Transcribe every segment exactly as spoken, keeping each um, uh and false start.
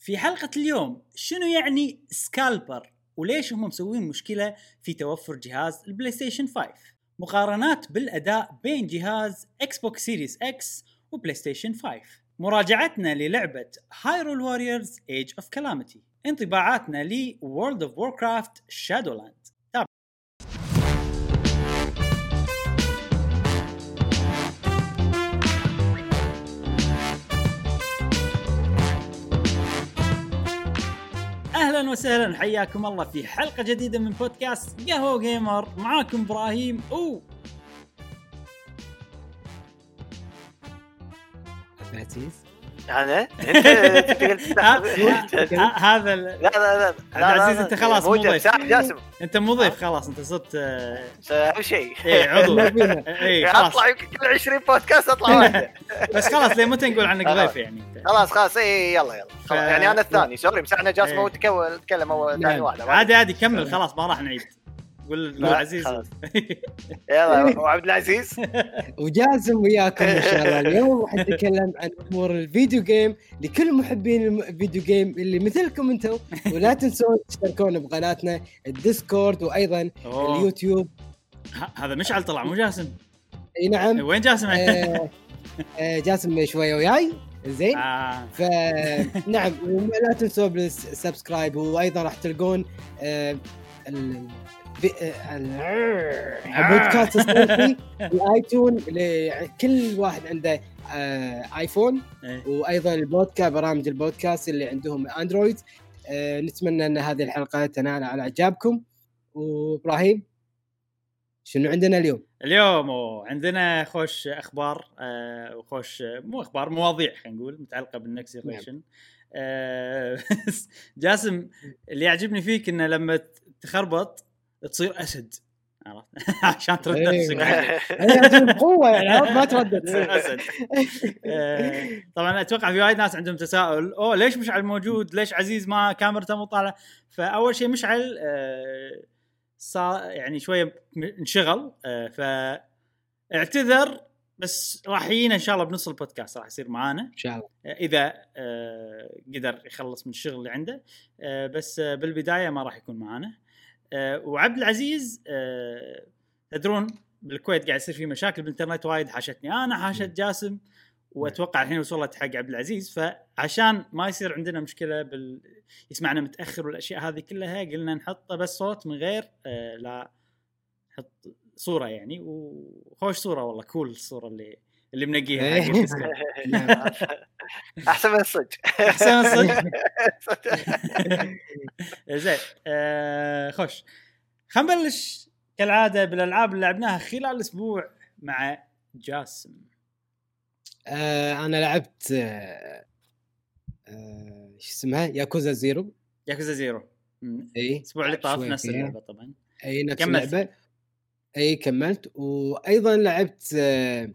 في حلقة اليوم شنو يعني سكالبر وليش هم مسوين مشكلة في توفر جهاز البلاي ستيشن خمسة، مقارنات بالأداء بين جهاز اكس بوكس سيريس اكس وبلاي ستيشن خمسة، مراجعتنا للعبة هايرول واريورز ايج اوف كالاميتي، انطباعاتنا ل وورلد اوف ووركرافت شادولاند. اهلا وسهلا، حياكم الله في حلقه جديده من بودكاست قهوه جيمر. معاكم ابراهيم و عبد العزيز. انا انت هذا لا لا لا عبد العزيز، انت خلاص مو ضيف، جاسم انت مو ضيف خلاص، انت صرت اهم شيء اي عضو. اي اطلع يمكن كل عشرين بودكاست اطلع واحده بس خلاص ليه متى نقول عنك ضيف يعني انت خلاص خلاص اي يلا يلا ف... يعني انا الثاني سوري مسحنا جاسم هو تكلم اول ثاني واحد عادي عادي كمل خلاص ما راح نعيد. قول عزيز يلا وعبد العزيز وجاسم وياكم ان شاء الله. اليوم راح نتكلم عن امور الفيديو جيم لكل محبين الفيديو جيم اللي مثلكم انتم. ولا تنسون تشتركون بقناتنا الديسكورد وايضا أوه. اليوتيوب. هذا مشعل طلع مو جاسم؟ اي نعم. وين جاسم؟ آه آه جاسم شويه وياي زين. آه. فنعم ولا تنسوا بالسبسكرايب، وايضا راح تلقون آه ال البودكاست الصوتي الايتون لكل واحد عنده ايفون، وايضا البودكاست برامج البودكاست اللي عندهم اندرويد. نتمنى ان هذه الحلقه تنال على اعجابكم. وابراهيم شنو عندنا اليوم؟ اليوم عندنا خوش اخبار وخوش مو اخبار مواضيع خلينا نقول متعلقه بالنكست جنريشن. جاسم اللي يعجبني فيك انه لما تخربط تصير أسد عشان ترد نفسك. هي قوة يعني ما تردد أسد. طبعا أتوقع في وايد ناس عندهم تساؤل، أوه ليش مشعل موجود؟ ليش عزيز ما كاميرته مو طالعة؟ فأول شيء مشعل صار يعني شوية انشغل، فاعتذر، بس راح يجينا إن شاء الله بنص البودكاست راح يصير معانا إن شاء الله إذا قدر يخلص من الشغل اللي عنده، بس بالبداية ما راح يكون معانا. أه وعبد العزيز أه تدرون بالكويت قاعد يصير في مشاكل بالإنترنت وايد، حاشتني أنا حاشت جاسم، وأتوقع الحين وصلت حق عبد العزيز. فعشان ما يصير عندنا مشكلة بال يسمعنا متأخر والأشياء هذه كلها قلنا نحطه بس صوت من غير أه لا نحط صورة يعني. وخوش صورة والله كول الصورة اللي اللي منقيها احسن من الصج احسن من الصج زين. آه خوش خلينا نبلش كالعاده بالالعاب اللي لعبناها خلال الاسبوع مع جاسم. آه انا لعبت آه آه ايش اسمها ياكوزا زيرو. ياكوزا زيرو اي الاسبوع اللي طاف نفس اللعبه طبعا. اي نفس اللعبه اي كملت. وايضا لعبت آه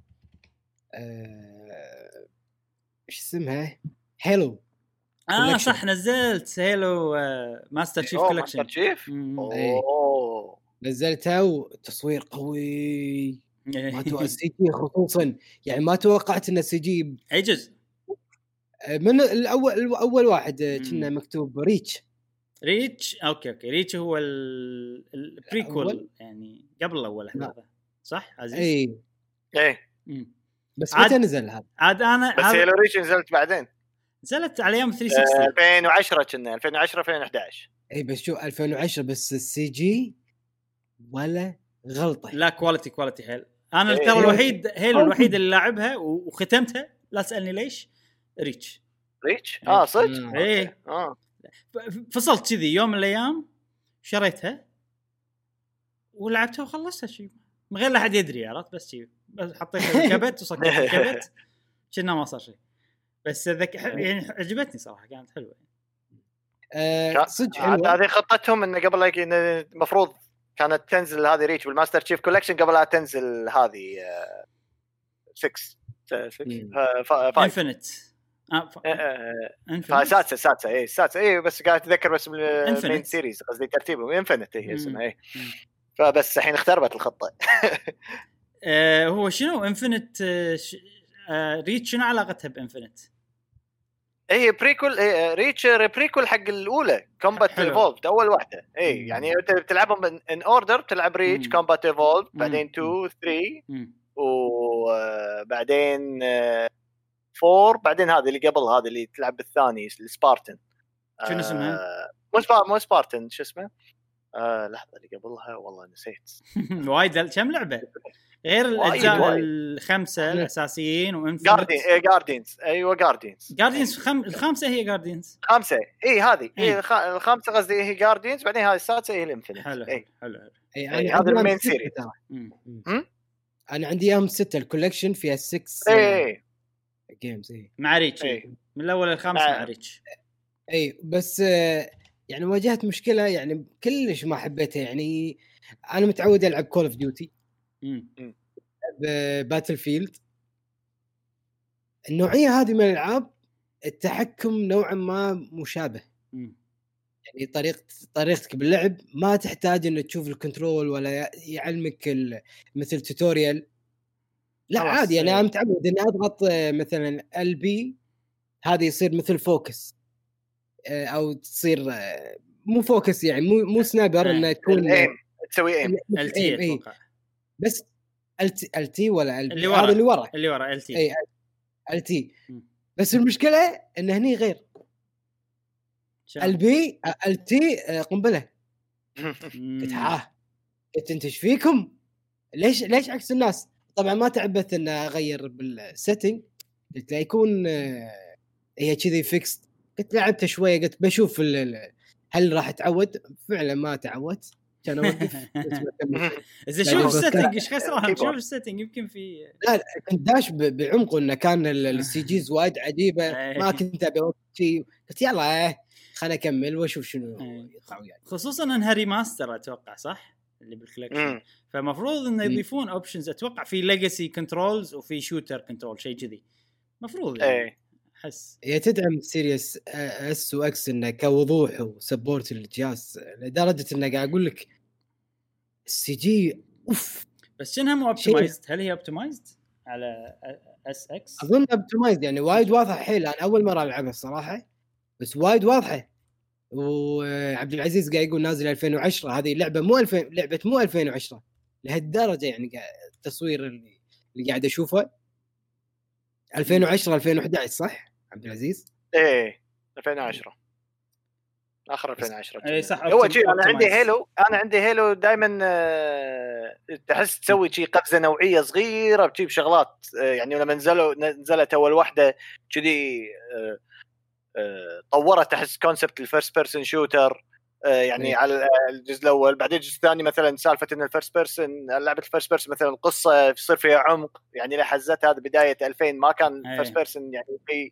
آه ايش اسمها هيلو. اه collection. صح نزلت هيلو آه ماستر تشيف كولكشن. ماستر تشيف اوه نزلتها وتصوير قوي ما توقعت السي جي خصوصا، يعني ما توقعت ان السي جي اي جزء من الاول الاول واحد كنا مكتوب ريتش ريتش اوكي اوكي ريتش هو البريكول يعني قبل الاول هذا صح عزيز؟ اي اي بس متى نزل هذا؟ عاد انا بس هيلو ريتش نزلت بعدين، نزلت على ايام ثلاثمية وستين ألفين وعشرة كنا ألفين وعشرة ألفين وإحدى عشر. اي بس شو ألفين وعشرة بس السي جي ولا غلطه. لا كواليتي كواليتي هيل. انا إيه ترى الوحيد هيل الوحيد اللي لاعبها وختمتها، لا تسالني ليش. ريتش ريتش اه صدق ايه اه فصلت كذي يوم من الايام شريتها ولعبتها وخلصتها شيء من غير لا احد يدري، عرفت؟ بس شيء بس حطيت الكبت وصكت الكبت كنا ما صار شيء. بس ذك يعني عجبتني صراحه كانت حلوه آه صدق حلوه. هذه خطتهم انه قبل لا المفروض كانت تنزل هذه ريتش بالماستر تشيف كولكشن قبل لا تنزل هذه ستة ستة انفينيت سادسة سادسة ايه سادسة ايه بس قاعد اتذكر بس المين سيريز قصدي ترتيبه انفينيت هي اسمها ايه. فبس الحين اختربت الخطة. هو شنو انفينيت ريتش شنو علاقتها بانفينيت؟ هي بريكول ريتش بريكول حق الاولى كومبات ايفولد اول واحدة. اي يعني انت بتلعبهم ان اوردر، بتلعب ريتش كومبات ايفولد بعدين اثنين ثلاثة وبعدين أربعة بعدين هذه اللي قبل هذه اللي تلعب بالثاني السبارتن. شنو اسمها؟ مو سبار مو سبارتن شو اسمه؟ آه لحظة اللي قبلها والله نسيت. وايد كم لعبة غير الأجزاء الخمسة الأساسيين وإنفنت. جاردين إيه جاردينز أيوة جاردينز جاردينز خم... الخامسة هي جاردينز خمسة إيه هذه إيه الخ... الخامسة قصدي هي جاردينز بعدين هذه السادسة هي الإنفنت. حلو إيه. حلو حلو إيه إيه هذا المين سيريز. أنا عندي يوم ستة الكولكشن فيها ستة إيه جيمز إيه مع ريتش إيه. من الأول للخامس مع, مع ريتش إيه بس يعني واجهت مشكلة يعني كلش ما حبيتها. يعني أنا متعود ألعب كول أوف ديوتي باتل فيلد، النوعية هذه من الألعاب التحكم نوعا ما مشابه. م. يعني طريقة طريقتك باللعب ما تحتاج إنه تشوف الكنترول ولا يعلمك مثل توتوريال، لا عادي. يعني أنا متعود إني أضغط مثلا ال بي هذه يصير مثل فوكس أو تصير مو فوكس يعني مو مو سنايبر إنه تكون تسوي ايم ال تي اتوقع بس ال تي ولا ال اللي ورا هذا اللي ورا اللي ورا ال تي اي ال تي. بس المشكله ان هني غير ال بي ال تي قنبله. قلت ها قلت انت ايش فيكم ليش ليش عكس الناس؟ طبعا ما تعبت ان اغير بالسيتنج، قلت لا يكون هي كذي فيكس. قلت لعبت شويه قلت بشوف هل راح اتعود. فعلا ما تعودت كان اوقف. اذا شوف السيتنج ايش خسران، شوف السيتنج يمكن في لا كنت داش بعمق انه كان السي جيز وايد عجيبه ما كنت ابي شيء. قلت يلا خليني اكمل واشوف شنو يطلع وياي. خصوصا انها ريماستر اتوقع صح اللي بالكولكشن، فمفروض انه يضيفون اوبشنز اتوقع في ليجاسي كنترولز وفي شوتر كنترول شيء كذي مفروض يعني. احس هي تدعم سيريس اس واكس انه كوضوح وسبورت الجهاز لدرجه انه قاعد اقول لك السي جي اوف. بس شنها مو اوبتمايزد؟ هل هي اوبتمايزد على اس اكس؟ اظن اوبتمايزد يعني وايد واضحه حيل. انا اول مره العبها الصراحه بس وايد واضحه. وعبد العزيز قاعد يقول نازل ألفين وعشرة، هذه لعبه مو ألفين لعبه مو ألفين وعشرة لهالدرجه. يعني التصوير اللي, اللي قاعد اشوفه ألفين وعشرة ألفين وإحدى عشر صح عبد العزيز؟ ايه ألفين وعشرة اخر ألفين وعشرة. اي صح. هو شيء انا عندي هيلو انا عندي هيلو دائما أه تحس تسوي شيء قفزه نوعيه صغيره بتجيب شغلات. أه يعني لما نزلوا نزلت اول واحده كذي أه أه طورت تحس كونسبت الفيرست بيرسون شوتر أه يعني مم. على الجزء الاول. بعدين الجزء الثاني مثلا سالفه ان الفيرست بيرسون لعبه الفيرست بيرسون مثلا القصه يصير فيها عمق. يعني لحزت هذا بدايه ألفين ما كان الفيرست بيرسون يعني في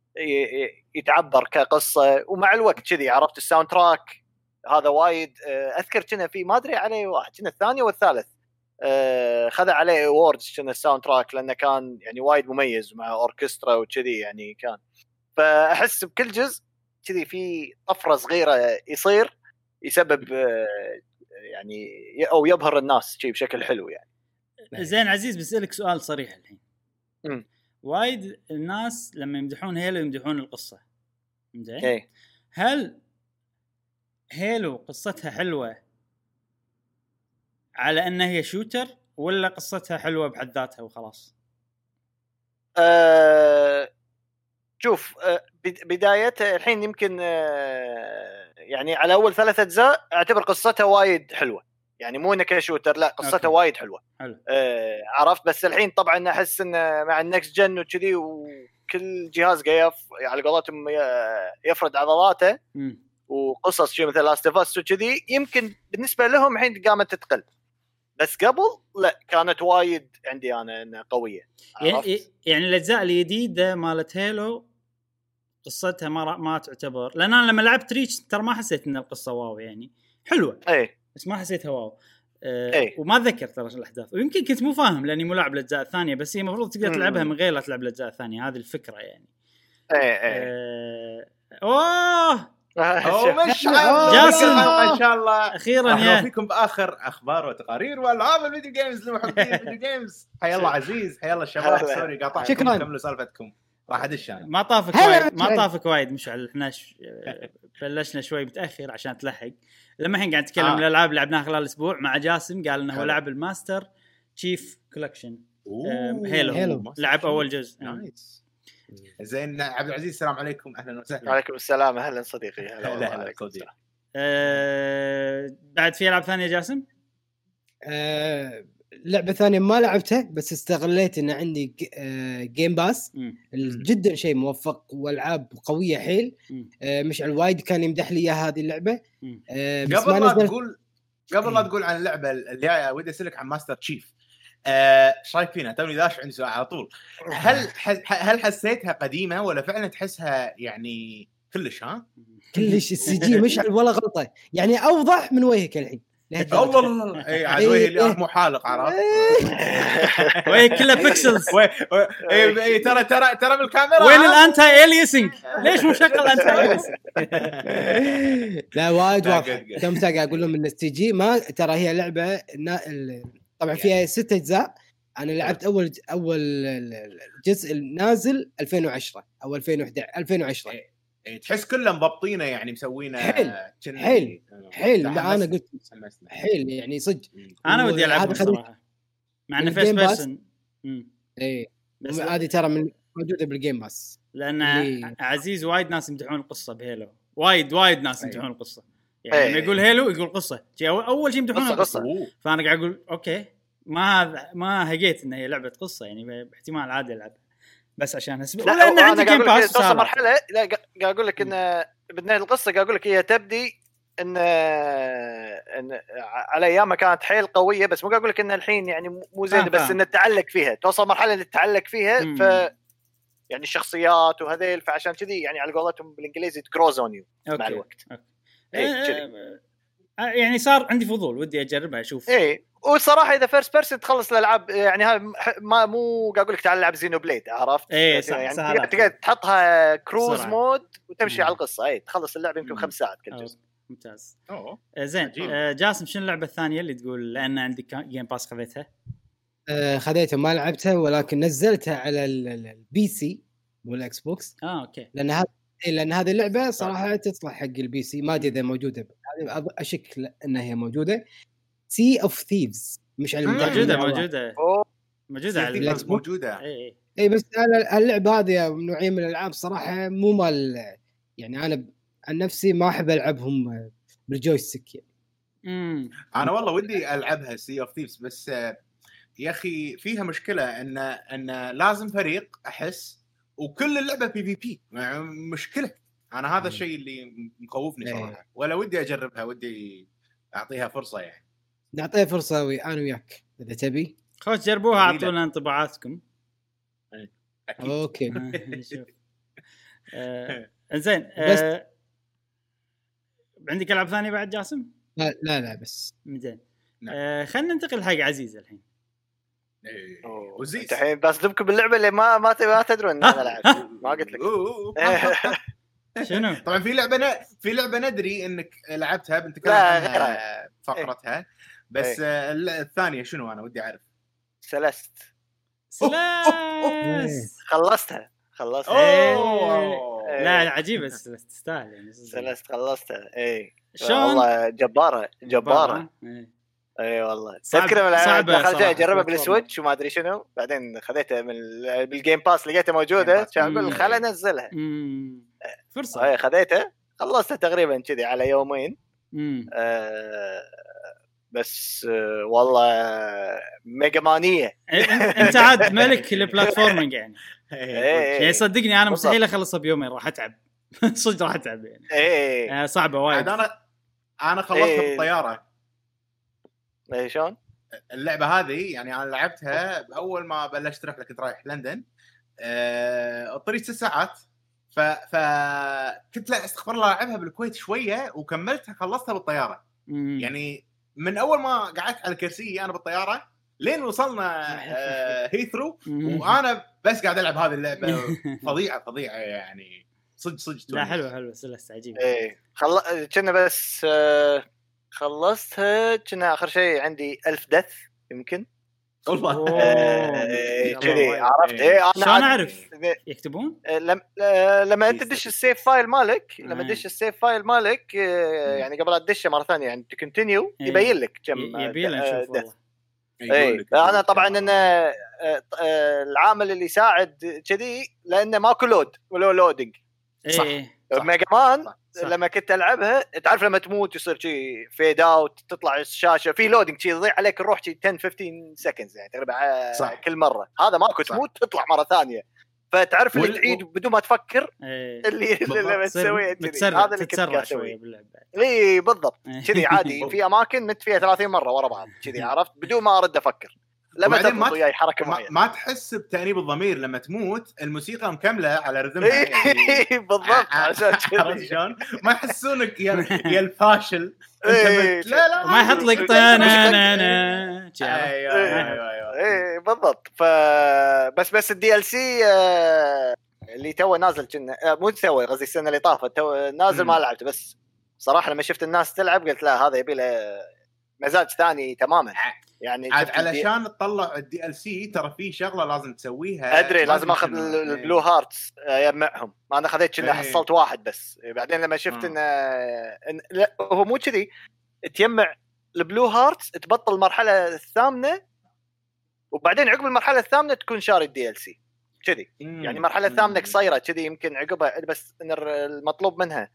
يتعبر كقصة. ومع الوقت كذي عرفت الساوند تراك هذا وايد أذكر كنا في ما أدري عليه واحد كنا الثاني والثالث خذ عليه أووردز كنا الساوند تراك لأنه كان يعني وايد مميز مع أوركسترا وكذي يعني كان. فأحس بكل جزء كذي في طفرة صغيرة يصير يسبب يعني أو يبهر الناس شيء بشكل حلو يعني. زين عزيز بسألك سؤال صريح الحين. م. وايد الناس لما يمدحون هيلو يمدحون القصة زين okay. هل هيلو قصتها حلوة على أنها هي شوتر ولا قصتها حلوة بحد ذاتها وخلاص؟ أه شوف أه بدايتها الحين يمكن أه يعني على أول ثلاثة أجزاء أعتبر قصتها وايد حلوة يعني مو انك شوتر لا قصتها okay. وايد حلوه حلو. آه عرفت. بس الحين طبعا احس ان مع النكست جن وكذي وكل جهاز قايف على قولتهم يفرد عضلاته م. وقصص شيء مثل لاست اوف اس وكذي يمكن بالنسبه لهم الحين قامت تتقل. بس قبل لا كانت وايد عندي انا قويه. يعني, يعني الاجزاء الجديده مالت هيلو قصتها ما ما تعتبر لان انا لما لعبت ريتش ترى ما حسيت ان القصه واو يعني حلوه اي بس ما حسيتها واو أه أي. وما اتذكر ترى الاحداث ويمكن كنت مو فاهم لاني مو لاعب الاجزاء الثانيه. بس هي المفروض تقدر تلعبها من غير لا تلعب الاجزاء الثانيه هذه الفكره يعني. اي اي أه اوه اوه مش جاسم ان شاء الله اخيرا يا فيكم باخر اخبار وتقارير والعاب الفيديو جيمز لمحبين الفيديو جيمز. حيا الله عزيز حيا الله الشباب سوري قاطعتكم كملوا سالفتكم. راح ادش انا. ما طافك هلا وايد ما مشعل. طافك وايد مشعل. احنا ش... بلشنا شوي متاخر عشان تلحق. لما الحين قاعد نتكلم آه. الالعاب اللي لعبناها خلال الاسبوع مع جاسم، قال انه هو حلو. لعب الماستر تشيف كولكشن. أوه، هيلو. هيلو. لعب اول جزء. نايس. زين عبد العزيز السلام عليكم، اهلا وسهلا. وعليكم السلام، اهلا صديقي. هلا هلا والله. هلا عليكم صديق. السلام. أه... بعد في العاب ثانيه جاسم؟ آه لعبه ثانيه ما لعبتها بس استغليت ان عندي ج- آه جيم باس مم. جدا شيء موفق والعاب قويه حيل. مم. آه مشعل وايد كان يمدح لي اياها هذه اللعبه. مم. آه بس قبل ما لا نزلت. تقول قبل لا تقول عن اللعبه اللي جايه ودي اسالك عن ماستر تشيف. ايش رايك فينا؟ توني داش عندي سؤال على طول. هل حس... هل حسيتها قديمه ولا فعلا تحسها يعني كلش ها؟ كلش السي جي مشعل ولا غلطه يعني اوضح من وجهك الحين لهالدرجة. الله الله اي عاد وجهي اللي مو حالق عرفت. وين كلها بيكسلز. وي- وي- إي- إي، ترى ترى ترى بالكاميرا وين عرفت؟ الانتي اليسنج؟ ليش مو شغل انتي اليسنج؟ لا وايد لا، واضح. قد- قد. كم ساعه اقول لهم ان السي جي ما ترى هي لعبه نا... ال- طبعا فيها ست اجزاء. انا لعبت اول اول جزء النازل ألفين وعشرة او ألفين وأحد عشر ألفين وعشرة. إي، تحس كله مضبطينه يعني مسوينه حيل، كن- حيل، حيل. لا، لا انا حمسني، قلت حمسني. حيل يعني صدق. انا ودي العبها هذا خليك- صراحه مع انه فيس الجيم باس. بيرسون. اي بس هذه ترى من موجوده بالجيم باس. لان اللي- عزيز وايد ناس يمدحون القصه بهيلو. وايد وايد ناس أيوة. يمدحون القصه. يعني لما أيوة. يقول هيلو يقول قصه. شي أول- اول شيء يمدحون قصة- القصه. أوه. فانا قاعد اقول اوكي ما هذا ما هقيت ان هي لعبه قصه يعني باحتمال عادي العبها بس عشان اسمع. لا لان أنا عندي قاعد جيم أقول لك باس توصل مرحله. لا قاعد اقول لك ان بدنا القصه قاعد اقول لك هي تبدي ان ان على ايامها كانت حيل قويه بس مو قاعد اقول لك ان الحين يعني مو زين فاهم بس فاهم. ان تتعلق فيها. توصل مرحله ان تتعلق فيها مم. ف يعني الشخصيات وهذيل فعشان كذي يعني على قولتهم بالانجليزي تجروز اون يو مع الوقت. إيه، كذي. آه، يعني صار عندي فضول ودي اجربها اشوف. ايه وصراحه اذا فيرست بيرسون تخلص الالعاب يعني هاي ما مو قاعد اقول لك تعال العب زينو بليد عرفت. إيه، صح، يعني سهلات. تقدر تقدر تحطها كروز بسرعة. مود وتمشي مم. على القصه. اي تخلص اللعبه يمكن مم. خمس ساعات كل أو، جزء. ممتاز. أوه. آه، زين. عجيب. آه، جاسم شنو اللعبه الثانيه اللي تقول لان عندك جيم باس خذيتها؟ آه خذيتها ما لعبتها ولكن نزلتها على ال- ال- البي سي والاكس بوكس اه اوكي. لان هذا لان هذه اللعبه صراحه تصلح حق البي سي. ما ادري اذا موجوده هذه أظ- اشك انها هي موجوده. سي اوف ثيفز مش على المتابعين موجوده والله. موجوده أوه. موجوده على الإكس البلاك. بوكس. موجوده. اي اي اي بس أنا اللعبه هذه نوعيه من الالعاب صراحه مو مال يعني انا عن نفسي ما احب العبهم بالجويستيك يعني. امم انا والله ودي العبها سي اوف ثيفز بس آه، يا اخي فيها مشكله ان ان لازم فريق احس وكل اللعبه بي في بي مشكله. انا هذا الشيء اللي مخوفني صراحه ولا ودي اجربها ودي اعطيها فرصه يعني. نعطيها فرصه وي انا وياك اذا تبي. خوش جربوها جميلة. اعطونا انطباعاتكم. اكيد. اوكي آه، نشوف. آه، زين. بس- آه، عندك العاب ثانيه بعد جاسم؟ لا لا, لا بس زين. نعم. آه، خلينا ننتقل حق عزيز الحين. إيه. أوه. وزيز. انت الحين بصدمكم باللعبه اللي ما ما ما تدرون ان انا لعبت. ما قلت لك. أوه. شنو؟ طبعا في لعبه ن... في لعبه ندري انك لعبتها بنتكلم لا، عنها غيرها. فقرتها بس آه، الثانيه شنو انا ودي اعرف. سلست سلاس. خلصتها خلصتها. اوه إيه. لا عجيبه سلاس تستاهل يعني. سلست خلصتها. اي شلون؟ والله جباره جباره. إيه. اي والله صعب- تذكر لما صعبة دخلتها صراحة. اجربها بلاتفورم. بالسويتش وما ادري شنو بعدين خذيتها من ال- بالجيم باس لقيتها موجوده باس. كان اقول مم. خل انزلها. مم. فرصه. اي خذيتها خلصتها تقريبا كذي على يومين. مم. آه بس آه والله ميجا مانيه. إيه، انت عاد ملك البلاتفورمينج يعني. يعني اي صدقني انا بالضبط. مستحيل اخلصها بيومين راح اتعب. صدق راح اتعب يعني. اي آه، صعبه وايد. عاد انا انا خلصتها إيه. بالطياره. اي شلون؟ اللعبه هذه يعني انا لعبتها اول ما بلشت رحله كنت رايح لندن. أه... الطريق ست ساعات ف ف كنت لا استغفر الله العبها بالكويت شويه وكملتها خلصتها بالطياره. مم. يعني من اول ما قعدت على الكرسي انا بالطياره لين وصلنا أه... هيثرو مم. وانا بس قاعد العب هذه اللعبه فظيعه فظيعه يعني صدق صدق. لا حلوه حلوه سلسة عجيبه. ايه خل... كنا بس آه، خلصتها كنا اخر شيء عندي ألف دث يمكن والله كذي عرفت ايه انا شلون اعرف يكتبون لما لما انت تدش السيف فايل مالك لما تدش السيف فايل مالك يعني قبل لا تدشه مره ثانيه يعني تكونتينيو يبين لك كم يبين لك نشوف والله ايه انا طبعا ان العامل اللي يساعد كذي لانه ماكو لود ولا لودنج صح ميجا مان لما كنت العبها تعرف لما تموت يصير شيء فيد اوت تطلع الشاشه في لودنج شيء يضيع عليك الروح شيء عشرة خمستاشر سكندز يعني تقريبا كل مره هذا ماكو تموت تطلع مره ثانيه فتعرف اللي تعيد بدون ما تفكر اللي اللي تسويه هذا اللي كنت اسويه باللعبه اي بالضبط كذي عادي في اماكن مت فيها ثلاثين مره ورا بعض كذي عرفت بدون ما ارد افكر لما تضبط وياي حركه معينه ما تحس بتأنيب الضمير لما تموت الموسيقى مكمله على رذمها يعني بالضبط عشان شلون ما يحسونك يا يا الفاشل لا لا ما يحط لك طانا انا ايوه ايوه اي بالضبط ف بس بس الدي ال سي اللي تو نازل كنا مو تو قصدي السنه اللي طافت تو نازل ما لعبته بس صراحه لما شفت الناس تلعب قلت لا هذا يبي له مزاج ثاني تماما يعني عاد علشان تطلع الدي ال سي ترى في شغله لازم تسويها ادري لازم اخذ البلو هارتس يجمعهم ما انا خذيت كنا حصلت واحد بس بعدين لما شفت ان لا هو مو كذي تجمع البلو هارتس تبطل المرحله الثامنه وبعدين عقب المرحله الثامنه تكون شاري الدي ال سي كذي يعني المرحله الثامنه قصيره كذي يمكن عقبها بس ان المطلوب منها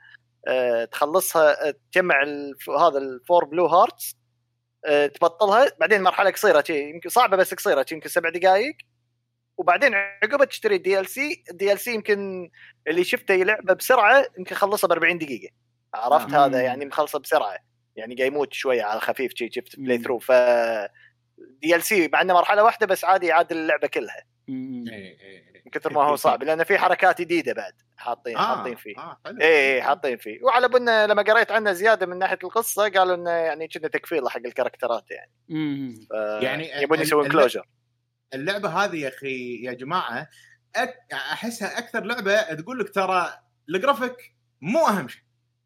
تخلصها تجمع هذا الفور بلو هارتس تبطلها بعدين مرحله قصيره شيء يمكن صعبه بس قصيره يمكن سبع دقائق وبعدين عقبها تشتري الدي ال سي الدي ال سي يمكن اللي شفته يلعبه بسرعه يمكن خلصها ب أربعين دقيقه عرفت آه. هذا يعني مخلصه بسرعه يعني جاي يموت شويه على خفيف شيء شفت بلاي ثرو ف دي ال سي بعدنا مرحله واحده بس عادي يعادل اللعبه كلها من كثر ما هو صعب لأن في حركات جديدة بعد حاطين آه حاطين فيه آه إيه حاطين فيه وعلى بنا لما قريت عنه زيادة من ناحية القصة قالوا إنه يعني كنا تكفيله حق الكاركترات يعني يعني يبون يسوون كلوجر اللعبة هذه يا أخي يا جماعة أك... أحسها أكثر لعبة تقول لك ترى الجرافيك مو أهم شيء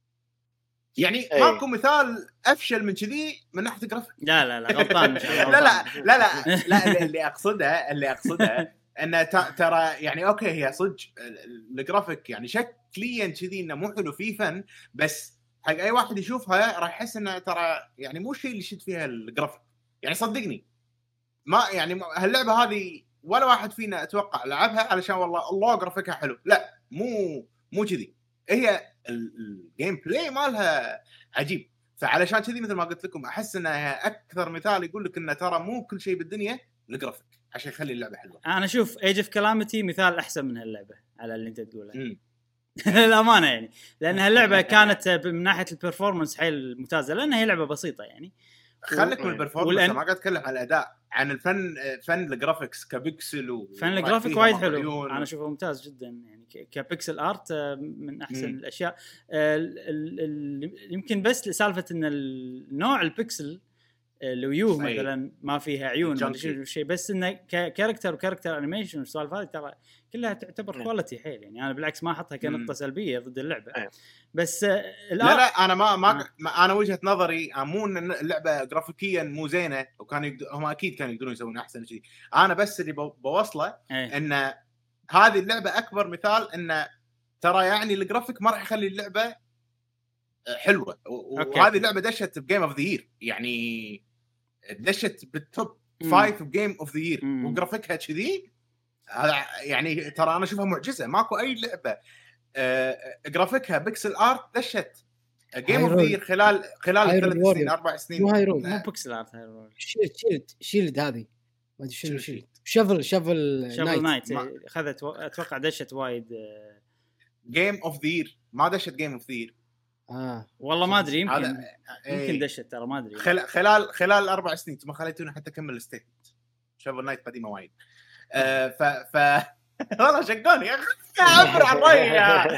يعني أيه. ماكو مثال أفشل من كذي من ناحية الجرافيك لا لا لا غلطان لا لا لا لا لا اللي أقصده اللي أقصده انه ترى يعني اوكي هي صدق الجرافيك يعني شكليا كذي انه مو حلو فيه فن بس حق اي واحد يشوفها راح يحس انه ترى يعني مو شيء اللي يشد فيها الجرافيك يعني صدقني ما يعني هاللعبه هذه ولا واحد فينا اتوقع لعبها علشان والله الله جرافيكها حلو لا مو مو كذي هي الجيم بلاي مالها عجيب فعلشان كذي مثل ما قلت لكم احس انها اكثر مثال يقول لك انه ترى مو كل شيء بالدنيا الجرافيك عشان يخلي اللعبه حلوه انا اشوف ايج اوف كلامتي مثال احسن من هاللعبه على اللي انت تقوله الامانه يعني لان هاللعبه كانت من ناحيه البرفورمانس حيل ممتازه لان هي لعبه بسيطه يعني خليك من البرفورمانس والأن... ما قاعد اتكلم عن الاداء عن الفن فن الجرافيكس كبيكسل و... فن الجرافيك وايد حلو و... انا اشوفه ممتاز جدا يعني كبيكسل ارت من احسن م. الاشياء ال... ال... ال... يمكن بس لسالفه ان النوع البيكسل الويو مثلا ما فيها عيون ولا شيء بس انه كاركتر وكاركتر انيميشن والسوالف هذه ترى كلها تعتبر كواليتي حيل يعني انا بالعكس ما احطها كنقطه سلبيه ضد اللعبه بس لا لا انا ما ما انا وجهه نظري مو ان اللعبه جرافيكيا مو زينه وكان يقدر هم اكيد كانوا يقدرون يسوون احسن شيء انا بس اللي بوصله ان هذه اللعبه اكبر مثال ان ترى يعني الجرافيك ما راح يخلي اللعبه حلوه وهذه اللعبه دشت بجيم اوف ذا يير يعني دشت بالتوب فايف جيم اوف ذا يير وجرافيكها كذي هذا يعني ترى انا اشوفها معجزه ماكو اي لعبه آه جرافيكها بيكسل ارت دشت جيم اوف ذا يير خلال خلال ثلاث سنين اربع سنين مو هايرون مو بيكسل ارت هايرون شيلد شيلد شيلد هذه ما ادري شنو شيلد شفل شفل شفل نايت اخذت اتوقع دشت وايد جيم اوف ذا يير ما دشت جيم اوف ذا يير اه والله ما ادري يمكن يمكن ايه دشت ترى ما ادري خلال خلال خلال اربع سنين ما خليتوني حتى اكمل الستيت شوفل نايت قديمه وايد آه ف ف والله شقوني يا اخي عبر عن رايي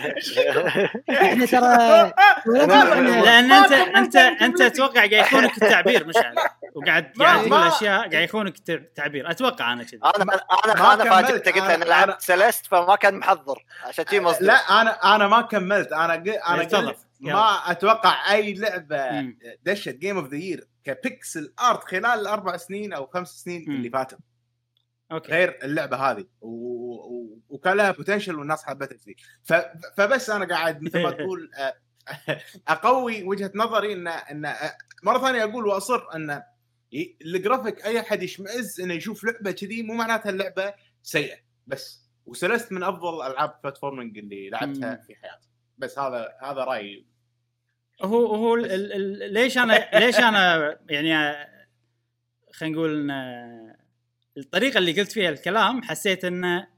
احنا ترى لان انت انت انت اتوقع قاعد يخونك التعبير مش عارف وقاعد قاعد تقول اشياء قاعد يخونك التعبير اتوقع انا كذا انا انا انا فاجئت قلت انا لعبت سلست فما كان محضر عشان شيء مصدر لا انا انا ما كملت انا انا قلت ما اتوقع اي لعبه دشت جيم اوف ذا يير كبيكسل ارت خلال الاربع سنين او خمس سنين اللي فاتوا اوكي غير اللعبه هذه و... و... وكان لها بوتنشل والناس حبتها كثير. ف... فبس انا قاعد مثل ما تقول اقوي وجهه نظري ان ان مره ثانيه اقول واصر ان الجرافيك اي احد يشمئز انه يشوف لعبه كذي مو معناتها اللعبه سيئه بس. وسلست من افضل العاب بلاتفورمينج اللي لعبتها مم. في حياتي. بس هذا هذا رايي. هو هو ال ال ليش انا ليش انا يعني خلينا نقول ان الطريقه اللي قلت فيها الكلام حسيت انه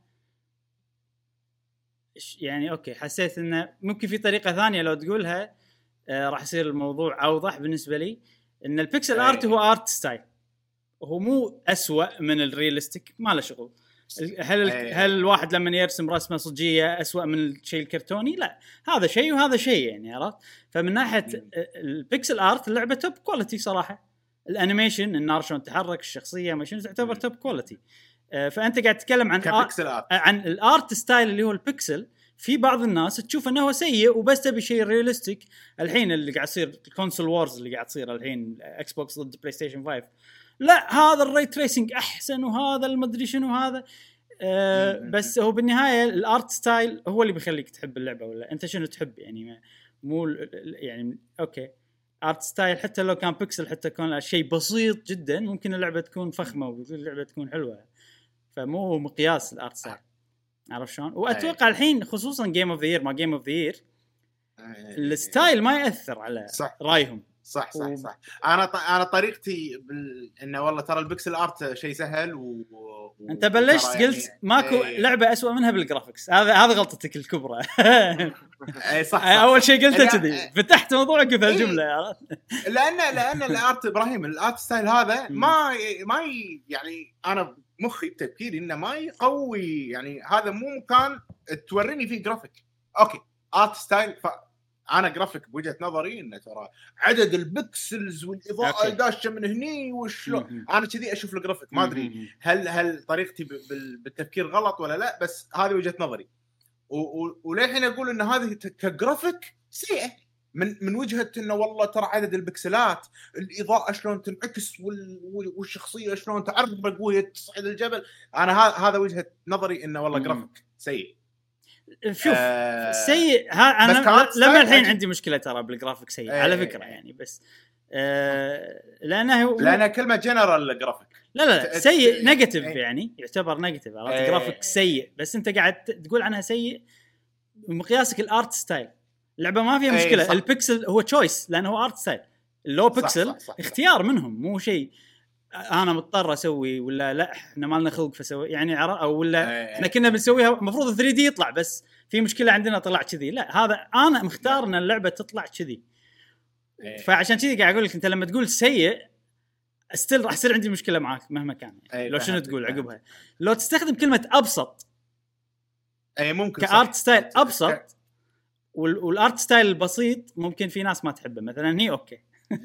يعني اوكي حسيت انه ممكن في طريقه ثانيه لو تقولها آه راح يصير الموضوع اوضح بالنسبه لي. ان البيكسل ارت هو ارت ستايل هو مو أسوأ من الريالستيك ما له شغل. هل هل الواحد لما يرسم رسمه صجيه أسوأ من الشيء الكرتوني؟ لا هذا شيء وهذا شيء يعني عرفت. فمن ناحيه البيكسل ارت اللعبه توب كواليتي صراحه. الانيميشن النار شلون تحرك الشخصيه ما شنو تعتبر توب كواليتي. فانت قاعد تتكلم عن آر... عن الارت ستايل اللي هو البيكسل. في بعض الناس تشوف انه هو سيء وبس تبي شيء ريالستيك. الحين اللي قاعد يصير الكونسول وورز اللي قاعد تصير الحين اكس بوكس ضد بلاي ستيشن خمسة لا هذا الري تريسنج احسن وهذا المدري شنو هذا أه بس هو بالنهايه الارت ستايل هو اللي بيخليك تحب اللعبه ولا انت شنو تحب يعني مو يعني اوكي ارت ستايل حتى لو كان بيكسل حتى كان شيء بسيط جدا ممكن اللعبه تكون فخمه واللعبه تكون حلوه. فمو مقياس الارت ستايل عارف شلون. واتوقع الحين خصوصا جيم اوف ذا يير ما جيم اوف ذا يير الستايل ما ياثر على صح. رايهم صح صح صح. انا ط... انا طريقتي بال... انه والله ترى البكسل ارت شيء سهل و... و... انت بلشت قلت يعني... ماكو ايه... لعبه أسوأ منها بالجرافيكس. هذا هذا غلطتك الكبرى. اي صح, صح اول شيء قلته كذي يعني... فتحت موضوعك في الجمله. لان لان الارت ابراهيم الارت ستايل هذا ما ما يعني انا مخي بتفكيري انه ما يقوي يعني هذا مو مكان توريني فيه جرافيك. اوكي ارت ستايل ف... انا جرافيك بوجهه نظري انه ترى عدد البكسلز والاضاءه داشه من هني وشلون انا كذي اشوف الجرافيك ما ادري هل هل طريقتي بالتفكير غلط ولا لا بس هذه وجهه نظري. وللحين اقول ان هذه كجرافيك سيئه من من وجهه انه والله ترى عدد البكسلات الاضاءه شلون تنعكس والشخصيه شلون تعرق وهي تصعد الجبل. انا هذا وجهه نظري انه والله جرافيك سيء. شوف آه سيء ها انا لما الحين عندي مشكله ترى بالجرافيك سيء ايه على فكره يعني بس آه لانه هو لانه كلمه جنرال جرافيك لا لا سيء نيجاتيف ايه يعني يعتبر نيجاتيف عرفت ايه جرافيك سيء بس انت قاعد تقول عنها سيء بمقياسك الارت ستايل. اللعبه ما فيها مشكله ايه البكسل هو تشويس لانه هو ارت ستايل. اللو بكسل صح صح صح اختيار منهم مو شيء انا مضطر اسوي ولا لا احنا ما لنا خلق فسوي يعني او ولا احنا كنا بنسويها المفروض ثري دي يطلع بس في مشكله عندنا طلع كذي. لا هذا انا مختار ان اللعبه تطلع كذي. فعشان كذي قاعد اقول لك انت لما تقول سيء استل راح يصير عندي مشكله معاك مهما كان يعني. لو شنو تقول عقبها لو تستخدم كلمه ابسط اي ممكن كارت ستايل ابسط والارت ستايل البسيط ممكن في ناس ما تحبه مثلا هي اوكي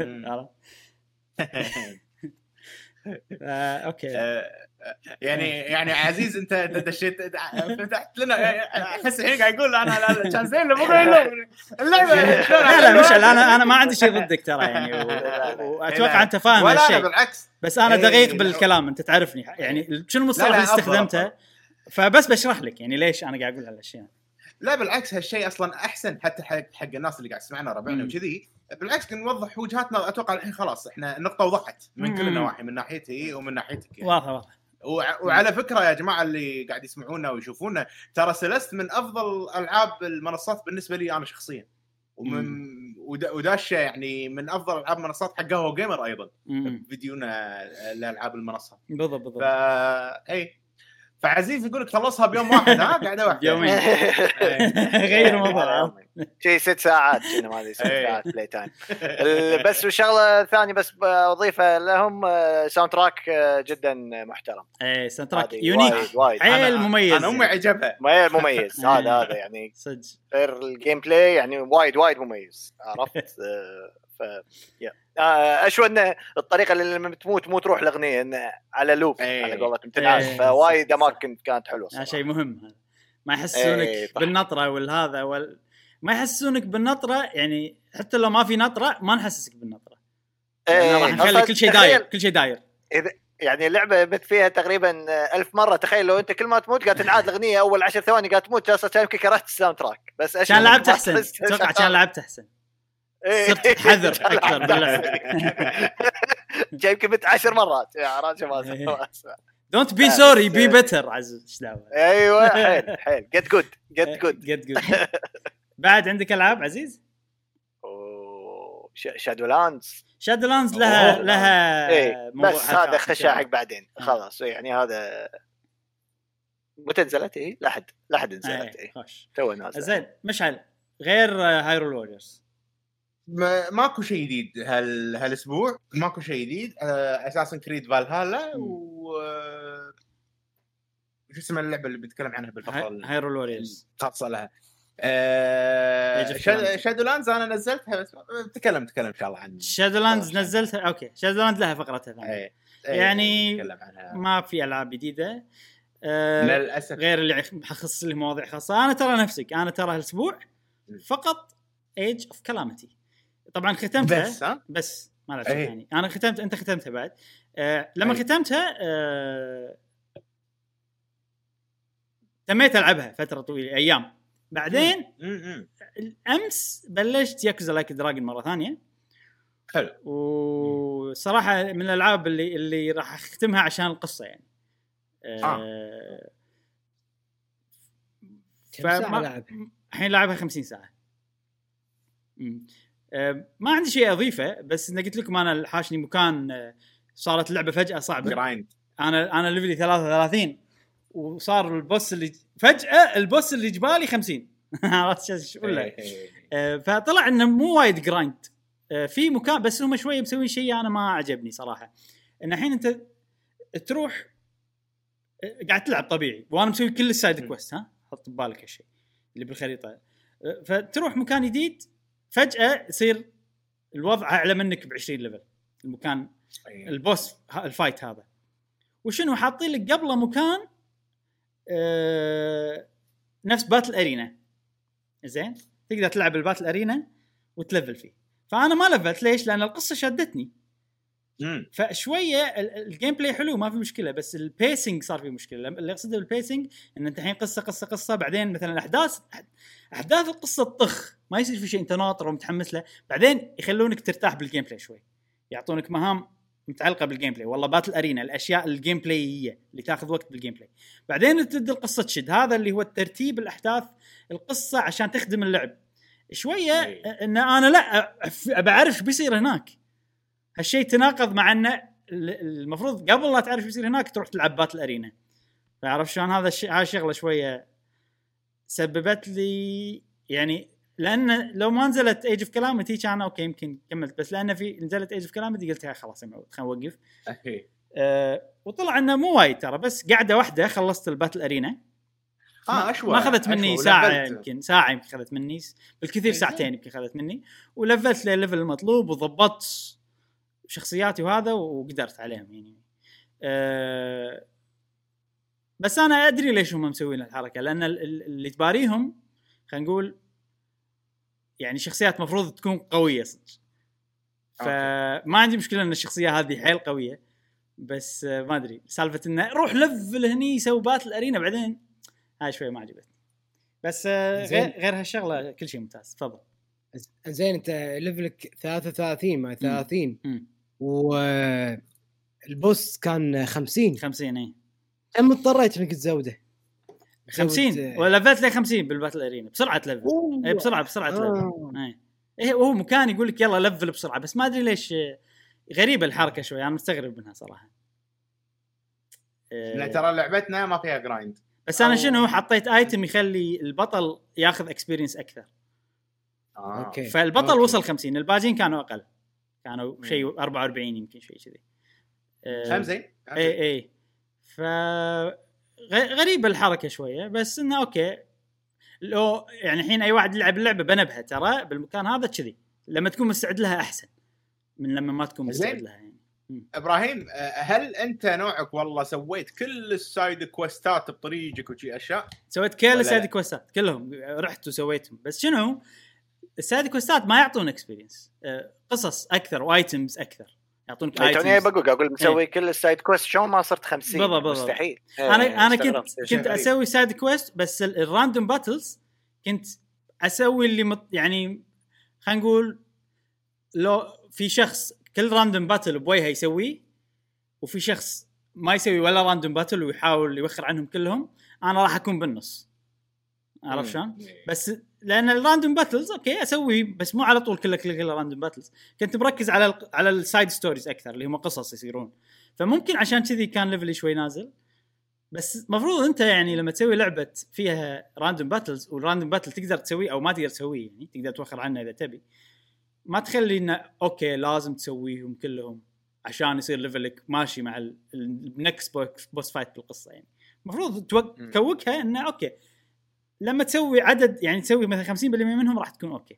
آه، اوكي آه، يعني يعني عزيز انت دشيت فتحت لنا احس الحين قاعد يقول انا لا كان زين مو له اللعبه لا لا مش انا انا ما عندي شيء ضدك ترى يعني واتوقع انت فاهم هالشيء بس انا دقيق بالكلام انت تعرفني يعني شنو المصطلح اللي استخدمته فبس بشرح لك يعني ليش انا قاعد اقول هالاشياء. لا بالعكس هالشيء اصلا احسن حتى حق حق الناس اللي قاعد يسمعنا ربعنا وكذي بالعكس كنا نوضح وجهاتنا. اتوقع الحين خلاص احنا النقطه وضحت من كل النواحي من ناحيتي ومن ناحيتك يعني. واضح واضح. وعلى فكره يا جماعه اللي قاعد يسمعونا ويشوفونا ترى سلست من افضل العاب المنصات بالنسبه لي انا شخصيا ومن وداشه يعني من افضل العاب منصات حق قهوه جيمر ايضا فيديونا لالعاب المنصه بالضبط بالضبط. فا اي فعزيز يقولك خلصها بيوم واحد ها قاعده واحده يومين غير موضوع شيء ست ساعات شنو ما ادري ست ساعات بلاي تايم. بس وشغله ثانيه بس اضيفه لهم ساوند تراك جدا محترم. اي ساوند تراك يونيك عيل مميز انا امي عجبها مميز هذا هذا يعني صدق غير الجيم بلاي يعني وايد وايد مميز عرفت. ف يا اشو ان الطريقه اللي لما تموت مو تروح الاغنيه انه على لوب على قولتهم تنعاد فوايد اماكن كانت حلوه هذا شيء مهم هذا ما يحسونك بالنطره والهذا وال ما يحسسونك بالنطره، يعني حتى لو ما في نطره ما نحسسك بالنطره. إيه يعني راح نخلي كل شيء داير، كل شيء داير. إذا يعني اللعبه بت فيها تقريبا ألف مره. تخيل لو انت كل ما تموت قاعد تنعاد الاغنيه اول عشر ثواني قاعد تموت، جالسه تايم كيك رحت الساوند تراك بس عشان لعبت احسن. اتوقع عشان لعبت احسن صرت حذر اكثر باللعب. جايب كبت عشر مرات يا راجل ما اسمع. دونت بي سوري بي بيتر عزوز. ايش دعوه؟ ايوه حيل حيل جيت جود جيت جود جيت جود. بعد عندك العاب عزيز؟ اوه شادو لاندز. شادو لاندز لها لها ايه بس هذا خشاحق بعدين خلاص. يعني هذا متى نزلت؟ ايه لحد لحد نزلت. ايه تو نازل. زين مشعل غير هايرول ووريرز ما ماكو شيء جديد هال هالاسبوع. ماكو شيء جديد. اساسن كريد فالهالا و شو اسم اللعبه اللي بنتكلم عنها بالفقره هايرول ووريرز خاصه لها أه... شاد... شادو لاندز انا نزلتها بس بتكلم تكلم ان شاء الله عن شادو لاندز. نزلتها اوكي. شادو لاندز لها فقرتها ثانيه. أي. يعني ما في العاب جديده أه... للاسف غير اللي مخصص لي مواضيع خاصه. انا ترى نفسك انا ترى هالاسبوع فقط ايج اوف كلامتي. طبعا ختمتها بس ها؟ بس ما لعبت ثاني. انا ختمت انت ختمتها بعد. أه... لما أي. ختمتها أه... تميت العبها فتره طويله ايام. بعدين الامس بلشت ياكوزا لايك دراجون مره ثانيه. حلو. وصراحه من الالعاب اللي اللي راح اختمها عشان القصه يعني. آه. فما الحين لعبها خمسين ساعه. آه ما عندي شيء اضيفه بس انا قلت لكم انا حاشني مكان. آه صارت اللعبه فجاه صعبه. جرايند. انا انا ليفلي ثلاثة وثلاثين وصار البوس اللي فجاه البوس اللي جبالي خمسين. عرفت ايش اقول لك؟ آه فطلع انه مو وايد جرايند. آه في مكان بس هم شويه مسوين شيء انا ما عجبني صراحه. ان الحين انت تروح آه قاعد تلعب طبيعي وانا مسوي كل السايد كويست. ها حط ببالك هالشيء اللي بالخريطه. آه فتروح مكان جديد فجاه يصير الوضع اعلى منك ب عشرين ليفل. المكان البوس الفايت هذا وشنو حاطين لك قبله مكان آه نفس باتل أرينا. زين تقدر تلعب الباتل أرينا وتلفل فيه. فأنا ما لفلت ليش؟ لأن القصة شدتني. مم. فشوية الجيم بلاي حلو ما في مشكلة بس البيسنج صار فيه مشكلة. اللي أقصده بالبيسنج إن أنت الحين قصة قصة قصة بعدين مثلا أحداث أحداث القصة تطخ ما يصير في شيء أنت ناطر ومتحمس له. بعدين يخلونك ترتاح بالجيم بلاي شوي. يعطونك مهام متعلقه بالجيم بلاي. والله باتل ارينا الاشياء الجيم بلاييه اللي تاخذ وقت بالجيم بلاي. بعدين تبدا القصه تشد. هذا اللي هو الترتيب الاحداث القصه عشان تخدم اللعب شويه. ان انا لا بعرف ايش بيصير هناك. هالشيء تناقض مع ان المفروض قبل لا تعرف بيصير هناك تروح تلعب باتل ارينا. فعرف شلون هذا الشيء. هاي شغله شويه سببت لي يعني. لان لو ما نزلت ايج اوف كلامتي كان اوكي يمكن كملت بس لان في نزلت ايج اوف كلامتي قلت خلاص خلينا نوقف. أه وطلع انه مو وايد ترى بس قاعده واحده خلصت الباتل ارينا. اه اشوى ما اخذت مني ساعه يمكن ساعه يمكن اخذت مني بالكثير ساعتين يمكن اخذت مني. ولفلت لي الليفل المطلوب وضبطت شخصياتي وهذا وقدرت عليهم يعني. أه بس انا ادري ليش هم مسوين الحركه. لان اللي تباريهم خلينا نقول يعني شخصيات مفروض تكون قوية صدق. فما عندي مشكلة ان الشخصية هذه حيل قوية بس ما ادري سالفة انه روح لفل هني يسوي باتل ارينا بعدين هاي شوية ما عجبتني. بس غير غير هالشغلة كل شيء ممتاز. تفضل. زين انت ليفلك ثلاثة وثلاثين مع ثلاثين والبوس كان خمسين خمسين اي كم اضطريت انك تزوده؟ خمسين ولا لفلت لي خمسين بالباتل ارينا بسرعه لفل. اي بسرعه بسرعه لفل. اي ايه هو مكان يقول لك يلا لفل بسرعه بس ما ادري ليش غريبه الحركه شوي. انا مستغرب منها صراحه. لا ترى لعبتنا ما فيها جرايند بس انا شنو حطيت ايتم يخلي البطل ياخذ اكسبيرينس اكثر. آه. اوكي فالبطل أوكي. وصل خمسين. الباجين كانوا اقل كانوا شيء أربعة وأربعين يمكن شيء كذي. هم زين اي اي ف غريبه الحركه شويه بس انه اوكي. لو يعني الحين اي واحد يلعب اللعبه بنبها ترى بالمكان هذا كذي لما تكون مستعد لها احسن من لما ما تكون مستعد لها يعني. ابراهيم هل انت نوعك والله سويت كل السايد كويستات بطريقك وشي اشياء؟ سويت كل السايد كويستات كلهم رحت وسويتهم، بس شنو السايد كويستات ما يعطون اكسبيرينس، قصص اكثر وايتمز اكثر يعطونك ايتمز. يعني بقول اقول مسوي ايه. كل السايد كويست شلون ما صرت خمسين بالضبط مستحيل. انا ايه انا كنت كنت اسوي سايد كويست بس الراندوم باتلز كنت اسوي اللي مط... يعني خلينا نقول لو في شخص كل راندوم باتل بوجهه يسويه وفي شخص ما يسوي ولا راندوم باتل ويحاول يوخر عنهم كلهم، انا راح اكون بالنص. عارف شلون؟ بس لان الراندوم باتلز اوكي اسوي بس مو على طول كله كله كله راندوم باتلز، كنت مركز على ال على السايد ستوريز اكثر اللي هم قصص يصيرون، فممكن عشان كذي كان ليفلي شوي نازل. بس مفروض انت يعني لما تسوي لعبه فيها راندوم باتلز والراندوم باتل تقدر تسويه او ما تقدر تسويه، يعني تقدر توخر عنه اذا تبي، ما تخلي انه اوكي لازم تسويهم كلهم عشان يصير ليفلك ماشي مع النكست بوس فايت بالقصه. يعني المفروض توقعها انه اوكي لما تسوي عدد يعني تسوي مثلا خمسين بالمية منهم راح تكون اوكي.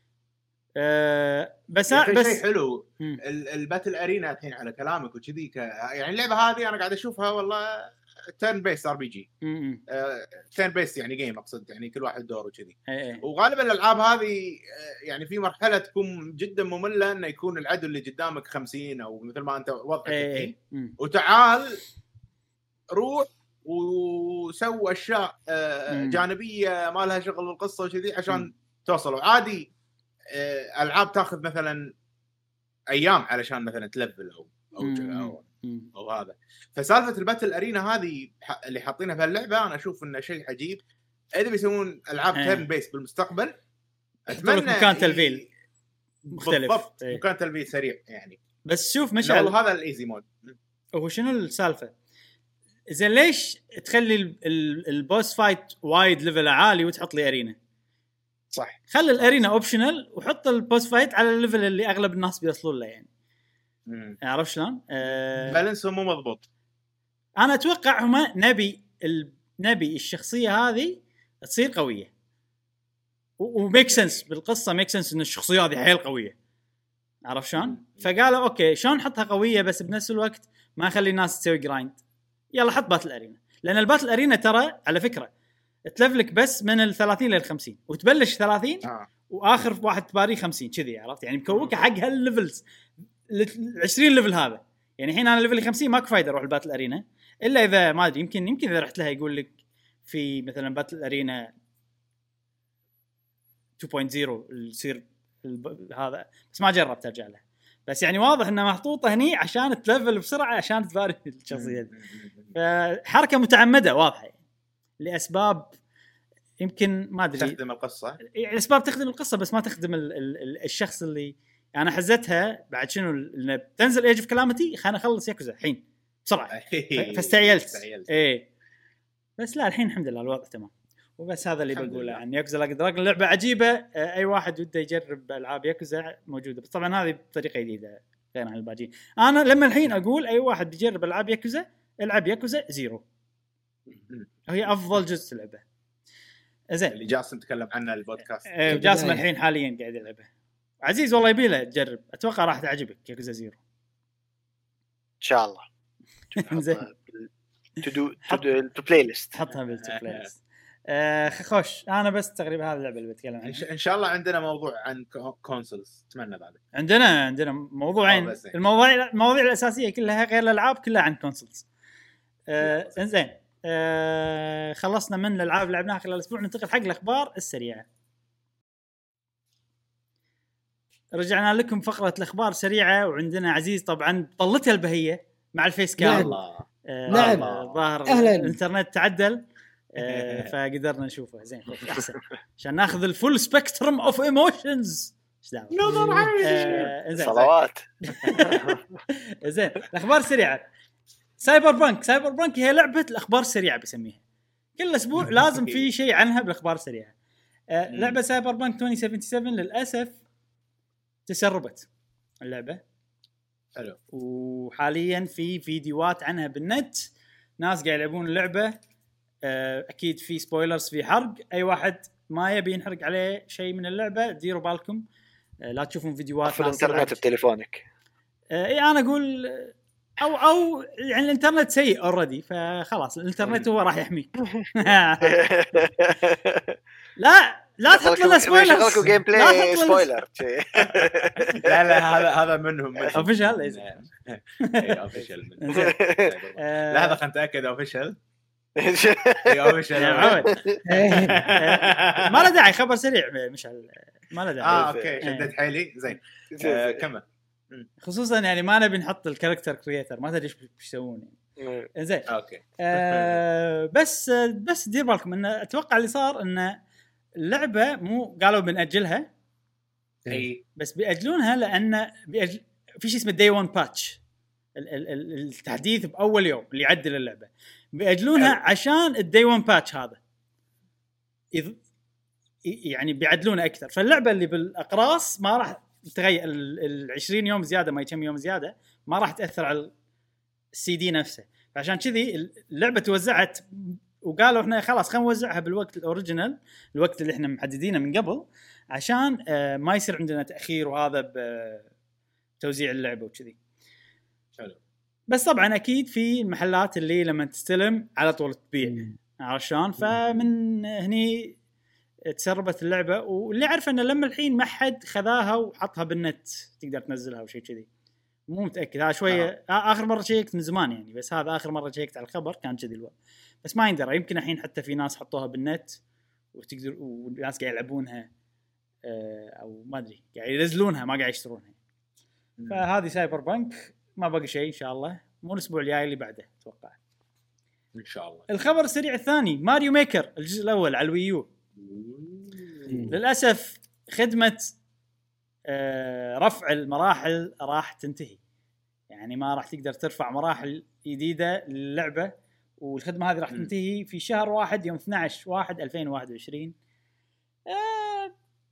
أه بس بس شيء حلو الباتل ارينا الحين على كلامك وكذي، يعني اللعبه هذه انا قاعد اشوفها والله تيرن بيس ار بي جي، تيرن بيس يعني جيم اقصد، يعني كل واحد دوره وكذي. وغالبا الالعاب هذه يعني في مرحله تكون جدا ممله انه يكون العدو اللي قدامك خمسين او مثل ما انت وضعك الحين، وتعال روح وسووا اشياء جانبيه ما لها شغل بالقصه وكذي عشان مم. توصلوا. عادي العاب تاخذ مثلا ايام علشان مثلا تلفل او او, أو, أو هذا. فسالفه الباتل ارينا هذه اللي حاطينها في اللعبه انا اشوف انه شيء عجيب. اذا بيسوون العاب تيرن بيس بالمستقبل اتمنى مكان تلفيل مختلف، بالضبط ايه. مكان تلفيل سريع يعني. بس شوف مشعل والله هذا الايزي مود. هو شنو السالفه؟ إذا ليش تخلي البوس فايت وايد ليفل عالي وتحط لي أرينا؟ صح، خلي الأرينا أوبشنال وحط البوس فايت على الليفل اللي أغلب الناس بيوصلون له. يعني عارف شلون؟ أه بالانس مو مضبوط. أنا أتوقع هما نبي نبي الشخصية هذه تصير قوية وميك سنس بالقصة، ميك سنس إن الشخصية هذه حيل قوية. عارف شلون؟ فقالوا أوكي شلون نحطها قوية بس بنفس الوقت ما نخلي الناس تسوي جرايند. يلا حط باتل ارينا، لان الباتل ارينا ترى على فكره تلفلك بس من الثلاثين للخمسين وتبلش ثلاثين آه. واخر واحد تباري خمسين كذي. عرفت يعني مكوكه حق هالليفلز عشرين ليفل هذا. يعني الحين انا ليفلي خمسين ماكو فايده اروح الباتل ارينا الا اذا ما ادري يمكن يمكن اذا رحت لها يقول لك في مثلا باتل ارينا اثنين نقطة صفر يصير هذا، بس ما جربت ارجع له. بس يعني واضح انها محطوطه هني عشان تلفل بسرعه عشان تباري الشخصيه دي. فحركه متعمده واضحه يعني. لاسباب يمكن ما ادري تخدم القصه، يعني اسباب تخدم القصه بس ما تخدم ال ال الشخص اللي انا حزتها بعد شنو تنزل ايج اوف كلامتي. خلينا نخلص ياكوزا الحين بسرعه فاستعجلت ايه. بس لا الحين الحمد لله الوضع تمام. وبس هذا اللي بقوله عن ياكوزا لايك دراجون. لعبه عجيبه، اي واحد وده يجرب العاب ياكوزا موجوده، بس طبعا هذه بطريقه جديده غير عن الباقيين. انا لما الحين اقول اي واحد بيجرب العاب ياكوزا العب ياكوزا زيرو، هي افضل جزء لعبه. زين اللي جاسم تكلم عنه البودكاست، جاسم الحين حاليا قاعد يلعبه. عزيز والله يبي له تجرب، اتوقع راح تعجبك ياكوزا زيرو ان شاء الله. زين تو دو تو بلاي ليست، حطها بالبلاي ليست. آه خوش انا بس تقريبا هذا اللعبه اللي بتكلم عنها. ان شاء الله عندنا موضوع عن كونسولز، اتمنى بعد عندنا عندنا موضوعين. المواضيع المواضيع الاساسيه كلها غير الالعاب كلها عن كونسولز. آه زين آه خلصنا من الالعاب اللي لعبناها خلال الاسبوع، ننتقل حق الاخبار السريعه. رجعنا لكم فقره الاخبار السريعه، وعندنا عزيز طبعا طلتها البهيه مع الفيس كام. نعم ظاهر الانترنت تعدل آه فقدرنا نشوفه. زين احسن عشان ناخذ الفول سبيكترم اوف ايموشنز. ايش دعوه نظر عين صلوات. زين الاخبار سريعه. سايبر بانك سايبر بانك هي لعبه الاخبار السريعه بسميها، كل اسبوع لازم في شيء عنها بالاخبار السريعه. آه لعبه سايبر بانك ألفين وسبعة وسبعين للاسف تسربت اللعبه. حلو. وحاليا في فيديوهات عنها بالنت، ناس قاعد يلعبون اللعبه. اكيد في سبويلرز، في حرق. اي واحد ما يبي ينحرق عليه شيء من اللعبه ديروا بالكم لا تشوفون فيديوهات في الانترنت بتليفونك. اي انا اقول او او يعني الانترنت سيء اوريدي فخلاص الانترنت هو راح يحميك. لا لا تحط لنا سبويلر شغلكم جيم بلاي سبويلر. لا لا هذا هذا منهم اوفيشال. اي اوفيشال. لحظه خلينا نتاكد اوفيشال. اي اوفيشال. ما له داعي خبر سريع مشعل ما له داعي. اه اوكي شدت حيلي زين كمل. خصوصا يعني ما نبي نحط الكاركتر كرييتر ما تدري ايش بيسوون يعني. زين اوكي. آه بس بس دير بالكم ان اتوقع اللي صار ان اللعبه مو قالوا بنأجلها اي بس بيأجلونها لان بيأجل في شيء اسمه داي واحد باتش التحديث باول يوم اللي يعدل اللعبه بيأجلونها أه. عشان الداي واحد باتش هذا إذ يعني بيعدلونه اكثر فاللعبه اللي بالاقراص ما راح تغير ال عشرين يوم زياده ما كم يوم زياده ما راح تاثر على السي دي نفسه فعشان كذي اللعبه توزعت وقالوا احنا خلاص خلينا نوزعها بالوقت الاوريجينال الوقت اللي احنا محددينه من قبل عشان ما يصير عندنا تاخير وهذا بتوزيع اللعبه وكذي. بس طبعا اكيد في المحلات اللي لما تستلم على طول تبيع عشان فمن هني تسربت اللعبه واللي عارفه انه لما الحين ما حد خذاها وحطها بالنت تقدر تنزلها وشيء كذي مو متاكد ها شويه آه. اخر مره شيكت من زمان يعني بس هذا اخر مره شيكت على الخبر كان كذي الوضع بس ما يندرى يمكن الحين حتى في ناس حطوها بالنت وتقدر وناس قاعد يلعبونها آه او ما ادري قاعد ينزلونها ما قاعد يشترونها. فهذه سايبر بانك ما باقي شيء ان شاء الله مو الاسبوع الجاي اللي بعده اتوقع ان شاء الله. الخبر السريع الثاني ماريو ميكر الجزء الاول على الويو للاسف خدمه آه رفع المراحل راح تنتهي يعني ما راح تقدر ترفع مراحل جديده للعبه والخدمه هذه راح تنتهي في شهر واحد يوم اثنا عشر واحد ألفين وواحد وعشرين. آه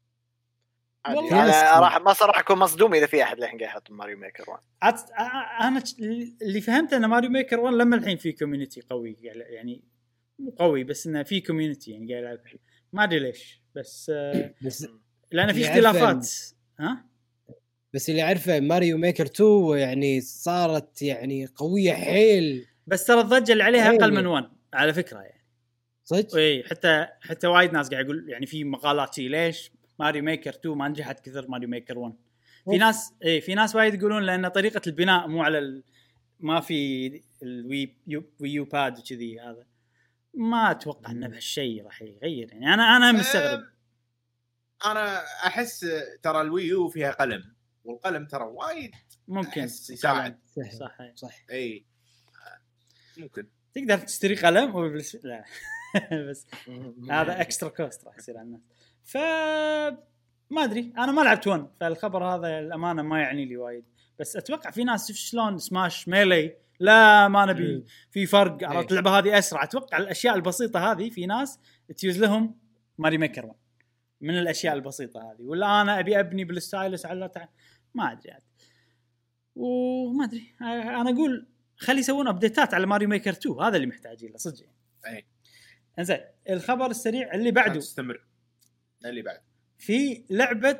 انا راح ما صراحه اكون مصدوم اذا في احد الحين قاعد يحط ماريو ميكر واحد. انا اللي فهمته ان ماريو ميكر واحد لما الحين في كوميونتي قوي يعني مو قوي بس انه في كوميونتي يعني قاعد يلعب ما ادري ليش بس, بس لان في اختلافات ها بس اللي عارفه ماريو ميكر تو يعني صارت يعني قويه حيل بس ترى الضجه اللي عليها اقل من واحد على فكره يعني صدق اي حتى حتى وايد ناس قاعد يقول يعني في مقالات شي ليش ماريو ميكر تو ما نجحت كثر ماريو ميكر واحد. في ناس اي في ناس وايد يقولون لان طريقه البناء مو على ال... ما في الوي يو ويو باد وكذي هذا ما اتوقع انه بهالشيء راح يغير يعني انا انا مستغرب. انا احس ترى الويو فيها قلم والقلم ترى وايد ممكن يساعد صح صح اي ممكن تقدر تشتري قلم وبلش... لا بس هذا اكسترا كوست راح يصير على الناس ف ما ادري انا ما لعبت ون فالخبر هذا الامانه ما يعني لي وايد بس اتوقع في ناس شلون سماش ميلي لا ما نبي في فرق عرفت اللعبه هذه اسرع اتوقع الاشياء البسيطه هذه في ناس تيوز لهم ماري ميكر ون من الاشياء البسيطه هذه ولا انا ابي ابني بالستايلس على تع... ما ادري عاد وما ادري انا اقول خلي يسوون ابديتات على ماريو ميكر تو هذا اللي محتاجين له صدق اي انزين الخبر السريع اللي بعده استمر اللي بعد في لعبه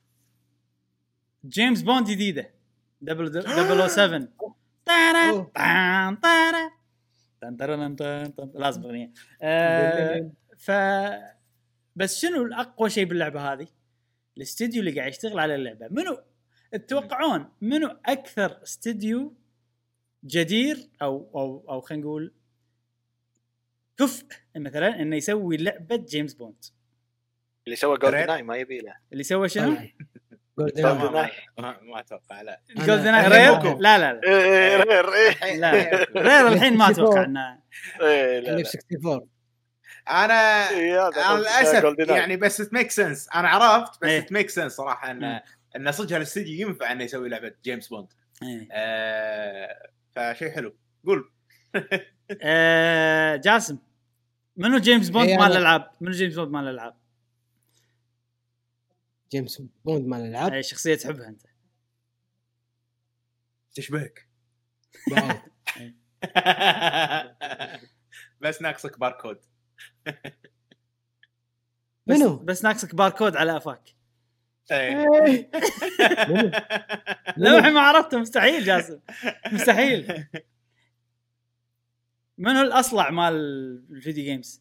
جيمس بوند جديده دبل دبل او سفن طارا طان طارا طان طان طان لازم اغنيه آه ف بس شنو الاقوى شيء باللعبه هذه الاستديو اللي قاعد يشتغل على اللعبه منو تتوقعون منو اكثر استديو جدير او او او خلينا نقول كفء مثلا انه يسوي لعبه جيمس بوند اللي سوى جولدن اي ما يبي له اللي سوى شنو جولدن اي ما اتوقع لا جولدن اي رير لا لا لا رير لا رير الحين ما اتوقع انه ستة وستين انا للاسف يعني بس تميك سنس انا عرفت بس تميك سنس صراحه ان ان صدق هالاستديو ينفع انه يسوي لعبه جيمس بوند آه فشيء حلو قول آه جاسم منو جيمس بوند مال الالعاب منو جيمس بوند مال الالعاب جيمس بوند مال الالعاب اي شخصيه تحبها انت تشبهك بس ناقصك باركود منو بس ناقصك باركود على افاك لو ما عرفته مستحيل جاسم مستحيل. من هو الاصلع مال الفيديو جيمز؟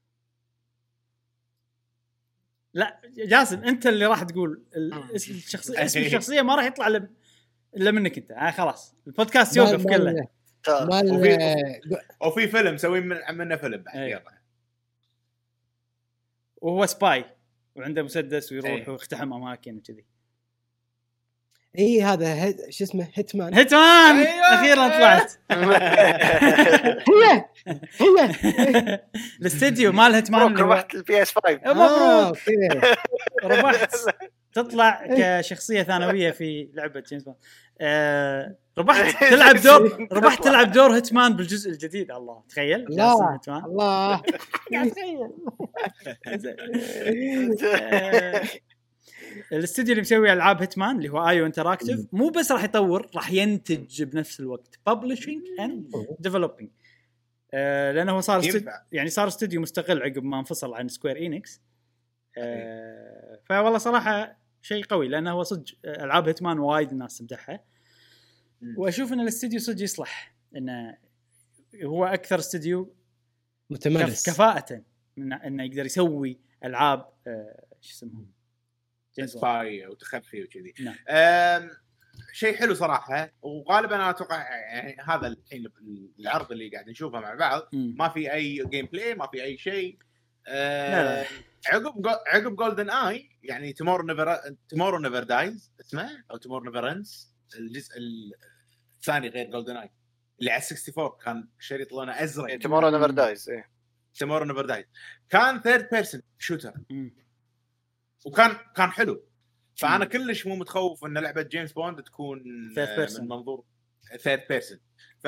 لا جاسم انت اللي راح تقول اسم الشخصيه، اسم الشخصيه ما راح يطلع الا منك انت. آه خلاص البودكاست يوقف كله. وفي وفي فيلم سوي من منه فيلم بعد يلا، وهو سباي وعنده مسدس ويروح ويقتحم اماكن وكذي. اي هذا هد... شو اسمه هيتمان. هيتمان أيوة. اخيرا طلعت. هي هي الاستديو مال هيتمان. ربحت البي اس خمسة. مبروك ربحت تطلع كشخصيه ثانويه في لعبه جيمس بوند. آه ربحت تلعب دور ربحت تلعب دور هيتمان بالجزء الجديد. الله تخيل الله الله تخيل. الاستديو اللي مسوي العاب هيتمان اللي هو ايو انتراكتيف مو بس راح يطور، راح ينتج بنفس الوقت publishing and developing. آه لانه هو صار استد... يعني صار استوديو مستقل عقب ما انفصل عن سكوير إينكس. آه فوالله صراحه شيء قوي، لانه هو صدق العاب هيتمان وايد الناس تمدحها، واشوف ان الاستوديو صدق يصلح انه هو اكثر استوديو متمرس كفاءه انه يقدر يسوي العاب آه شو اسمهم سباي وتخفي وكذي. نعم. شيء حلو صراحه، وغالبا انا اتوقع يعني هذا الحين العرض اللي قاعد نشوفه مع بعض م. ما في اي جيم بلاي، ما في اي شيء. أه عقب عقب جولدن اي يعني تومورو نيفر تومورو نيفر دايز اسمه، او تومورو نيفر انس، الجزء الثاني غير جولدن اي اللي على أربعة وستين كان شريط لونه ازرق. تومورو نيفر دايز ايه تومورو نيفر دايز كان ثيرد بيرسون شوتر وكان كان حلو. فانا كلش مو متخوف ان لعبه جيمس بوند تكون من منظور ثيرد بيرسون. ف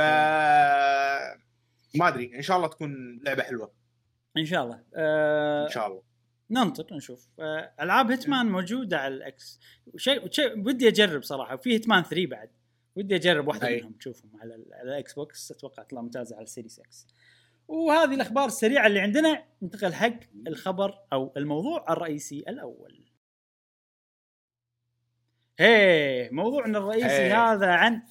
ما ادري ان شاء الله تكون لعبه حلوه ان شاء الله. أه... ان شاء الله ننطر نشوف. أه... العاب هيتمان موجوده على الاكس، شيء شيء ودي اجرب صراحه. وفي هيتمان ثلاثة بعد ودي اجرب واحده أي. منهم تشوفهم على الاكس بوكس، اتوقع تطلع ممتازه على السيريس اكس. وهذه الاخبار السريعه اللي عندنا. ننتقل حق الخبر او الموضوع الرئيسي الاول. هي موضوعنا الرئيسي هي. هذا عن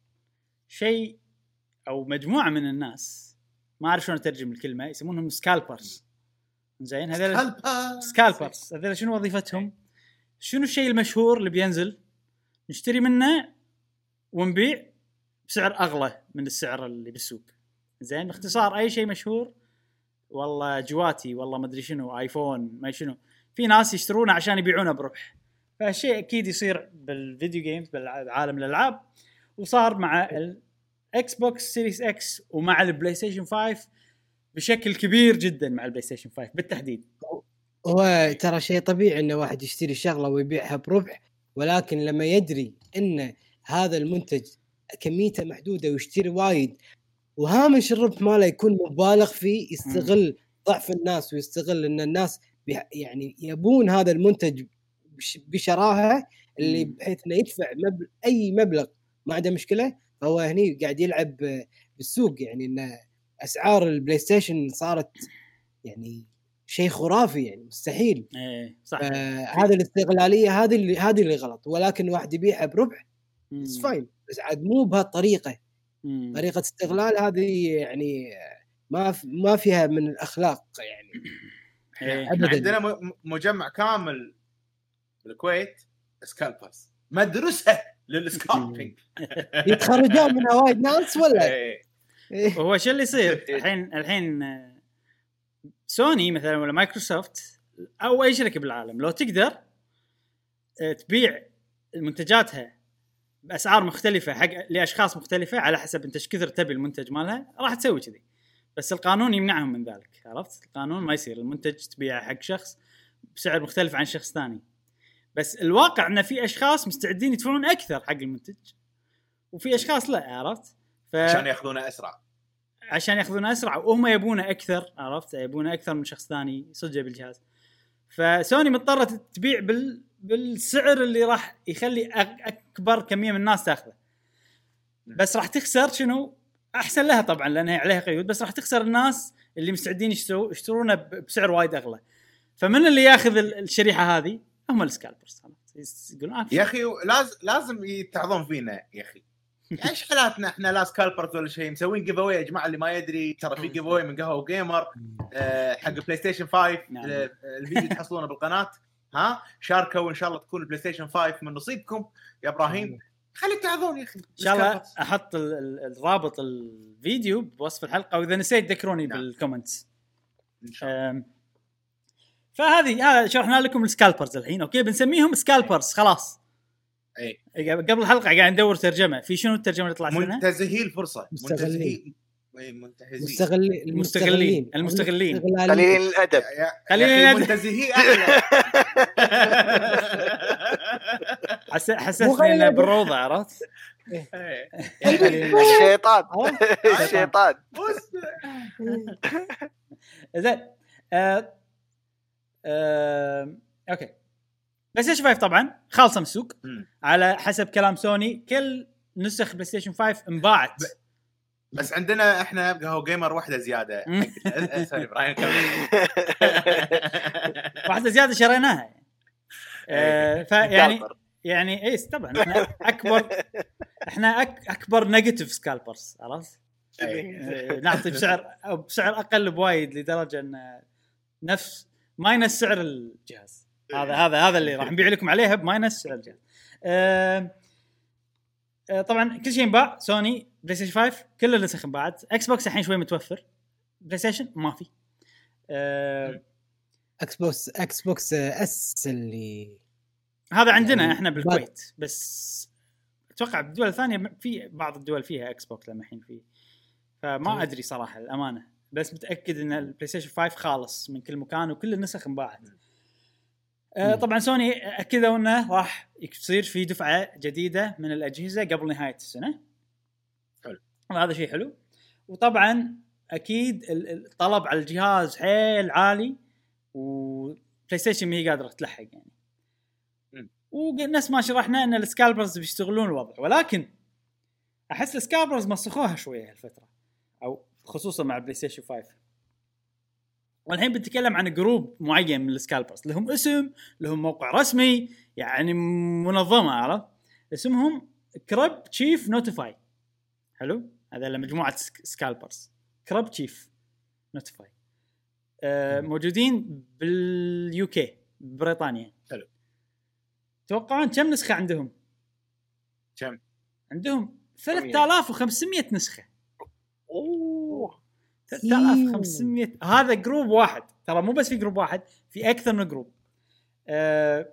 شيء او مجموعه من الناس ما اعرف شلون اترجم الكلمه، يسمونهم سكالبرز. زين هذول سكالبرز هذول شنو وظيفتهم؟ شنو الشيء المشهور اللي بينزل نشتري منه ونبيع بسعر اغلى من السعر اللي بالسوق. زين باختصار اي شيء مشهور، والله جواتي والله ما ادري شنو ايفون ما شنو، في ناس يشترونه عشان يبيعونه بربح. فالشيء اكيد يصير بالفيديو جيمز بالعالم الالعاب، وصار مع الاكس بوكس سيريس اكس ومع البلاي ستيشن خمسة بشكل كبير جدا. مع البلاي ستيشن خمسة بالتحديد هو ترى شيء طبيعي انه واحد يشتري شغله ويبيعها بربح، ولكن لما يدري ان هذا المنتج كميته محدوده ويشتري وايد وهامش الربح ماله يكون مبالغ فيه، يستغل م. ضعف الناس ويستغل ان الناس يعني يبون هذا المنتج بشراهه اللي بحيث انه يدفع مبلغ اي مبلغ ما عنده مشكله. فهو هني قاعد يلعب بالسوق، يعني ان اسعار البلاي ستيشن صارت يعني شيء خرافي، يعني مستحيل. ايه صح. هذه الاستغلاليه هذه اللي هذه اللي غلط، ولكن واحد يبيعها بربح بس فاين، بس عاد مو بهالطريقه. مم. طريقه استغلال هذه يعني ما ما فيها من الاخلاق يعني. إيه. عندنا مجمع كامل بالكويت سكالبرز مدرسه للسكالبينج يتخرجون منها وايد ناس ولا إيه. هو شو اللي يصير الحين؟ الحين سوني مثلا ولا مايكروسوفت او اي شركه بالعالم لو تقدر تبيع منتجاتها باسعار مختلفه حق لاشخاص مختلفه على حسب انت ايش كثر تبي المنتج مالها، راح تسوي كذي. بس القانون يمنعهم من ذلك، عرفت؟ القانون ما يصير المنتج تبيعه حق شخص بسعر مختلف عن شخص ثاني. بس الواقع ان في اشخاص مستعدين يدفعون اكثر حق المنتج وفي اشخاص لا، عرفت؟ ف... عشان ياخذونه اسرع عشان ياخذونه اسرع وهم يبونه اكثر، عرفت؟ يبونه اكثر من شخص ثاني يصجه بالجهاز. فسوني مضطره تبيع بال... بالسعر اللي راح يخلي اكبر كميه من الناس تاخذه، بس راح تخسر شنو احسن لها طبعا لانها عليها قيود، بس راح تخسر الناس اللي مستعدين يشتروا يشترونه بسعر وايد اغلى. فمن اللي ياخذ الشريحه هذه؟ هم السكالبرز. يقولون يا اخي لازم لازم يتعظون فينا يا اخي. ايش حالاتنا احنا لا سكالبرز ولا شيء، مسوين جيف اوي يا جماعه اللي ما يدري ترى في جيف اوي من قهوه جيمر أه حق بلاي ستيشن خمسة. نعم. أه الفيديو تحصلونه بالقناه، ها شاركوا وان شاء الله تكون البلاي ستيشن خمسة من نصيبكم يا ابراهيم. خلي تعظون يا اخي ان شاء الله. احط الرابط الفيديو بوصف الحلقه، واذا نسيت ذكروني نعم. بالكومنتس ان شاء الله. فهذه هذا شرحنا لكم السكالبرز الحين. اوكي بنسميهم سكالبرز خلاص. اي قبل الحلقه قاعد ندور ترجمه في شنو الترجمه اللي طلعت لنا. منتزهي الفرصه، مستغلين منتهزين المستغلين المستغلين قليلين الادب قليلين منتزهي احلى. حس حسسني انه بالروضه عرفت. الشيطان الشيطان زين. اوكي بس ايش فايف طبعا خالصه من السوق على حسب كلام سوني. كل نسخ بلاي ستيشن خمسة انباعت، بس عندنا احنا قهوه جيمر واحده زياده. سوري ابراهيم واحده زياده شريناها. آه فيعني يعني ايه طبعا احنا اكبر احنا أك اكبر نيجاتيف سكالبرز عرفت. آه نعطي بسعر او بسعر اقل بوايد لدرجه ان نفس ماينس سعر الجهاز. هذا هذا هذا اللي راح نبيع لكم عليها بماينس سعر الجهاز. آه آه طبعا كل شيء انباع. سوني بلاي ستيشن خمسة كل النسخ انباعت. اكس بوكس الحين شوي متوفر، بلاي ستيشن ما في. آه اكس بوكس اكس بوكس اس اللي هذا عندنا يعني احنا بالكويت، بس اتوقع بالدول الثانيه في بعض الدول فيها اكس بوكس لما الحين فيه، فما ادري صراحه الامانه. بس متاكد ان البلاي ستيشن خمسة خالص من كل مكان وكل النسخ انباعت. آه طبعا سوني اكدوا انه راح يصير في دفعه جديده من الاجهزه قبل نهايه السنه. حلو، هذا شيء حلو. وطبعا اكيد الطلب على الجهاز حيل عالي، وبلاي ستيشن ما هي قادره تلحق يعني. ونفس ما شرحنا ان السكالبرز بيشتغلون الوضع، ولكن احس السكالبرز مسخوها شويه هالفتره، او خصوصا مع بلاي ستيشن خمسة. والحين بنتكلم عن جروب معين من السكالبرز لهم اسم، لهم موقع رسمي، يعني منظمه عرفت. اسمهم كرب تشيف نوتيفاي. حلو، هذا لمجموعه سكالبرز كرب تشيف نوتيفاي. أه موجودين باليوكي بريطانيا. حلو. توقعون كم نسخه عندهم؟ كم عندهم؟ ثلاثة آلاف وخمسمية نسخه. اوه ثلاثة آلاف وخمسمية. هذا جروب واحد، ترى مو بس في جروب واحد، في اكثر من جروب. أه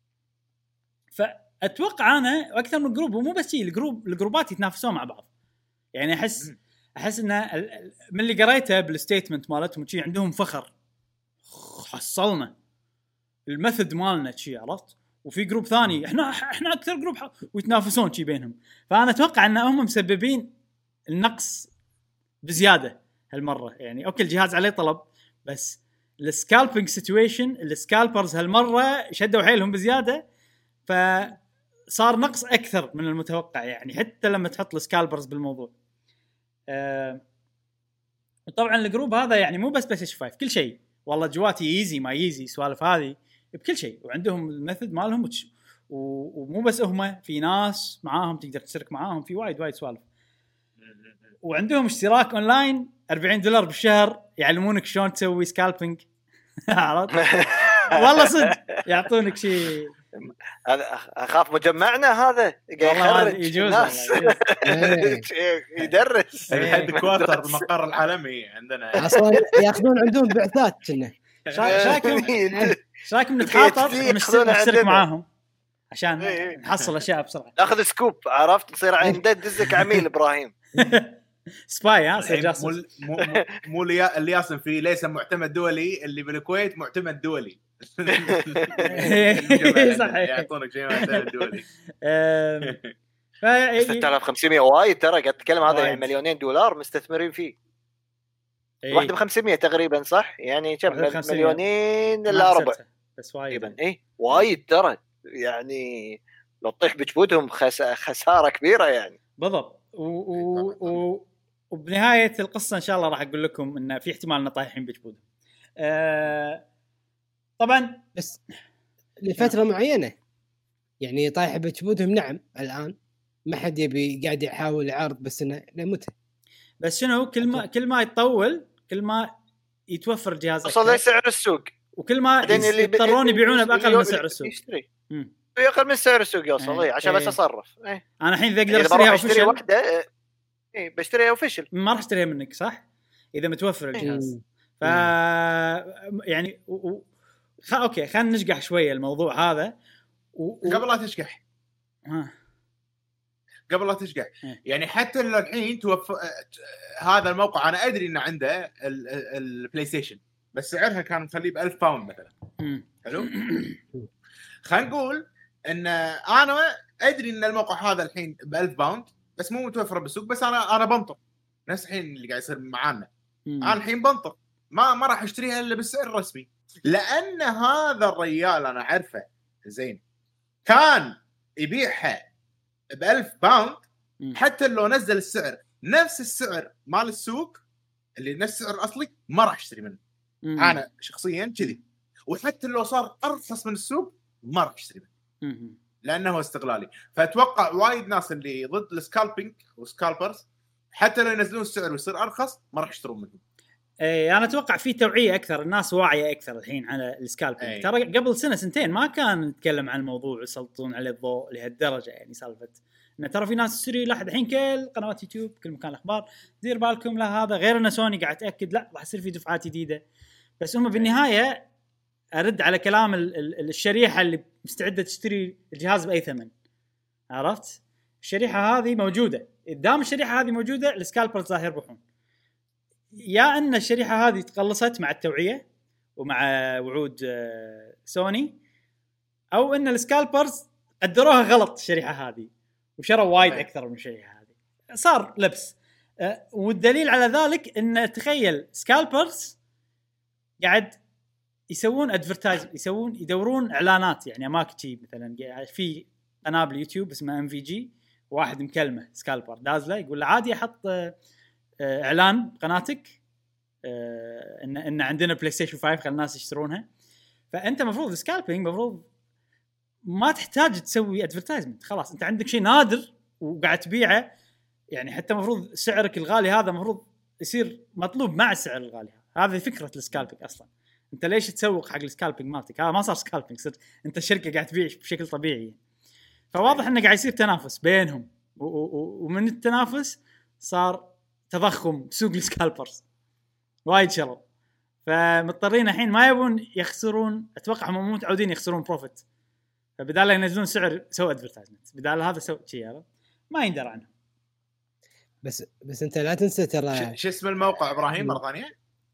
فاتوقع انا اكثر من جروب، ومو بس شيء، الجروب الجروبات يتنافسون مع بعض. يعني احس م. احس ان من اللي قريته بالستيتمنت مالتهم شيء عندهم فخر، حصلنا الميثود مالنا شيء عرفت. وفي جروب ثاني احنا احنا اكثر جروب ح... ويتنافسون شيء بينهم. فانا اتوقع ان هم مسببين النقص بزياده هالمره. يعني اوكي الجهاز عليه طلب، بس السكالبينج سيتويشن السكالبرز هالمره شدوا حيلهم بزياده، فصار نقص اكثر من المتوقع. يعني حتى لما تحط السكالبرز بالموضوع. أه... وطبعا الجروب هذا يعني مو بس بلاي ستيشن خمسة، كل شيء والله جواتي ييزي ما ييزي سوالف هذه بكل شيء. وعندهم الميثود مالهم وتش... و... ومو بس هم، في ناس معاهم تقدر تشترك معاهم في وايد وايد سوالف. وعندهم اشتراك اونلاين أربعين دولار بالشهر يعلمونك شلون تسوي سكالبينج. عرفت والله صدق يعطونك شيء. هذا اخاف مجمعنا هذا والله يجوز يدرس الهيد كوارتر المقر العالمي عندنا اصلا ياخذون عندهم بعثات كنا. شاكم شاكم نتحاطط ونشترك معاهم عشان نحصل اشياء بسرعه. ناخذ سكوب عرفت، نصير عند دزك عميل ابراهيم سباي. ها صير جاسوس. مو مو اللي ياسم في ليس معتمد دولي، اللي بالكويت معتمد دولي. صحيح يعطونك شيء معتمد دولي. ستة آلاف وخمسمية وايد ترى، قاعد تتكلم هذا يعني مليونين دولار مستثمرين فيه. واحد بخمسمية تقريبا صح، يعني كم مليونين الا ربع بس وايد. ايه وايد ترى، يعني لو تطيح بجبودهم خس... خساره كبيره يعني. بالضبط. و... و... و... وبنهايه القصه ان شاء الله راح اقول لكم ان في احتمال ان طايحين بجبودهم. أه... طبعا بس لفتره معينه يعني طايح بجبودهم. نعم الان ما حد يبي قاعد يحاول يعارض، بس انه متى بس شنو كل ما كل ما يطول كل ما يتوفر الجهاز وصل لسعر السوق، وكل ما يضطرون يبيعونه باقل من سعر السوق. يشتري باقل من سعر السوق يوصل ايه. عشان ايه. بس اصرف ايه. انا الحين اذا اقدر يعني اشتريها اشتري اوفيشال واحده ايه بشتريها اوفيشال ما راح اشتريها منك صح اذا متوفر الجهاز. مم. ف يعني و... و... خ... اوكي خلينا نشقح شويه الموضوع هذا و... و... قبل لا تشقح ها. قبل لا تشقح إيه. يعني حتى الحين توف... هذا الموقع انا ادري انه عنده البلاي ستيشن بس سعرها كان مخليه ب ألف باوند مثلا. مم. حلو. خلينا نقول ان انا ادري ان الموقع هذا الحين ب ألف باوند بس مو متوفر بالسوق، بس انا انا بنطر نفس الحين اللي قاعد يصير معانا. انا الحين بنطر ما ما راح اشتريها الا بالسعر الرسمي، لان هذا الرجال انا عارفه زين كان يبيعها ب ألف باوند حتى لو نزل السعر نفس السعر مال السوق اللي نفس السعر الاصلي ما راح اشتري منه. مم. انا شخصيا كذي، وحتى لو صار ارخص من السوق ما راح اشتري منه مم. لانه استغلالي. فاتوقع وايد ناس اللي ضد السكالبينج وسكالبرز حتى لو ينزلون السعر ويصير ارخص ما راح يشترون منهم. ايه انا اتوقع في توعيه اكثر، الناس واعيه اكثر الحين على السكالبينج. أي. ترى قبل سنه سنتين ما كان نتكلم عن الموضوع ويسلطون عليه الضوء لهالدرجه. يعني سالفه ان ترى في ناس تشتري لحد الحين كل قنوات يوتيوب كل مكان الاخبار دير بالكم لا هذا غير ان سوني قاعد تاكد لا راح يصير في دفعات جديده. بس هم بالنهايه ارد على كلام ال- ال- الشريحه اللي مستعده تشتري الجهاز باي ثمن. عرفت الشريحه هذه موجوده، قدام الشريحه هذه موجوده السكالبرز راح يربحون. يا ان الشريحه هذه تقلصت مع التوعيه ومع وعود سوني، او ان السكالبرز قدروها غلط الشريحه هذه وشروا وايد اكثر من الشريحه هذه. صار لبس. والدليل على ذلك ان تخيل سكالبرز قاعد يسوون ادفرتايز يسوون يدورون اعلانات يعني اماكن مثلا في قناه باليوتيوب اسمها ام في جي واحد مكلمه سكالبر دازله يقول له عادي احط اعلان قناتك ان ان عندنا بلاي ستيشن خمسة خلي الناس يشترونها. فانت مفروض سكالبينج مفروض ما تحتاج تسوي ادفرتايزمنت، خلاص انت عندك شيء نادر وقاعد تبيعه. يعني حتى مفروض سعرك الغالي هذا مفروض يصير مطلوب مع السعر الغالي هذا. هذه فكره السكالبينج اصلا. انت ليش تسوق حق السكالبينج مالتك؟ هذا ما صار سكالبينج، صرت انت الشركه قاعد تبيع بشكل طبيعي. فواضح انه قاعد يصير تنافس بينهم ومن التنافس صار تضخم سوق السكالبرز وايد شروا. فمضطرين الحين ما يبون يخسرون، اتوقع هم مو متعودين يخسرون بروفيت، فبدال ينزلون سعر سووا ادفرتايزمنت بدال هذا سووا شيء ما يندر عنه. بس بس انت لا تنسى ترى شو اسم الموقع ابراهيم مره ثانيه؟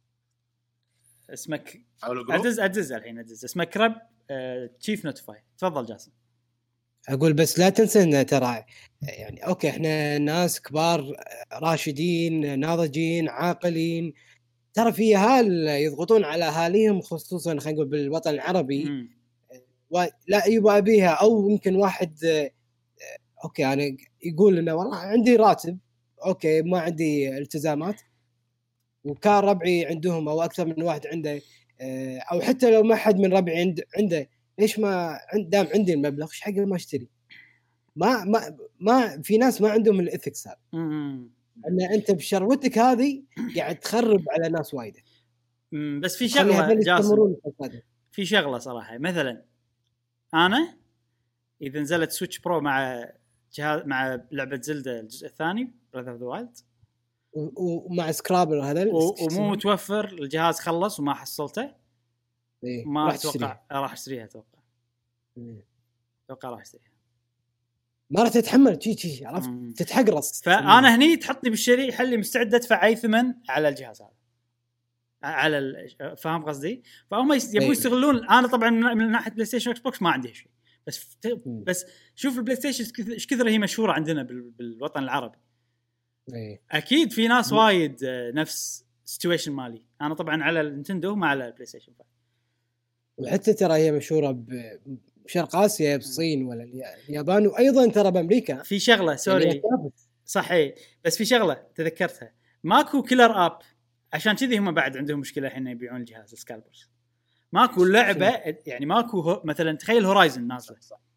اسمك ادز ادز الحين ادز اسمه كرب تشيف نوتيفاي. تفضل جاسم. اقول بس لا تنسى ان ترى يعني اوكي احنا ناس كبار راشدين ناضجين عاقلين، ترى في اهال يضغطون على اهاليهم خصوصا خلينا نقول بالوطن العربي م. لا يبغى بيها. او يمكن واحد اوكي انا يقول انه والله عندي راتب اوكي ما عندي التزامات، وكان ربعي عندهم او اكثر من واحد عنده، او حتى لو ما حد من ربعي عنده عنده ليش ما دام عندي المبلغ ايش حق ما اشتري؟ ما ما ما في ناس ما عندهم الاثكس هذا، ان انت بشروتك هذه قاعد تخرب على ناس وايد. بس في شغله جاسم، في شغله صراحه مثلا انا اذا نزلت سويتش برو مع جهاز مع لعبه زلدة الجزء الثاني براذر اوف ذا وايلد ومع سكرابر هذا ومو متوفر الجهاز خلص وما حصلته إيه؟ ما اتوقع راح اشتريها. اتوقع اتوقع راح اشتريها ما راح تتحمل شيء شيء عرفت تتحقرص. فانا هني تحطني بالشريحه اللي مستعده ادفع اي ثمن على الجهاز هذا على فاهم قصدي. فهم يبون يستغلون. انا طبعا من ناحيه بلاي ستيشن اكس بوكس ما عندي شيء، بس بس شوف البلاي ستيشن ايش كثر هي مشهوره عندنا بالوطن العربي. اكيد في ناس وايد نفس سيتويشن مالي. انا طبعا على النينتندو ما على البلاي ستيشن خمسة. وحتى ترى هي مشهوره بشرق اسيا بالصين ولا اليابان، وايضا ترى بامريكا. في شغله سوري صحيح بس في شغله تذكرتها ماكو كيلر اب، عشان كذي هم بعد عندهم مشكله الحين يبيعون الجهاز سكالبرز. ماكو لعبه يعني ماكو مثلا تخيل هورايزن نازله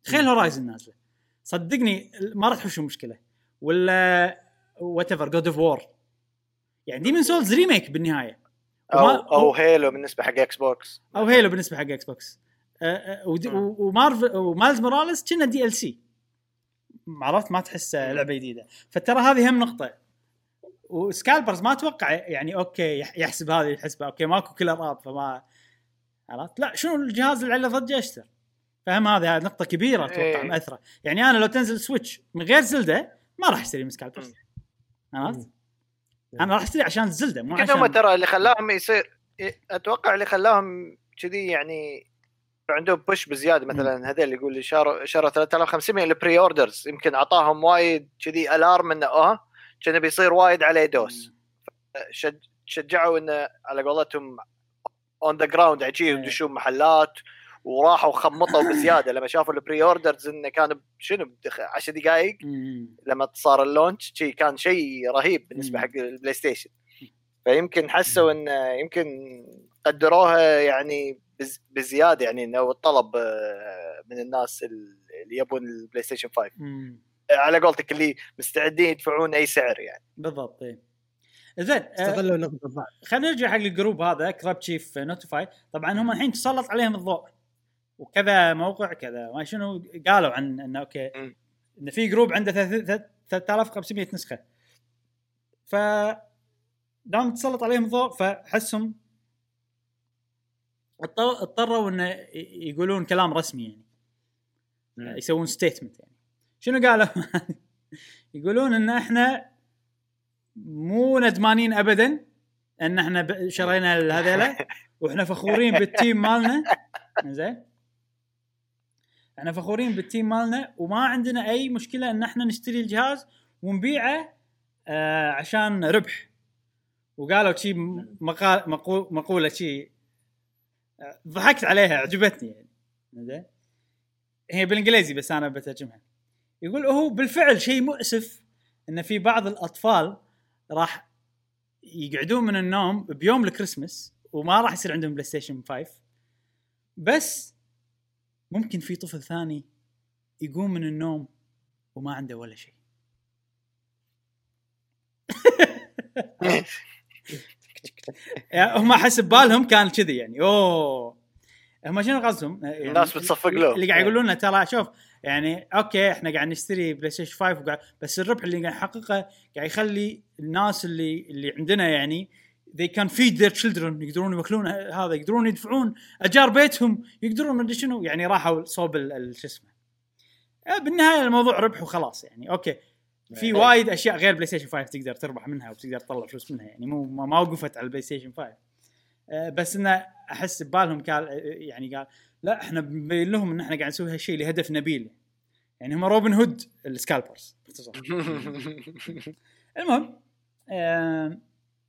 تخيل هورايزن نازله صدقني ما راح تحوش مشكله ولا وات ايفر جود اوف وور يعني ديمن سولز ريميك بالنهايه او او هيلو بالنسبه حق اكس بوكس او هيلو بالنسبه حق اكس بوكس ومارفل ومايلز موراليس كنا دي ال سي عرفت ما تحس لعبه جديده فترى هذه هم نقطه وسكالبرز ما اتوقع يعني اوكي يحسب هذه الحسبه اوكي ماكو كلر اب فما عرفت لا شنو الجهاز اللي عليه ضجه اشتر فهم هذه نقطه كبيره اتوقع مأثره يعني انا لو تنزل سويتش من غير زلده ما راح اشتري سكالبرز عرفت انا راح اشتري عشان زلده مو عشان كذا ترى اللي خلاهم يصير اتوقع اللي خلاهم كذي يعني عندهم بوش بزياده مثلا هذا اللي يقول لي شاروا شاروا ثلاثة آلاف وخمسمية البري اوردرز يمكن اعطاهم وايد كذي الارم انه اه كان بيصير وايد عليه دوس شجعوا انه على قولتهم اون ذا جراوند عجيب يدشون محلات وراحوا خمطوا بزياده لما شافوا البري اوردرز انه كان شنو عشر دقائق لما صار اللونش شيء كان شيء رهيب بالنسبه حق البلاي ستيشن فيمكن حسوا انه يمكن قدروها يعني بزياده يعني انه الطلب من الناس اللي يبون البلاي ستيشن خمسة مم. على قولتك اللي مستعدين يدفعون اي سعر يعني بالضبط ايه زين استغلوا نقطه ضعف خلينا نرجع حق الجروب هذا كراب تشيف نوتيفاي طبعا هم الحين تسلط عليهم الضوء وكذا موقع كذا ما شنو قالوا عن انه اوكي م. ان في جروب عنده ثلاثة آلاف وخمسمية نسخه ف دام تسلط عليهم الضوء فحسهم اضطروا انه يقولون كلام رسمي يعني م. يسوون ستيتمنت يعني شنو قالوا يقولون ان احنا مو ندمانين ابدا ان احنا شرينا هذيلا واحنا فخورين بالتيم مالنا زين احنا فخورين بالتيم مالنا وما عندنا اي مشكله ان احنا نشتري الجهاز ونبيعه آه عشان ربح وقالوا شيء مقال مقول مقوله شيء ضحكت عليها عجبتني يعني زين هي بالانجليزي بس انا بترجمها يقول هو بالفعل شيء مؤسف ان في بعض الاطفال راح يقعدون من النوم بيوم الكريسماس وما راح يصير عندهم بلاي ستيشن خمسة بس ممكن في طفل ثاني يقوم من النوم وما عنده ولا شيء هم حسب بالهم كان كذي يعني اوه هم شنو قصدهم يعني الناس بتصفق له اللي قاعد يقولون لنا ترى شوف يعني اوكي احنا قاعد نشتري بلاي ستيشن خمسة وقاعد بس الربح اللي قاعد نحققه قاعد يخلي الناس اللي اللي عندنا يعني they can feed their children يقدرون ياكلون هذا يقدرون يدفعون اجار بيتهم يقدرون ما ادري شنو يعني راحوا صوب الشو اسمه بالنهايه الموضوع ربح وخلاص يعني اوكي في وايد اشياء غير بلاي ستيشن خمسة تقدر تربح منها وتقدر تطلع فلوس منها يعني مو ما وقفت على البلاي ستيشن خمسة بس انه احس ببالهم قال يعني قال لا احنا بنبين لهم ان احنا قاعد نسوي هالشيء لهدف نبيل يعني هم روبن هود السكالبرز باختصار المهم آه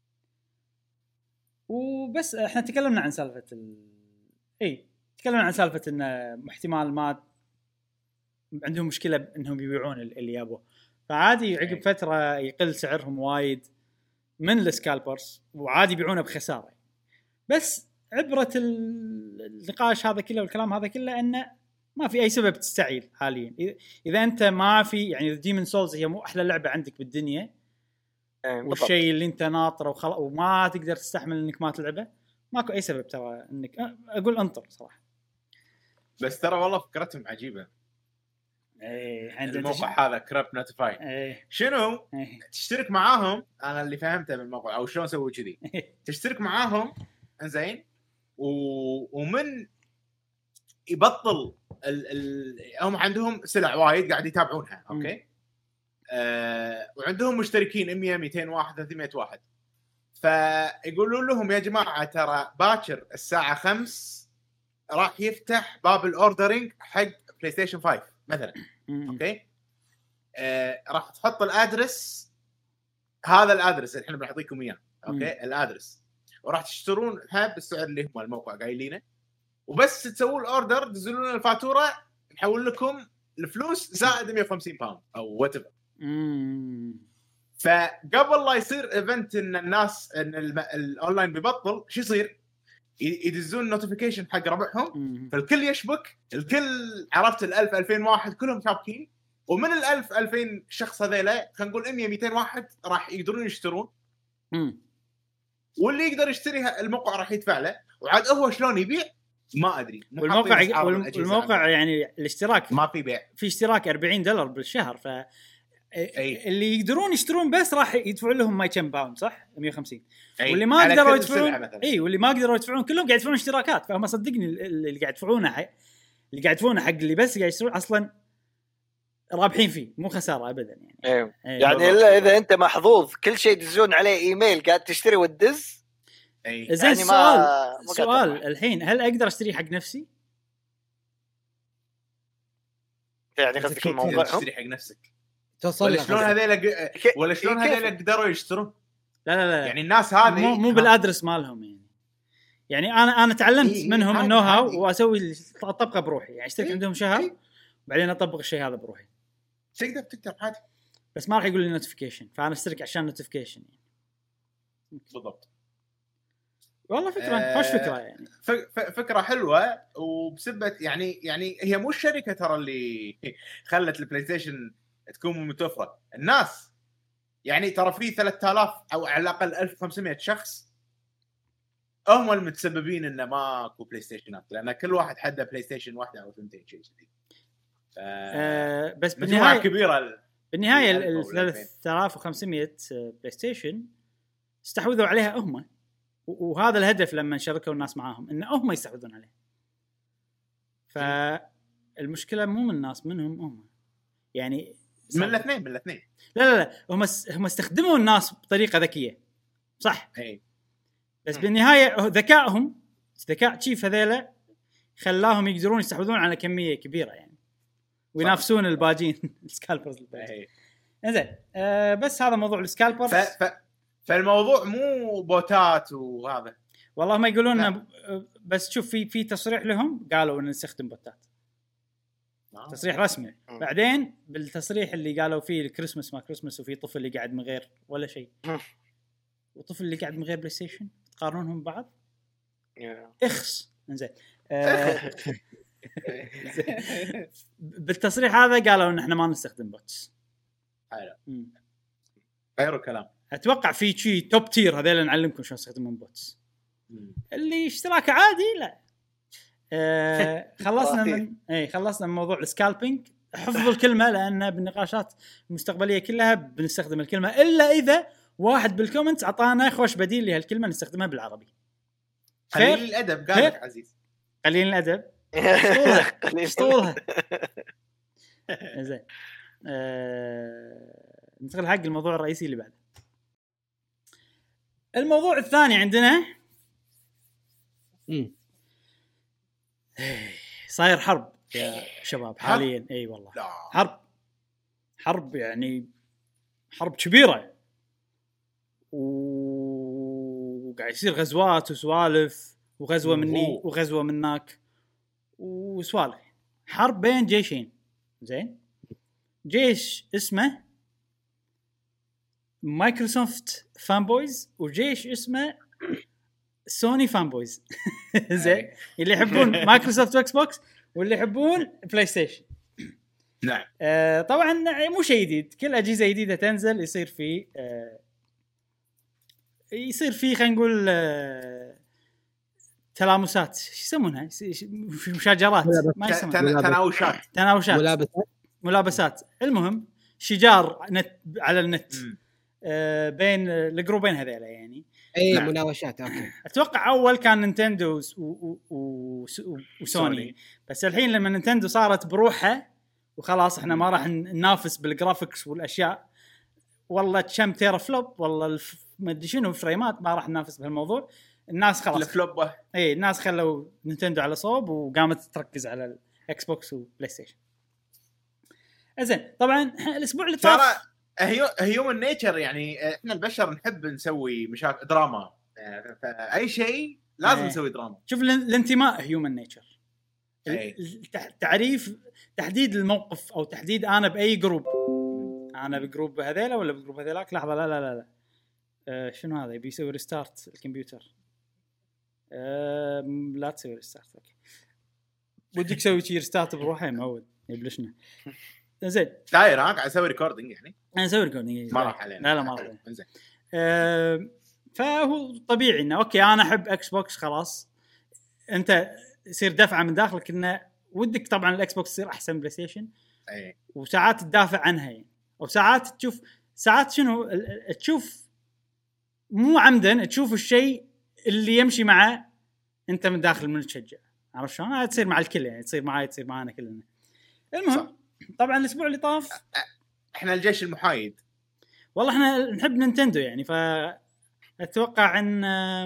وبس احنا تكلمنا عن سالفه ال... اي تكلمنا عن سالفه ان احتمال ما عندهم مشكله انهم يبيعون اللي يابوه فعادي عقب فتره يقل سعرهم وايد من السكالبرز وعادي يبيعونه بخساره بس عبره النقاش هذا كله والكلام هذا كله انه ما في اي سبب تستعيل حاليا اذا انت ما في يعني ديمن سولز هي مو احلى لعبه عندك بالدنيا والشيء اللي انت ناطره وخل... وما تقدر تستحمل انك ما تلعبه ماكو اي سبب ترى انك اقول انطر صراحه بس ترى والله فكرتهم عجيبه ايه الموقع تش... هذا كراب نوتيفاي ايه. شنو ايه. تشترك معاهم انا اللي فهمته من الموقع او شلون سووا كذي تشترك معاهم انزين و... ومن يبطل ال... ال... هم عندهم سلع وايد قاعد يتابعونها اوكي أه... وعندهم مشتركين مية مئتين واحد ثلاثمية واحد فيقولون لهم يا جماعه ترى باكر الساعه خمسة راح يفتح باب الاوردرينج حق بلاي ستيشن خمسة مثلا اوكي آه، راح تحط الادرس هذا الادرس اللي احنا بنعطيكم اياه اوكي الادرس وراح تشترونها بالسعر اللي هم الموقع قايلينه وبس تسوون الاوردر تنزلون الفاتوره نحول لكم الفلوس زائد مية وخمسين باوند او وات ايفر فقبل لا يصير ايفنت ان الناس ان الاونلاين بيبطل شو يصير يدزون نوتيفيكيشن حق ربعهم، فالكل يشبك، الكل عرفت الألف ألفين واحد كلهم شابكين، ومن الألف ألفين شخص هذيلا خلينا نقول مية مئتين واحد راح يقدرون يشترون، امم واللي يقدر يشتريها الموقع راح يدفع له، وعاد هو شلون يبيع ما ادري. والموقع والموقع يعني الاشتراك ما في بيع، في اشتراك أربعين دولار بالشهر، ف أي. اللي يقدرون يشترون بس راح يدفعوا لهم ماي كم باوند صح مية وخمسين، أي. واللي ما قدروا يدفعون اي واللي ما قدروا يدفعون كلهم قاعد يدفعون اشتراكات، فهم صدقني اللي قاعد يدفعونه حق اللي قاعد يدفعونه حق اللي بس قاعد يشترون اصلا رابحين فيه، مو خساره ابدا يعني. أيوه. يعني الا اذا انت محظوظ كل شيء يدزون عليه ايميل قاعد تشتري وتدز. اي زين. يعني سؤال سؤال الحين، هل اقدر اشتري حق نفسي؟ يعني قصدك الموضوع تشتري حق نفسك توصل ولا شلون هذيلا ولا شلون هذيلا قدروا يشترون؟ لا لا لا يعني الناس هذه مو, مو بالادرس مالهم يعني. يعني انا انا تعلمت إيه منهم النو هاو واسوي اطبقه بروحي، يعني اشترك إيه عندهم شهر إيه وبعدين اطبق الشيء هذا بروحي. تقدر تكتب عادي بس ما راح يقول لي نوتيفيكيشن، فانا اشترك عشان نوتيفيكيشن يعني. بالضبط. والله فكره آه خوش فكره يعني. فكره حلوه، وبسبه يعني يعني هي مو الشركه ترى اللي خلت البلاي ستيشن تكون متوفره، الناس يعني ترى في ثلاثة آلاف او على الاقل ألف وخمسمية شخص هم المتسببين انه ماكو بلاي ستيشنات، لان كل واحد حده بلاي ستيشن واحده او اثنتين شيء كذي. آه بس بالنهايه كبيره بالنهايه ال ثلاثة آلاف وخمسمية بلاي ستيشن استحوذوا عليها هم، وهذا الهدف لما شاركوا الناس معاهم ان هم يستحوذون عليه. فالمشكله مو من الناس، منهم هم يعني، من الاثنين من الاثنين لا لا لا هم هم استخدموا الناس بطريقه ذكيه صح. اي بس بالنهايه ذكائهم ذكاء تشيف هذيلا خلاهم يقدرون يستحوذون على كميه كبيره يعني، وينافسون الباجين السكالبرز الباجين. انزين أه بس هذا موضوع السكالبرز. ف... ف... فالموضوع مو بوتات وهذا، والله ما يقولون، بس شوف في في تصريح لهم قالوا ان نستخدم بوتات. آه. تصريح رسمي. م. بعدين بالتصريح اللي قالوا فيه الكريسماس ما كريسماس وفي طفل اللي قاعد من غير ولا شيء وطفل اللي قاعد من غير بلاي ستيشن تقارنونهم ببعض اخس. انزين آه بالتصريح هذا قالوا ان احنا ما نستخدم بوتس. حلو غيروا كلام. اتوقع في شيء توب تير هذول نعلمكم شلون تستخدمون بوتس. مم. اللي اشتراك عادي لا. آه خلصنا من اي خلصنا من موضوع السكالبينج. حفظوا الكلمه لان بالنقاشات المستقبليه كلها بنستخدم الكلمه الا اذا واحد بالكومنتس عطانا خوش بديل لهالكلمه نستخدمها بالعربي. قليل الادب قال لك عزيز. قليل الادب. اسطولها. زين. آه ندخل حق الموضوع الرئيسي اللي بعده. الموضوع الثاني عندنا امم صاير حرب يا شباب حاليا. اي والله حرب حرب يعني حرب كبيره، وقاعد يصير غزوات وسوالف وغزوه مني وغزوه منك وسوالف. حرب بين جيشين. زين جيش اسمه مايكروسوفت فانبويز وجيش اسمه سوني فانبويز. زين اللي يحبون مايكروسوفت واكس بوكس واللي يحبون بلاي ستيشن. نعم. آه طبعا مو شيء جديد، كل اجهزه جديده تنزل يصير في آه يصير في خلينا نقول آه تلامسات، شو يسمونها، مشاجرات ما يسمونها تناوشات تناوشات ملابسات ملابسات المهم شجار نت على النت آه بين الجروبين هذيلا يعني. اي نعم. مناوشات. اوكي اتوقع اول كان نينتندو وسوني، بس الحين لما نينتندو صارت بروحها وخلاص احنا ما راح ننافس بالجرافيكس والاشياء، والله كم تيرا فلوب والله ما ادري شنو فريمات، ما راح ننافس بهالموضوع. الناس خلاص الفلوبه اي الناس خلوا نينتندو على صوب وقامت تركز على الاكس بوكس وبلاي ستيشن. زين طبعا الاسبوع اللي طاف هيومن نيتشر، يعني احنا البشر نحب نسوي مشاكل دراما، اي شيء لازم نسوي ايه. دراما. شوف الانتماء هيومن نيتشر، تعريف تحديد الموقف او تحديد انا باي جروب، انا بجروب هذيلا ولا بجروب هذيلاك. لحظه لا لا لا, لا. أه شنو هذا يبي يسوي ريستارت الكمبيوتر. أه لا تسوي ريستارت. اوكي ودك تسوي شي ريستارت بروحه معود يبلشنا. زين داير ها قاعد اسوي ريكوردينج يعني انا اسوي ريكوردينج ما راح علينا. لا لا ما راح علينا. زين أه فهو طبيعي انه اوكي انا احب اكس بوكس خلاص انت يصير دفعه من داخلك انه ودك طبعا الاكس بوكس يصير احسن من بلاي ستيشن اي وساعات تدافع عنها يعني او ساعات تشوف ساعات شنو تشوف مو عمدا تشوف الشيء اللي يمشي معه انت من داخل من تشجع عرفت شلون هاي تصير مع الكل يعني تصير معي تصير معنا كلنا. المهم صح. طبعا الاسبوع اللي طاف احنا الجيش المحايد والله احنا نحب نينتندو يعني فاتوقع ان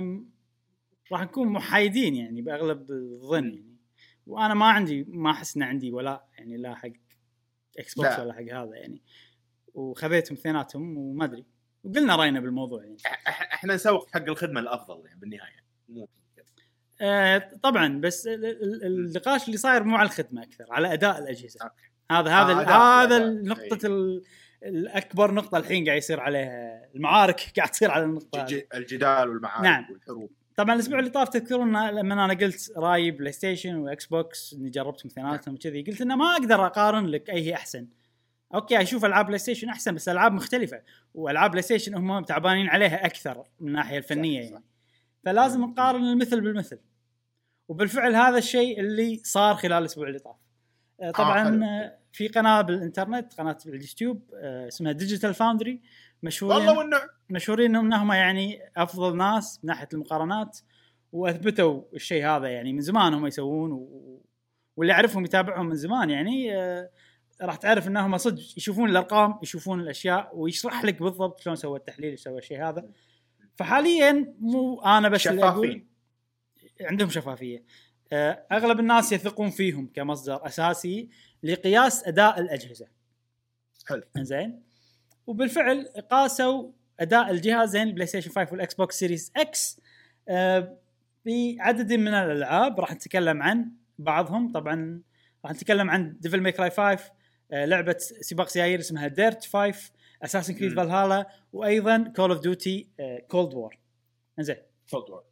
راح نكون محايدين يعني باغلب الظن يعني وانا ما عندي ما احس ان عندي ولا يعني لا حق اكس بوكس ولا حق هذا يعني وخذيتهم اثنيناتهم وما ادري وقلنا راينا بالموضوع يعني احنا نسوق حق الخدمه الافضل يعني بالنهايه مو آه طبعا بس النقاش اللي صاير مو على الخدمه اكثر على اداء الاجهزه. هذا هذا آه هذا النقطه الاكبر نقطه الحين قاعد يصير عليها المعارك قاعد تصير على النقطه هذه الجدال والمعارك نعم. والحروب. طبعا الاسبوع اللي طاف تذكرون لما انا قلت رايي بلاي ستيشن واكس بوكس اني جربتهم اثنيناتهم وكذي قلت انه ما اقدر اقارن لك اي هي احسن. اوكي اشوف العاب بلاي ستيشن احسن بس العاب مختلفه والعاب بلاي ستيشن هم تعبانين عليها اكثر من الناحيه الفنيه صح صح. يعني فلازم نقارن المثل بالمثل وبالفعل هذا الشيء اللي صار خلال الاسبوع اللي طاف. طبعا آه في قناه بالانترنت قناه باليوتيوب آه اسمها ديجيتال فاوندري مشهورين والله والنوع مشهورين انهم يعني افضل ناس من ناحيه المقارنات واثبتوا الشيء هذا يعني من زمان هم يسوون و... واللي يعرفهم يتابعهم من زمان يعني آه راح تعرف انهم صدق يشوفون الارقام يشوفون الاشياء ويشرح لك بالضبط شلون سوى التحليل وسوى الشيء هذا. فحاليا مو انا بس اللي اقول عندهم شفافيه آه اغلب الناس يثقون فيهم كمصدر اساسي لقياس اداء الاجهزه. حلو زين وبالفعل قاسوا اداء الجهازين البلاي ستيشن خمسة والاكس بوكس سيريس اكس آه بعدد من الالعاب راح نتكلم عن بعضهم. طبعا راح نتكلم عن ديفل ماي كراي خمسة آه لعبه سباق سيايير اسمها ديرت خمسة اساسن كريد فالهالا وايضا كول اوف ديوتي كولد وور. زين كولد وور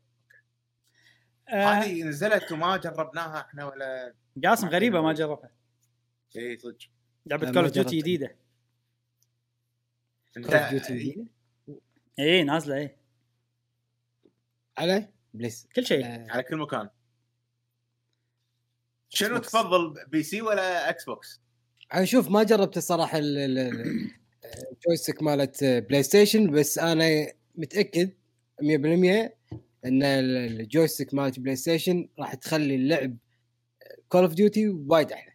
هذه نزلت وما جربناها احنا ولا جاسم غريبه ما جربها. اي صدق لعبه كول اوف ديوتي جديده كول اوف ديوتي جديده اي نازله اي على بليس كل شيء آه. على كل مكان. شنو تفضل بي سي ولا اكس بوكس؟ انا شوف ما جربت الصراحه الجويستيك مالت بلاي ستيشن بس انا متاكد مية بالمية ان الجويستيك مالت بلاي ستيشن راح تخلي اللعب كول اوف ديوتي وايد احلى.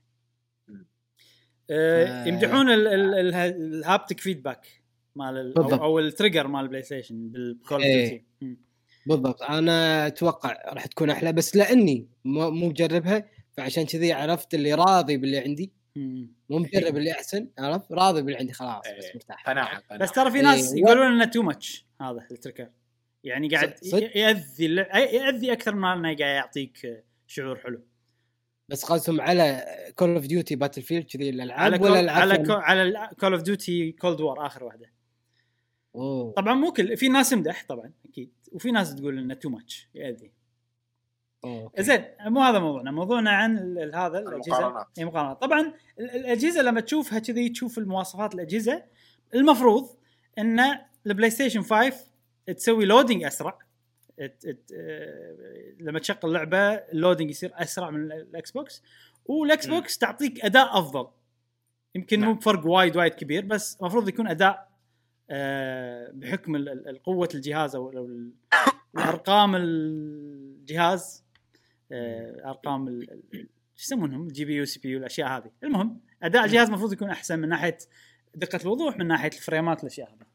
أه يمدحون الهابتك فيدباك مال او, أو التريجر مال البلاي ستيشن بالكول اوف ديوتي بالضبط. انا اتوقع راح تكون احلى بس لاني مو مجربها فعشان كذي عرفت اللي راضي باللي عندي مو مجرب اللي احسن عرفت راضي باللي عندي خلاص بس مرتاح قناعه. بس ترى في ناس إيه يقولون انه تو ماتش هذا التريكر يعني قاعد يأذي يأذي اكثر من انه قاعد يعطيك شعور حلو. بس قاسم على كول اوف ديوتي باتل فيلد كذي الالعاب على ولا على كو على كول اوف ديوتي كولد وور اخر واحده. أوه. طبعا مو كل في ناس يمدح طبعا اكيد وفي ناس تقول انه تو ماتش يأذي. زين مو هذا موضوعنا. موضوعنا عن هذا الاجهزه اي مقارنات. طبعا الاجهزه لما تشوفها كذي تشوف المواصفات الاجهزه المفروض ان البلاي ستيشن خمسة تسوي لودينج اسرع ات ات لما تشغل اللعبه اللودينج يصير اسرع من الاكس بوكس والاكس بوكس تعطيك اداء افضل يمكن مو بفرق وايد وايد كبير بس المفروض يكون اداء أه بحكم القوه الجهاز او الارقام الجهاز أه ارقام شو يسمونهم جي بي يو سي بي يو الاشياء هذه. المهم اداء الجهاز المفروض يكون احسن من ناحيه دقه الوضوح من ناحيه الفريمات الاشياء هذه.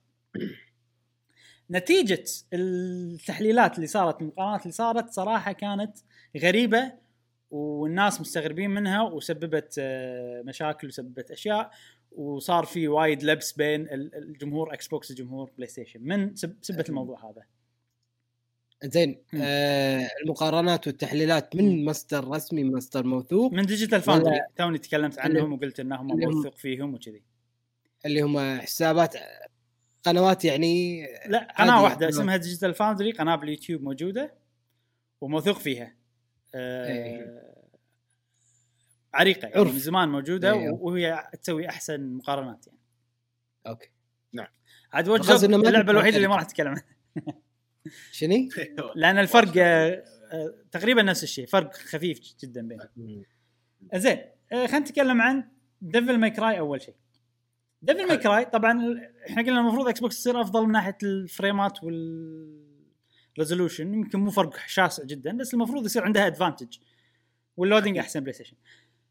نتيجة التحليلات اللي صارت المقارنات اللي صارت صراحة كانت غريبة والناس مستغربين منها وسببت مشاكل وسببت أشياء وصار في وايد لبس بين الجمهور اكس بوكس وجمهور بلاي ستيشن من سبة الموضوع هذا. زين آه المقارنات والتحليلات من مصدر رسمي مصدر موثوق من ديجيتال فاوندري توني تكلمت عنهم وقلت انهم موثوق فيهم وكذي اللي هم حسابات قنوات يعني لا قناه واحده اسمها ديجيتال فاوندري قناه باليوتيوب موجوده وموثوق فيها آه أيه. عريقه يعني من زمان موجوده أيه. وهي تسوي احسن مقارنات يعني. اوكي نعم عاد وجه اللعبه الوحيده اللي ما راح اتكلم عنها شنو لان الفرق آه آه تقريبا نفس الشيء فرق خفيف جدا بينهم. زين آه خلينا نتكلم عن ديفل ماي كراي. اول شيء ديفل ماي كراي طبعا احنا قلنا المفروض اكس بوكس تصير افضل من ناحيه الفريمات والريزولوشن يمكن مو فرق شاسع جدا بس المفروض يصير عندها ادفانتج واللودينج احسن بلاي ستيشن.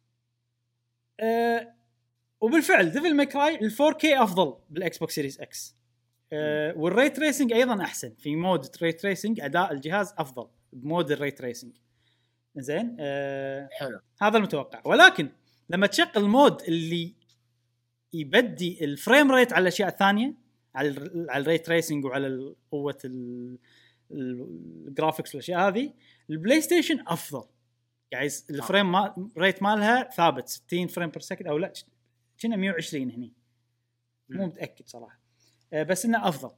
أه وبالفعل ديفل ماي كراي ال فور كي افضل بالاكس بوكس سيريز اكس أه والري تريسنج ايضا احسن في مود ري تريسنج اداء الجهاز افضل بمود الري تريسنج. زين أه حلو هذا المتوقع ال لما تشغل المود اللي يبدي الفريم ريت على الاشياء الثانيه على على الري تريسنج وعلى قوه الجرافيكس والاشياء هذه البلاي ستيشن افضل يعني الفريم ما ريت مالها ثابت ستين فريم بير سكند او لا كنا مية وعشرين هني مو متاكد صراحه بس انه افضل.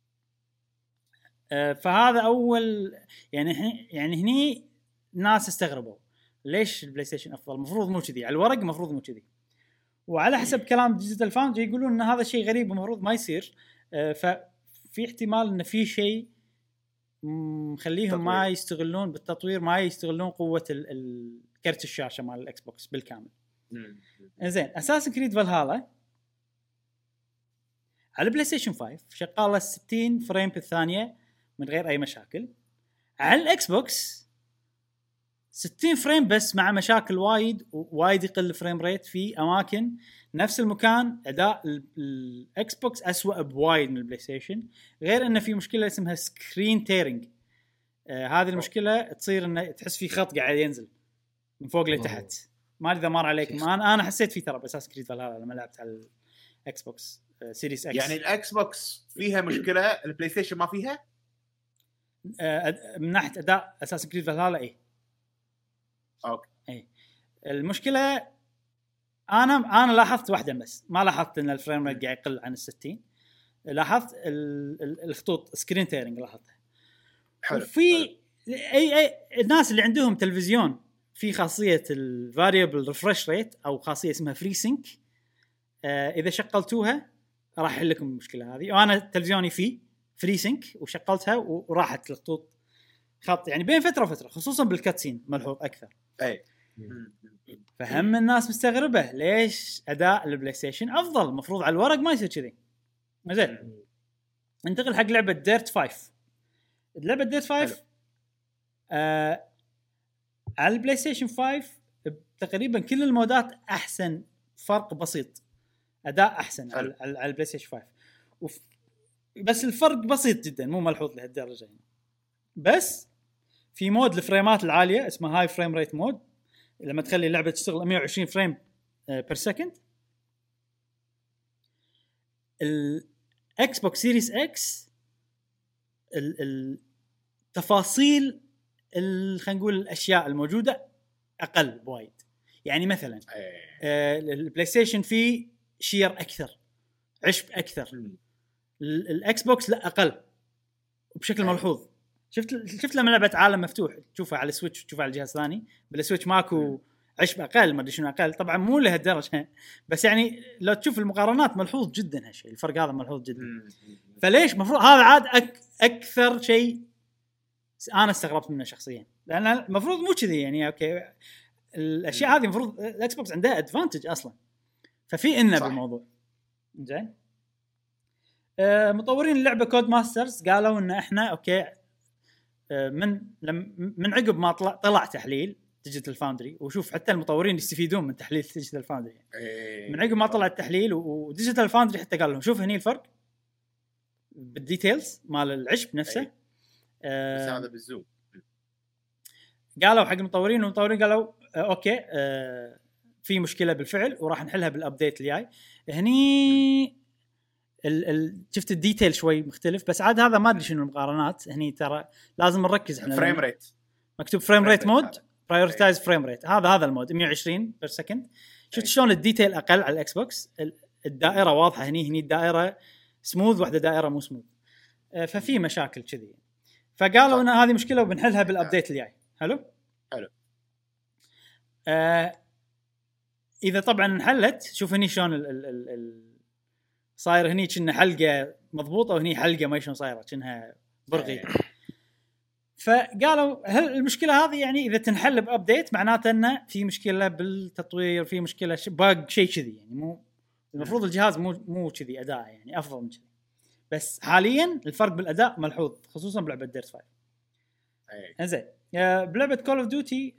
فهذا اول يعني هني يعني هني ناس استغربوا ليش البلاي ستيشن افضل المفروض مو كذي على الورق المفروض مو كذي وعلى حسب كلام ديجيتال فاوندري يقولون ان هذا شيء غريب ومفروض ما يصير. ففي احتمال ان في شيء مخليهم ما يستغلون بالتطوير ما يستغلون قوه الكرت الشاشه مال الاكس بوكس بالكامل. زين اساسن كريد فالهالا على بلاي ستيشن خمسة شغاله ستين فريم بالثانيه من غير اي مشاكل. على الاكس بوكس ستين فريم بس مع مشاكل وايد وايد يقل الفريم ريت في اماكن نفس المكان اداء الاكس بوكس اسوأ بوايد من البلاي ستيشن غير انه في مشكله اسمها سكرين تيرنج. آه هذه المشكله تصير انه تحس في خط قاعد ينزل من فوق لتحت ما اذا مر عليكم انا انا حسيت فيه ترى باساس كريد هذا لما لعبت على الاكس بوكس آه سيريس اكس. يعني الاكس بوكس فيها مشكله البلاي ستيشن ما فيها آه من ناحيه اداء اساس كريد هذا اي اوكي اي المشكله انا انا لاحظت واحده بس ما لاحظت ان الفريم ريت قاعد يقل عن الستين لاحظت الخطوط سكرين تيرنج لاحظتها. في اي اي الناس اللي عندهم تلفزيون في خاصيه الفاريبل ريفرش ريت او خاصيه اسمها فري سينك آه اذا شغلتوها راح يحل لكم المشكله هذه. وانا تلفزيوني فيه فري سينك وشغلتها وراحت الخطوط خط يعني بين فتره وفتره خصوصا بالكاتسين ملحوظ اكثر. اي فهم الناس مستغربه ليش اداء البلاي ستيشن افضل المفروض على الورق ما يصير كذي. زين ننتقل حق لعبه ديرت خمسة. لعبه ديرت خمسة آه على البلاي ستيشن خمسة تقريبا كل المودات احسن فرق بسيط اداء احسن على على البلاي ستيشن خمسة وف... بس الفرق بسيط جدا مو ملحوظ لهالدرجه يعني. بس في مود الفريمات العاليه اسمه هاي فريم ريت مود لما تخلي اللعبه تشتغل مية وعشرين فريم بير سكند. الاكس بوكس سيريس اكس التفاصيل خلينا نقول الاشياء الموجوده اقل بوايد يعني مثلا آه البلاي ستيشن فيه شير اكثر عشب اكثر الاكس بوكس لا اقل بشكل ملحوظ. شفت شفت لما لعبه عالم مفتوح تشوفها على السويتش تشوفها على الجهاز الثاني بالسويتش ماكو عشب اقل ما ادري شنو اقل طبعا مو لهالدرجه بس يعني لو تشوف المقارنات ملحوظ جدا هالشيء الفرق هذا ملحوظ جدا. فليش مفروض هذا عاد أك اكثر شيء انا استغربت منه شخصيا لان المفروض مو كذي يعني اوكي الاشياء هذه المفروض الاكس بوكس عنده ادفانتج اصلا ففي انه بالموضوع. زين آه مطورين اللعبه كود ماسترز قالوا ان احنا اوكي آه من لم من عقب ما طلع طلع تحليل ديجيتال فاوندري وشوف حتى المطورين يستفيدون من تحليل ديجيتال فاوندري من عقب ما طلع التحليل وديجيتال فاوندري حتى قال لهم شوف هني الفرق بالديتيلز مال العشب نفسه آه هذا بالزوم قالوا حق المطورين والمطورين قالوا آه اوكي آه في مشكله بالفعل وراح نحلها بالابديت الجاي. هني ال ال شفت الديتيل شوي مختلف بس عاد هذا ما ادري شنو المقارنات هني ترى لازم نركز احنا فريم ريت مكتوب فريم ريت مود برايورتايز فريم ريت هذا هذا المود مية وعشرين بير سكند. شفت شلون الديتيل اقل على الاكس بوكس الدائره واضحه هني هني الدائره سموث واحده دائره مو سموث ففي مشاكل كذي. فقالوا ان هذه مشكله وبنحلها بالابديت الجاي. حلو حلو. آه اذا طبعا انحلت، شوف هني شلون ال ال ال ال صاير هني كنا حلقه مضبوطه وهني حلقه ما شلون صايره كأنها برغي. فقالوا هل المشكله هذه يعني اذا تنحل بابديت معناته انه في مشكله بالتطوير، في مشكله باق شيء كذي، يعني مو المفروض الجهاز مو مو كذي اداء يعني افضل من كذي. بس حاليا الفرق بالاداء ملحوظ خصوصا بلعبه ديرت فايف. انزين بلعبه كول اوف ديوتي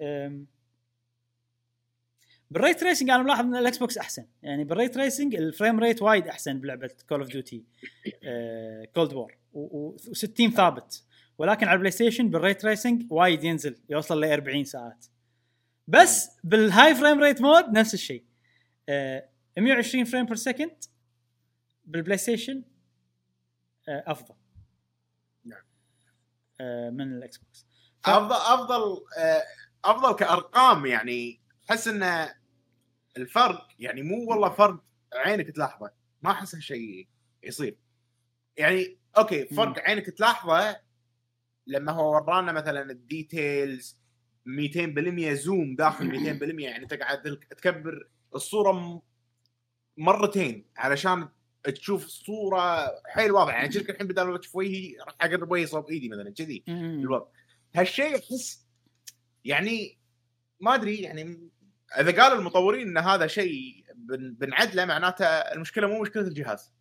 بالري تريسنج انا ملاحظ ان الاكس بوكس احسن، يعني بالري تريسنج الفريم ريت وايد احسن بلعبه كول اوف ديوتي كولد وور و60 ثابت، ولكن على البلاي ستيشن بالري تريسنج وايد ينزل يوصل ل أربعين ساعات. بس بالهاي فريم ريت مود نفس الشيء مية وعشرين فريم بير سكند بالبلاي ستيشن افضل نعم من الاكس بوكس. ف... افضل افضل افضل كارقام، يعني احس ان الفرق يعني مو والله فرق عينك تلاحظه، ما احس شيء يصير يعني. اوكي فرق م. عينك تلاحظه لما هو ورانا مثلا الديتيلز مئتين بالمئة زوم داخل مئتين بالمئة، يعني تقعد تكبر الصوره مرتين علشان تشوف الصوره حيل واضحه، يعني شركه الحين بدل ما تشوف وجهي راح اقرب وجهي صوب ايدي مثلا كذي الوضع. هالشيء احس يعني ما ادري، يعني اذا قال المطورين ان هذا شيء بنعدله معناته المشكله مو مشكله الجهاز.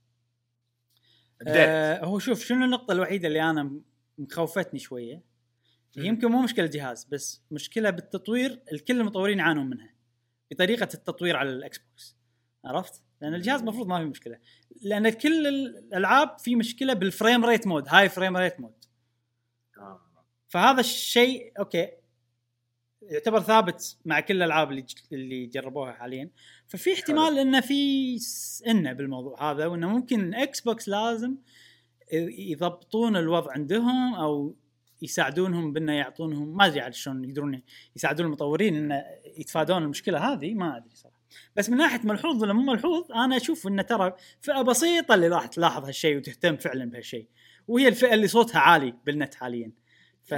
أه هو شوف شنو النقطه الوحيده اللي انا مخوفتني شويه، هي يمكن مو مشكله الجهاز بس مشكله بالتطوير. الكل المطورين يعانون منها بطريقه التطوير على الاكس بوكس، عرفت؟ لان الجهاز مفروض ما في مشكله، لان كل الالعاب في مشكله بالفريم ريت مود، هاي فريم ريت مود. فهذا الشيء اوكي يعتبر ثابت مع كل الالعاب اللي اللي جربوها حاليا. ففي احتمال انه في انه بالموضوع هذا، وانه ممكن اكس بوكس لازم يضبطون الوضع عندهم او يساعدونهم بانه يعطونهم، ما ادري عاد شلون يقدرون يساعدون المطورين انه يتفادون المشكله هذه، ما ادري صراحه. بس من ناحيه ملحوظ ولا مو ملحوظ، انا اشوف انه ترى فئه بسيطه اللي راح تلاحظ هالشيء وتهتم فعلا بهالشيء، وهي الفئه اللي صوتها عالي بالنت حاليا. ف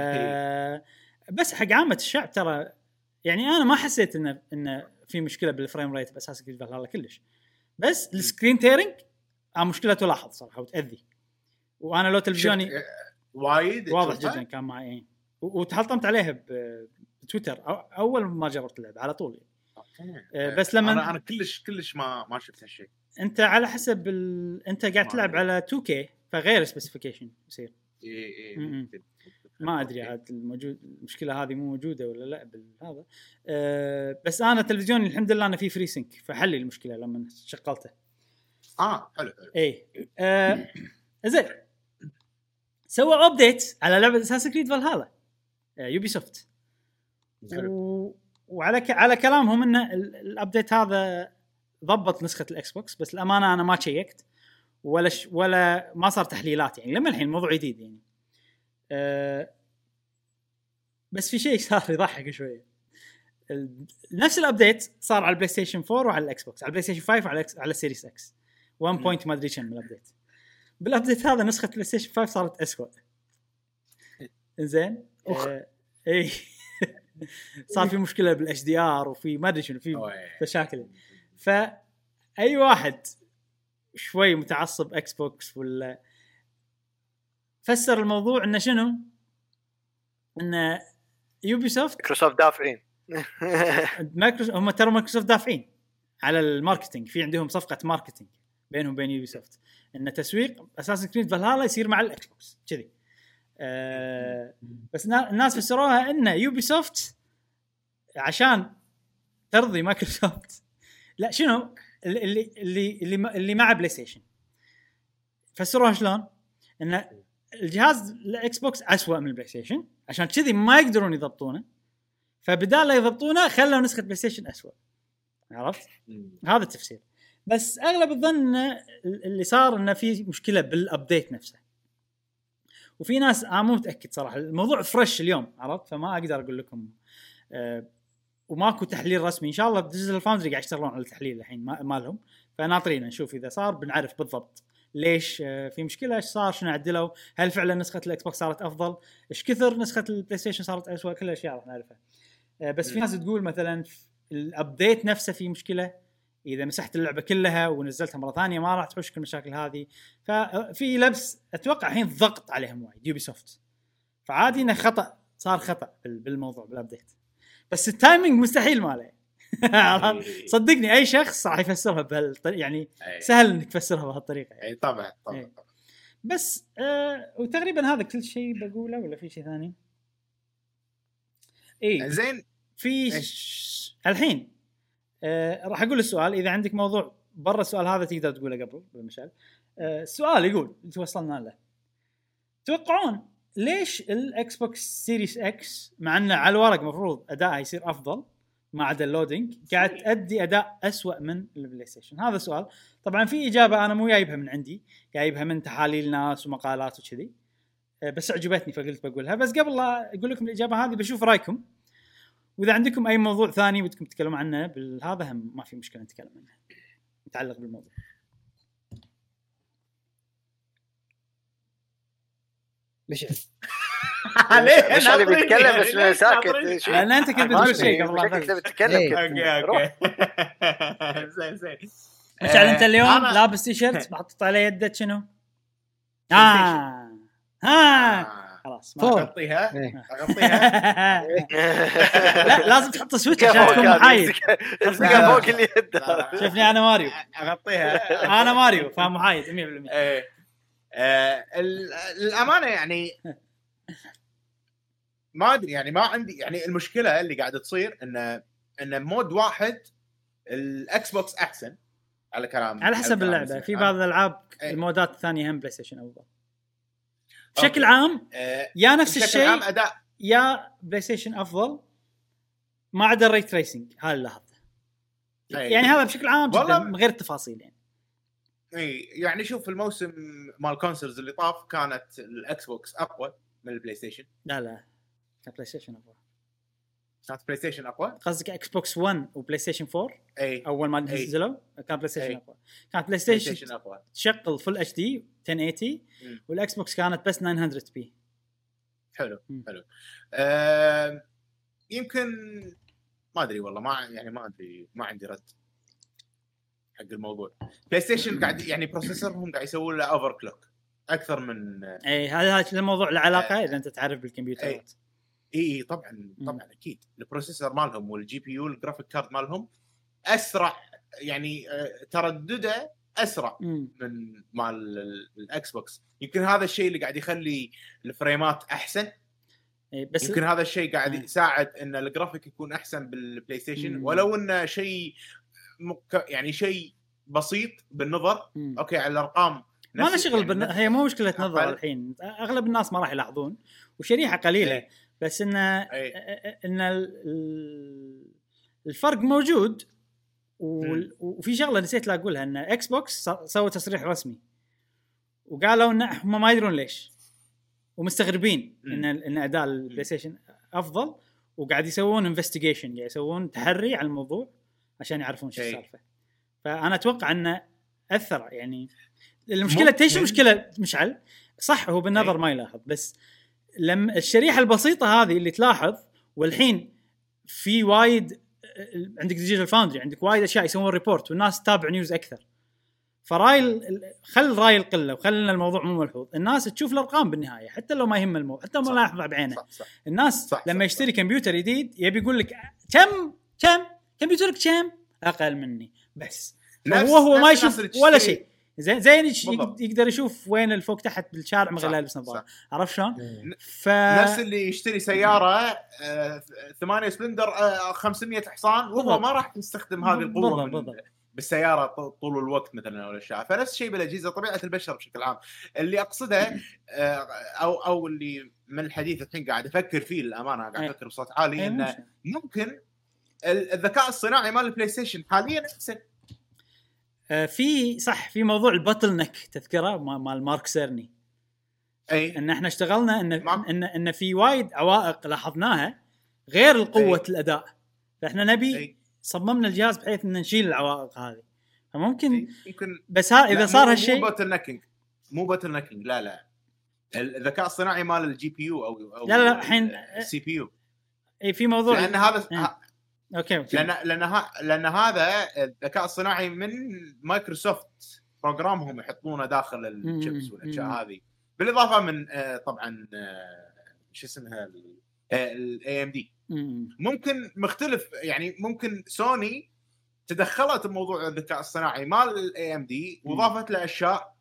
بس حق عامه الشعب ترى يعني انا ما حسيت انه انه في مشكله بالفريم ريت باساس كذا بالله كلش. بس السكرين تيرنج اه مشكله تلاحظ صراحه وتاذي، وانا لو تلفزيوني وايد واضح جدا كان معي وتحطمت عليها بتويتر اول ما جربت اللعبه على طول. بس لما انا انا كلش كلش ما ما شفت هالشيء. انت على حسب ال... انت قاعد تلعب على تو كيه فغير سبيسيفيكيشن يصير. اي اي ما ادري عاد الموجود المشكله هذه مو موجوده ولا لا بالهذا. أه بس انا تلفزيوني الحمد لله انا في فري سينك فحل المشكله لما شغلته. اه حلو حلو. اي أه زين سووا ابديت على لعبه اساس كريد فالهالا يوبي سوفت، و... وعلى ك... على كلامهم ان الابديت هذا ضبط نسخه الاكس بوكس، بس الامانه انا ما شيكت ولا ش... ولا ما صار تحليلات يعني لما الحين الموضوع جديد يعني. أه بس في شيء صار يضحك شويه. نفس الابديت صار على البلاي ستيشن فور وعلى الاكس بوكس، على البلاي ستيشن فايف وعلى على السيريس اكس واحد بوينت ما ادري كم من الابديت. بالابديت هذا نسخه بلاي ستيشن فايف صارت اسود. زين آه اي صار في مشكله بالاتش دي ار وفي ما ادري شنو في مشاكل. فاي واحد شوي متعصب اكس بوكس ولا فسر الموضوع انه شنو، ان يوبي سوفت مايكروسوفت دافعين مايكروسوفت هم ترى مايكروسوفت دافعين على الماركتينج، في عندهم صفقه ماركتينج بينهم وبين يوبي سوفت ان تسويق اساسن كريد فالهالا يصير مع الاكس بوكس كذي. أه بس الناس فسروها ان يوبي سوفت عشان ترضي مايكروسوفت، لا شنو اللي اللي اللي, اللي مع بلاي ستيشن فسروها شلون ان الجهاز الاكس بوكس اسوأ من البلاي ستيشن عشان كذي ما يقدرون يضبطونه، فبدال لا يضبطونه خلوا نسخه بلاي ستيشن اسوأ. عرفت؟ هذا التفسير. بس اغلب الظن اللي صار انه في مشكله بالابديت نفسه، وفي ناس انا مو متاكد صراحه الموضوع فريش اليوم، عرفت؟ فما اقدر اقول لكم أه وماكو تحليل رسمي. ان شاء الله ديجيتال فاوندري قاعد يشتغلون على التحليل الحين ما مالهم، فناطرين نشوف اذا صار بنعرف بالضبط. ليش في مشكله، ايش صار، شنو عدلوا، هل فعلا نسخه الاكس بوكس صارت افضل، ايش كثر نسخه البلاي ستيشن صارت اسوء، كل الاشياء راح نعرفها. بس في ناس تقول مثلا الابديت نفسه في مشكله، اذا مسحت اللعبه كلها ونزلتها مره ثانيه ما راح تحوشك المشاكل هذه. ففي لبس اتوقع الحين ضغط عليهم وايد يوبي سوفت، فعادي انه خطا، صار خطا بالموضوع بالابديت، بس التايمينج مستحيل ماله. صدقني اي شخص راح يفسرها بهالطريقه، يعني سهل انك تفسرها بهالطريقه يعني. طبعا طبعا أي. بس آه وتقريبا هذا كل شيء بقوله، ولا في شيء ثاني؟ اي زين في ش... الحين آه راح اقول السؤال، اذا عندك موضوع برا السؤال هذا تقدر تقوله قبل بالمثال. آه السؤال يقول توصلنا له، توقعون ليش الاكس بوكس سيريس اكس مع انه على الورق مفروض اداءها يصير افضل ما عدا اللودينج قاعد تأدي اداء أسوأ من البلاي ستيشن؟ هذا سؤال. طبعا في اجابه انا مو جايبها من عندي، جايبها من تحاليل ناس ومقالات وكذي، بس عجبتني فقلت بقولها. بس قبل لا اقول لكم الاجابه هذه بشوف رايكم، واذا عندكم اي موضوع ثاني بدكم تتكلموا عنه بالهذا هم ما في مشكله نتكلم عنه متعلق بالموضوع. مش ليه مش اللي بيتكلم بس انا ساكت؟ لان انت كنت بتقول شيء قبل لا كنت بتتكلم. اوكي اوكي زين زين. مشعل انت اليوم لابس تي شيرت محطط عليه يده شنو؟ ها ها خلاص ما اغطيها اغطيها. لا لازم تحط سويتش عشان تكون محايد. الصقر فوق اليد. شوفني انا ماريو، اغطيها انا ماريو فاهم محايد مية بالمية. ايه الامانه يعني ما ادري، يعني ما عندي، يعني المشكله اللي قاعده تصير ان ان مود واحد الاكس بوكس احسن على كلام على حسب اللعبه. في بعض الالعاب المودات الثانيه هم بلاي ستيشن افضل بشكل عام. آه يا نفس الشيء يا بلاي ستيشن افضل ما عدا الري تريسنج. هذا اللي لاحظته يعني هذا بشكل عام جدا من غير التفاصيل يعني. اي يعني شوف الموسم مال كونسولز اللي طاف كانت الاكس بوكس اقوى من البلاي ستيشن. لا لا كان بلاي ستيشن اقوى. كانت بلاي ستيشن اقوى. قصدك اكس بوكس واحد وبلاي ستيشن فور؟ اي اول ما نزلوا كان بلاي ستيشن اقوى. كانت بلاي ستيشن اقوى تشغل فل اتش دي عشرة ثمانين والاكس بوكس كانت بس تسعمية بي. حلو حلو. أه يمكن ما ادري والله، ما يعني ما ادري، ما عندي رد حق الموضوع. بلاي ستيشن قاعد يعني بروسيسورهم قاعد يسوون له اوفر كلوك اكثر من اي هذا هذا الموضوع له علاقه آه اذا انت تعرف بالكمبيوترات. اي طبعا طبعا اكيد البروسيسور مالهم والجي بي يو الجرافيك كارد مالهم اسرع، يعني تردده اسرع مم. من مال الاكس بوكس. يمكن هذا الشيء اللي قاعد يخلي الفريمات احسن. بس يمكن هذا الشيء قاعد يساعد ان الجرافيك يكون احسن بالبلاي ستيشن، ولو انه شيء مك... يعني شيء بسيط بالنظر. مم. اوكي على الارقام ما له شغل يعني بالن... هي مو مشكله نظر الحين. اغلب الناس ما راح يلاحظون وشريحه قليله أي. بس ان أي. ان الفرق موجود و... وفي شغله نسيت لا اقولها، ان اكس بوكس سووا تصريح رسمي وقالوا ان هم ما يدرون ليش ومستغربين م. ان ان اداء البلاي ستيشن افضل، وقاعد يسوون انفستيجيشن، قاعد يسوون تحري على الموضوع عشان يعرفون شو السالفه. فانا اتوقع انه اثر يعني. المشكله تيش مشكله مشعل صح، هو بالنظر ما يلاحظ، بس لما الشريحه البسيطه هذه اللي تلاحظ، والحين في وايد عندك ديجيتال فاوندري، عندك وايد اشياء يسوون ريبورت والناس تتابع نيوز اكثر، فراي خل راي القله وخلنا الموضوع مو ملحوظ. الناس تشوف الارقام بالنهايه حتى لو ما يهم الموضوع، حتى لو ما لاحظ بعينه. صح صح. الناس صح لما صح يشتري صح كمبيوتر جديد يبي يقول لك كم كم كمبيوترك كم اقل مني، بس هو هو ما يشوف ولا شيء. زين زين يقدر يشوف وين الفوق تحت بالشارع من غير لبس نظاره، عرفت شلون؟ ف... نفس اللي يشتري سياره آه ثمانية سلندر آه خمسمية حصان وهو بالضبط. ما راح يستخدم هذه القوه من... بالسياره طول الوقت مثلا ولا شيء. فنفس الشيء بالاجهزه، طبيعه البشر بشكل عام. اللي اقصده آه او او اللي من الحديث الحين قاعد افكر فيه الامانه، قاعد افكر بصوت عالي انه ممكن الذكاء الصناعي مال البلاي ستيشن حاليا احسن. في صح في موضوع الباتل نك تذكره مال مارك سيرني، اي ان احنا اشتغلنا ان ان ان في وايد عوائق لاحظناها غير القوه الاداء، فاحنا نبي أي. صممنا الجهاز بحيث ان نشيل العوائق هذه. ممكن يمكن بس ها اذا صار هالشيء مو باتل نكينج مو باتل نكينج لا لا الذكاء الصناعي مال الجي بي يو او او لا لا الحين السي بي يو اي في موضوع لان هذا اه. اوكي اوكي لان لان ها لان هذا الذكاء الصناعي من مايكروسوفت بروجرامهم يحطونه داخل الشيبس والاشياء هذه بالاضافه من آه طبعا آه شو اسمها الاي ام دي ممكن مختلف يعني ممكن سوني تدخلت بموضوع الذكاء الصناعي مال الاي ام دي وضافت له اشياء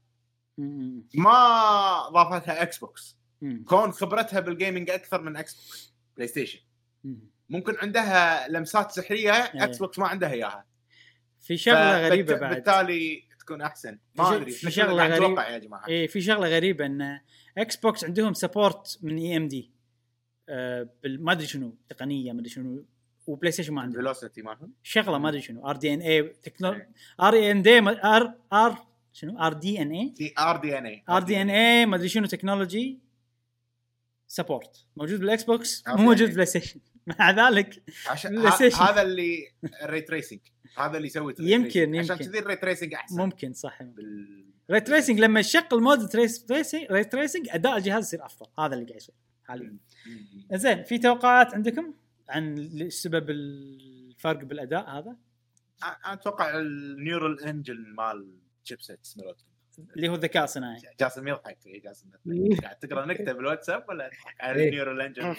ما ضافتها اكس بوكس كون خبرتها بالجيمنج اكثر من اكس بوكس بلاي ستيشن ممكن عندها لمسات سحريه اكس بوكس ما عندها اياها في شغله غريبه بعد بالتالي تكون احسن ما ادري في شغله غريبه يا جماعه اي في شغله غريبه ان اكس بوكس عندهم سبورت من اي ام دي ما ادري شنو تقنيه ما ادري شنو وبلاي ستيشن ما عنده فيلوسيتي مالهم شغله ما ادري شنو ار دي ان اي تكنولوجي ار ان دي ار ار شنو ار دي ان اي ار دي ان اي ار دي ان اي ما ادري شنو تكنولوجي سبورت موجود بالاكس بوكس مو موجود بلاي ستيشن مع ذلك هذا اللي الري تريسنج هذا اللي يسوي يمكن عشان كذي الري تريسنج احسن ممكن صح بال... الري تريسنج لما يشغل مود تريس تريسنج ري تريسنج اداء الجهاز يصير افضل هذا اللي قاعد يصير حاليا زين في توقعات عندكم عن سبب الفرق بالاداء هذا انا اتوقع النيورال انجن مال تشيبسيتس مالتهم اللي هو الذكاء الصناعي جاسم يضحك يا جاسم قاعد تقرا نكته بالواتساب ولا تضحك على النيورال انجن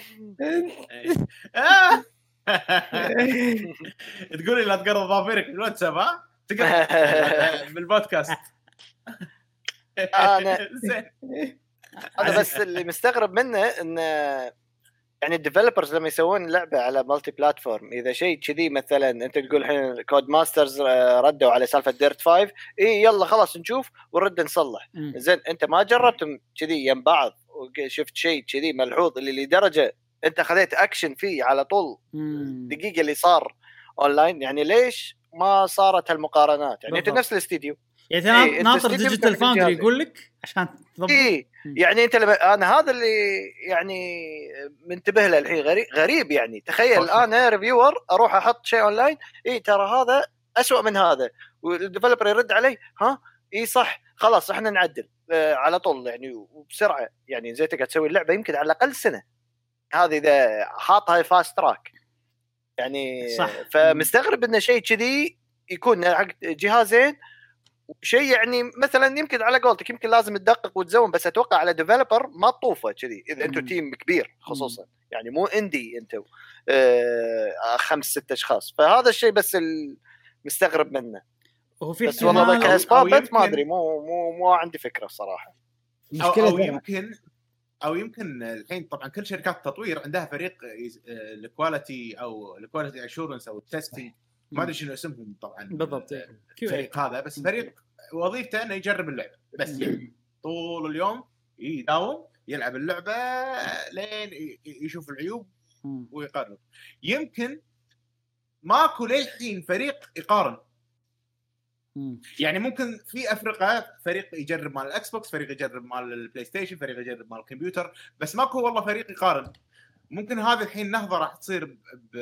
تقولي لا تقرا ظافرك بالواتساب ها تقرا بالبودكاست انا انا بس اللي مستغرب منه ان يعني الديفلوبرز لما يسوون لعبه على مالتي بلاتفورم اذا شيء كذي مثلا انت تقول الحين كود ماسترز ردوا على سالفه ديرت فايف اي يلا خلاص نشوف ونرد نصلح زين انت ما جربتم كذي يم بعض وشفت شيء كذي ملحوظ اللي لدرجه انت خذيت اكشن فيه على طول دقيقه اللي صار اونلاين يعني ليش ما صارت هالمقارنات يعني انت نفس الاستديو يعني إيه ناطر ديجيتال فاوندري يقول لك عشان تضبط إيه يعني انت لما انا هذا اللي يعني منتبه له الحين غريب غريب يعني تخيل انا ريفيور اروح احط شيء اونلاين اي ترى هذا أسوأ من هذا والديفلوبر يرد علي ها اي صح خلاص احنا نعدل آه على طول يعني وبسرعه يعني زي تقعد تسوي اللعبه يمكن على الاقل سنه هذه اذا حاطها فاست تراك يعني صح. فمستغرب ان شيء كذي يكون حق جهازين شيء يعني مثلا يمكن على قولتك يمكن لازم تدقق وتزوم بس اتوقع على ديفلوبر ما تطوفه كذي اذا انتم تيم كبير خصوصا يعني مو اندي انتم آه خمس ست اشخاص فهذا الشيء بس المستغرب منه هو في بس والله كاسباب ما ادري مو مو مو عندي فكره الصراحه أو, أو يمكن او يمكن الحين طبعا كل شركات التطوير عندها فريق الكواليتي او الكواليتي اشورنس او التستنج ما ادري شنو اسمهم طبعا بالضبط الفريق هذا بس فريق وظيفته انه يجرب اللعبه بس يعني طول اليوم يداوم يلعب اللعبه لين يشوف العيوب ويقرر يمكن ماكو للحين فريق يقارن يعني ممكن في افرقه فريق يجرب مال الاكس بوكس فريق يجرب مال البلاي ستيشن فريق يجرب مال الكمبيوتر بس ماكو والله فريق يقارن ممكن هذا الحين نهضه راح تصير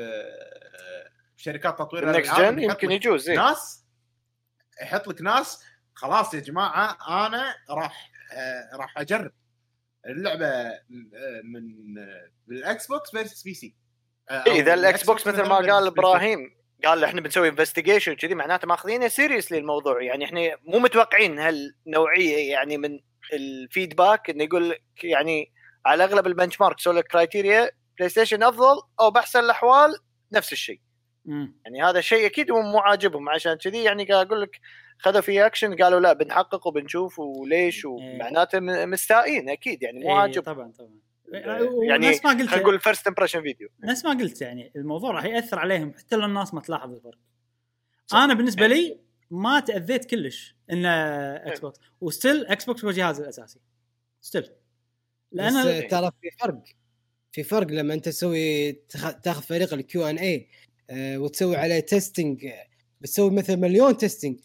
بشركات تطوير الالعاب يمكن يجوز ناس يحط لك ناس خلاص يا جماعه انا راح آه راح اجرب اللعبه من بالاكس بوكس فيرسس بي سي آه اذا الاكس بوكس مثل ما قال ابراهيم قال احنا بنسوي انفستيجيشن كذي معناته ماخذينه سيريسلي الموضوع يعني احنا مو متوقعين هالنوعيه يعني من الفيدباك انه يقول لك يعني على اغلب البنش ماركس ولا كرايتيريا بلاي ستيشن افضل او باحسن الاحوال نفس الشيء يعني هذا الشيء اكيد مو عاجبهم عشان كذي يعني قاعد اقول لك خذوا في اكشن قالوا لا بنحقق وبنشوف وليش ومعناته مستائين اكيد يعني مو عاجب طبعا طبعا يعني ناس ما قلت نقول فيرست امبريشن فيديو ناس ما قلت يعني الموضوع راح ياثر عليهم حتى لو الناس ما تلاحظ الفرق انا بالنسبه لي ما تاذيت كلش ان اكس بوكس وستيل اكس بوكس هو جهازي الاساسي ستيل لان ترى في فرق في فرق لما انت تسوي تاخذ فريق الكيو ان اي وتسوي عليه تيستينج بتسوي مثل مليون تيستينج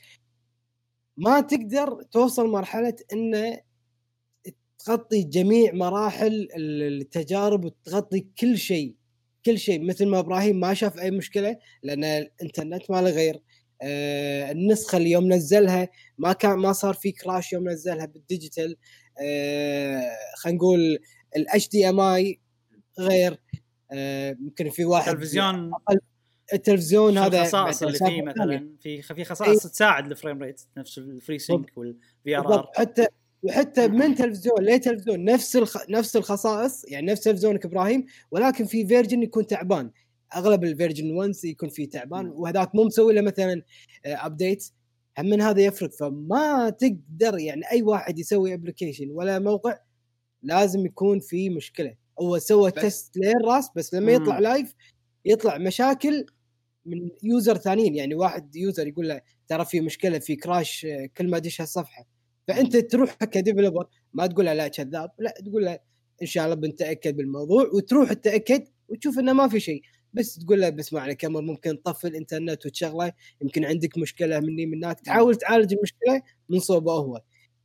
ما تقدر توصل مرحله ان تغطي جميع مراحل التجارب وتغطي كل شيء كل شيء مثل ما ابراهيم ما شاف اي مشكله لان الانترنت ما له غير آه النسخه اللي يوم نزلها ما كان ما صار في كراش يوم نزلها بالديجيتال. آه خلينا نقول الاتش دي ام اي غير. آه ممكن في واحد تلفزيون التلفزيون هذا الخصائص اللي فيه مثلا في في خصائص أي. تساعد الفريم ريت نفس الفري سينك والفي ار ار. حتى وحتى من تلفزيون ليه تلفزيون نفس الخ... نفس الخصائص يعني نفس تلفزيونك ابراهيم، ولكن في فيرجن يكون تعبان. اغلب الفيرجن واحد يكون فيه تعبان وهذاك مو مسوي له مثلا ابديت. هم من هذا يفرق. فما تقدر يعني اي واحد يسوي ابلكيشن ولا موقع لازم يكون فيه مشكله. هو سوى تيست للراس بس لما يطلع مم. لايف يطلع مشاكل من يوزر ثانيين. يعني واحد يوزر يقول له ترى في مشكله في كراش كل ما ادش هالصفحه، فانت تروح كديفلوبر ما تقول له لا كذاب، لا تقول له ان شاء الله بنتاكد بالموضوع وتروح تتاكد وتشوف انه ما في شيء. بس تقول له بسمع على كاميرا ممكن تطفي الانترنت وتشغله، يمكن عندك مشكله مني من هناك، تحاول تعالج المشكله من صوبه هو.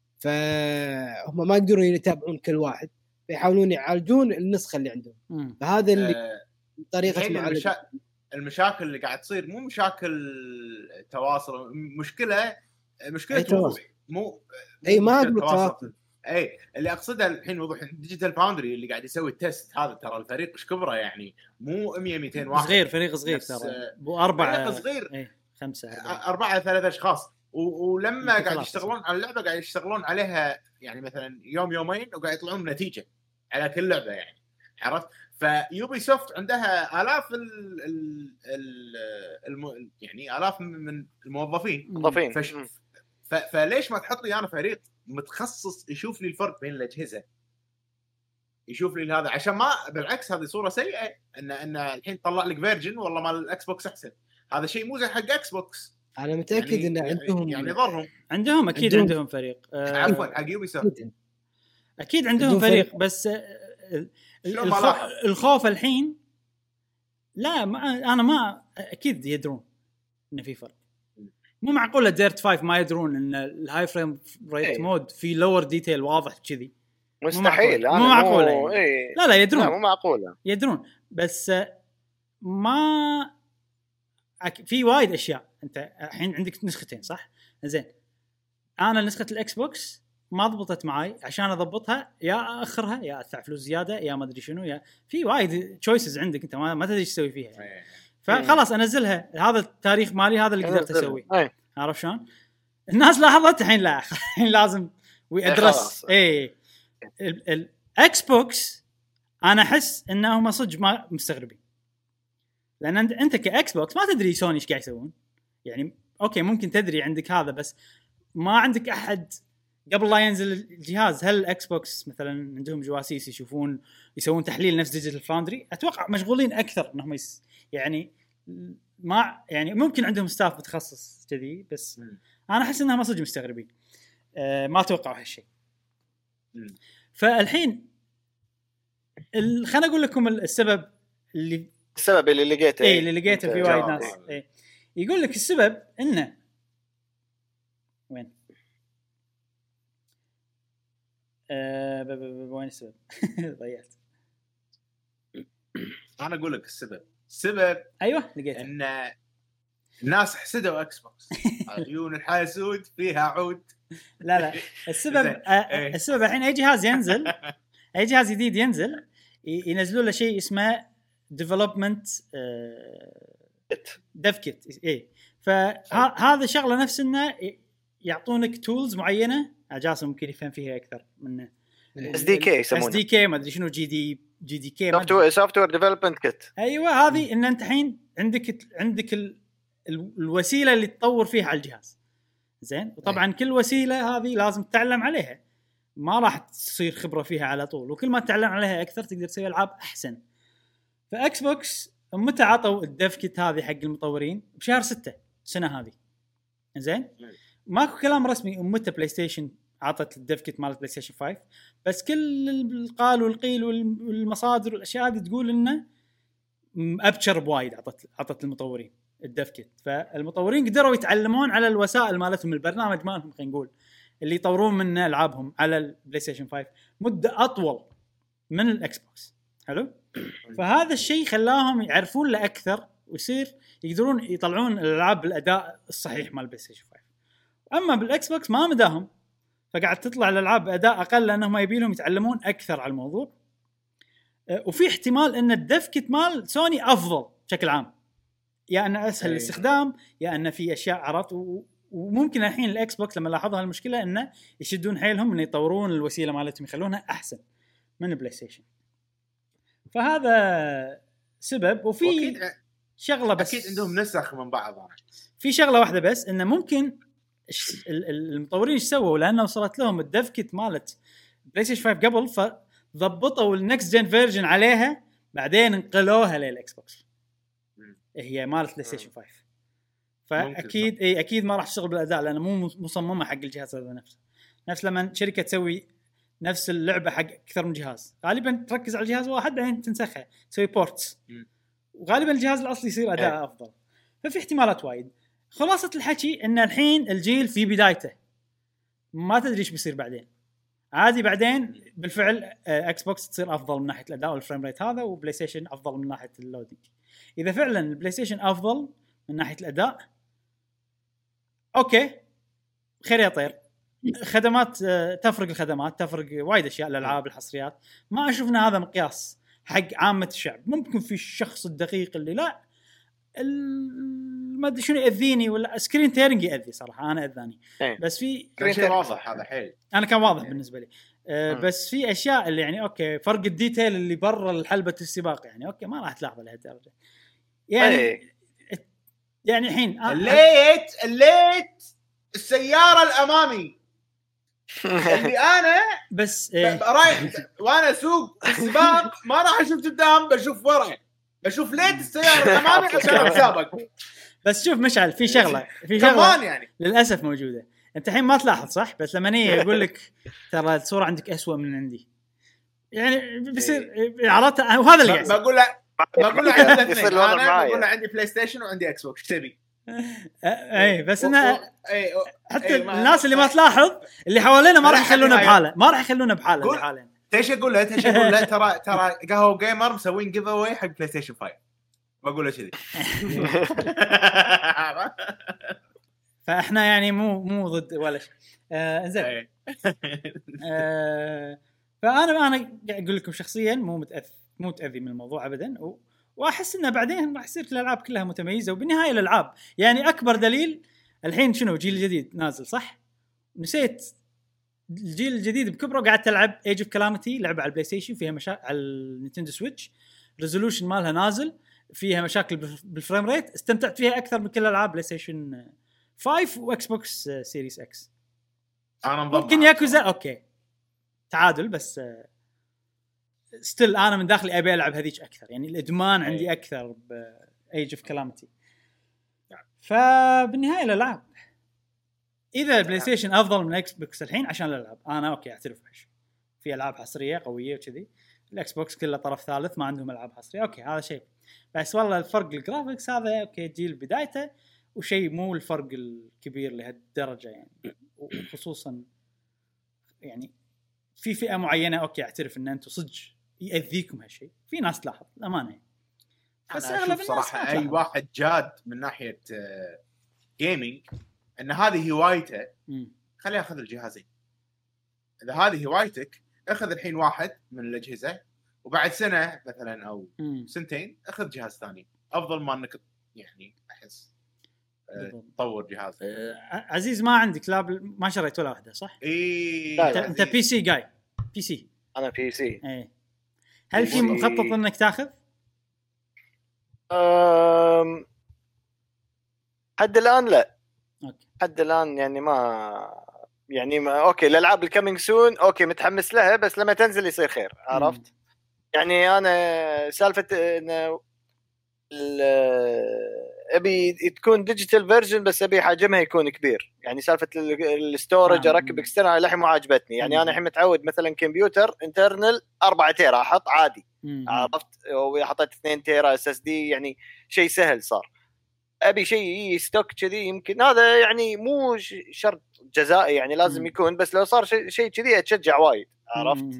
فهم ما يقدرون يتابعون كل واحد، فيحاولون يعالجون النسخه اللي عندهم. مم. فهذا اللي آه طريقه المشا... المشاكل اللي قاعد تصير مو مشاكل تواصل، مشكله مشكله وضوح، مو اي ما تواصل. اي اللي اقصده الحين وضوح ديجيتال فاوندري اللي قاعد يسوي التست هذا، ترى الفريق ايش كبره يعني، مو مية مئتين واحد، صغير فريق صغير ترى، مو اربعه فريق صغير اي خمسه أربعة, أربعة ثلاثة اشخاص. ولما قاعد يشتغلون على اللعبه قاعد يشتغلون عليها يعني مثلا يوم يومين وقاعد يطلعون نتيجه على كل لعبه يعني، عرفت؟ فيوبي سوفت عندها آلاف ال ال ال الم يعني آلاف من الموظفين موظفين فش... ف... فليش ما تحط لي انا فريق متخصص يشوف لي الفرق بين الاجهزه، يشوف لي هذا، عشان ما بالعكس هذه صوره سيئه ان ان الحين طلع لك فيرجن والله مال الاكس بوكس احسن، هذا شيء مو زي حق اكس بوكس. انا متاكد يعني ان عندهم يعني ضرهم عندهم اكيد عندهم, عندهم فريق آه عفوا حق يوبي سوفت اكيد عندهم, عندهم فريق, فريق بس الخوف, الخوف الحين لا ما انا ما اكيد يدرون ان في فرق. مو معقوله ديرت فايف ما يدرون ان الهاي فريم ريت مود في لور ديتيل واضح كذي، مستحيل. مو معقوله يعني. ايه. لا لا يدرون، لا مو معقوله يدرون بس ما في وايد اشياء. انت الحين عندك نسختين صح؟ زين انا نسخه الاكس بوكس ما ضبطت معي، عشان اضبطها يا اخرها يا ادفع فلوس زياده يا ما ادري شنو، يا في وايد تشويسز عندك انت ما, ما تدري ايش تسوي فيها يعني. فخلاص انزلها هذا التاريخ مالي هذا اللي قدرت اسويه. عارف شلون الناس لاحظت الحين؟ لا الحين لازم ويدرس اي الاكس بوكس. انا احس انهم صدق ما مستغربين، لان انت كاكس بوكس ما تدري سوني ايش قاعد يسوون يعني. اوكي ممكن تدري عندك هذا، بس ما عندك احد قبل لا ينزل الجهاز. هل الاكس بوكس مثلا عندهم جواسيس يشوفون يسوون تحليل نفس ديجيتال فاوندري؟ اتوقع مشغولين اكثر انهم يس يعني ما يعني ممكن عندهم ستاف متخصص كذي، بس م. انا احس انهم صدق مستغربين أه ما توقعوا هالشيء. فالحين خليني اقول لكم السبب اللي السبب اللي لقيته ايه اللي لقيته في وايد ناس ايه يقول لك السبب انه وين أه ب ب وين السبب ضيعت. انا اقول لك السبب السبب ايوه لقيت ان الناس حسدوا اكس بوكس عيون الحاسود فيها عود. لا لا السبب آه السبب الحين اي جهاز ينزل اي جهاز جديد ينزل ينزلوا له شيء اسمه ديفلوبمنت ديف كيت. اي فهذا شغله نفس انه يعطونك تولز معينه. جاسم ممكن يفهم فيها اكثر منه. اس دي كي يسمونه اس دي كي ما ادري شنو جي دي جي دي كي سوفت وير ديفلوبمنت كيت. ايوه هذه ان انت الحين عندك عندك ال... الوسيله اللي تطور فيها على الجهاز. زين وطبعا كل وسيله هذه لازم تتعلم عليها، ما راح تصير خبره فيها على طول، وكل ما تتعلم عليها اكثر تقدر تسوي العاب احسن. فاكس بوكس متى عطوا الديف كيت هذه حق المطورين؟ بشهر ستة السنه هذه. زين ماكو كلام رسمي متى بلاي ستيشن عطت الديف كيت مال بلاي ستيشن خمسة، بس كل القال والقيل والمصادر والاشياء هذه تقول انه ابشر بوايد عطت عطت المطورين الديف كيت. فالمطورين قدروا يتعلمون على الوسائل مالتهم، البرنامج مالهم خلينا نقول اللي يطورون من العابهم على البلاي ستيشن خمسة مده اطول من الاكس بوكس. حلو. فهذا الشيء خلاهم يعرفون له اكثر ويصير يقدرون يطلعون الالعاب بالاداء الصحيح مال البلاي ستيشن خمسة. اما بالاكس بوكس ما مداهم، فقاعد تطلع الالعاب باداء اقل لانهم يبيلهم يتعلمون اكثر على الموضوع. وفي احتمال ان الدفكت مال سوني افضل بشكل عام، يا انه اسهل أيه. الاستخدام، يا انه في اشياء عرفت. و... وممكن الحين الاكس بوكس لما لاحظوا هالمشكله انه يشدون حيلهم ان يطورون الوسيله مالتهم يخلونها احسن من البلاي ستيشن. فهذا سبب. وفي وأكيد شغله بس اكيد عندهم نسخ من بعض. في شغله واحده بس، انه ممكن المطورين ايش سووا لانه وصلت لهم الدفكت مالت بلاي ستيشن خمسة قبل، فضبطوا النكست جن فيرجن عليها بعدين انقلوها للاكس بوكس هي مالت بلاي ستيشن خمسة. فاكيد اي اكيد ما راح تشتغل بالاداء لانه مو مصممه حق الجهاز هذا نفسه. نفس لما شركه تسوي نفس اللعبه حق اكثر من جهاز، غالبا تركز على جهاز واحد بعدين تنسخها تسوي بورتس، وغالبا الجهاز الاصلي يصير اداء افضل. ففي احتمالات وايد. خلاصه الحكي ان الحين الجيل في بدايته، ما تدري ايش بيصير بعدين. عادي بعدين بالفعل اكس بوكس تصير افضل من ناحيه الاداء والفريم ريت هذا، وبلاي ستيشن افضل من ناحيه اللودينج. اذا فعلا البلاي ستيشن افضل من ناحيه الاداء اوكي خير يا طير. خدمات تفرق، الخدمات تفرق وايد، اشياء الالعاب الحصريات ما اشوف ان هذا مقياس حق عامه الشعب. ممكن في الشخص الدقيق اللي لا ما ادري شنو ياذيني ولا سكرين تيرنج ياذي صراحه، انا اذاني بس في شيء واضح هذا حيل. انا كان واضح بالنسبه لي أه بس في اشياء اللي يعني اوكي فرق الديتيل اللي برا الحلبة السباق يعني اوكي ما راح تلاحظ لهالدرجه يعني أي. يعني الحين الليت الليت السياره الامامي اللي انا بس رايح وانا اسوق السباق ما راح اشوف قدام، بشوف ورا، بشوف ليت السياره الامامي عشان اسابق. بس شوف مشعل في شغله في شغله يعني للاسف موجوده انت الحين ما تلاحظ صح، بس لما نيجي اقول لك ترى الصوره عندك أسوأ من عندي يعني بيصير عرفت. وهذا اللي قاعد بقول له بقول له عندي الاثنين، انا بقول له عندي بلاي ستيشن وعندي اكس بوكس تبي اي بس انا حتى الناس اللي ما تلاحظ اللي حوالينا ما راح يخلونا بحاله، ما راح يخلونا بحاله اللي حالنا. ايش اقول له ايش اقول له ترى ترى قهوه جيمر مسوين جيف اواي حق بلاي ستيشن خمسة، بقول له كذي. فاحنا يعني مو مو ضد ولا شيء. آه زين. آه فانا انا قاعد اقول لكم شخصيا مو متاذي مو متاذي من الموضوع ابدا، و... واحس انه بعدين راح يصير الالعاب كلها متميزه. وبالنهايه الالعاب يعني اكبر دليل الحين شنو جيل جديد نازل صح، نسيت الجيل الجديد بكبره قاعد تلعب ايج اوف كلامتي، لعبه على البلاي ستيشن فيها مشاكل على النينتندو سويتش، ريزولوشن مالها نازل، فيها مشاكل بالفريم ريت، استمتعت فيها اكثر من كل العاب بلاي ستيشن خمسة واكس بوكس سيريس اكس. انا ممكن ياكوزا اوكي تعادل، بس ستيل انا من داخلي ابي العب هذيك اكثر، يعني الادمان أي. عندي اكثر بايج اوف كلامتي. فبالنهايه الالعاب اذا البلاي ستيشن افضل من اكس بوكس الحين عشان الالعاب انا اوكي اعترف بهالشيء، في العاب حصريه قويه وكذي. الاكس بوكس كله طرف ثالث ما عندهم العاب حصريه اوكي هذا شيء، بس والله الفرق الجرافيكس هذا اوكي جيل بدايته وشيء مو الفرق الكبير لهالدرجه يعني. وخصوصا يعني في فئه معينه اوكي اعترف ان انتم صدق يأذيكم هالشيء، في ناس تلاحظ الامانه، بس اغلب صراحه اي واحد جاد من ناحيه جيمنج ان هذه هوايته خليه ياخذ الجهازين. اذا هذه هوايتك اخذ الحين واحد من الاجهزه وبعد سنه مثلا او مم. سنتين اخذ جهاز ثاني، افضل ما انك يعني احس تطور جهاز. أه عزيز ما عندك لاب ما شريت ولا واحده صح؟ اي انت, انت بي سي جاي بي سي. انا بي سي. اي هل في مخطط انك تاخذ؟ أم... حد الان لا. أوكي. حد الان يعني ما يعني ما اوكي الالعاب الكامينج سون اوكي متحمس لها، بس لما تنزل يصير خير عرفت. مم. يعني انا سالفه انه ابي تكون ديجيتال فيرجن بس ابي حجمها يكون كبير، يعني سالفه الستورج اركب اكسترنال لحين ما عجبتني. يعني انا الحين متعود مثلا كمبيوتر انترنال أربعة تيرا احط عادي عرفت، وحطيت اثنين تيرا اس اس دي يعني شيء سهل صار. ابي شيء ستوك كذي يمكن هذا يعني مو شرط جزائي يعني لازم يكون، بس لو صار شيء كذي اتشجع وايد عرفت.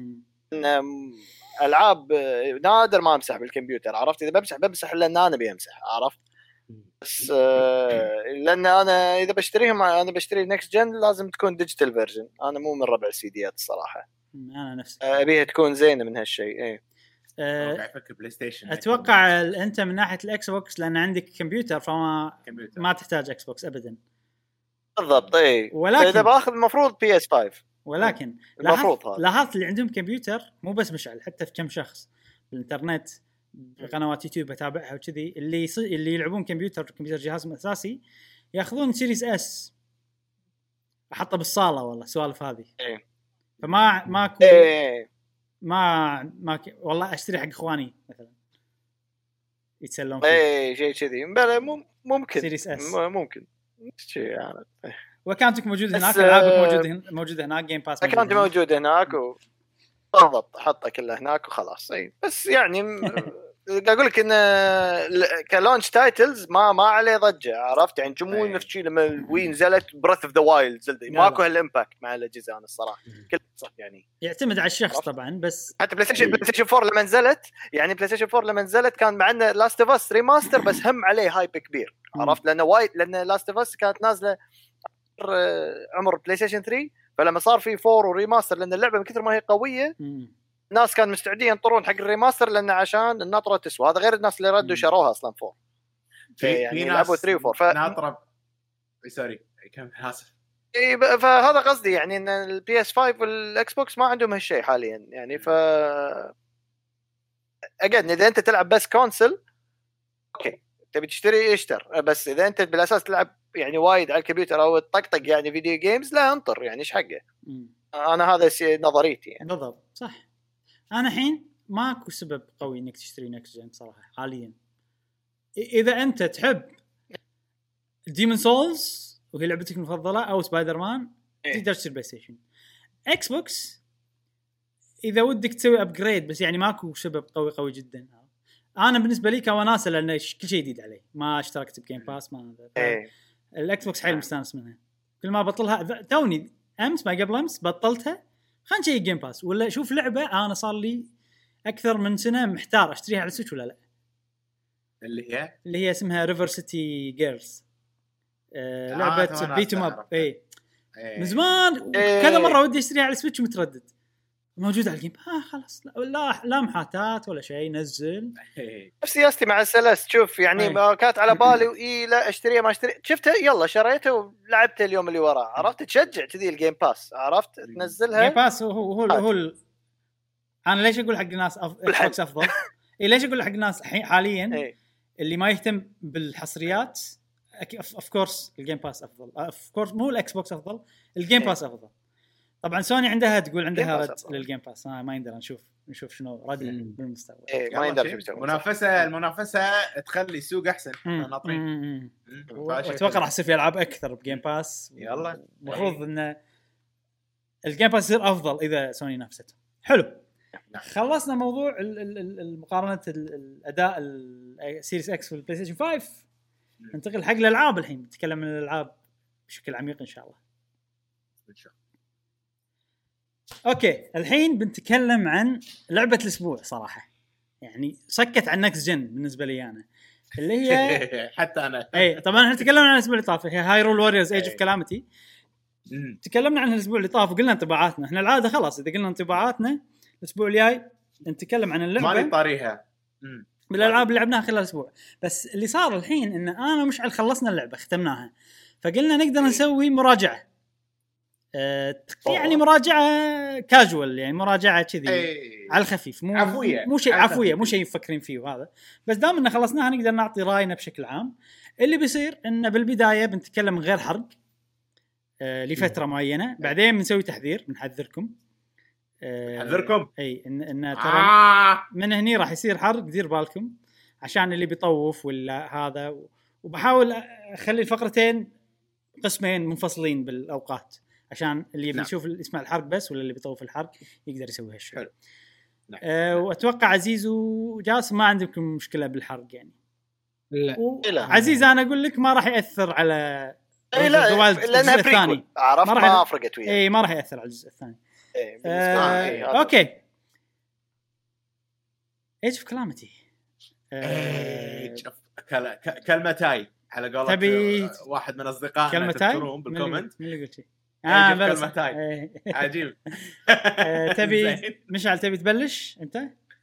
ان العاب نادر ما امسح بالكمبيوتر، عرفت؟ اذا بمسح بمسح لان انا بيمسح، عرفت؟ بس لان انا اذا بشتريهم انا بشتري نكست جن لازم تكون ديجيتال فيرجن، انا مو من ربع السيديات الصراحه. انا نفسي ابيها تكون زينه من هالشيء. اي أه قاعد افكر بلاي ستيشن. اتوقع انت من ناحيه الاكس بوكس لان عندك كمبيوتر فما كمبيوتر. ما تحتاج اكس بوكس ابدا. بالضبط. اي ولكن اذا باخذ المفروض بي اس خمسة، ولكن لاحظت لاحظت, لاحظت اللي عندهم كمبيوتر مو بس مشعل، حتى في كم شخص بالانترنت بقنوات يوتيوب اتابعها وكذي، اللي يص... اللي يلعبون كمبيوتر كمبيوتر جهازهم اساسي ياخذون سيريس اس احطه بالصاله والله سوالف هذه. إيه. فما ماكو إيه. ما ما ك... والله اشتري حق اخواني مثلا يتسلون فيه. اي شيء كذي بلا ممكن سيريس اس ممكن شيء يعني. واكونتك موجود هناك، العابك موجود هنا موجود هناك، جيم باس اكونت موجود هناك و... بالضبط حطه كله هناك وخلاص. اي بس يعني اقول لك ان كلونش تايتلز ما ما عليه ضجه، عرفت؟ يعني جمهور نفسي لما وين نزلت بريث اوف ذا وايلد ماكو هالامباكت مع الاجهزه. انا الصراحه كل صح يعني يعتمد على الشخص طبعا. بس حتى بلاي ستيشن بلاي ستيشن فور لما نزلت، يعني بلاي ستيشن فور لما نزلت كان معنا لاست اوف اس ريماستر بس هم عليه هايب كبير، عرفت؟ لانه وايد لان لاست اوف اس كانت نازله عمر بلاي ستيشن ثري، فلما صار في فور وريماستر لان اللعبه من كثر ما هي قويه الناس كان مستعدين ينطرون حق الريماستر لان عشان الناطره تسوى. هذا غير الناس اللي ردوا شروها اصلا فور في يعني لعبوا ثري وفور. ف... ناطره سوري كم اسف. اي فهذا قصدي يعني ان البي اس خمسة والاكس بوكس ما عندهم هالشيء حاليا يعني. ف اجد اذا انت تلعب بس كونسل اوكي تبي تشتري اشتر، بس اذا انت بالاساس تلعب يعني وايد على الكمبيوتر او تطقطق يعني فيديو جيمز لا انطر يعني ايش حقه. انا هذا نظريتي يعني. بالضبط صح. انا الحين ماكو سبب قوي انك تشتري نكست جن صراحه حاليا. اذا انت تحب ديمون سولز وهي لعبتك المفضله او سبايدر مان إيه. تقدر تشتري بلاي ستيشن. اكس بوكس اذا ودك تسوي ابجريد بس يعني ماكو سبب قوي قوي جدا. انا بالنسبه لي كوناسه لان كل شيء جديد علي، ما اشتركت بجيم باس ما إيه. الاكس بوكس حيل مستانس منها. كل ما بطلها توني امس ما قبل امس بطلتها خلنا شيء جيم باس ولا شوف لعبه انا صار لي اكثر من سنه محتار اشتريها على السويتش ولا لا، اللي هي اللي هي اسمها ريفر سيتي جيرلز. آه لعبه بيت ماب. اي من زمان إيه. كذا مره ودي اشتريها على السويتش ومتردد. موجود على الجيم ها خلاص لا لا, لا محاتات ولا شيء نزل. نفس سياستي مع السلس. شوف يعني ما كانت على بالي واي لا اشتريها ما اشتري شفتها يلا شريتها ولعبتها اليوم اللي وراه، عرفت؟ تشجع كذي الجيم باس، عرفت؟ تنزلها جيم باس هو هو هو ال... انا ليش اقول حق الناس اكس افضل اي ليش اقول حق الناس حاليا إيه. اللي ما يهتم بالحصريات اوف كورس الجيم باس افضل. اوف كورس مو الاكس بوكس افضل، الجيم باس افضل. طبعا سوني عندها تقول عندها رد للجيم باس، ما, ما يقدر نشوف نشوف شنو ردها بالمستقبل. إيه ما يقدر يسوي منافسه المنافسه تخلي السوق احسن. ناطرين اتوقع راح يصير في العاب اكثر بجيم باس. يلا المفروض ان الجيم باس يصير افضل اذا سوني نافسته. حلو خلصنا موضوع المقارنه الاداء السيريس اكس والبلاي ستيشن خمسة. ننتقل حق الالعاب الحين، نتكلم عن الالعاب بشكل عميق ان شاء الله. ان شاء الله. اوكي الحين بنتكلم عن لعبه الاسبوع صراحه، يعني سكت عن نكست جن بالنسبه لي انا اللي هي حتى انا اي طبعا احنا تكلمنا عن الاسبوع اللي طاف، هي هايرول ووريرز ايج اوف كلامتي. تكلمنا عنها الاسبوع اللي طاف وقلنا انطباعاتنا. احنا العاده خلاص اذا قلنا انطباعاتنا الاسبوع الجاي نتكلم عن اللعبه ما نطاريها بالالعاب اللي لعبناها خلال الاسبوع. بس اللي صار الحين ان انا مش على خلصنا اللعبه ختمناها، فقلنا نقدر نسوي مراجعه. أه يعني مراجعه كاجوال، يعني مراجعه كذي أي. على الخفيف، مو عفويه مو شيء عفويه مو شيء مفكرين فيه وهذا. بس دام ان خلصناها نقدر نعطي راينا بشكل عام. اللي بيصير ان بالبدايه بنتكلم من غير حرق أه لفتره معينه، بعدين بنسوي تحذير بنحذركم أه حذركم اي ان, إن ترى آه. من هني راح يصير حرق، دير بالكم عشان اللي بيطوف ولا هذا. وبحاول اخلي الفقرتين قسمين منفصلين بالاوقات عشان اللي يبي يشوف يسمع الحرق بس ولا اللي بيطوف الحرق يقدر يسوي هالشيء. أه واتوقع عزيز وجاسم ما عندكم مشكله بالحرق يعني. لا و... عزيز انا اقول لك ما راح ياثر على اي لا لانها بريكول، عرفت؟ ما, ما فرقت وياه. اي ما راح ياثر على الجزء الثاني. اي آه... اوكي ايج اوف كلامتي ايج كلمتاي على قولك تبي واحد من اصدقائنا تذكرون بالكومنت من اللي قلت شيء اه كلمتاي عجيب. تبي مشعل تبي تبلش انت؟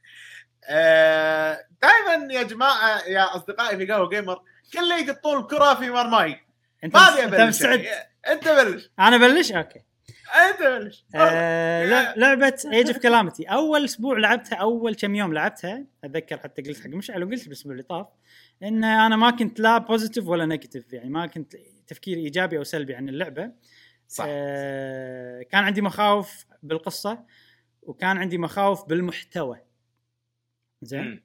دائما يا جماعه يا اصدقائي في قهوه جيمر كله يقطون الكره في مرماي. انت ما ابي ابلش. انت مستعد؟ انت بلش. انا بلش اوكي انت بلش. آه لعبه ايج اوف كلامتي اول اسبوع لعبتها، اول كم يوم لعبتها اتذكر حتى قلت حق مشعل وقلت بالاسبوع اللي طاف ان انا ما كنت لا بوزيتيف ولا نيجاتيف، يعني ما كنت تفكير ايجابي او سلبي عن اللعبه. صح. آه كان عندي مخاوف بالقصه وكان عندي مخاوف بالمحتوى زين.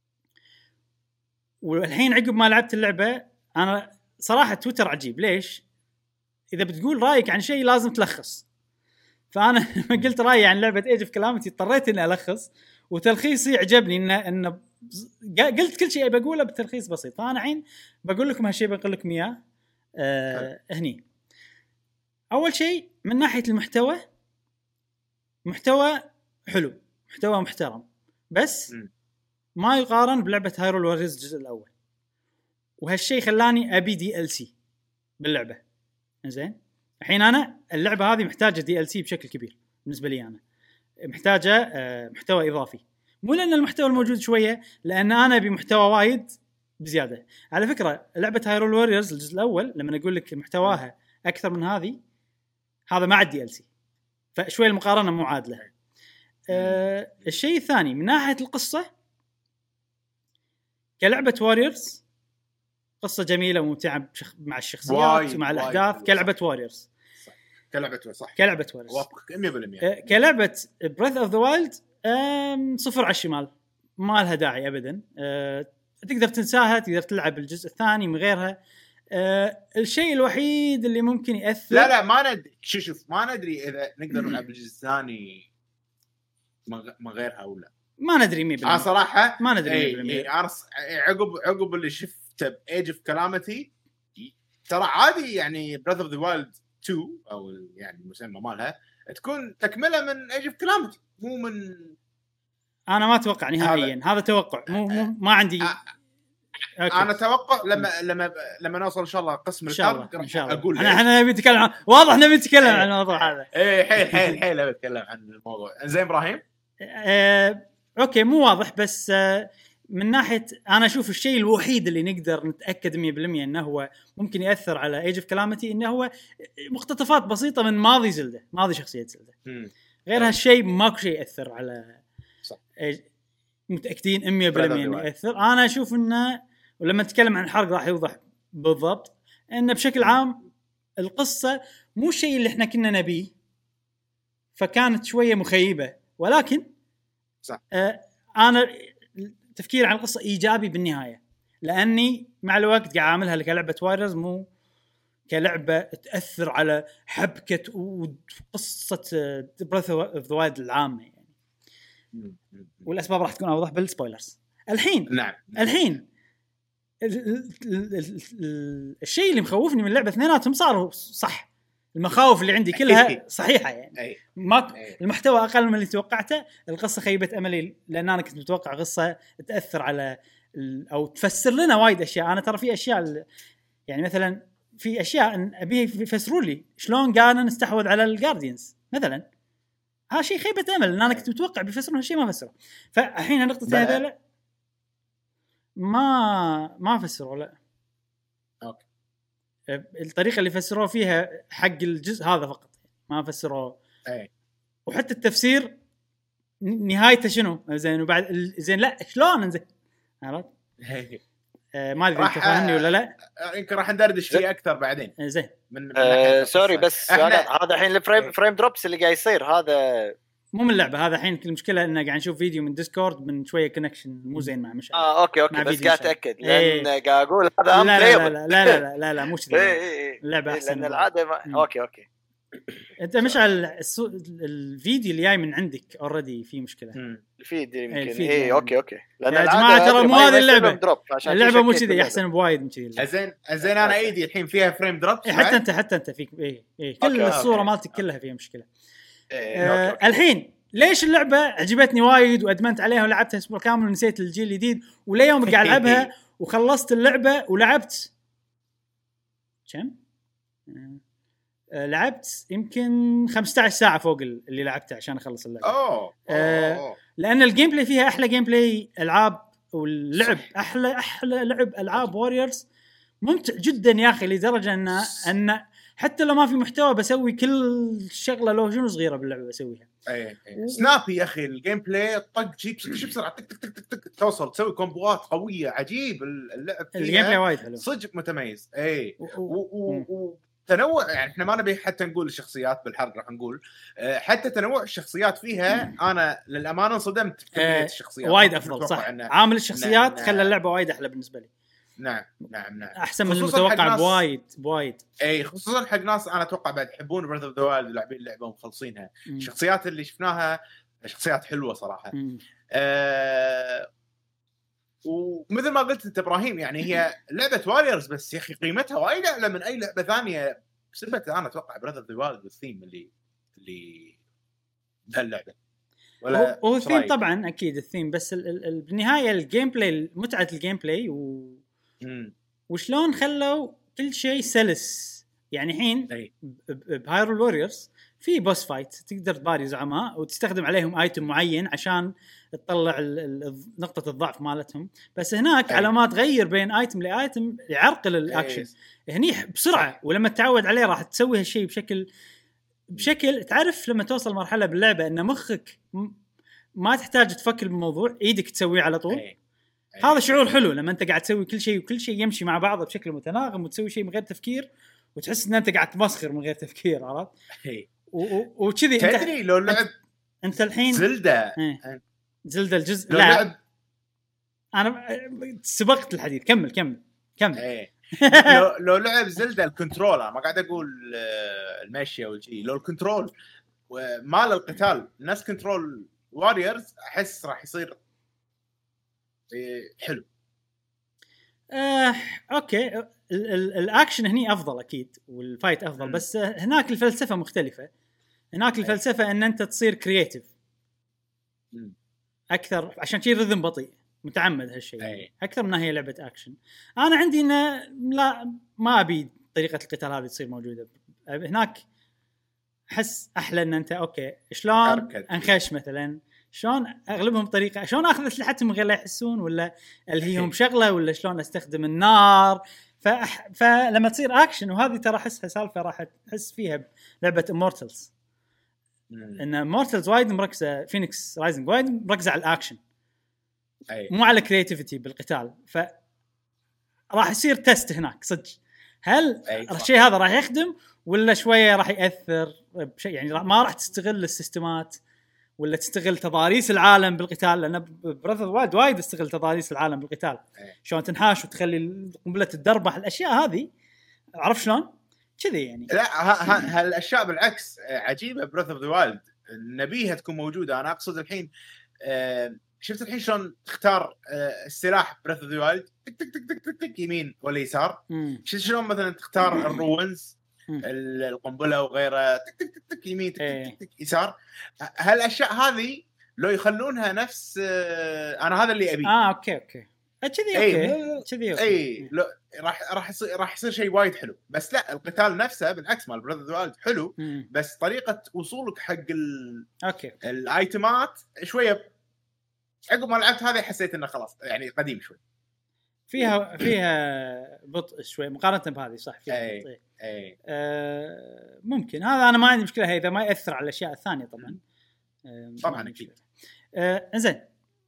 والحين عقب ما لعبت اللعبه انا صراحه تويتر عجيب. ليش؟ اذا بتقول رايك عن شيء لازم تلخص، فانا لما قلت رايي عن لعبه ايج اوف كلامتي اضطريت اني الخص، وتلخيصي عجبني ان ان قلت كل شيء بقوله بتلخيص بسيط. فانا الحين بقول لكم هالشيء بقول لكم اياه أه هني. اول شيء من ناحيه المحتوى، محتوى حلو، محتوى محترم، بس م. ما يقارن بلعبه هايرول ووريرز الجزء الاول، وهالشيء خلاني ابي دي ال سي باللعبه. زين الحين انا اللعبه هذه محتاجه دي ال سي بشكل كبير بالنسبه لي، انا محتاجه محتوى اضافي، مو لان المحتوى الموجود شويه، لان انا ابي محتوى وايد بزياده. على فكره لعبه هايرول ووريرز الجزء الاول لما اقول لك محتواها اكثر من هذه، هذا مع الدي ال سي، فشوي المقارنه مو عادله. أه الشيء الثاني من ناحيه القصه، كلعبه ووريرز قصه جميله وممتعه مع الشخصيات ومع الاحداث كلعبه ووريرز. كلعبه صح كلعبه ووريرز وافقك مية بالمية. كلعبه بريث اوف ذا وايلد صفر على الشمال، ما لها داعي ابدا. أه تقدر تنساها، تقدر تلعب الجزء الثاني من غيرها. أه الشيء الوحيد اللي ممكن ياثر، لا لا ما ندري، شوف ما ندري اذا نقدر نلعب الجزء الثاني من غيرها ولا ما ندري مية بالمية. انا صراحه ما ندري مية بالمية. انا عقب عقب اللي شفته بايج اوف كلامتي ترى عادي، يعني بريث اوف ذا وايلد تو او يعني المسمى مالها تكون تكمله من ايج اوف كلامتي، مو من انا ما اتوقع نهائيا. هذا, هذا توقع، مو, مو ما عندي أ... انا اتوقع لما لما لما نوصل ان شاء الله قسم الحرق راح اقول احنا احنا نبي نتكلم عن... واضح نبي نتكلم عن الموضوع هذا. ايه حيل حيل حيل ابي اتكلم عن الموضوع. زين ابراهيم أه... اوكي مو واضح، بس أه... من ناحيه انا اشوف الشيء الوحيد اللي نقدر نتاكد مية بالمية انه هو ممكن ياثر على ايج اوف كلامتي انه هو مقتطفات بسيطه من ماضي زلدة، ماضي شخصيه زلدة. غير هالشيء ماكو شيء ياثر على صح. متاكدين مية بالمية انه ياثر. انا اشوف انه ولما نتكلم عن الحرق راح يوضح بالضبط انه بشكل عام القصه مو الشيء اللي احنا كنا نبيه، فكانت شويه مخيبه، ولكن صح. آه انا تفكير عن القصة إيجابي بالنهاية، لأني مع الوقت قاعد أعملها كلعبة وايرز مو كلعبة تأثر على حبكة وقصة بريث اوف ذا وايلد العامة يعني. والأسباب راح تكون أوضح بالسبويلرز. الحين نعم. الحين ال ال ال ال ال الشيء اللي مخوفني من اللعبة اثنيناتهم صاروا صح، المخاوف اللي عندي كلها صحيحة يعني. ما المحتوى أقل من اللي توقعته، القصة خيبة أملي لأن أنا كنت متوقع قصة تأثر على أو تفسر لنا وايد أشياء. أنا ترى في أشياء يعني مثلا في أشياء أبيه يفسروا لي شلون قانا نستحوذ على الجارديانز مثلا، هذا شيء خيبة أمل لأن أنا كنت متوقع بيفسرون هالشيء ما فسروا. فالحين النقطة هذه ما ما فسروا لا. أوكي. الطريقة اللي فسروه فيها حق الجزء هذا فقط، ما فسروه. أي. وحتى التفسير نهايته شنو زين وبعد زين لا شلون زين عرفت. آه ما ادري انت فاهمني ولا لا، يمكن راح ندردش فيه اكثر بعدين. زين من, من آه سوري بس احنا... هذا الحين الفريم فريم دروبس اللي قاعد يصير هذا مو من اللعبه. هذا الحين المشكله انه قاعد نشوف فيديو من ديسكورد من شويه كونكشن مو زين مع مشعل. اه اوكي اوكي بس قاعد اتاكد لان قاعد اقول هذا لا لا لا لا لا لا لا, لا مو كذا. اللعبه احسن لان العاده ما... اوكي اوكي انت مشعل السو... الفيديو اللي جاي من عندك اوريدي في مشكله. الفيديو يمكن اي اوكي اوكي لان يا جماعه ترى مو هذه اللعبه، اللعبه مو كذا، احسن بوايد من كذا. زين زين انا ايدي الحين فيها فريم دروب حتى انت حتى انت فيك اي اي كل الصوره مالتك كلها فيها مشكله. آه الحين ليش اللعبه عجبتني وايد وادمنت عليها ولعبتها اسبوع كامل ونسيت الجيل الجديد ولا يوم قاعد العبها وخلصت اللعبه ولعبت كم آه لعبت يمكن خمسة عشر ساعه فوق اللي لعبته عشان اخلص اللعبه. اوه آه لان الجيم بلاي فيها احلى جيم بلاي العاب واللعب احلى احلى لعب العاب واريورز ممتع جدا يا اخي لدرجه ان ان حتى لو ما في محتوى بسوي كل شغله لو شنو صغيره باللعبه بسويها. اي اي سنابي يا اخي الجيم بلاي طق جيب شو بسرعه تك تك تك تك توصل تسوي كومبوات قويه عجيب اللعب فيها الجيم بلاي وايد حلو صدق متميز. اي وتنوع يعني احنا ما نبي حتى نقول الشخصيات بالحرق راح نقول حتى تنوع الشخصيات فيها انا للامانه انصدمت بكميه الشخصيات وايد افضل صح عامل الشخصيات خلى اللعبه وايد احلى بالنسبه لي. نعم نعم نعم احسن من المتوقع بوايد بوايد. اي خصوصا حق ناس انا اتوقع بعد يحبون بريث اوف ذا وايلد لاعبين اللعبه ومخلصينها. الشخصيات اللي شفناها شخصيات حلوه صراحه. آه ومثل ما قلت انت ابراهيم يعني هي لعبه واريورز بس يا اخي قيمتها وايد اعلى من اي لعبه ثانيه بسبب انا اتوقع بريث اوف ذا وايلد والثيم اللي اللي بهاللعبه. ولا هو الثيم طبعا اكيد الثيم بس ال ال بالنهايه الجيم بلاي متعه الجيم بلاي و مم. وشلون خلوا كل شيء سلس يعني الحين بهايرول ووريرز في بوس فايت تقدر تباري زعماء وتستخدم عليهم ايتم معين عشان تطلع نقطه الضعف مالتهم بس هناك على ما تغير بين ايتم لايتم يعرقل الاكشن هني بسرعه ولما تتعود عليه راح تسوي هالشيء بشكل بشكل تعرف لما توصل مرحله باللعبه ان مخك ما تحتاج تفكر بالموضوع ايدك تسويه على طول. أي. أي. هذا شعور حلو لما انت قاعد تسوي كل شيء وكل شيء يمشي مع بعضه بشكل متناغم وتسوي شيء من غير تفكير وتحس ان انت قاعد تمسخر من غير تفكير عرفت وكذي تدري لو لعب انت الحين زلدة زلدة الجزء لا لعب... انا سبقت الحديث كمل كمل كمل أي. لو لو لعب زلدة الكنترول ما قاعد اقول المشي او شيء لو الكنترول مال القتال الناس كنترول واريورز احس راح يصير حلو. آه، اوكي ال ال الاكشن هني افضل اكيد والفايت افضل م. بس هناك الفلسفه مختلفه. هناك الفلسفه ان انت تصير كرييتيف اكثر عشان شيء رذم بطيء متعمد هالشيء أي. اكثر من هي لعبه اكشن. انا عندي إن لا ما ابي طريقه القتال هذه تصير موجوده هناك. احس احلى ان انت اوكي شلون انخش مثلا شلون اغلبهم طريقه شلون اخذ اسلحتهم من غير لا يحسون ولا الهيهم شغله ولا شلون استخدم النار فأح... فلما تصير اكشن وهذه ترى احسها سالفه راح تحس فيها بلعبه امورتلز ان امورتلز وايد مركزه فينيكس رايزنج وايد مركزه على الاكشن أي. مو على كرياتيفيتي بالقتال ف راح يصير تيست هناك صدق هل الشيء هذا راح يخدم ولا شويه راح ياثر بشيء يعني ما راح تستغل السيستمات ولا تستغل تضاريس العالم بالقتال لان بريث اوف وايد وايد استغل تضاريس العالم بالقتال شلون تنحاش وتخلي قنبله تدربح الاشياء هذه عرف شلون كذي يعني لا هالاشياء بالعكس عجيبه بريث اوف ذا وايلد نبيها تكون موجوده. انا اقصد الحين شفت الحين شلون تختار السلاح بريث اوف ذا وايلد تك تك تك تك تك يمين ولا يسار شفت شلون مثلا تختار الروينز القنبله وغيره تك تك تك يمين تك تك تك يسار. هالاشياء هذه لو يخلونها نفس انا هذا اللي ابي اه اوكي اوكي كذي اوكي كذي اي راح راح يصير راح يصير شيء وايد حلو. بس لا القتال نفسه بالعكس مال بريث اوف ذا وايلد حلو مم. بس طريقه وصولك حق ال اوكي الايتمات شويه عقب ما لعبت هذه حسيت انه خلاص يعني قديم شوي فيها فيها بطء شوي مقارنه بهذه صح فيها أي. بطء اي آه ممكن هذا انا ما عندي مشكله اذا ما ياثر على الاشياء الثانيه طبعا آه طبعا اكيد آه زين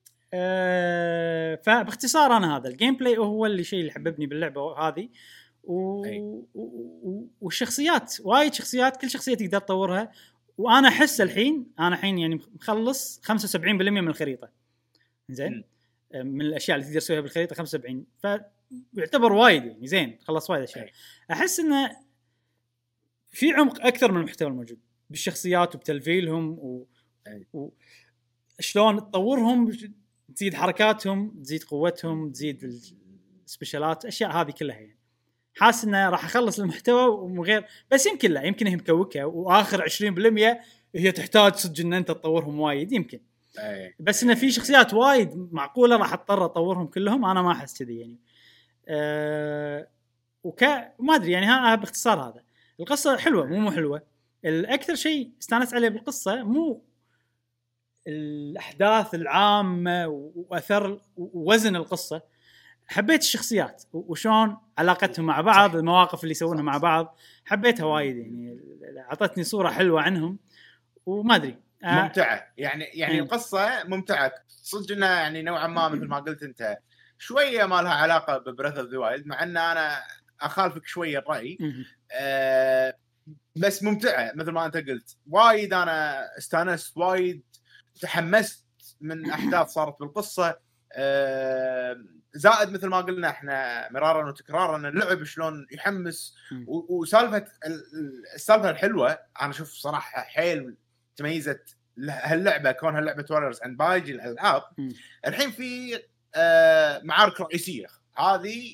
آه فباختصار انا هذا الجيم بلاي هو اللي شيء اللي حببني باللعبه هذه و... و... والشخصيات وايد شخصيات كل شخصيه تقدر تطورها وانا احس الحين انا الحين يعني مخلص خمسة وسبعين بالمئة من الخريطه زين من الاشياء اللي تقدر تسويها بالخريطه خمسة وسبعين فيعتبر وايد يعني زين خلص وايد اشياء. احس انه في عمق اكثر من المحتوى الموجود بالشخصيات وبتلفيلهم و... و... شلون تطورهم تزيد حركاتهم تزيد قوتهم تزيد السبيشالات اشياء هذه كلها يعني حاسس انه راح اخلص المحتوى ومن غير بس يمكن لا يمكن هي مكوكه واخر عشرين بالمئة هي تحتاج صدق ان انت تطورهم وايد يمكن أي. بس انه في شخصيات وايد معقوله راح اضطر اطورهم كلهم انا ما احس كذي يعني أه وك ما ادري يعني ها باختصار هذا القصه حلوه مو مو حلوه الاكثر شيء استانست عليه بالقصه مو الاحداث العامه واثر ووزن القصه حبيت الشخصيات وشون علاقتهم مع بعض المواقف اللي يسوونها مع بعض حبيتها وايد يعني اعطتني صوره حلوه عنهم وما ادري آه ممتعه يعني يعني مم. القصه ممتعه صدق انها يعني نوعا ما مثل ما قلت انت شويه ما لها علاقه ببريث اوف ذا وايلد مع ان انا اخالفك شويه الراي آه بس ممتعه مثل ما انت قلت وايد انا استانست وايد تحمست من احداث صارت بالقصه آه زائد مثل ما قلنا احنا مرارا وتكرارا اللعب شلون يحمس وسالفه السالفه الحلوه انا اشوف صراحه حيل تميزت هاللعبه كونها لعبه ووريرز عن باقي الالعاب الحين في آه معارك رئيسيه هذه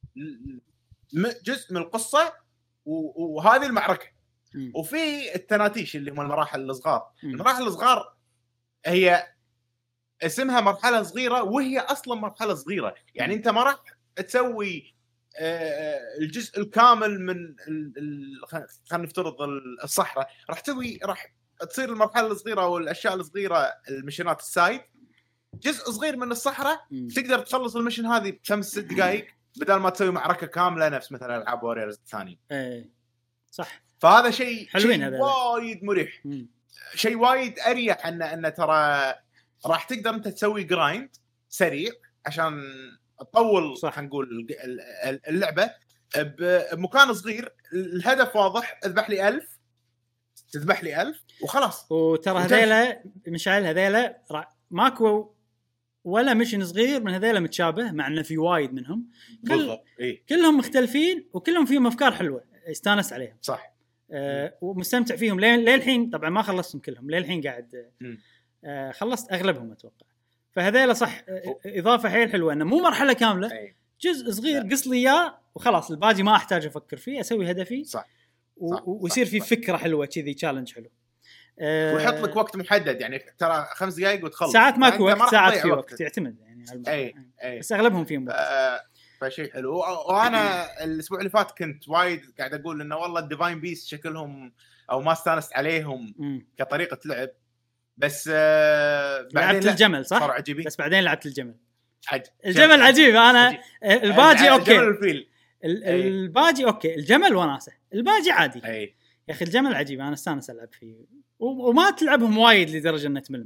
جزء من القصه وهذه المعركه م. وفي التناتيش اللي هم المراحل الصغار م. المراحل الصغار هي اسمها مرحله صغيره وهي اصلا مرحله صغيره يعني م. انت ما راح تسوي آه الجزء الكامل من خلينا نفترض الصحراء راح تسوي راح تصير المرحله الصغيره والاشياء الصغيره المشينات السايد جزء صغير من الصحراء م. تقدر تخلص المشن هذه بخمس ست دقائق بدل ما تسوي معركه كامله نفس مثلا العاب ووريرز الثانيه اي صح فهذا شيء حلوين هذا وايد مريح شيء وايد اريح ان ان ترى راح تقدر انت تسوي جرايند سريع عشان تطول خلينا نقول اللعبه بمكان صغير الهدف واضح اذبح لي ألف تذبح لي ألف وخلاص وترى هذيلا مشعل هذيلا ماكو ولا مشن صغير من هذيلا متشابه مع انه في وايد منهم كل إيه؟ كلهم مختلفين وكلهم فيهم افكار حلوه استانس عليهم صح آه ومستمتع فيهم لين للحين طبعا ما خلصتهم كلهم للحين قاعد آه خلصت اغلبهم اتوقع فهذيلا صح آه اضافه حيل حلوه انه مو مرحله كامله أي. جزء صغير قص لي اياه وخلاص الباقي ما احتاج افكر فيه اسوي هدفي صح, صح. ويصير في فكره حلوه كذي تشالنج حلو أه ويحط لك وقت محدد يعني ترى خمس دقائق وتخلص ساعات ماكو وقت ساعات في وقت, وقت يعتمد يعني اي اي بس اغلبهم فيهم وقت أه فشيء حلو وانا الاسبوع اللي فات كنت وايد قاعد اقول انه والله الديفاين بيست شكلهم او ما استانست عليهم م. كطريقه لعب بس أه لعبت الجمل صح بس بعدين لعبت الجمل عج... الجمل عجيب انا عجيب. الباجي اوكي الجمل الفيل الباجي اوكي الجمل وناسه الباجي عادي أي. يا اخي الجمل عجيب انا استانس العب فيه وما تلعبهم وايد لدرجه انك تمل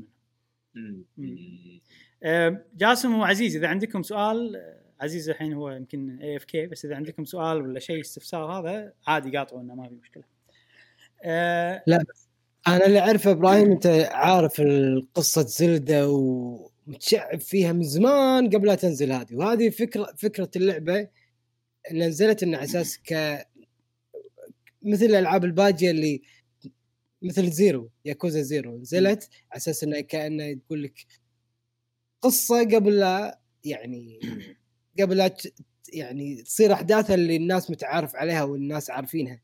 منهم جاسم وعزيز اذا عندكم سؤال عزيز الحين هو يمكن اي اف كي بس اذا عندكم سؤال ولا شيء استفسار هذا عادي قاطعونا ما في مشكله أه لا انا اللي اعرفه ابراهيم انت عارف القصه زلدة ومتشعب فيها من زمان قبل لا تنزل هذه وهذه فكره فكره اللعبه اللي نزلت انه اساس ك مثل الالعاب الباجيه اللي مثل زيرو ياكوزا زيرو نزلت على اساس انه كانه تقول لك قصه قبل لا يعني قبل لا يعني تصير احداثها اللي الناس متعارف عليها والناس عارفينها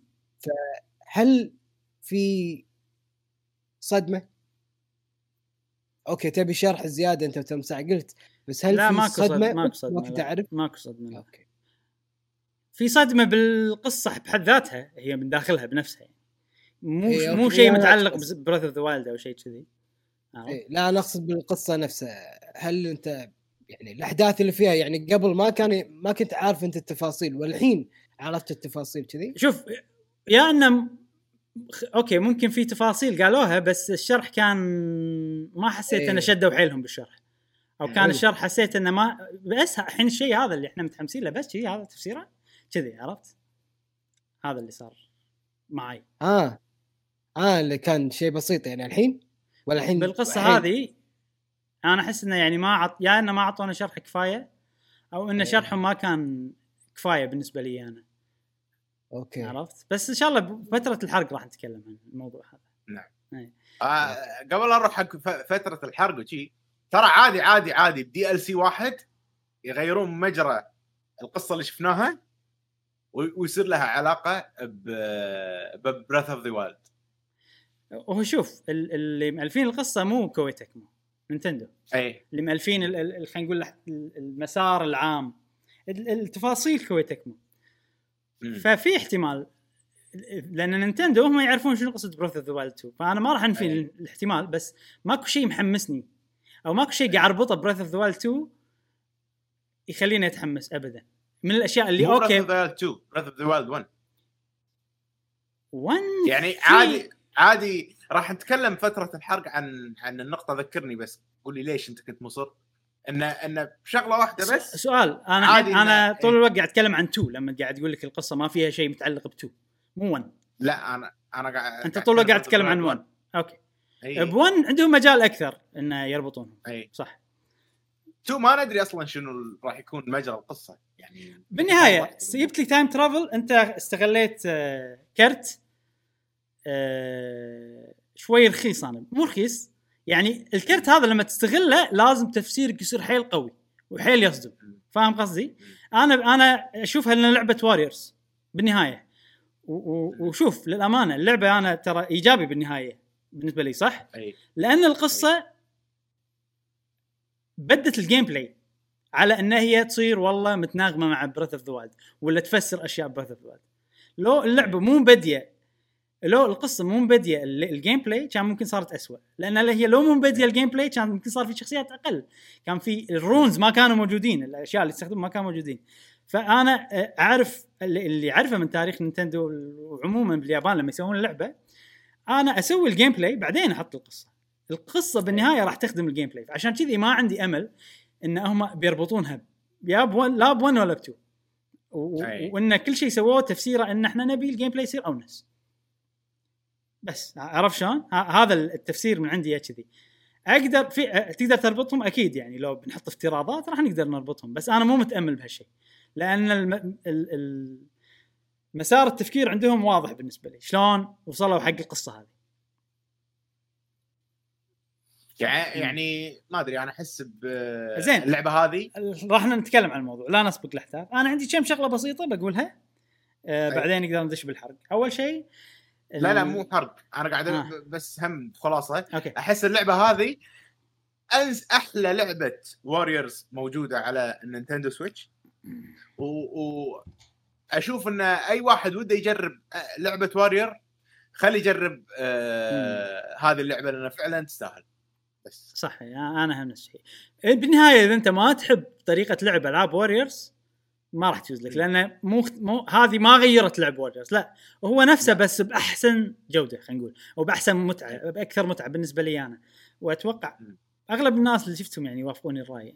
فهل في صدمه اوكي تبي شرح زياده انت تمسع قلت بس هل لا في صدمه ماكو صدمه ما تعرف ماكو صدمه اوكي في صدمه بالقصه بحد ذاتها هي من داخلها بنفسها مو إيه مو شيء متعلق ببريث اوف ذا وايلد او شيء كذي إيه لا انا اقصد بالقصه نفسها هل انت يعني الاحداث اللي فيها يعني قبل ما كان ما كنت عارف انت التفاصيل والحين عرفت التفاصيل كذي شوف يا انه اوكي ممكن في تفاصيل قالوها بس الشرح كان ما حسيت إيه. انه شدوا حيلهم بالشرح او كان الشرح حسيت انه ما بس الحين الشيء هذا اللي احنا متحمسين له بس كذي هذا تفسيره كذي عرفت هذا اللي صار معي اه اه اللي كان شيء بسيط يعني الحين ولا الحين بالقصه هذه انا احس انه يعني ما عط... يا انه ما عطونا شرح كفايه او انه شرحهم ما كان كفايه بالنسبه لي انا اوكي عرفت بس ان شاء الله بفتره الحرق راح نتكلم عن الموضوع هذا نعم آه قبل اروح حق فتره الحرق وشي ترى عادي عادي عادي بدي ال سي واحد يغيرون مجرى القصه اللي شفناها ويصير لها علاقه ب بريث اوف ذا وايلد وهو شوف اللي مؤلفين القصه مو كوي تكمو نينتندو، اي اللي مؤلفين خلينا نقول المسار العام التفاصيل كوي تكمو. ففي احتمال لان نينتندو هم يعرفون شنو قصه بروث اوف ذا وايلد تو، فانا ما راح انفي الاحتمال، بس ماكو شيء محمسني او ماكو شيء قاعد اربطه بروث اوف ذا وايلد تو يخليني اتحمس ابدا. من الاشياء اللي اوكي بروث اوف ذا وايلد تو بروث اوف ذا وايلد واحد واحد يعني عادي عادي راح نتكلم فتره الحرق عن عن النقطه. ذكرني بس قول لي ليش انت كنت مصر ان ان بشغله واحده بس. سؤال انا انا طول الوقت قاعد اتكلم عن تو لما قاعد اقول لك القصه ما فيها شيء متعلق بتو مو واحد. لا انا انا قاعد انت طول الوقت قاعد تتكلم عن واحد. اوكي ب1 عندهم مجال اكثر انه يربطونهم. أي. صح. تو ما ندري اصلا شنو راح يكون مجرى القصه يعني. بالنهايه جبت لي تايم ترافل، انت استغليت آه كرت آه شوي رخيص، انا مو رخيص يعني الكرت هذا لما تستغله لازم تفسيرك يصير حيل قوي وحيل يصدم. فاهم قصدي؟ انا انا اشوفها لنا لعبه واريورز بالنهايه، وشوف للامانه اللعبه انا ترى ايجابي بالنهايه بالنسبه لي. صح؟ أي. لان القصه أي. بدت الجيم بلاي على ان هي تصير والله متناغمه مع بريث اوف ذا وايلد ولا تفسر اشياء بريث اوف ذا وايلد. لو اللعبه مو بديه، لو القصه مو بديه الجيم بلاي كان ممكن صارت أسوأ، لان هي لو مو بديه الجيم بلاي كان ممكن صار في شخصيات اقل، كان في الرونز ما كانوا موجودين، الاشياء اللي تستخدم ما كانوا موجودين. فانا اعرف اللي عارفه من تاريخ نينتندو وعموما باليابان لما يسوون اللعبه، انا اسوي الجيم بلاي بعدين احط القصه. القصه بالنهايه راح تخدم الجيم بلاي، عشان كذي ما عندي امل ان هم بيربطونها يا بون لا بون ولا بتو، وان كل شيء سووه تفسيره ان احنا نبي الجيم بلاي يصير اونس بس. عرف شلون؟ هذا التفسير من عندي كذي. اقدر في تقدر تربطهم اكيد يعني، لو بنحط افتراضات راح نقدر نربطهم، بس انا مو متامل بهالشيء لان الم... ال... ال... مسار التفكير عندهم واضح بالنسبه لي شلون وصلوا حق القصه هذه. يعني ما ادري انا احس باللعبه هذه راح نتكلم عن الموضوع لا نسبق الاحداث. انا عندي كم شغله بسيطه بقولها آه بعدين نقدر ندش بالحرق. اول شيء لا لا مو حرق، انا قاعد آه. بس هم خلاصه. أوكي. احس اللعبه هذه انس احلى لعبه واريورز موجوده على النينتندو سويتش، واشوف ان اي واحد وده يجرب لعبه واريور خلي يجرب آه هذه اللعبه لانها فعلا تستاهل. بس صح انا هم نفس الشيء. بالنهايه اذا انت ما تحب طريقه لعب العاب واريورز ما راح تجوز لك، لان مو مو هذه ما غيرت لعب واريورز، لا هو نفسه بس باحسن جوده خلينا نقول، او باحسن متعه، باكثر متعه بالنسبه لي انا، واتوقع اغلب الناس اللي شفتهم يعني يوافقوني الراي.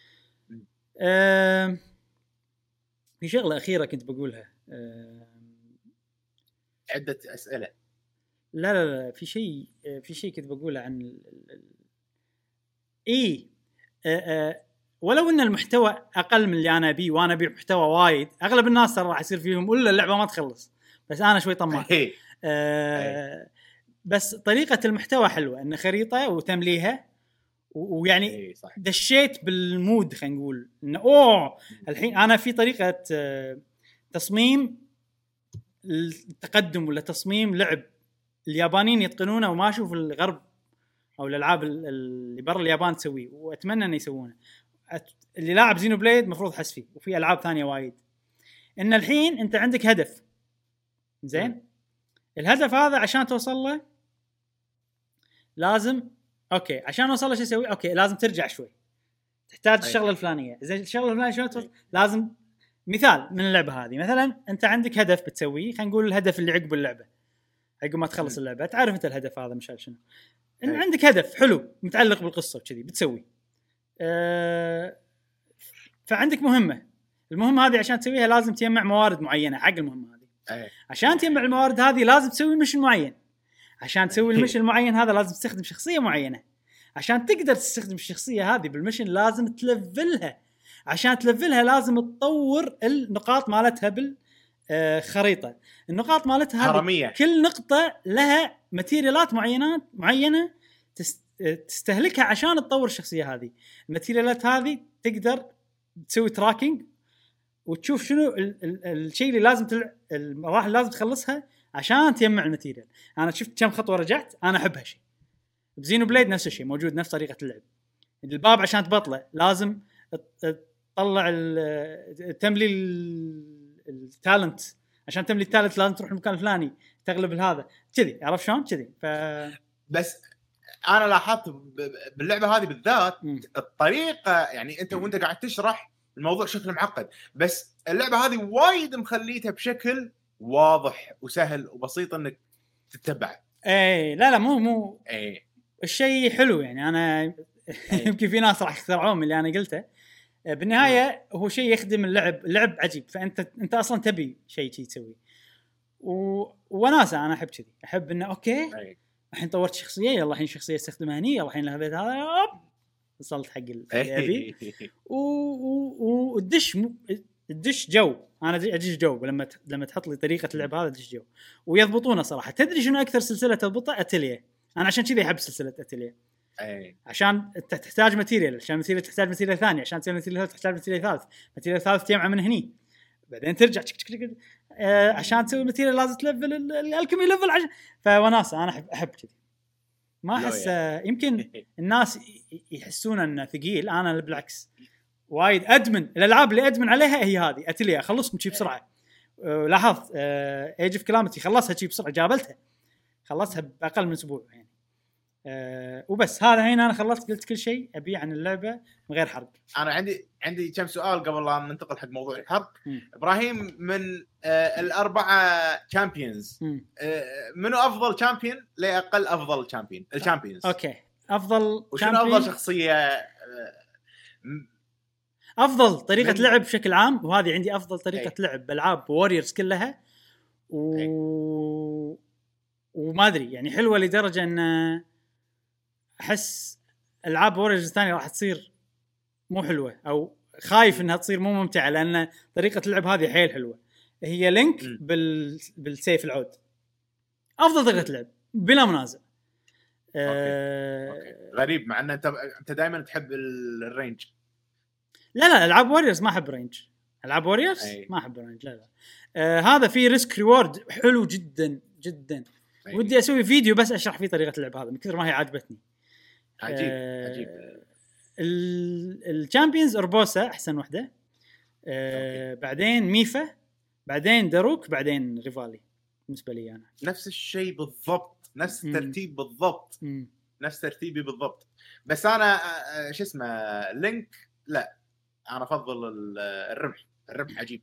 أه في شغله اخيره كنت بقولها. أه عده اسئله. لا لا لا في شيء في شيء كنت بقوله عن ال ال اي أه أه ولو ان المحتوى اقل من اللي انا ابيه وانا ابي محتوى وايد، اغلب الناس راح يصير فيهم ولا اللعبه ما تخلص، بس انا شوي طماع. أه بس طريقه المحتوى حلوه، ان خريطه وتمليها ويعني دشيت بالمود خلينا نقول انه اوه الحين انا في طريقه تصميم التقدم ولا تصميم لعب اليابانيين يتقنونه وما اشوف الغرب او الالعاب اللي برا اليابان تسويه، واتمنى ان يسوونه. اللي لاعب زينو بليد مفروض حس فيه، وفي العاب ثانيه وايد. ان الحين انت عندك هدف زين م. الهدف هذا عشان توصل له لازم اوكي عشان اوصل له شو اسوي؟ اوكي لازم ترجع شوي، تحتاج أيه. الشغله الفلانيه. زين الشغله الفلانيه شلون توصل؟ لازم مثال من اللعبه هذه، مثلا انت عندك هدف بتسويه، خلينا نقول الهدف اللي عقب اللعبه، عقب ما تخلص م. اللعبه تعرف انت الهدف هذا مشان شنو. ان أيه. عندك هدف حلو متعلق بالقصه وكذي بتسوي أه... فعندك مهمه، المهمه هذه عشان تسويها لازم تجمع موارد معينه حق المهمه هذه. أيه. عشان تجمع الموارد هذه لازم تسوي مشن معين، عشان تسوي المشن المعين هذا لازم تستخدم شخصيه معينه، عشان تقدر تستخدم الشخصيه هذه بالمشن لازم تلفلها، عشان تلفلها لازم تطور النقاط مالتها بالخريطه. النقاط مالتها هرمية. كل نقطه لها ماتيريالات معينات معينه تستهلكها عشان تطور الشخصيه هذه. الماتيريالات هذه تقدر تسوي تراكينج وتشوف شنو ال- ال- الشيء اللي لازم تل... المراحل اللي لازم تخلصها عشان تجمع الماتيريال. انا شفت كم خطوه رجعت انا احب هالشيء. بزينو بليد نفس الشيء موجود نفس طريقه اللعب. الباب عشان تبطله لازم تطلع تملي التالنت، عشان تملي التالنت لازم تروح المكان الفلاني تغلب هذا كذي، عرفت شلون كذي. ف بس انا لاحظت باللعبه هذه بالذات م. الطريقه، يعني انت وانت قاعد تشرح الموضوع شكله معقد، بس اللعبه هذه وايد مخليتها بشكل واضح وسهل وبسيط انك تتبع. اي لا لا مو مو اي الشيء حلو يعني. انا يمكن في ناس راح يخترعون من اللي انا قلته، بالنهايه هو شيء يخدم اللعب. اللعب عجيب، فانت انت اصلا تبي شيء شيء تسوي و... وناسه. انا احب كذي، احب انه اوكي الحين طورت شخصيه، يلا الحين شخصيه استخدمها هني، يلا الحين هذا هذا وصلت حق اللعبي و... و... والدش م... الدش جو. انا ادش جو لما ت... لما تحط لي طريقه اللعب هذا دش جو ويضبطونه صراحه. تدري شنو اكثر سلسله تضبطها؟ اتليه. انا عشان كذي احب سلسله اتليه، اي عشان انت تحتاج ماتيريال، عشان ماتيريال تحتاج ماتيريال ثاني، عشان تسوي ماتيريال تحتاج ماتيريال ثالث، ماتيريال ثالث تجمعه من هني بعدين ترجع تك تك تك. آه عشان تسوي ماتيريال لازم تلفل الالكيمي ليفل عشان. فوناسه انا احب احب كذي. ما احس آه يمكن الناس يحسون انه ثقيل، انا بالعكس وايد ادمن. الالعاب اللي ادمن عليها هي هذه اتليه، اخلصكم شيء بسرعه. آه لاحظت ايج اوف كلامتي خلصها شيء بسرعه، جابلتها خلصها باقل من اسبوع يعني. أه وبس. هذا هنا انا خلصت قلت كل شيء ابي عن اللعبه من غير حرق. انا عندي عندي كم سؤال قبل لا ننتقل حق موضوع الحرق. م. ابراهيم، من آه الاربعه تشامبيونز آه منو افضل تشامبيون لاقل افضل تشامبيون؟ الشامبيونز اوكي افضل وشنو افضل شخصيه؟ آه افضل طريقه لعب بشكل عام، وهذه عندي افضل طريقه أي. لعب بالعاب ووريرز كلها و... وما ادري يعني حلوه لدرجه ان احس العاب ووريرز الثانيه راح تصير مو حلوه، او خايف انها تصير مو ممتعه، لان طريقه اللعب هذه حيل حلوه. هي لينك بال... بالسيف العود افضل طريقه لعب بلا منازع. أه... أوكي. غريب، مع ان انت انت دائما تحب الرينج. لا لا العاب ووريرز ما احب رينج. العاب ووريرز ما احب رينج. لا لا آه هذا فيه ريسك ريورد حلو جدا جدا. أي. ودي اسوي فيديو بس اشرح فيه طريقه اللعب هذا من كثر ما هي عجبتني. عجيب آه عجيب. الشامبيونز اربوسا احسن وحده، آه بعدين ميفا، بعدين داروك، بعدين ريفالي. بالنسبه لي انا نفس الشيء بالضبط، نفس الترتيب م. بالضبط م. نفس ترتيبي بالضبط. بس انا شو اسمه لينك لا، انا افضل الرمح. الرمح عجيب.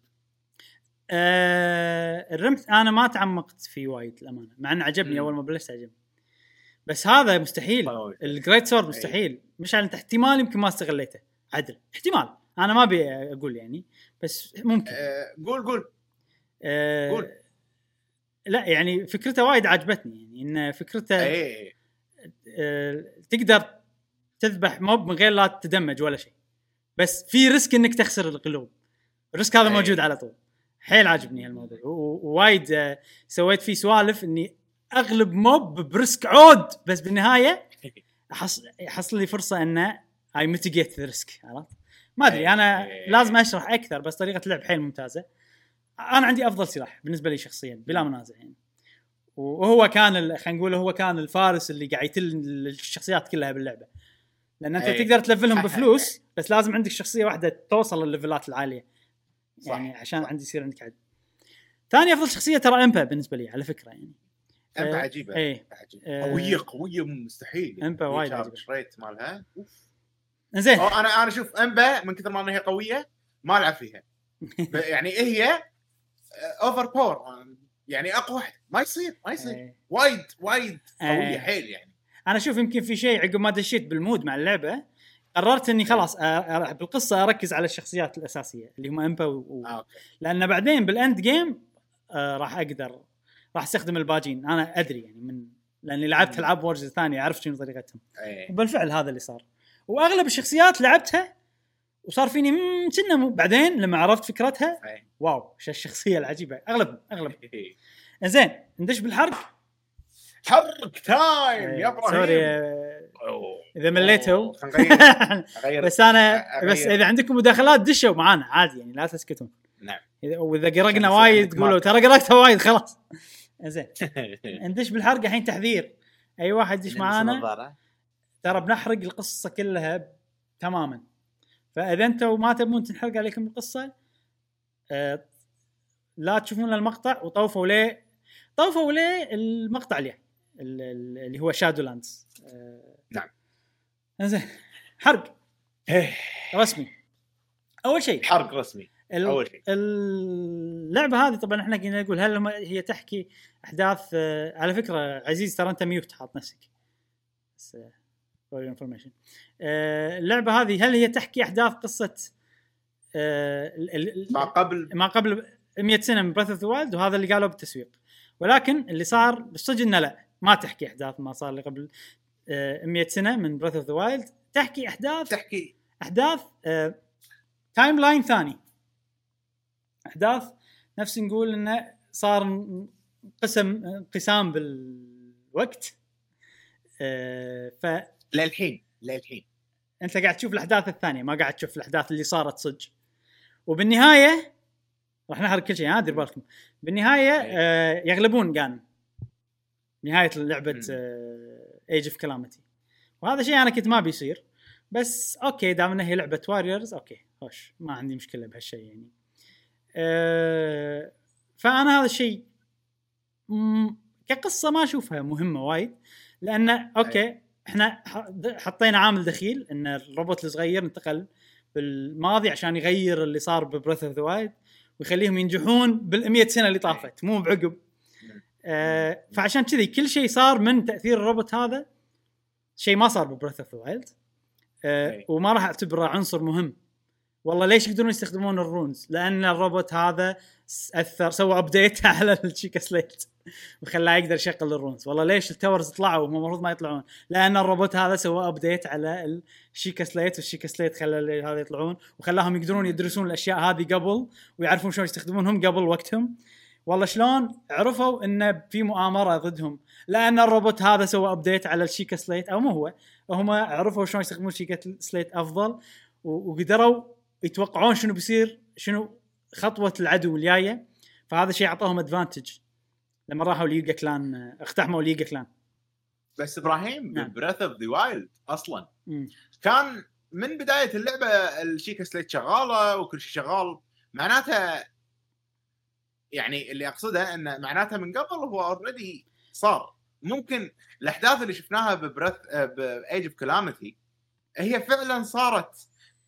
أه الرمح انا ما تعمقت فيه وايد الامانه، مع انه عجبني. م. اول ما بلشت عجبني، بس هذا مستحيل. الجريت سورد مستحيل. مش على احتمال يمكن ما استغليته عدل، احتمال انا ما ابي اقول يعني، بس ممكن. أه قول قول أه قول. لا يعني فكرته وايد عجبتني، يعني ان فكرته أيه. أه تقدر تذبح موب من غير لا تدمج ولا شيء، بس في ريسك انك تخسر القلوب. الريسك هذا أيه. موجود على طول. حيل عاجبني هالموضوع، ووايد سويت فيه سوالف اني اغلب موب بريسك عود، بس بالنهايه حصل حصل لي فرصه ان اي ميتيجيت الريسك. عرفت؟ ما ادري انا لازم اشرح اكثر، بس طريقه اللعب حيل ممتازه. انا عندي افضل سلاح بالنسبه لي شخصيا بلا منازع يعني، وهو كان خلينا نقول هو كان الفارس اللي قاعد يتل الشخصيات كلها باللعبه، لان انت أيه. تقدر تلفلهم بفلوس، بس لازم عندك شخصيه واحده توصل للليفلات العاليه يعني صح. عشان صح. عندي يصير عندك عد. ثاني افضل شخصيه ترى امبا بالنسبه لي على فكره يعني. امبا أه عجيبه ايه. قويه قويه مستحيل. امبا وايد عجيبه ريت مالها زين. انا انا اشوف امبا من كثر ما انها قويه ما العب فيها يعني هي اوفر باور يعني اقوى واحد ما يصير ما يصير أيه. وايد وايد قويه أيه. حيل يعني. انا اشوف يمكن في شيء عقب ما دشيت بالمود مع اللعبه قررت اني خلاص أه بالقصه اركز على الشخصيات الاساسيه اللي هم امبا و... آه. لان بعدين بالاند جيم آه راح اقدر راح استخدم الباجين. انا ادري يعني من لاني لعبت العاب وورز ثانيه اعرف شنو طريقتهم أيه. وبالفعل هذا اللي صار. واغلب الشخصيات لعبتها وصار فيني كنا بعدين لما عرفت فكرتها أيه. واو شو الشخصيه العجيبه. اغلب اغلب أيه. زين ندش بالحرق. حرق تايم يا ابراهيم. سوري اذا مليتوا بس انا أغير. بس اذا عندكم مداخلات دشوا معانا عادي يعني لا تسكتون. نعم. واذا قرقنا وايد تقولوا ترى قرقتها وايد خلاص زين ندش بالحرق الحين. تحذير اي واحد يدش معانا ترى بنحرق القصه كلها تماما، فاذا انتم ما تبون تنحرق عليكم القصه آه لا تشوفون المقطع وطوفوا ليه طوفوا ليه المقطع اللي اللي هو شادو لاندز. آه نعم زين حرق رسمي. اول شيء حرق رسمي. اول شيء اللعبه هذه طبعا احنا قلنا نقول هل هي تحكي احداث آه على فكره عزيز ترى انت ميوت حاط نفسك بس فور انفورميشن. آه اللعبه هذه هل هي تحكي احداث قصه آه ما قبل ما قبل مئة سنه من براث اوف ذا وايلد، وهذا اللي قالوا بالتسويق، ولكن اللي صار بالصدق انه لا ما تحكي احداث ما صار لي قبل آه مئة سنه من براث اوف ذا وايلد، تحكي احداث تحكي احداث آه تايم لاين ثاني، احداث نفس نقول انه صار قسم انقسام بالوقت. آه ف للحين للحين انت قاعد تشوف الاحداث الثانيه ما قاعد تشوف الاحداث اللي صارت صدق، وبالنهايه راح نحرق كل شيء ها دير بالكم. بالنهايه آه يغلبون كان نهايه لعبه ايج اوف كلامتي، وهذا شيء انا كنت ما بيصير بس اوكي دام انها هي لعبه واريورز اوكي خوش ما عندي مشكله بهالشيء يعني. أه فانا هذا الشيء كقصه ما اشوفها مهمه وايد، لان اوكي احنا حطينا عامل دخيل ان الروبوت الصغير انتقل بالماضي عشان يغير اللي صار ببريث اوف ذا وايلد ويخليهم ينجحون بالمئة سنه اللي طافت مو بعقب. أه فعشان كذي كل شيء صار من تاثير الروبوت هذا شيء ما صار ببريث اوف ذا وايلد، أه وما راح اعتبره عنصر مهم. والله ليش يقدرون يستخدمون الرونز؟ لان الروبوت هذا اثر سوى ابديت على الشيكا سليت وخلاه يقدر يشغل الرونز. والله ليش التاورز طلعوا وهم المفروض ما يطلعون؟ لان الروبوت هذا سوى ابديت على الشيكا سليت والشيكا سليت خلى هذا يطلعون وخلاهم يقدرون يدرسون الاشياء هذه قبل ويعرفون شلون يستخدمونهم قبل وقتهم. والله شلون عرفوا ان في مؤامره ضدهم؟ لان الروبوت هذا سوى ابديت على الشيكا سليت، او مو هو هم عرفوا شلون يستخدمون الشيكا سليت افضل وقدروا يتوقعون شنو بيصير شنو خطوه العدو الجايه. فهذا شيء اعطاهم ادفانتج لما راحوا ليجا كلان اقتحموا ليجا كلان. بس ابراهيم نعم. بريث اوف ذا وايلد اصلا م. كان من بدايه اللعبه الشيكا سليت شغاله وكل شيء شغال، معناتها يعني اللي اقصده ان معناتها من قبل هو اوريدي صار. ممكن الاحداث اللي شفناها ببريث بايج اوف كلامتي هي فعلا صارت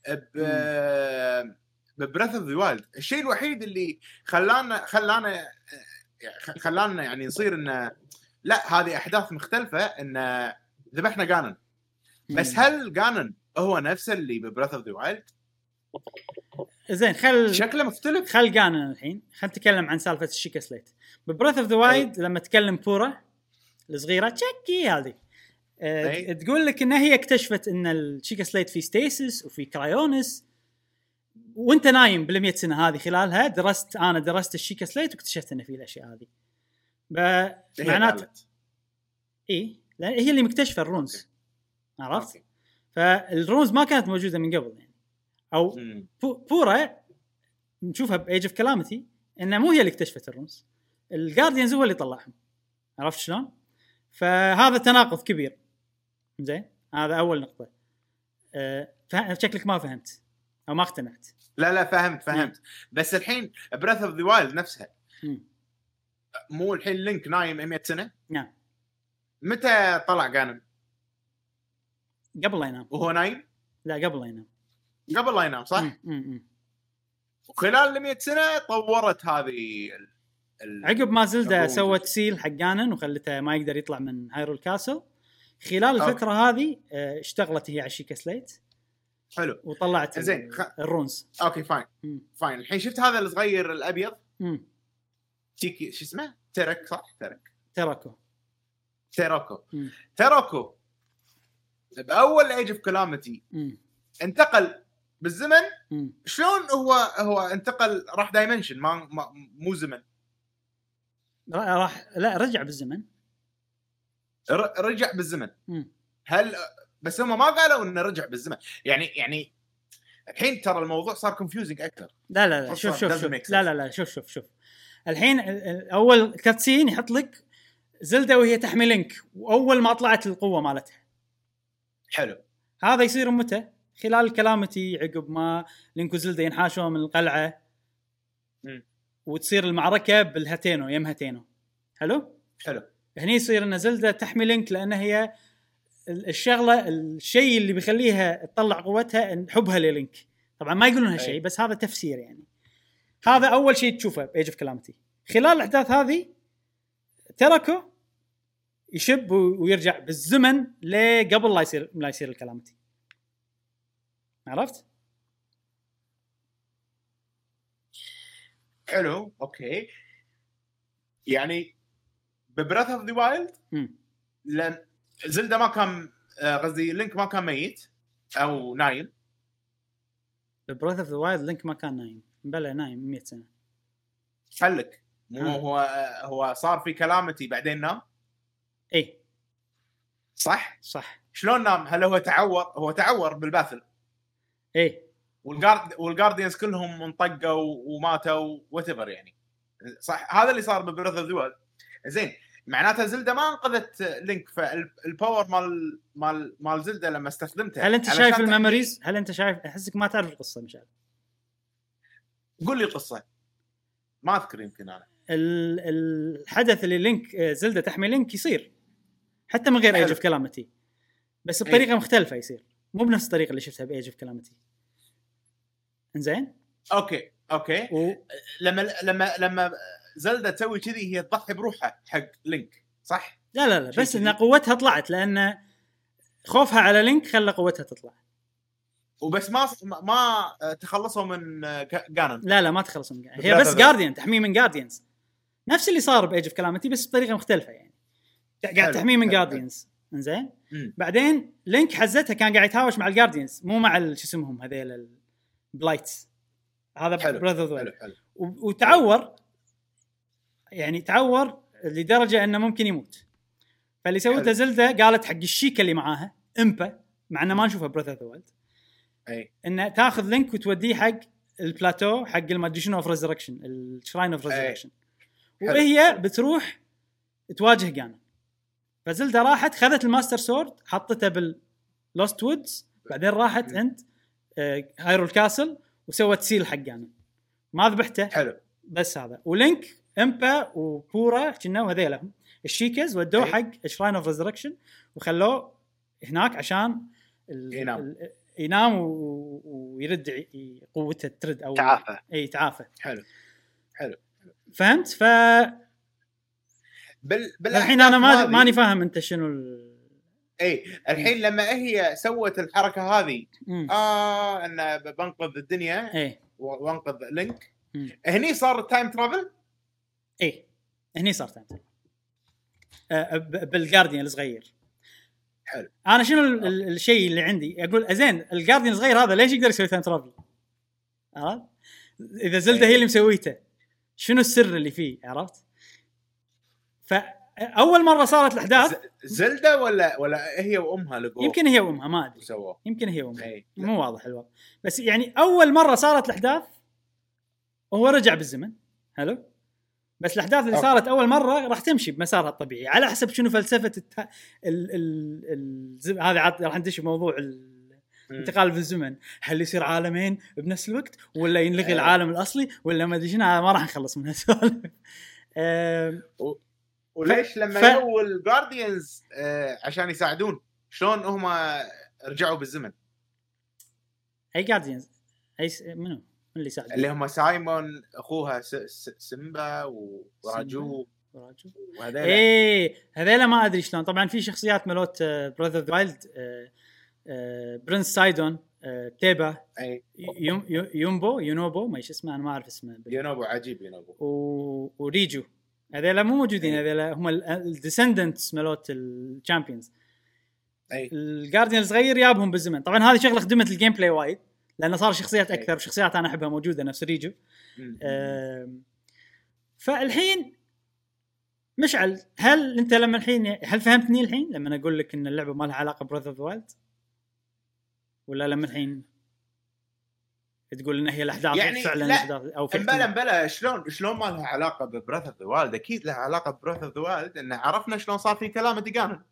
ب ببريث اوف ذا وايلد. الشيء الوحيد اللي خلانا خلانا خلانا يعني يصير انه لا هذه احداث مختلفه ان ذبحنا جانن. بس هل جانن هو نفسه اللي ببريث اوف ذا وايلد؟ زين خل شكله مختلف. خل جانن الحين خل نتكلم عن سالفه الشيكا سليت ببريث اوف ذا وايلد. لما تكلم بورا الصغيره تشكي هذه أه تقول لك ان هي اكتشفت ان الشيكا سليت في ستيسس وفي كرايونس وانت نايم بالمئة سنه هذه. خلالها درست انا درست الشيكا سليت واكتشفت ان في الاشياء هذه معناته اي لان هي اللي مكتشفه الرونز. عرفت؟ أوكي. فالرونز ما كانت موجوده من قبل يعني، او مم. بورا نشوفها بايج اوف كلامتي انها مو هي اللي اكتشفت الرونز، الجارديانز هو اللي طلعهم. عرفت شلون؟ فهذا تناقض كبير. زين هذا اول نقطه. أه شكلك ما فهمت او ما اقتنعت. لا لا فهمت فهمت مم. بس الحين بريث اوف ذا وايلد نفسها مم. مو الحين لينك نايم مئة سنه. نعم. متى طلع جانن؟ قبل لا ينام. وهو نايم؟ لا قبل لا ينام. قبل لا ينام صح. مم. مم. وخلال مئة سنه طورت هذه ال... عقب ما زلدا سوت سيل حق جانن وخلته ما يقدر يطلع من هايرول كاسل. خلال الفتره هذه اشتغلت هي على شيكا سليت. حلو. وطلعت زين خ... الرونز. اوكي فاين مم. فاين. الحين شفت هذا الصغير الابيض امم تيكي شو اسمه ترك صح ترك تراكو تراكو مم. تراكو باول ايج اوف كلامتي انتقل بالزمن. مم. شلون هو هو انتقل راح دايمنشن ما, ما مو زمن راح لا رجع بالزمن ر... رجع بالزمن. مم. هل بس هم ما قالوا انه رجع بالزمن يعني يعني الحين ترى الموضوع صار كونفيوزنج اكثر. لا لا لا شوف شوف, شوف. لا لا لا شوف شوف شوف الحين اول كاتسين يحط لك زلدة وهي تحمي لينك واول ما طلعت القوه مالتها. حلو. هذا يصير متى؟ خلال الكلامتي عقب ما لينك وزلدة ينحاشوا من القلعه م. وتصير المعركه بالهاتينو يم هاتينو. حلو حلو. هني يصير ان زلدة تحمي لينك لان هي الشغله الشيء اللي بيخليها تطلع قوتها ان حبها للينك. طبعا ما يقولون هالشيء بس هذا تفسير يعني. هذا اول شيء تشوفه بايج اوف كلامتي. خلال الاحداث هذه تركه يشب ويرجع بالزمن لقبل لا يصير لا يصير الكلامتي. عرفت؟ حلو. اوكي يعني ببريث اوف ذا وايلد لان زلدة ما كان قصدي لينك ما كان ميت او نايم. ببريث اوف ذا وايلد لينك ما كان نايم. بلا نايم مية سنه. فلك مو هو هو صار في كلامتي بعدين نام. اي صح صح. شلون نام؟ هل هو تعور؟ هو تعور بالباثل. اي والجارد والجارديانز كلهم انطقوا وماتوا واتيفر يعني. صح هذا اللي صار ببريث اوف ذا وايلد. زين معناتها زلدة ما انقذت لينك. فالباور مال مال مال زلدة لما استخدمتها. هل انت شايف الميموريز؟ هل انت شايف؟ احسك ما تعرف القصه مشان. قول لي القصه ما اذكر. يمكن انا الحدث اللي لينك زلدة تحمي لينك يصير حتى من غير ايج اوف كلامتي بس بطريقه أيه. مختلفه يصير مو بنفس الطريقه اللي شفتها بايج اوف كلامتي. انزين اوكي اوكي و... لما لما لما زلدة تسوي كذي هي تضحي بروحها حق لينك صح؟ لا لا لا بس ان قوتها طلعت لان خوفها على لينك خلى قوتها تطلع وبس. ما ما تخلصوا من جانون. لا لا ما تخلصوا من جانون. هي بس جارديان تحميه من جارديانز نفس اللي صار بايج اوف كلامتي بس بطريقه مختلفه يعني قاعد تحميه من جارديانز. انزين بعدين لينك حزتها كان قاعد يتهاوش مع الجارديانز مو مع شو اسمهم هذيل البلايتس. هذا براذر وتعور يعني تعور لدرجه انه ممكن يموت. فاللي سوته زلدة قالت حق الشيكه اللي معاها امبا مع انه ما نشوفها براذر اوف ذا وايلد اي انه تاخذ لينك وتوديه حق البلاتو حق الماجيشن اوف ريزركشن الشراين اوف ريزركشن وهي بتروح تواجه جانا. فزلدة راحت خذت الماستر سورد حطتها باللوست وودز بعدين راحت عند هايرول كاسل وسوت سيل حق جانا ما ذبحته. حلو. بس هذا ولينك امبا وبورا كنا وهذيلهم الشيكز ودوه حق شراين اوف ريزركشن وخلوه هناك عشان ينام ال... ينام و... ويرد قوته ترد او تعافى. اي تعافى. حلو حلو فهمت. ف بال... بال... الحين انا ما ماني فاهم انت شنو ال... اي الحين م. لما هي سوت الحركه هذه م. اه ان بنقذ الدنيا اي وانقذ لينك م. هني صار التايم ترافل. اي هني صار تايم ترافل آه بالجارديان الصغير. حلو. انا شنو ال... ال... الشيء اللي عندي اقول ازين الجارديان الصغير هذا ليش يقدر يسوي تايم ترافل؟ عرفت اذا زلدة هي اللي مسويته شنو السر اللي فيه؟ عرفت. فاول مره صارت الاحداث زلدة ولا ولا هي وامها لقوا يمكن هي وامها ما ادري سووا. يمكن هي وامها مو واضح الوضع بس يعني اول مره صارت الاحداث وهو رجع بالزمن. حلو. بس الاحداث اللي أوكي. صارت اول مره راح تمشي بمسارها الطبيعي على حسب شنو فلسفه الت... ال ال ال هذا عاد راح ندش بموضوع الانتقال في الزمن. هل يصير عالمين بنفس الوقت ولا ينلغي العالم الاصلي ولا ما ادري شنو. ما راح نخلص من هالسؤال. أه... وليش لما ف... يجوا الجارديانز آه عشان يساعدون شلون هم رجعوا بالزمن؟ اي جارديانز اي س... منو اللي ساعد؟ اللي هم سايمون اخوها س... س... سيمبا وراجو وراجو وهذول. ايه هذول ما ادري شلون. طبعا في شخصيات ملوت براذر اوف ذا وايلد برنس سايدون آه، تيبا اي يوم... يومبو يونوبو ما ايش اسمه انا ما اعرف اسمه. يونوبو عجيب يونوبو و... وريجو هذول مو موجودين. هذول هم الديسندنتس مالوت الشامبيونز. اي الجارديان الصغير يابهم بالزمن. طبعا هذه شغله خدمت الجيم بلاي وايد لانه صار شخصيات اكثر شخصيات انا احبها موجوده نفس ريجو. آه فالحين مشعل هل انت لما الحين هل فهمتني الحين لما انا اقول لك ان اللعبه ما لها علاقه ببراذر اوف ذا وايلد ولا لما الحين تقول ان هي الاحداث يعني فعلا لا، الاحداث او بلا بلا شلون شلون ما لها علاقه ببريث اوف ذا وايلد؟ اكيد لها علاقه ببريث اوف ذا وايلد، ان عرفنا شلون صار في كلام ديجان،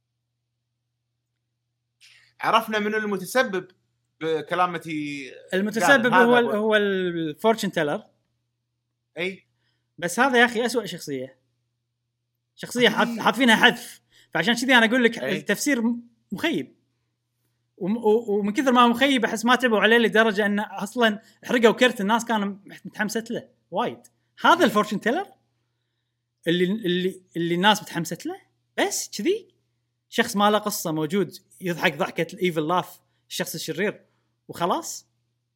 عرفنا من المتسبب بكلامتي. المتسبب هو هو الفورتشن تيلر. اي بس هذا يا اخي أسوأ شخصيه شخصيه حاطينها حذف، فعشان كذي انا اقول لك التفسير مخيب، ومن كثر ما مخيب احس ما تعبوا عليه لدرجه ان اصلا حرقوا كرت الناس كانوا متحمست له وايد. هذا الفورتشن تيلر اللي اللي اللي الناس متحمست له، بس كذي شخص ما له قصه موجود يضحك ضحكه الايفل لاف الشخص الشرير وخلاص.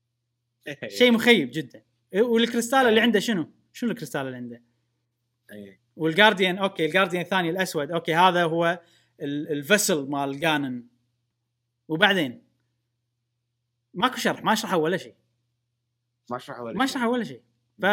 شيء مخيب جدا. والكريستال اللي عنده شنو شنو الكريستال اللي عنده؟ والجارديان اوكي الجارديان الثاني الاسود اوكي هذا هو الفسل مال جانن، وبعدين ماكو شرح، ما شرحوا ولا شيء، ما شرحوا ولا ما شرحوا ولا شيء. ف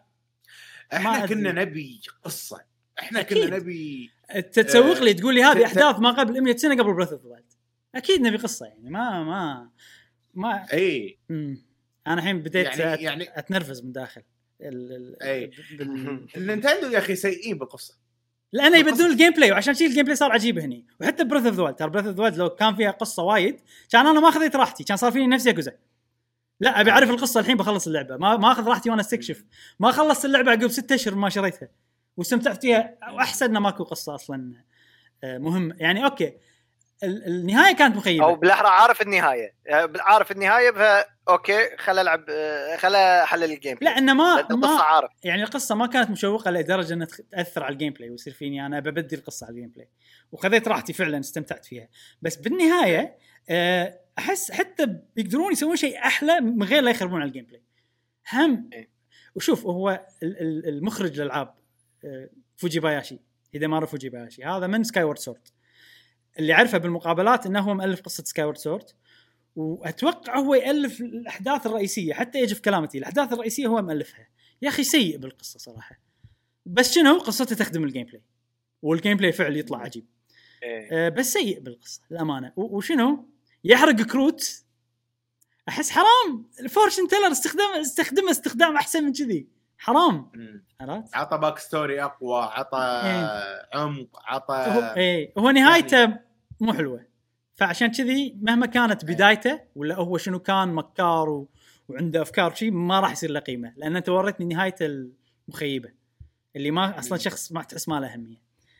احنا كنا نبي قصه، احنا أكيد. كنا نبي تتسوق لي تقول لي هذه احداث ما قبل مية سنه قبل بريث اوف ذا وايلد، اكيد نبي قصه يعني. ما ما ما اي امم انا الحين بديت يعني أت... يعني اتنرفز من داخل ال ال اي بال... النينتندو يا اخي سيئين بالقصه، لانه يبدلون الجيم بلاي، وعشان شيء الجيم بلاي صار عجيب هني. وحتى بريث اوف ذا وايلد، ترى بريث اوف ذا وايلد لو كان فيها قصه وايد كان انا ما اخذت راحتي، كان صار فيني نفسي اكوزا. لا ابي اعرف القصه الحين بخلص اللعبه، ما ما اخذ راحتي وانا استكشف. ما خلصت اللعبه عقب ستة اشهر ما شريتها واستمتعت فيها، واحسن انه ماكو قصه اصلا مهم يعني. اوكي النهايه كانت مخيبه، او بالاحرى عارف النهايه، عارف النهايه فا اوكي خل العب خل احلل الجيم بلاي. لا انه ما, ما عارف. يعني القصه ما كانت مشوقه لدرجه انها تاثر على الجيم بلاي ويصير فيني انا ببدل القصه على الجيم بلاي، وخذيت راحتي فعلا استمتعت فيها. بس بالنهايه احس حتى بيقدرون يسوون شيء احلى من غير لا يخربون على الجيم بلاي هم. وشوف هو المخرج للالعاب فوجيباياشي، هيديمارو فوجيباياشي، هذا من سكاي وورد سورد، اللي عرفه بالمقابلات انه هو مؤلف قصه سكاي وورد سورد، واتوقع هو يالف الاحداث الرئيسيه، حتى يجي في كلامتي الاحداث الرئيسيه هو مؤلفها. يا اخي سيء بالقصه صراحه، بس شنو قصته تخدم الجيم بلاي، والجيم بلاي فعلا يطلع عجيب. أه بس سيء بالقصه الامانه. وشنو يحرق كروت، احس حرام. الفورشن تيلر استخدام استخدم استخدام احسن من كذي، حرام. عرفت عطى باك ستوري اقوى، عطى إيه. عمق، عطى هو ايه هو نهايته يعني مو حلوه، فعشان كذي مهما كانت بدايته ولا هو شنو كان مكار و... وعنده افكار شيء ما راح يصير له قيمه، لان انت وريتني نهايته المخيبه اللي ما اصلا شخص ما تحس ما له اهميه.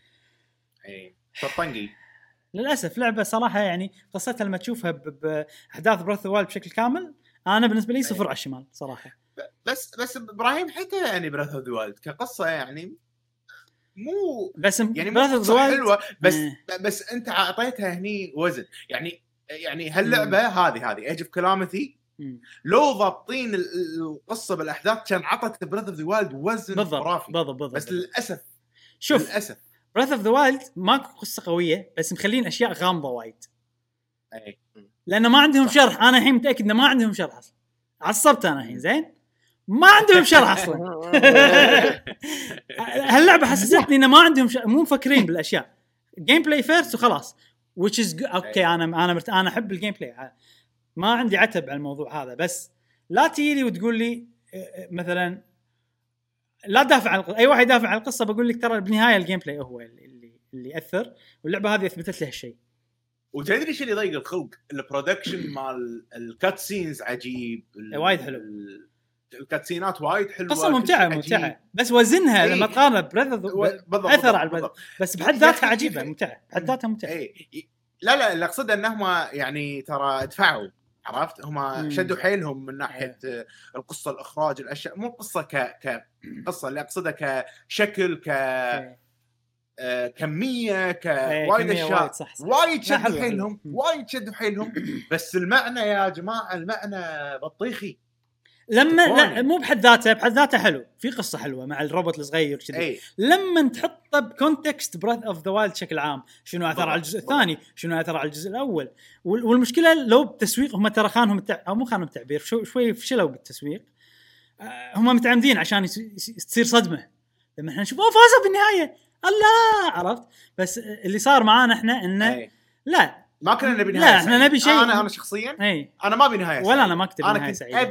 اي فطنقي للاسف لعبه صراحه يعني قصتها لما تشوفها باحداث بريث اوف ذا وايلد بشكل كامل انا بالنسبه لي صفر على الشمال صراحه. بس بس ابراهيم حتى يعني بريث اوف ذا وايلد كقصه يعني مو بس يعني بريث اوف ذا وايلد حلوه، بس اه. بس انت اعطيتها هني وزن يعني. يعني هاللعبه هذه هذه ايج اوف كلامتي لو ضابطين القصه بالاحداث كان عطت بريث اوف ذا وايلد وزن خرافي. بالضبط بالضبط. بس للاسف شوف للاسف بريث اوف ذا وايلد ماكو قصه قويه، بس مخلين اشياء غامضه وايد. اي لانه ما عندهم شرح. انا الحين متاكد انه ما عندهم شرح اصلا. عصبت انا الحين زين ما عندهم شرح اصلا. هاللعبه حسستني انه ما عندهم شرح، مو مفكرين بالاشياء. جيم بلاي فيرست وخلاص which is اوكي. انا انا مرت... انا احب الجيم بلاي، ما عندي عتب على الموضوع هذا. بس لا تجيلي وتقول لي مثلا لا دافع عن القصة. اي واحد يدافع عن القصه بقول لك ترى بالنهايه الجيم بلاي هو اللي اللي ياثر، واللعبه هذه اثبتت لي هالشيء. وتدري شو اللي يضيق الخلق؟ البرودكشن مال الكات سينز عجيب، وايد حلو. الكاتسينات وايد حلوه، قصه ممتعه ممتعه، بس وزنها ايه. لما تقارن بريث اثر على البريث، بس بحد ذاتها عجيبه ممتعه، بحد ذاتها ممتعه. اي لا لا اللي اقصده انهم يعني ترى دفعوا، عرفت؟ هم شدوا حيلهم من ناحيه ايه. القصه، الاخراج، الاشياء، مو قصه ك كقصه، اللي اقصده كشكل، ك ايه. آه كميه، كوايد اشياء وايد شدوا حيلهم، وايد شدوا حيلهم. بس المعنى يا جماعه المعنى بطيخي لما لا مو بحد ذاته، بحد ذاته حلو، في قصه حلوه مع الروبوت الصغير كذي ايه. لما تحطه بكونتكست بريث اوف ذا وايلد بشكل عام، شنو اثر على الجزء الثاني، شنو اثر على الجزء الاول. والمشكله لو بالتسويق هم ترى خانهم التع... او مو خانهم التعبير، شو شوي فشلوا بالتسويق. هم متعمدين عشان يس... تصير صدمه لما احنا نشوف فازوا بالنهايه الله، عرفت؟ بس اللي صار معانا احنا انه ايه. لا ما كنا نبي نهايه، لا احنا نبي شيء. انا انا شخصيا ايه. انا ما ابي نهايه ولا انا ما اكتب نهايه سعيده. ابي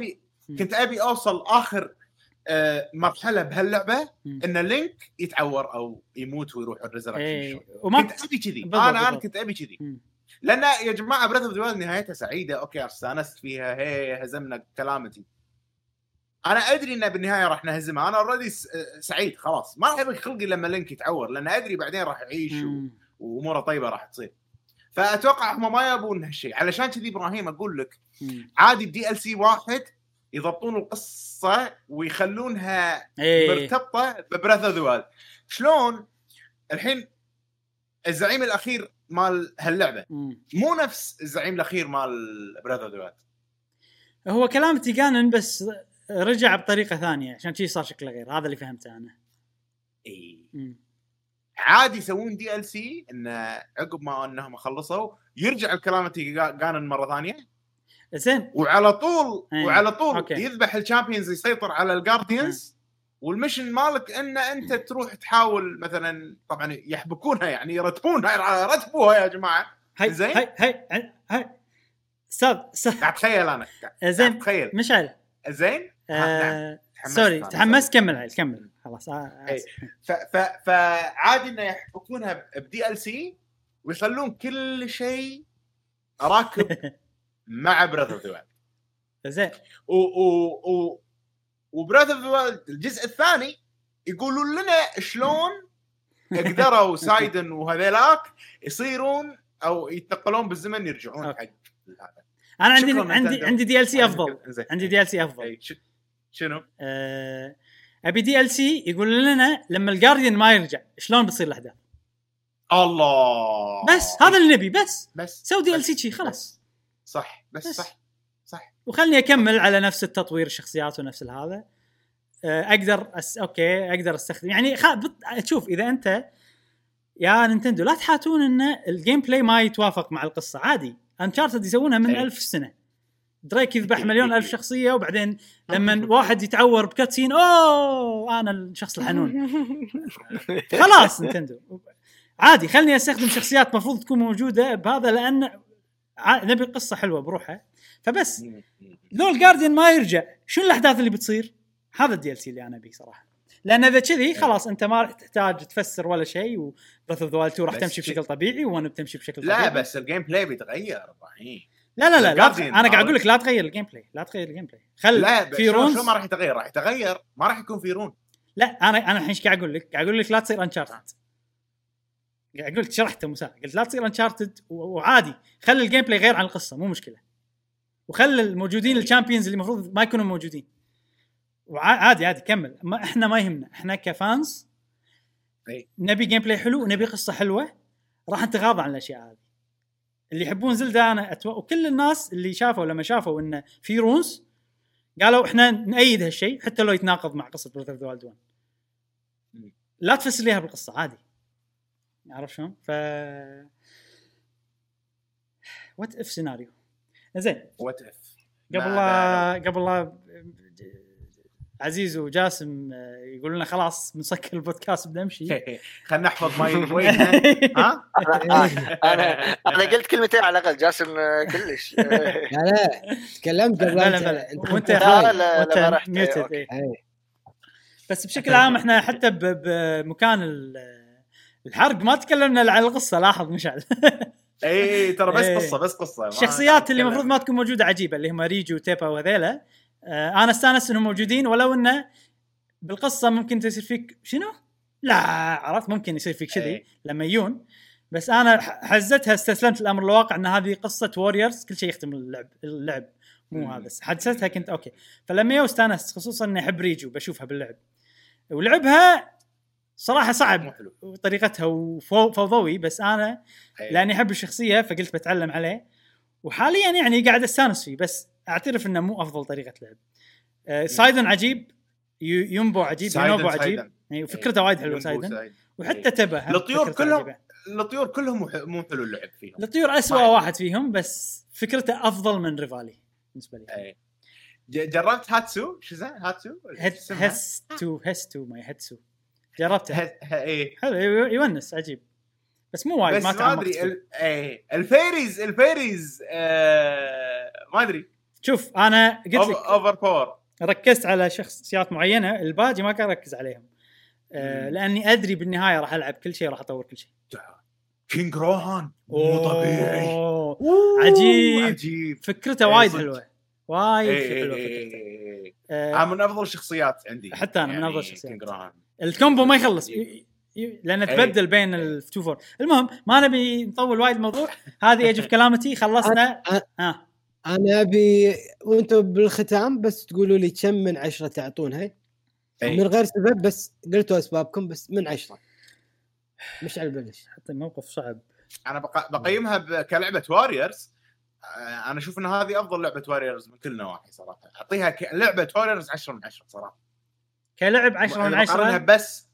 كنت ابي اوصل اخر آه مرحله بهاللعبه ان لينك يتعور او يموت ويروح الريزركشن. وما كنت ابي كذي انا انا بالضبط. كنت ابي كذي لان يا جماعه بريث اوف ذا وايلد نهايتها سعيده. اوكي استانست فيها، هي هزمنا كلامتي، انا ادري ان بالنهايه راح نهزمها، انا اوريدي سعيد خلاص، ما راح يبقى خلقي لما لينك يتعور لان ادري بعدين راح يعيش واموره طيبه راح تصير. فاتوقع هم ما يبون هالشيء، علشان كذي ابراهيم اقول لك مم. عادي الدي ال سي واحد يضبطون القصه ويخلونها ايه. مرتبطه ببريث اوف ذا وايلد. شلون الحين الزعيم الاخير مال هاللعبه مم. مو نفس الزعيم الاخير مال بريث اوف ذا وايلد. هو كلام تيجانن بس رجع بطريقه ثانيه عشان شيء صار شكله غير، هذا اللي فهمته انا. اي مم. عادي يسوون دي ال سي ان عقب ما انهم خلصوا يرجع الكلامتي قانن مره ثانيه زين، وعلى طول أيه. وعلى طول أوكي. يذبح الشامبيونز يسيطر على الجارديانز. والمشن مالك ان انت تروح تحاول مثلا، طبعا يحبكونها يعني يرتبونها، رتبوها يا جماعه. هاي زين هاي هاي هاي استاذ استاذ قاعد اتخيل انا زين تخيل مشعل زين آه... تحمست سوري أنا. تحمست. كمل هاي كمل خلاص. آه... أي. ف ف فعادي انه يحبكونها بدي ال سي ويخلون كل شيء راكب مع بريث اوف ذا وايلد. زين و و و وبريث اوف ذا وايلد الجزء الثاني يقولون لنا شلون قدروا سايدن وهذيلاك يصيرون او يتنقلون بالزمن يرجعون حق هذا. انا عندي عندي عندي دي ال سي افضل. عندي دي ال سي افضل. شنو؟ أه... ابي دي ال سي يقول لنا لما الجارديان ما يرجع شلون بتصير الاحداث. الله، بس هذا اللي نبي. بس بس سوي دي ال سي شي خلاص. صح بس, بس صح صح. وخلني اكمل على نفس التطوير الشخصيات ونفس هذا. اقدر أس... اوكي اقدر استخدم يعني خ... بت... شوف اذا انت يا نينتندو لا تحاتون ان الجيم بلاي ما يتوافق مع القصه. عادي انشارتد يسوونها من ألف سنه. دريك يذبح مليون ألف شخصيه وبعدين لما واحد يتعور بكاتسين اوه انا الشخص الحنون. خلاص نينتندو عادي خلني استخدم شخصيات مفروض تكون موجوده بهذا لان ع... نبي قصه حلوه بروحها. فبس لو الجارديان ما يرجع شو الاحداث اللي بتصير؟ هذا الدي ال سي اللي انا بيه صراحه. لان اذا كذي خلاص انت ما راح تحتاج تفسر ولا شيء وبريث اوف ذا وايلد تو راح تمشي بشكل طبيعي وانا بتمشي بشكل طبيعي. لا بس الجيم بلاي بيتغير ابراهيم. لا لا لا, لا تغ... انا قاعد اقول لك لا تغير الجيم بلاي. لا تغير الجيم بلاي. خل لا في رونز. شو ما راح يتغير؟ راح يتغير ما راح يكون في رون. لا انا انا الحين ايش قاعد اقول لك؟ قاعد اقول لك لا تصير انشارتد. قاعد اقول لك شرحته مساء قلت لا تصير انشارتد وعادي خلي الجيم بلاي غير عن القصه مو مشكله. وخلي الموجودين الشامبيونز اللي المفروض ما يكونوا موجودين وعادي عادي كمل. ما احنا ما يهمنا. احنا كفانز أي. نبي جيم بلاي حلو ونبي قصه حلوه. راح نتغاضى عن الاشياء هذه. اللي يحبون زلدة انا أتو... وكل الناس اللي شافوا لما شافوا انه في رونز قالوا احنا نأيد هالشيء حتى لو يتناقض مع قصه بريث اوف ذا وايلد واحد. لا تفسر ليها بالقصه عادي. عارف شلون؟ ف وات اف سيناريو. زين وات اف قبل لا قبل لا عزيز وجاسم يقولون لنا خلاص بنسكر البودكاست بنمشي. خلينا نحفظ ماي وين. ها انا انا قلت كلمتين على الاقل. جاسم كلش لا لا تكلمت قبل انت وانت وانت ميوتد. بس بشكل عام احنا حتى بمكان الحرق ما تكلمنا عن القصه. لاحظ مشعل. اي ترى بس قصه بس قصه. الشخصيات اللي المفروض ما تكون موجوده عجيبه اللي هم ريجو وتيبا وهذيلا. آه انا استانس انهم موجودين ولو انه بالقصه ممكن تصير فيك شنو لا عرفت ممكن يصير فيك كذي لما يجون. بس انا حزتها استسلمت الامر الواقع ان هذه قصه ووريرز كل شيء يختم اللعب اللعب مو هذا. حدثتها كنت اوكي. فلما يو استانست خصوصا اني احب ريجو بشوفها باللعب ولعبها صراحه صعب وطريقتها وفوضوي. بس انا لاني احب الشخصيه فقلت بتعلم عليه وحاليا يعني قاعد استانس فيه. بس اعترف انه مو افضل طريقه لعب. أه سايدن عجيب يومبو عجيب يونوبو عجيب يعني فكرته وايد حلوه سايدن. وحتى تبه الطيور كلهم الطيور كلهم مو حلو اللعب فيهم. الطيور أسوأ واحد فيهم بس فكرته افضل من ريفالي بالنسبه لي. أي. جربت هاتسو شو زين هاتسو هستو هستو ما يهتسو جربته. ايه حلو يونس عجيب بس مو وايد ما تعمقت. ما ادري ال... ايه الفيريز الفيريز آه... ما ادري شوف انا قلت لك اوفر باور ركزت على شخصيات معينه، الباقي ما كان اركز عليهم آه لاني ادري بالنهايه راح العب كل شيء، راح اطور كل شيء. كينج روهان مو طبيعي، عجيب. عجيب فكرته إيه وايد صدق. حلوه وايد إيه حلوه إيه فكرته. إيه. آه آه من افضل الشخصيات عندي، حتى أنا من يعني أفضل الشخصيات. كينج روهان. الكومبو ما يخلص عجيب. ي- ي- لان إيه. تبدل بين التو فور. المهم ما نبي نطول وايد الموضوع. هذه ايج اوف كلامتي خلصنا. ها انا ابي وانتم بالختام بس تقولوا لي كم من عشرة تعطونها إيه. من غير سبب، بس قلتوا اسبابكم بس من عشرة. مش على البلش حتى موقف صعب. انا بق... بقيمها ب... كلعبه واريورز. انا اشوف ان هذه افضل لعبه واريورز من كل نواحي صراحه. اعطيها ك... لعبه واريورز عشرة من عشرة صراحه. كلعب عشرة من عشرة بس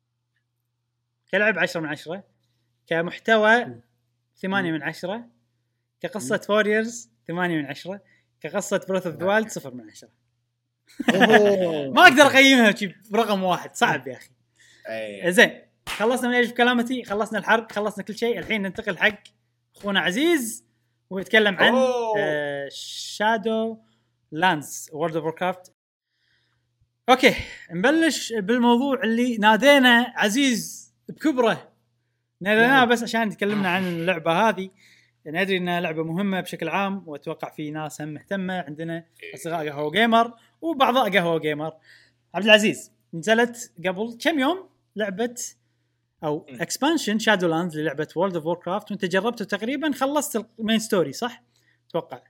كلعب عشرة من عشرة. كمحتوى ثمانية من عشرة. كقصة واريورز ثمانية من عشرة. كقصة بروث اوف ذا وايلد صفر من عشرة. ما اقدر اقيمها شيء برقم واحد، صعب يا اخي. أيه. زين خلصنا من ايش بكلامتي، خلصنا الحرق، خلصنا كل شيء. الحين ننتقل حق اخونا عزيز ويتكلم عن آه شادو لاندز وورلد اوف ووركرافت. اوكي نبلش بالموضوع اللي نادينا عزيز بكبره، ناديناه بس عشان تكلمنا عن اللعبه هذه. ندري انها لعبه مهمه بشكل عام، واتوقع في ناس هم مهتمه. عندنا اصدقاء قهوه جيمر وبعضاء قهوه جيمر. عبد العزيز نزلت قبل كم يوم لعبه او اكسبانشن شادو لاندز للعبه وورلد اوف ووركرافت، وانت جربته تقريبا خلصت المين ستوري صح اتوقع؟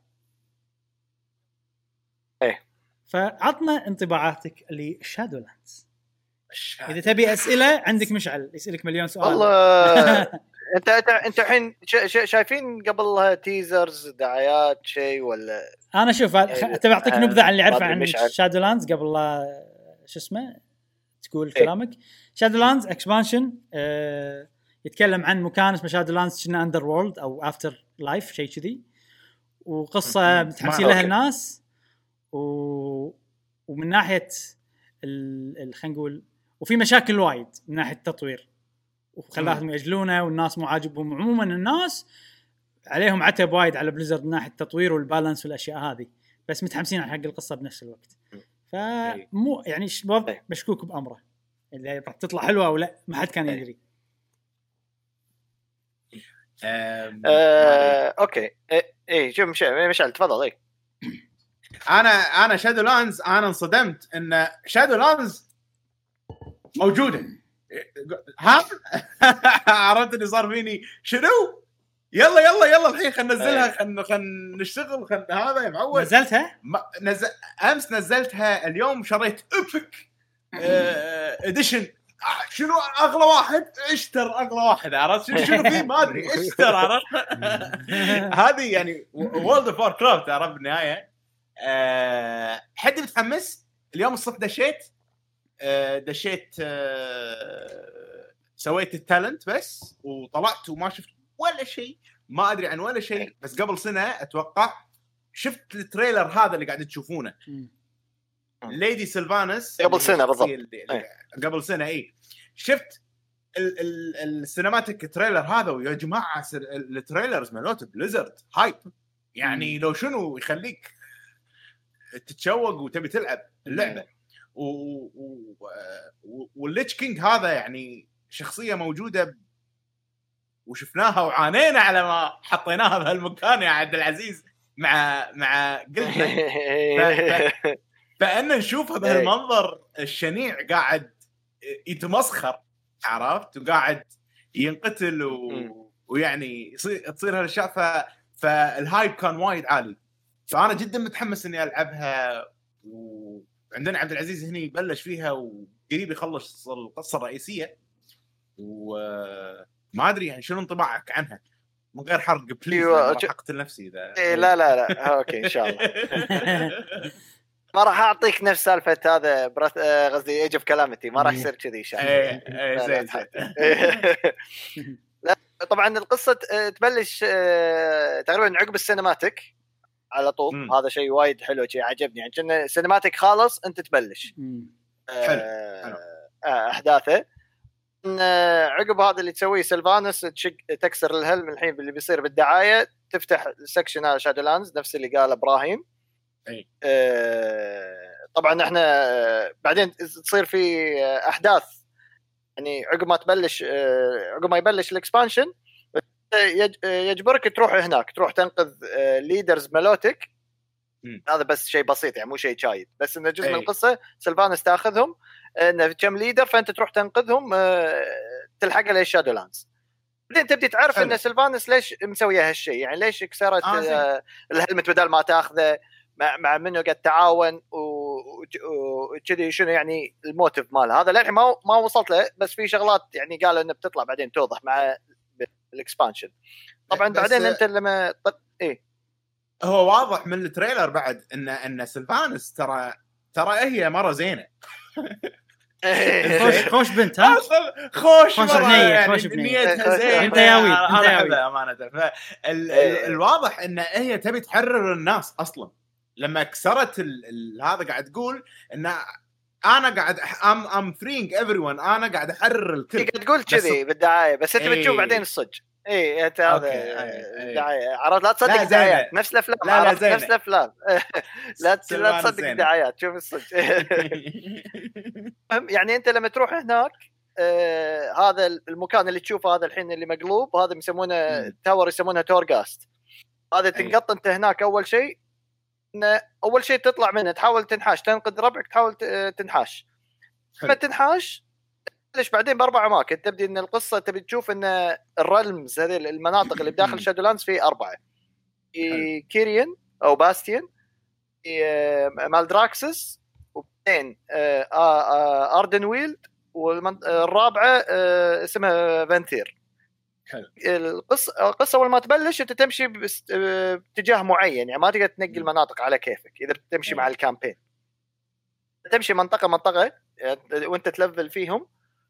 ايه. فعطنا انطباعاتك لشادو لاندز. اذا تبي اسئله عندك مشعل يسالك مليون سؤال. والله انت انت انت الحين شايفين قبلها تيزرز دعايات شيء ولا؟ انا شوف تبي اعطيك نبذه عن اللي اعرفه عن مشعل. شادو لاندز قبل لا شو اسمه تقول كلامك. شادو لاندز اكسبانشن أه يتكلم عن مكان اسمه شادو لاندز كنا اندر وورلد او افتر لايف شيء كذي، وقصه متحمسين لها الناس. و... ومن ناحيه ال... خلينا نقول وفي مشاكل وايد من ناحيه التطوير وخلاهم يأجلونه، والناس مو عاجبهم. عموما الناس عليهم عتب وايد على بليزرد من ناحيه التطوير والبالانس والاشياء هذه، بس متحمسين على حق القصه بنفس الوقت. فمو يعني وضع مشكوك بامره اللي راح تطلع حلوه او لا، ما حد كان يدري. آه، اوكي ايه إيه شوف مشعل مشعل تفضل. ايه انا انا شادو لاندز انا انصدمت ان شادو لاندز موجوده. ها عرفت اللي صار فيني شنو؟ يلا يلا يلا الحين خلينا ننزلها، خلينا خلينا نشتغل، خلينا هذا يا معود. نزلتها نز... امس نزلتها، اليوم شريت ابك اديشن. شنو اغلى واحد؟ اشتر اغلى واحد. عرفت شنو شنو فيه ما ادري اشتر. عرفت هذه يعني وورلد اوف ووركرافت. عرفت بالنهايه أه... حد متحمس. اليوم الصبح دشيت أه... دشيت أه... سويت التالنت بس وطلعت وما شفت ولا شيء، ما ادري عن ولا شيء. بس قبل سنه اتوقع شفت التريلر هذا اللي قاعد تشوفونه ليدي سيلفانس قبل سنه بالضبط. قبل سنه اي شفت ال- ال- السينماتيك تريلر هذا. ويا جماعه التريلرز مالوت بليزرد هايب يعني مم. لو شنو يخليك تتشوق وتبي تلعب اللعبه. و... و... والليتش كينج هذا يعني شخصيه موجوده وشفناها وعانينا على ما حطيناها بهالمكان يا عبد العزيز مع مع قلنا ف... ف... فأنا نشوفها بهالمنظر الشنيع قاعد يتمسخر. عرفت وقاعد ينقتل و... ويعني يصير تصير هالاشياء. ف... فالهايب كان وايد عالي. فأنا جدا متحمس إني ألعبها. وعندنا عبد العزيز هني يبلش فيها وقريب يخلص القصة الرئيسية. وما أدري يعني شنو انطباعك عنها من غير حرق بليز. راح أقتل نفسي إذا إيه لا لا لا أوكي إن شاء الله. ما راح اعطيك نفس سالفه هذا برث قصدي ايج اوف كلامتي. ما راح يصير كذي شيء. اي زين لا طبعا القصه تبلش تقريبا عقب السينماتيك على طول. م. هذا شيء وايد حلو شيء عجبني يعني كأنه السينماتيك خالص انت تبلش حلو احداثه. عقب هذا اللي تسويه سيلفانوس تكسر الهلم الحين اللي بيصير بالدعايه. تفتح السكشن هذا شادو لاندز نفس اللي قال ابراهيم. أي. آه طبعا احنا بعدين تصير في احداث يعني عقب ما تبلش آه عقب ما يبلش الاكسبانشن يجبرك تروح هناك تروح تنقذ ليدرز ملوتك. هذا بس شيء بسيط يعني مو شيء شايد بس انه جزء من القصه. سيلفانوس تاخذهم انه كم ليدر فانت تروح تنقذهم تلحق على شادو لاندز. بعدين تبدي تعرف حلو. ان سيلفانوس ليش مسوي هالشيء يعني ليش كسرت آه الهلمت بدل ما تاخذه مع مع منه قاعد تعاون وكذي شنو يعني الموتيف ماله. هذا للحين ما ما وصلت له بس في شغلات يعني قالوا انه بتطلع بعدين توضح مع الاكسبانشن. طبعا بعدين انت لما ايه هو واضح من التريلر بعد ان ان سيلفانوس ترى ترى هي مره زينه. خوش خوش بنت ها خوش خوش مره بنية يعني خوش بنية نيتها زين انت يا ولد انا احبها امانه. الواضح ان هي تبي تحرر الناس اصلا لما كسرت هذا قاعد تقول ان انا قاعد ام ام فرينج ايفريون انا قاعد احرر الكل. قاعد تقول كذي بالدعايه بس انت بتشوف بعدين الصج ايه انت هذا دعايه عرفت لا تصدق الدعايات نفس الافلام لا لا نفس الافلام لا لا تصدق الدعايات شوف الصج. يعني انت لما تروح هناك آه هذا المكان اللي تشوفه هذا الحين اللي مقلوب هذا يسمونه تاور يسمونه تورغاست. هذا تنقط انت هناك اول شيء إن اول شيء تطلع منه تحاول تنحاش تنقذ ربعك تحاول تنحاش ما تنحاش ليش بعدين باربع اماكن تبدي ان القصه تبي تشوف ان الرلمز هذه المناطق اللي بداخل شادولاندز في اربعه في كيريان او باستيان في مالدراكسس وبعدين اردن ويلد والرابعه اسمها فانثير. حلو. القصه القصه اول ما تبلش انت تمشي باتجاه معين يعني ما تقدر تنقي المناطق على كيفك اذا بتمشي مع الكامبين تمشي منطقه منطقه وانت تلفل فيهم.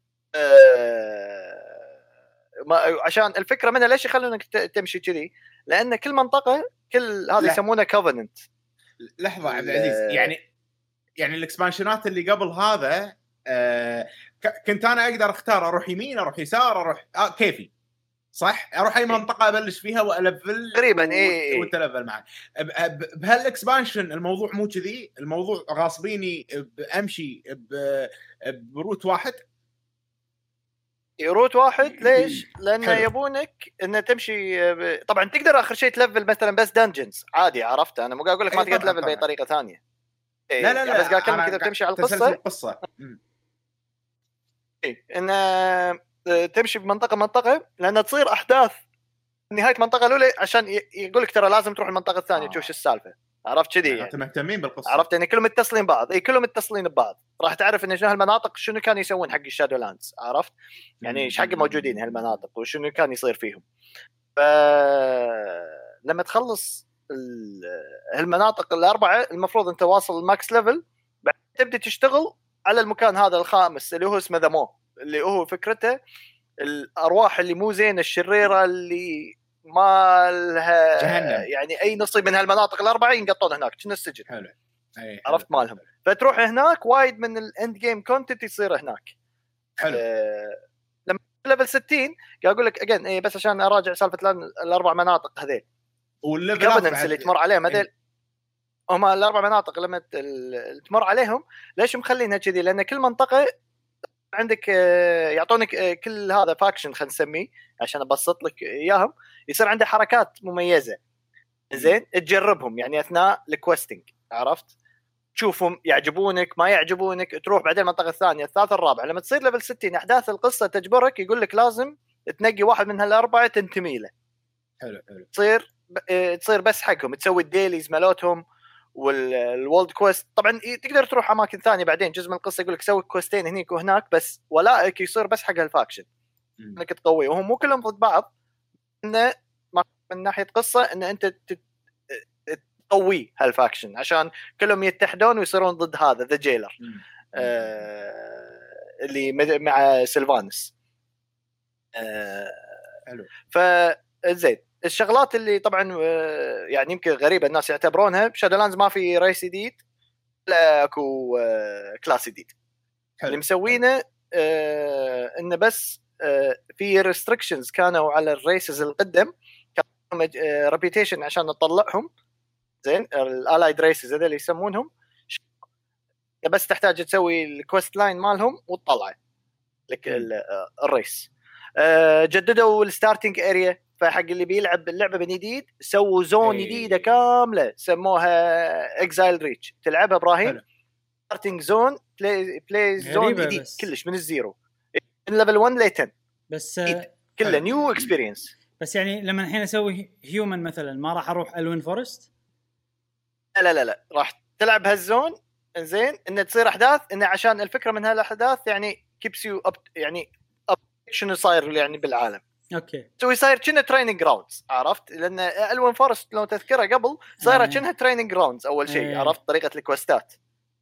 أه ما عشان الفكره منها ليش يخلونك تمشي كذي لان كل منطقه كل هذا يسمونه كوفننت. لحظه عبد العزيز يعني يعني الاكسبانشنات اللي قبل هذا أه كنت انا اقدر اختار اروح يمين اروح يسار اروح آه كيفي صح اروح اي منطقه ابلش فيها والفل تقريبا ايه وتلفل معك. بهالاكسبانشن الموضوع مو كذي الموضوع غاصبيني امشي بروت واحد روت واحد ليش لانه يبونك ان تمشي طبعا تقدر اخر شيء تلفل مثلا بس دنجنز عادي عرفت انا مو قاعد اقول لك ما تقدر تلفل باي طريقه ثانيه إيه لا لا لا بس قاعد اكلمك كذا تمشي على القصه القصه ايه ان تمشي بمنطقه منطقه لان تصير احداث نهايه المنطقه الاولى عشان يقول لك ترى لازم تروح المنطقه الثانيه آه. تشوف شو السالفه عرفت كذي يعني مهتمين بالقصه عرفت يعني كلهم متصلين بعض اي كلهم متصلين ببعض راح تعرف ان شنو هالمناطق شنو كان يسوون حق الشادو لاندز عرفت يعني ايش حق موجودين هالمناطق وشنو كان يصير فيهم. ف لما تخلص هالمناطق الاربعه المفروض انت واصل الماكس ليفل بعد تبدا تشتغل على المكان هذا الخامس اللي هو اسمه ذا مو اللي هو فكرته الارواح اللي مو زينه الشريره اللي ما لها جهنم. يعني اي نصيب من هالمناطق الاربعه ينقطون هناك كنا السجن حلو أي عرفت حلو. مالهم فتروح هناك وايد من الاند جيم كونتنت يصير هناك حلو. آه لما ليفل ستين قاعد اقول لك اجين اي بس عشان اراجع سالفه الاربع مناطق هذيل والليفل اللي تمر عليهم هذيل هم الاربع مناطق لما تمر عليهم ليش مخلينها كذي لان كل منطقه عندك يعطونك كل هذا فاكشن خلينا نسميه عشان ابسط لك اياهم يصير عنده حركات مميزه زين تجربهم يعني اثناء الكويستنج عرفت تشوفهم يعجبونك ما يعجبونك تروح بعدين المنطقه الثانيه الثالثه الرابعه لما تصير ليفل ستين احداث القصه تجبرك يقول لك لازم تنقي واحد من هالاربعه تنتمي له. حلو حلو تصير تصير بس حقهم تسوي الديليز مالتهم والولد كويست طبعا تقدر تروح اماكن ثانيه بعدين جزء من القصه يقول لك سوي كويستين هنيك وهناك بس ولائك يصير بس حق هالفاكشن انك تقوي وهم مو كلهم ضد بعض انه من ناحيه قصه ان انت تقوي هالفاكشن عشان كلهم يتحدون ويصيرون ضد هذا ذا جيلر آه اللي مع سيلفانوس آه حلو فزين الشغلات اللي طبعا يعني يمكن غريبه الناس يعتبرونها بشادولاندز ما في ريس جديد لا اكو كلاس جديد اللي مسوينه آه انه بس آه في ريستريكشنز كانوا على الريسز القدم كان ريبيتيشن عشان نطلعهم زين الالايد ريسز هذول اللي يسمونهم، بس تحتاج تسوي الكويست لاين مالهم وتطلع لك الريس. جددوا الستارتنج اريا، فحق اللي بيلعب اللعبه من جديد سووا زون جديده كامله سموها اكزايل ريتش، تلعبها ابراهيم ستارتنج زون بلاي بلاي زون جديد كلش من الزيرو من ليفل واحد ل عشرة، بس كله نيو اكسبيرينس. بس يعني لما الحين اسوي هيومن مثلا ما راح اروح الوين فورست؟ لا لا لا راح تلعب هالزون زين، ان تصير احداث، ان عشان الفكره من هالاحداث يعني كيبس يو اب، يعني اب شنو صاير يعني بالعالم. اوكي سوي صاير كنا تريننج جراوندز، عرفت؟ لان الوين فورست لو تذكرها قبل صايره كنا تريننج جراوندز اول شيء، عرفت طريقه الكوستات.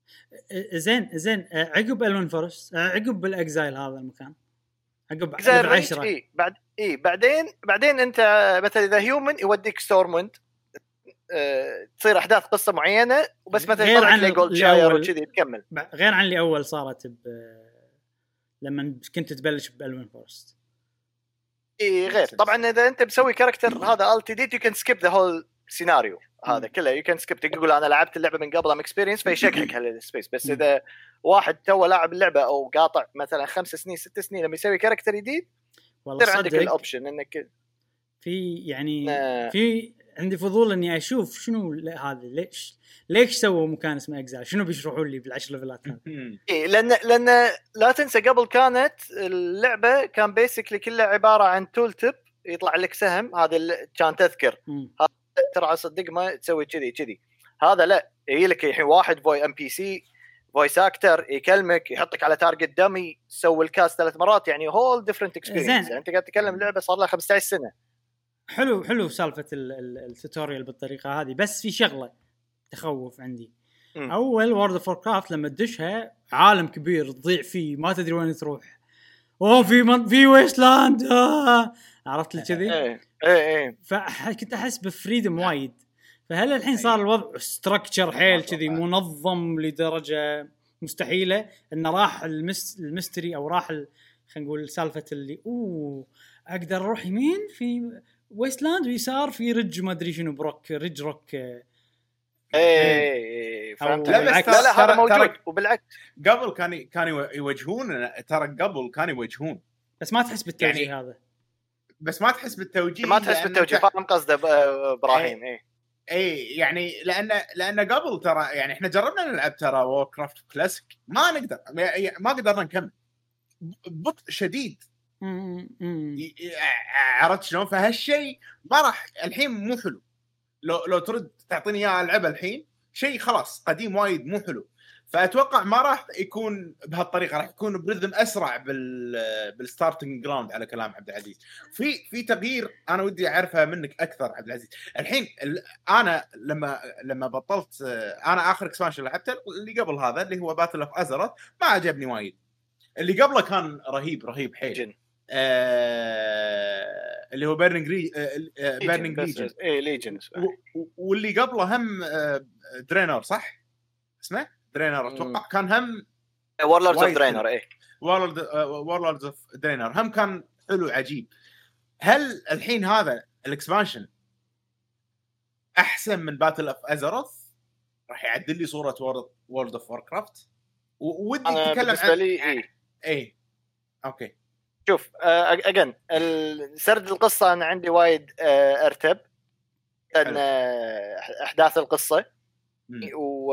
زين زين عقب الوين فورست، عقب بالاكزايل هذا المكان، عقب عشرة اي بعد اي بعدين بعدين انت مثلا اذا هيومن يوديك ستورموند، أه تصير احداث قصه معينه وبس، مثلا غير عن جولد شاير وكذي تكمل، غير عن اللي اول صارت ب... لما كنت تبلش بالوين فورست. اي غير طبعا اذا انت مسوي كاركتر هذا التي دي يو كان سكيب ذا هول سيناريو هذا كله، يو كان سكيب تقول انا لعبت اللعبه من قبل ام اكسبيرينس فيشكك هالسبيس. بس اذا واحد تو لاعب اللعبه او قاطع مثلا خمس سنين ست سنين لما يسوي كاركتر جديد والله عندك الاوبشن انك في يعني آه. في عندي فضول اني اشوف شنو هذا، ليش ليش سووا مكان اسمه اكزال، شنو بيشرحوا لي بالعشر ليفلات هذه. إيه لان لان لا تنسى قبل كانت اللعبه كان بيسكلي كلها عباره عن تول تيب يطلع لك سهم، هذا كان تذكر هذا ترى صدق ما تسوي كذي كذي، هذا لا يجي لك الحين واحد فوي ام بي سي فويس اكتر يكلمك يحطك على تارجت دمي، سوي الكاست ثلاث مرات، يعني هول ديفرنت اكسبيرينس. انت قاعد تتكلم لعبه صار لها خمسة عشر سنه. حلو حلو سالفه التوتوريال بالطريقه هذه، بس في شغله تخوف عندي. م. اول وورد اوف ووركرافت لما تدشها عالم كبير تضيع فيه ما تدري وين تروح، اوه في من... في ويستلاند آه. عرفت لي كذي ايه ايه ايه فكنت احس بفريدم وايد. فهل الحين صار الوضع ستراكشر حيل كذي منظم لدرجه مستحيله انه راح المس... الميستري او راح ال... خلينا نقول سالفه اللي اوه اقدر اروح يمين في ويستلاند ويسار في رج ما ادري شنو بروك رج روك ايه فهمت. لا لا, لا هذا موجود، وبالعكس قبل كان كانوا يوجهون، ترى قبل كانوا يوجهون بس ما تحس بالتوجيه يعني هذا، بس ما تحس بالتوجيه ما تحس بالتوجيه فاهم قصده ابراهيم. ايه اي يعني لان لان قبل ترى يعني احنا جربنا نلعب ترى ووركرافت كلاسيك ما نقدر ما قدرنا نكمل بطء شديد. عرفت شلون؟ فهالشيء ما راح الحين مو حلو. لو لو ترد تعطيني اياه العبه الحين شيء خلاص قديم وايد مو حلو. فاتوقع ما راح يكون بهالطريقه، راح يكون برذم اسرع بال بالستارتنج جراوند على كلام عبد العزيز. في في تغيير انا ودي اعرفها منك اكثر عبد العزيز. الحين انا لما لما بطلت انا اخر اكسبانشن لعبته اللي قبل هذا اللي هو باتل اوف ازرث ما عجبني وايد. اللي قبله كان رهيب رهيب حيل آه اللي هو بيرنينج ري آه بيرنينج ليجن اي ليجن واللي قبله هم آه درينر صح اسمه درينر اتوقع كان هم وورلدز اوف درينر اي وورلد وورلدز اوف درينر هم كان حلو عجيب. هل الحين هذا الاكسبانشن احسن من باتل اوف ازرث؟ راح يعدل لي صوره وورلد اوف ووركرافت ودي اتكلم عن لي اي اي اوكي شوف اجين سرد القصه انا عندي وايد ارتب لان احداث القصه و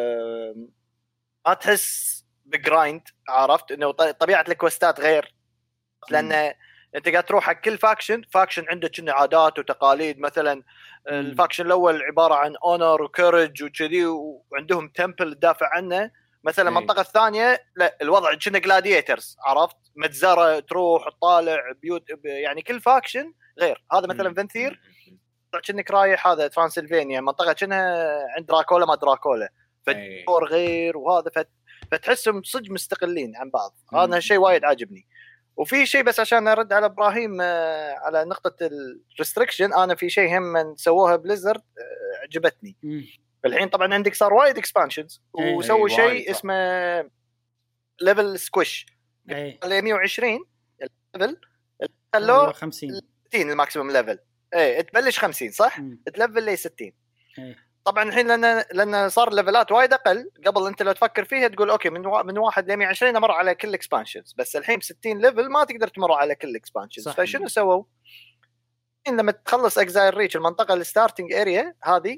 ما تحس بجرايند، عرفت انه طبيعه الكوستات غير لان انت قاعد تروح حق كل فاكشن فاكشن عنده كنا عادات وتقاليد. مثلا الفاكشن الاول عباره عن اونر وكورج وكذي وعندهم تمبل تدافع عنه. مثلا المنطقه الثانيه لا الوضع كنا جلاديترز، عرفت متزرة تروح تطالع بيوت يعني كل فاكشن غير. هذا مثلا فنثير كأنك رايح هذا ترانسلفانيا منطقه كأنها عند دراكولا ما دراكولا فالدور غير وهذا فت... فتحسهم صدق مستقلين عن بعض. هذا الشيء وايد عاجبني. وفي شيء بس عشان ارد على ابراهيم على نقطه الريستريكشن، انا في شيء هم سووها بليزرد عجبتني. فالحين طبعا عندك صار وايد اكسبانشنز وسووا شيء اسمه ليفل سكويش ل مية وعشرين الليفل خلوه خمسين ستين الماكسيمم ليفل. ايه تبلش خمسين صح مم. تلفل لي ستين. ايه طبعا الحين لان لان صار ليفلات وايد اقل. قبل انت لو تفكر فيها تقول اوكي من و... من واحد ل مية وعشرين امر على كل اكسبانشنز، بس الحين ب ستين ليفل ما تقدر تمر على كل اكسبانشنز. فشنو سووا؟ لما تخلص اكزايل ريتش المنطقه الستارتنج اريا هذه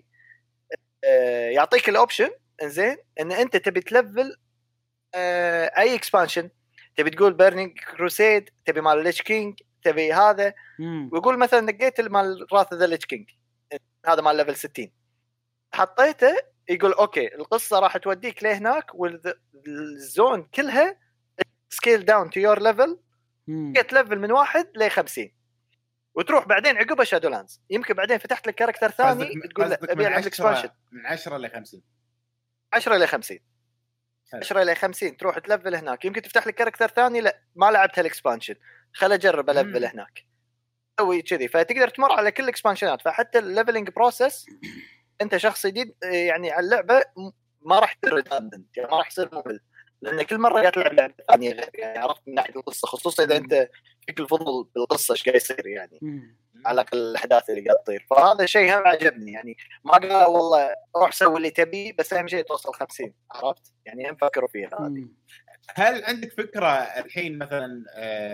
آه يعطيك الاوبشن انزين ان انت تبي تلفل آه اي اكسبانشن، تبي تقول بيرنينج كروسيد، تبي مال ليتش كينج، تبي هذا مم. ويقول مثلا نقيت مال راث ذا ليتش كينج هذا مال ليفل ستين حطيته يقول اوكي القصه راح توديك لهناك والزون كلها سكيل داون تو يور ليفل جيت ليفل من واحد ل خمسين وتروح بعدين عقبه شادولاندز. يمكن بعدين فتحت لك كاركتر ثاني تقول له ابي العب اكسبانشن من عشرة ل خمسين عشرة ل خمسين عشرة ل خمسين تروح تلفل هناك. يمكن تفتح لك كاركتر ثاني لا ما لعبت هالاكسبانشن خل اجرب الفل هناك سوي كذي. فتقدر تمر على كل الاكسبانشنات. فحتى الليفلنج بروسس انت شخص جديد يعني على اللعبه ما راح ترد يعني ما راح يصير ممل لان كل مره قاعد تلعب لعبه ثانيه غير يعني عرفت من ناحيه القصه، خصوصا اذا انت فيك الفضل بالقصه ايش قاعد يصير يعني مم. على كل الاحداث اللي قاعد تصير. فهذا شيء هم عجبني يعني ما قال والله روح سوي اللي تبي بس اهم شيء توصل خمسين عرفت يعني هم فكروا فيها هذه. هل عندك فكره الحين مثلا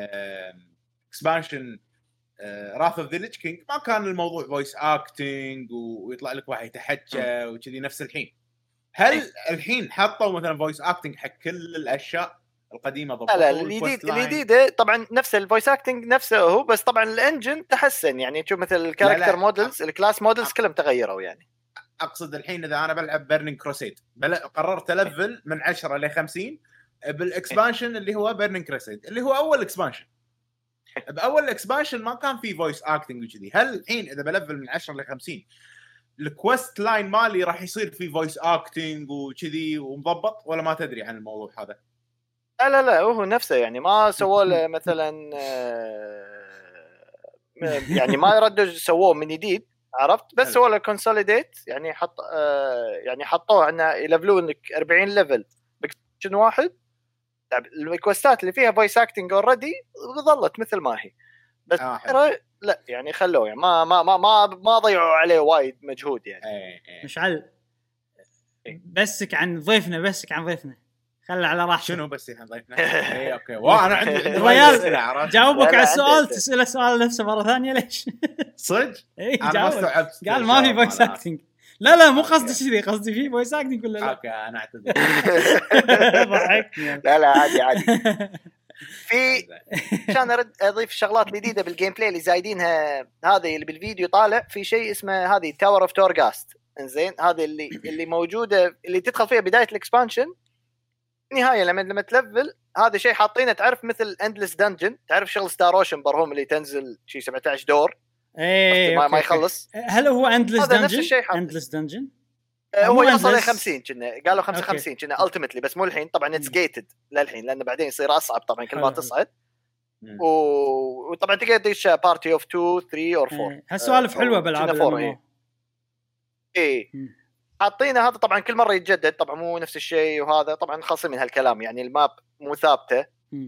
اكسبانشن راث اوف ذا ليتش كينج ما كان الموضوع فويس اكتنج ويطلع لك واحد يتحكى وكذي نفس الحين، هل الحين حطوا مثلا فويس اكتنج حق كل الاشياء القديمه ضبطوا؟ لا الجديد الجديد طبعا نفس الفويس اكتنج نفسه هو بس طبعا الانجن تحسن يعني تشوف مثل الكاركتر مودلز الكلاس مودلز كلهم تغيروا يعني. اقصد الحين اذا انا بلعب بيرنينج كروسيد قررت الفل من عشرة ل خمسين بالاكسبانشن اللي هو بيرنينج كروسيد اللي هو اول اكسبانشن باول اكسبانشن ما كان في فويس اكتنج وكذي، هل الحين اذا بلفل من عشرة ل خمسين الكويست لاين مالي راح يصير في فويس اكتنج وكذي ومضبط ولا ما تدري عن الموضوع هذا؟ لا لا لا هو نفسه يعني ما سووا له مثلا يعني ما يردوا سووه من جديد عرفت بس سووا له كونسوليديت يعني حط يعني حطوه انه يلفلون لك أربعين ليفل بكشن واحد. الكوستات اللي فيها فويس اكتنج اوريدي ظلت مثل ما هي بس آه لا يعني خلوه يعني ما ما ما ما, ما ضيعوا عليه وايد مجهود يعني. مشعل بسك عن ضيفنا بسك عن ضيفنا خلى على راحته. شنو بس عن ضيفنا؟ اي اوكي وانا عندي ريال جاوبك على السؤال تسأله السؤال نفسه مره ثانيه ليش؟ صدق انا ما استوعبت قال ما في فويس اكتنج. لا لا مو قصدي كذي قصدي في فويس اكتنج ولا لا؟ اوكي انا اعتذر ضحكني. لا لا عادي عادي في عشان ارد اضيف شغلات جديده بالجيم بلاي اللي زايدينها هذه اللي بالفيديو طالع في شيء اسمه هذه تاور اوف تورغاست انزين هذه اللي اللي موجوده اللي تدخل فيها بدايه الاكسبانشن نهايه لما لما تلفل هذا شيء حاطينه تعرف مثل اندلس دنجن تعرف شغل ستار اوشن برهم اللي تنزل شيء سبعة عشر دور ايه ما, ما يخلص. هل هو اندلس دنجن؟ اندلس دنجن هو يوصل ل خمسين كنا قالوا خمسة وخمسين كنا التيمتلي بس مو الحين طبعا اتس جيتد للحين لانه بعدين يصير اصعب طبعا كل ما تصعد و... وطبعا تقدر تدش بارتي اوف اثنين ثلاثة اور أربعة. هالسوالف حلوه بالعاب ايه, إيه. حاطينه هذا طبعا كل مره يتجدد طبعا مو نفس الشيء وهذا طبعا خاصين من هالكلام يعني الماب مو ثابته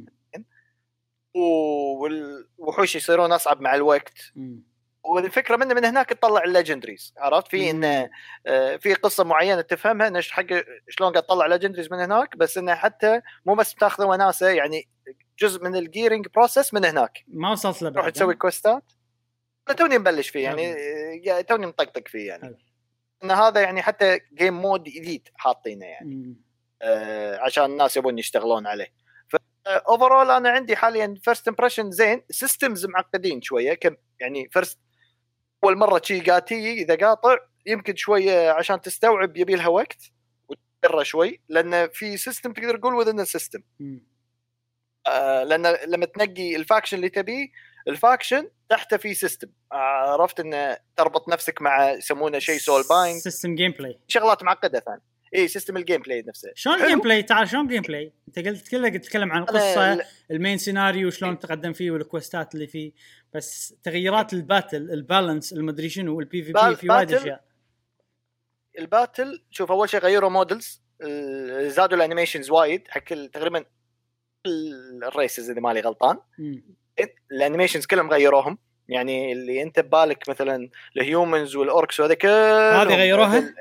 والوحوش يصيرون اصعب مع الوقت م. والفكره منه من هناك تطلع الليجندريز عرفت في انه في قصه معينه تفهمها نش حق شلون قاعد تطلع ليجندريز من هناك بس انه حتى مو بس تاخذ وناسه يعني جزء من الجيرنج بروسس من هناك ما وصلت له تروح تسوي كويستات انا توني مبلش فيه يعني توني مطقطق فيه يعني ان هذا يعني حتى جيم مود جديد حاطينه يعني آه عشان الناس يبون يشتغلون عليه. اوفرول انا عندي حاليا فيرست امبريشن زين سيستمز معقدين شويه كم يعني فيرست اول مره شيء قاتي اذا قاطع يمكن شويه عشان تستوعب يبي لها وقت وتقرا شوي لان في سيستم تقدر تقول وذن السيستم آه لان لما تنقي الفاكشن اللي تبيه الفاكشن تحته في سيستم عرفت انه تربط نفسك مع يسمونه شيء سول بايند سيستم جيم بلاي شغلات معقده ثانيه اي سيستم الجيم بلاي نفسه. شلون الجيم بلاي تعال شلون جيم بلاي انت قلت كله قلت تتكلم عن القصه ل... المين سيناريو شلون تقدم فيه والكويستات اللي فيه بس تغييرات الباتل البالانس المدري شنو والبي في بي في وايد اشياء. الباتل شوف اول شيء غيروا مودلز زادوا الانيميشنز وايد حق تقريبا الريسز اذا مالي غلطان الانيميشنز كلهم غيروهم يعني اللي انت ببالك مثلا الهيومنز والاوركس وهذا كله هذه غيروها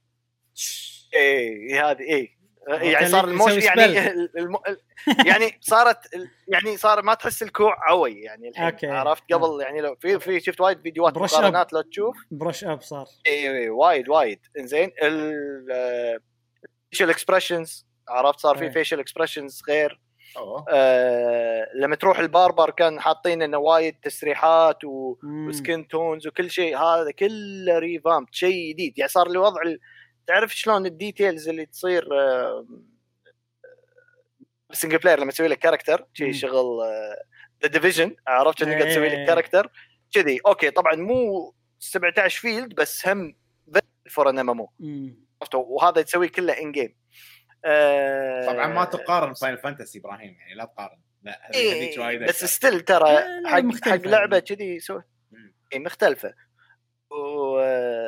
ايه هذه ايه يعني صار الموشن يعني الم... يعني صارت يعني صار ما تحس الكوع عوي يعني الحين أوكي. عرفت قبل يعني لو في في شفت وايد فيديوهات مقارنات لو تشوف برش اب صار اي وايد وايد انزين الفيشل اكسبريشنز عرفت صار في فيشل اكسبريشنز غير آه لما تروح الباربر كان حاطين انه وايد تسريحات و... وسكين تونز وكل شيء هذا كله ريفامب شيء جديد يعني صار الوضع ال... تعرف شلون الديتيلز اللي تصير سنجل بلاير لما تسوي لك كاركتر شيء شغل ذا ديفيجن عرفت انك قاعد تسوي لك كاركتر كذي اوكي طبعا مو سبعة عشر فيلد بس هم فور ان ام ام او وهذا تسوي كله ان جيم أه طبعا ما تقارن فاينل فانتسي ابراهيم يعني لا تقارن لا هذيك وايد بس ستيل ترى حق حق لعبه كذي سو اي مختلفه و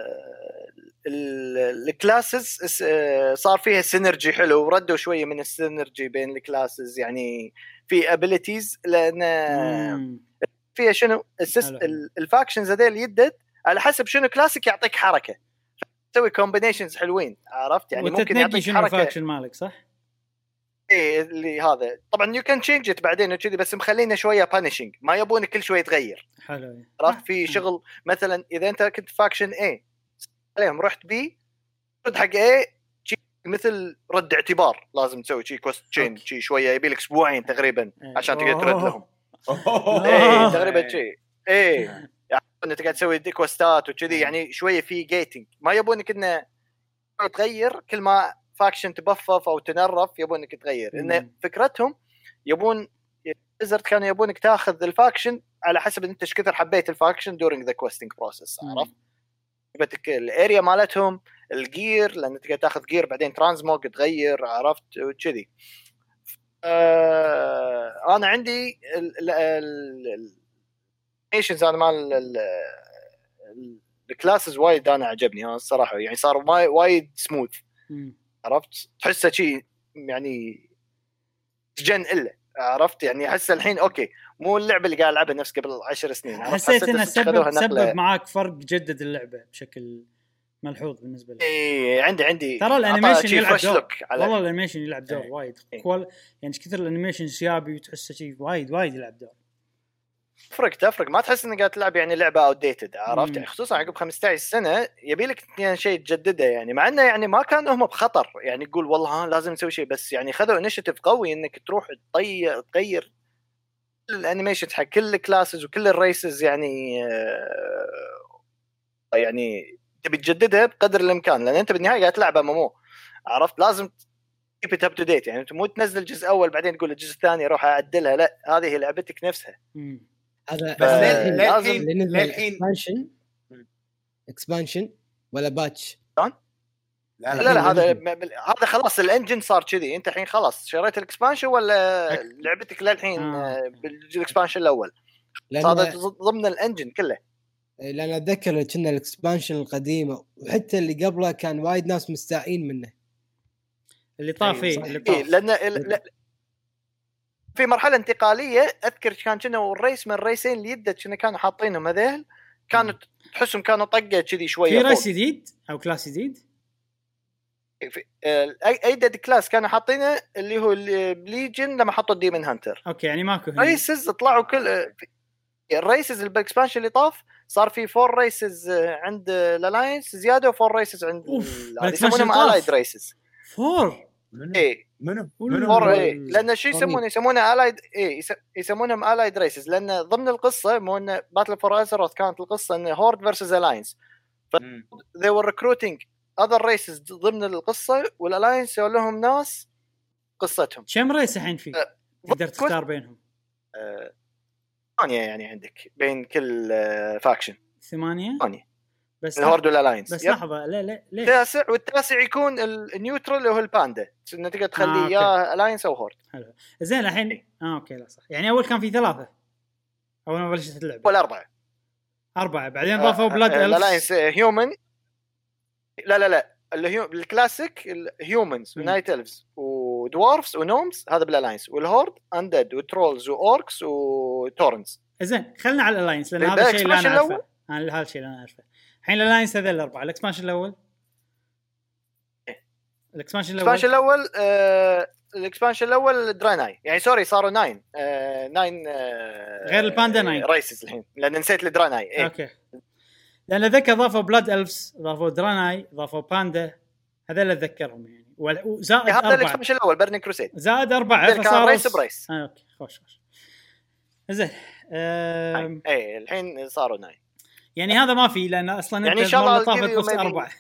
الكلاسز صار فيها سينرجي حلو وردوا شويه من السينرجي بين الكلاسز يعني في ابيليتيز لان فيها شنو الفاكشنز هذول يدد على حسب شنو كلاسيك يعطيك حركه تسوي كومبينيشنز حلوين عرفت يعني ممكن يعطيك حركه فاكشن مالك صح ايه اللي هذا طبعا يو كان تشينج ات بعدين وكذي بس مخلينا شويه بانشنج ما يبون كل شويه تغير حلو عرفت في شغل مثلا اذا انت كنت فاكشن اي عليهم رحت بي رد حق ايه مثل رد اعتبار لازم تسوي شيء كوست تشين شيء شويه يبي لك اسبوعين تقريبا عشان تقدر ترد لهم ايه تقريبا شيء ايه يعني انت قاعد تسوي دي كوستات وكذي يعني شويه في جيتنج ما يبونك انه تغير كل ما فاكشن تبفف او تنرف يبونك تغير لان فكرتهم يبون بليزرد كانوا يبونك تاخذ الفاكشن على حسب انت ايش كثر حبيت الفاكشن during the questing process عرفت بتك الاريا مالتهم الجير لان تقدر تاخذ جير بعدين ترانزموج تغير عرفت وكذي آه انا عندي الانيميشنز انا مال الكلاسز وايد انا عجبني انا الصراحه يعني صار وايد سموث عرفت تحسه شيء يعني جن الا عرفت يعني احس الحين اوكي مو اللعبه اللي قاعد العبها نفس قبل عشر سنين حسيت انها سبب سبب معاك فرق جدد اللعبه بشكل ملحوظ بالنسبه لي اي عندي عندي ترى الانيميشن يلعب دور والله الانيميشن يلعب دور ايه. وايد كوال يعني كثر الانيميشن سيابي وتحسه شيء وايد وايد يلعب دور تفرق تفرق ما تحس انك قاعد تلعب يعني لعبه اوت ديتد عرفت يعني خصوصا عقب خمسة عشر سنه يبي لك يعني شيء تجدده يعني مع انه يعني ما كانوا هم بخطر يعني يقول والله ها لازم نسوي شيء بس يعني خذوا انيشيتيف قوي انك تروح تغير تغير الانيميشن حق كل الكلاسز وكل الريسز يعني يعني تبي تجددها بقدر الامكان لان انت بالنهايه قاعد تلعب مو عرفت لازم keep it up to date يعني انت مو تنزل الجزء اول بعدين تقول الجزء الثاني روح اعدلها لا هذه هي لعبتك نفسها هذا بس ليه لازم للحين اكسبانشن اكسبانشن ولا باتش لا لا, لا, لا هذا هذا خلاص الانجن صار كذي انت الحين خلاص شريت الاكسبانشن ولا أك... لعبتك للحين آه. بالاكسبانشن الاول هذا ضمن الانجن كله لان اتذكر كنا الاكسبانشن القديمه وحتى اللي قبله كان وايد ناس مستائين منه اللي طافي اللي طاف لان ال... في مرحله انتقاليه اذكر كان كنا الريس من الريسين اللي يدت كنا كانوا حاطينهم هذيل كانوا تحسهم كانوا طقه كذي شويه في ريس جديد او كلاس جديد اي اي ديد كلاس كانوا حاطينه اللي هو الليجن لما حطوا الديمن هانتر اوكي يعني ماكو ريسز طلعوا كل الريسز الاكسبانشن اللي طاف صار في فور ريسز عند الالاينس زياده وفور ريسز عند يسمونهم الايد ريسز فور ايه منو منو إيه. لان شيء يسمونه يسمونه الايد ايه يسمونهم الايد ريسز لان ضمن القصه مو ان باتل فور ازروث كانت القصه ان هورد فيرسز الاينس ف they were recruiting other races ضمن القصه والالاينس سووا لهم ناس قصتهم كم ريس الحين فيه أه تقدر تختار بينهم ثمانية أه يعني عندك بين كل أه فاكشن ثمانية ثمانية بس الهورد والالاينس بس لحظه لا لا ليه التاسع والتاسع يكون النيوترال اللي هو الباندا انك تقدر تخليه آه يا الاينس او هورد حلو زين الحين إيه؟ اه اوكي لا صح يعني اول كان في ثلاثه اول ما بلشت اللعبه ولا اربعه اربعه بعدين ضافوا آه بلاد آه الالاينس هيومن لا لا لا اللي هو الكلاسيك الهيومنز ونايت إلفز ودوارفز ونومز هذا بالالاينس والهورد اندد وترولز واوركس وتورنز زين خلنا على الالاينس لان هذا الشيء اللي انا اعرفه انا هذا الشيء اللي انا اعرفه الحين. الالاينس هذول الاربعه. الاكسبانشن الاول الاكسبانشن الاول الاكسبانشن الاول آه... الاكسبانشن الاول درايناي يعني سوري صاروا ناين آه... ناين آه... غير الباندا ناين رايسز الحين لان نسيت الدرايناي إيه؟ اوكي لان ذكر اضافوا بلاد الفز اضافوا دراناي اضافوا باندا هذول اتذكرهم يعني وزائد هذا اربعه الاكسبانشن الاول بيرنينج كروسيد زائد اربعه فصار ريس برايس آه اوكي خوش خوش زين آه... اي الحين صاروا ناين يعني هذا ما في لان اصلا يعني انت المره طافت بس اربعه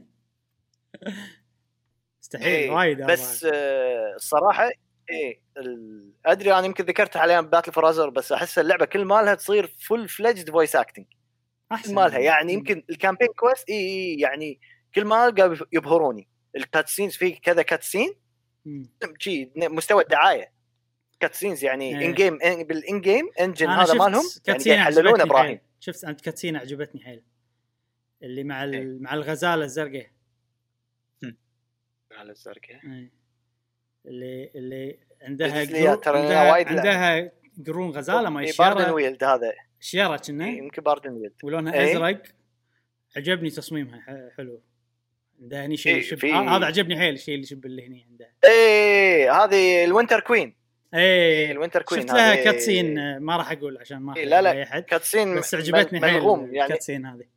مستحيل إيه وايد بس آه الصراحه ايه ادري انا يمكن ذكرت عليها باتل فرازر بس احس اللعبه كل مالها تصير فول فليجد فويس اكتنج احسن مالها يعني يمكن الكامبين كويست اي إيه يعني كل ما قاعد يبهروني الكاتسينز في كذا كاتسين شيء مستوى الدعايه كاتسينز يعني إيه. ان جيم بالان جيم انجن هذا مالهم يعني يحللون ابراهيم شفت انت كاتسين عجبتني حيل اللي مع إيه. مع الغزاله الزرقاء على الزرقاء اللي اللي عندها عندها وايد عندها قرون غزاله ما يشير باردن ويلد هذا شيره كنا يمكن باردن ويلد ولونها ايه؟ ازرق عجبني تصميمها حلو عندها هني شيء شب... آه هذا عجبني حيل الشيء اللي شب اللي هني عندها ايه هذه الوينتر كوين ايه الوينتر كوين شفت لها كاتسين ما راح اقول عشان ما إيه لا لا كاتسين بس عجبتني حيل يعني كاتسين هذه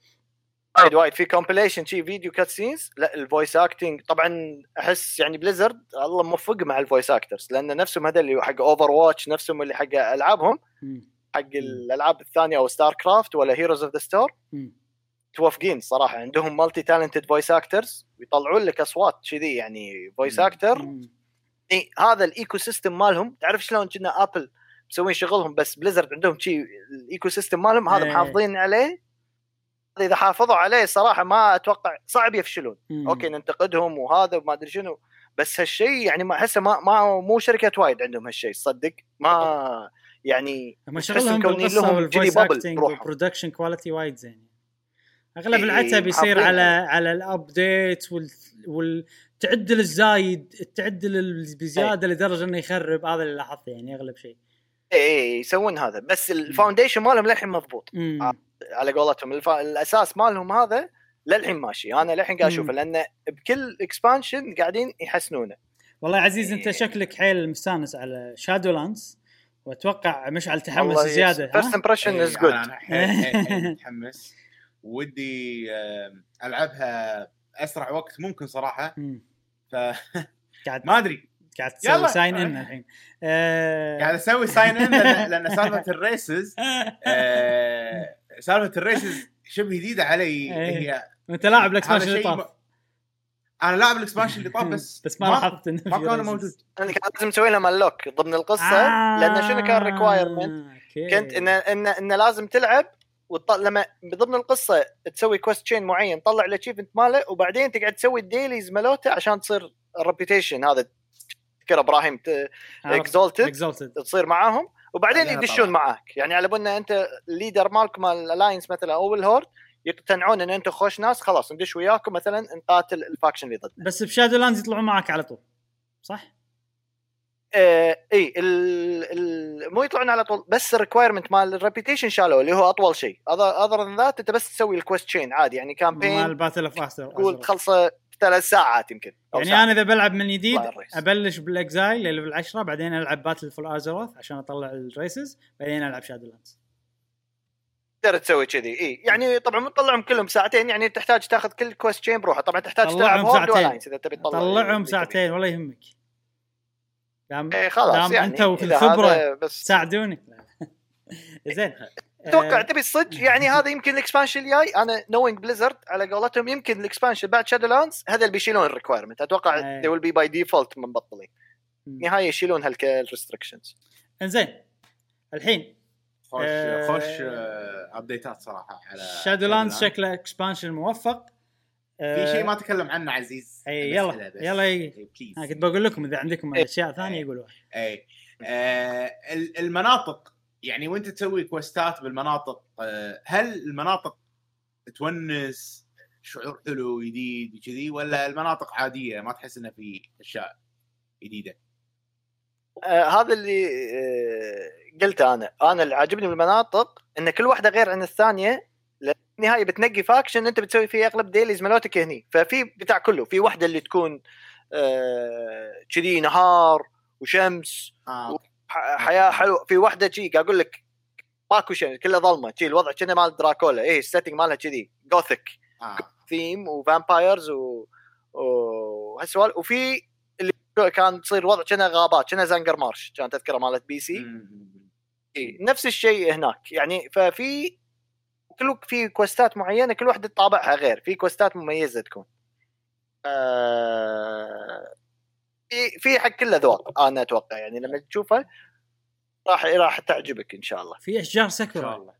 وايد وايد في كومبيليشن شي فيديو كاتسينز لا الفويس اكتنج طبعا احس يعني بليزرد الله موفق مع الفويس اكترز لان نفسهم هذول اللي حق اوفر واتش نفسهم اللي حق العابهم حق الالعاب الثانيه او ستار كرافت ولا هيروز اوف ذا ستور توافقين صراحه عندهم مالتي تالنتد فويس اكترز ويطلعون لك اصوات كذي يعني فويس اكتر إيه هذا الايكو سيستم مالهم تعرف شلون كنا ابل مسوين شغلهم بس بليزرد عندهم شيء الايكو سيستم مالهم هذا محافظين عليه إذا حافظوا عليه صراحة ما أتوقع صعب يفشلون مم. أوكي ننتقدهم وهذا وما أدري شنو بس هالشيء يعني ما أحسه ما ما مو شركة وايد عندهم هالشيء صدق ما يعني ما شغلهم بالقصة والفويس أكتنج والبرودكشن كواليتي وايد زين أغلب إيه العتب يصير على على الأبديت وال والتعدل الزايد التعدل بزيادة إيه. لدرجة إنه يخرب هذا اللي لاحظته يعني أغلب شيء إيه يسوون هذا بس الفاونديشن مالهم للحين مضبوط على قولتهم الف... الاساس مالهم هذا للحين ماشي انا للحين قاعد اشوفه لان بكل اكسبانشن قاعدين يحسنونه. والله يا عزيز انت شكلك حيل مستانس على شادو لانس واتوقع مشعل تحمس زياده. فيرست امبريشن از جود. انا حيل متحمس ودي العبها اسرع وقت ممكن صراحه ف ما ادري قاعد تسوي ساين ان الحين أه... قاعد اسوي ساين ان لان, لأن سالفه الريسز أه... سالفه الريسز شبه جديده علي. هي انت لاعب الاكسبانشن اللي طاف. انا لاعب الاكسبانشن اللي طاف بس بس ما لاحظت انه ما كان موجود. انا كان لازم اسوي لها مالوك ضمن القصه آه... لان شنو كان ريكوايرمنت كنت ان ان ان لازم تلعب وطل... لما ضمن القصه تسوي كويست تشين معين طلع الاتشيفمنت ماله وبعدين تقعد تسوي الديليز مالوته عشان تصير الريبيوتيشن هذا كده ابراهيم اكزالتد تصير معاهم وبعدين يدشون معاك يعني على بالنا انت الليدر مالكم الالاينس مثلا او الهورد يقتنعون ان انتم خوش ناس خلاص ندش وياكم مثلا نقاتل الفاكشن اللي ضدنا. بس بشادو لاندز يطلعون معاك على طول صح؟ آه اي ال مو يطلعون على طول بس الريكوايرمنت مال الريبيتيشن شالوه اللي هو اطول شيء اذر ذان ذات انت بس تسوي الكويست تشين عادي يعني كامبين مال باتل اوف استر تقول تخلصه ثلاث ساعات يمكن يعني ساعة. انا اذا بلعب من جديد ابلش بالاكزايل اللي بالعشرة بعدين العب باتل فول ازروث عشان اطلع الريسز بعدين العب شادو لاندز تقدر تسوي كذي اي يعني طبعا مطلعهم كلهم ساعتين يعني تحتاج تاخذ كل كويست تشين بروحه طبعا تحتاج تلعب هورد ولا لاينز اذا تبي تطلع طلعهم ساعتين ولا يهمك دام إيه خلاص يعني انت والخبره بس ساعدوني زين اتوقع تبي الصدق يعني هذا يمكن الاكسبانشن الجاي انا نوينج بليزرد على قولتهم يمكن الاكسبانشن بعد شادو لاندز هذا اللي بيشيلون الريكوايرمنت اتوقع they will be by default منبطلين نهايه يشيلون هالريستريكشنز. انزين الحين خوش آه خوش آه ابديتات صراحه على شادو لاندز شكله اكسبانشن موفق. في شيء ما تكلم عنه عزيز اي يلا يلا اي انا كنت بقول لكم اذا عندكم اشياء ثانيه يقولوها. اي آه المناطق يعني وانت تسوي كويستات بالمناطق هل المناطق تونس شعور حلو جديد كذي ولا المناطق عاديه ما تحس انها في اشياء جديده؟ آه هذا اللي آه قلته انا انا اللي عاجبني بالمناطق ان كل واحده غير عن الثانيه. النهايه بتنقي فاكشن انت بتسوي فيه اغلب ديليز ملوتك هني، ففي بتاع كله. في واحده اللي تكون كذي آه نهار وشمس آه. وحياه حلو. في واحده كذي اقول لك ماكو شيء كله ظلمه كذي الوضع كنا مال دراكولا. ايه السيتنج مالها كذي جوثيك آه. ثيم وفامبايرز و وهالسوال. وفي اللي كان تصير وضع كنا غابات كنا زنجر مارش كان تذكره مالت بي سي. إيه نفس الشيء هناك يعني. ففي كل في كوستات معينه كل واحده طابعها غير. في كوستات مميزه تكون آه في في حق كل ذوق. انا اتوقع يعني لما تشوفها راح راح تعجبك ان شاء الله. في اشجار ساكورا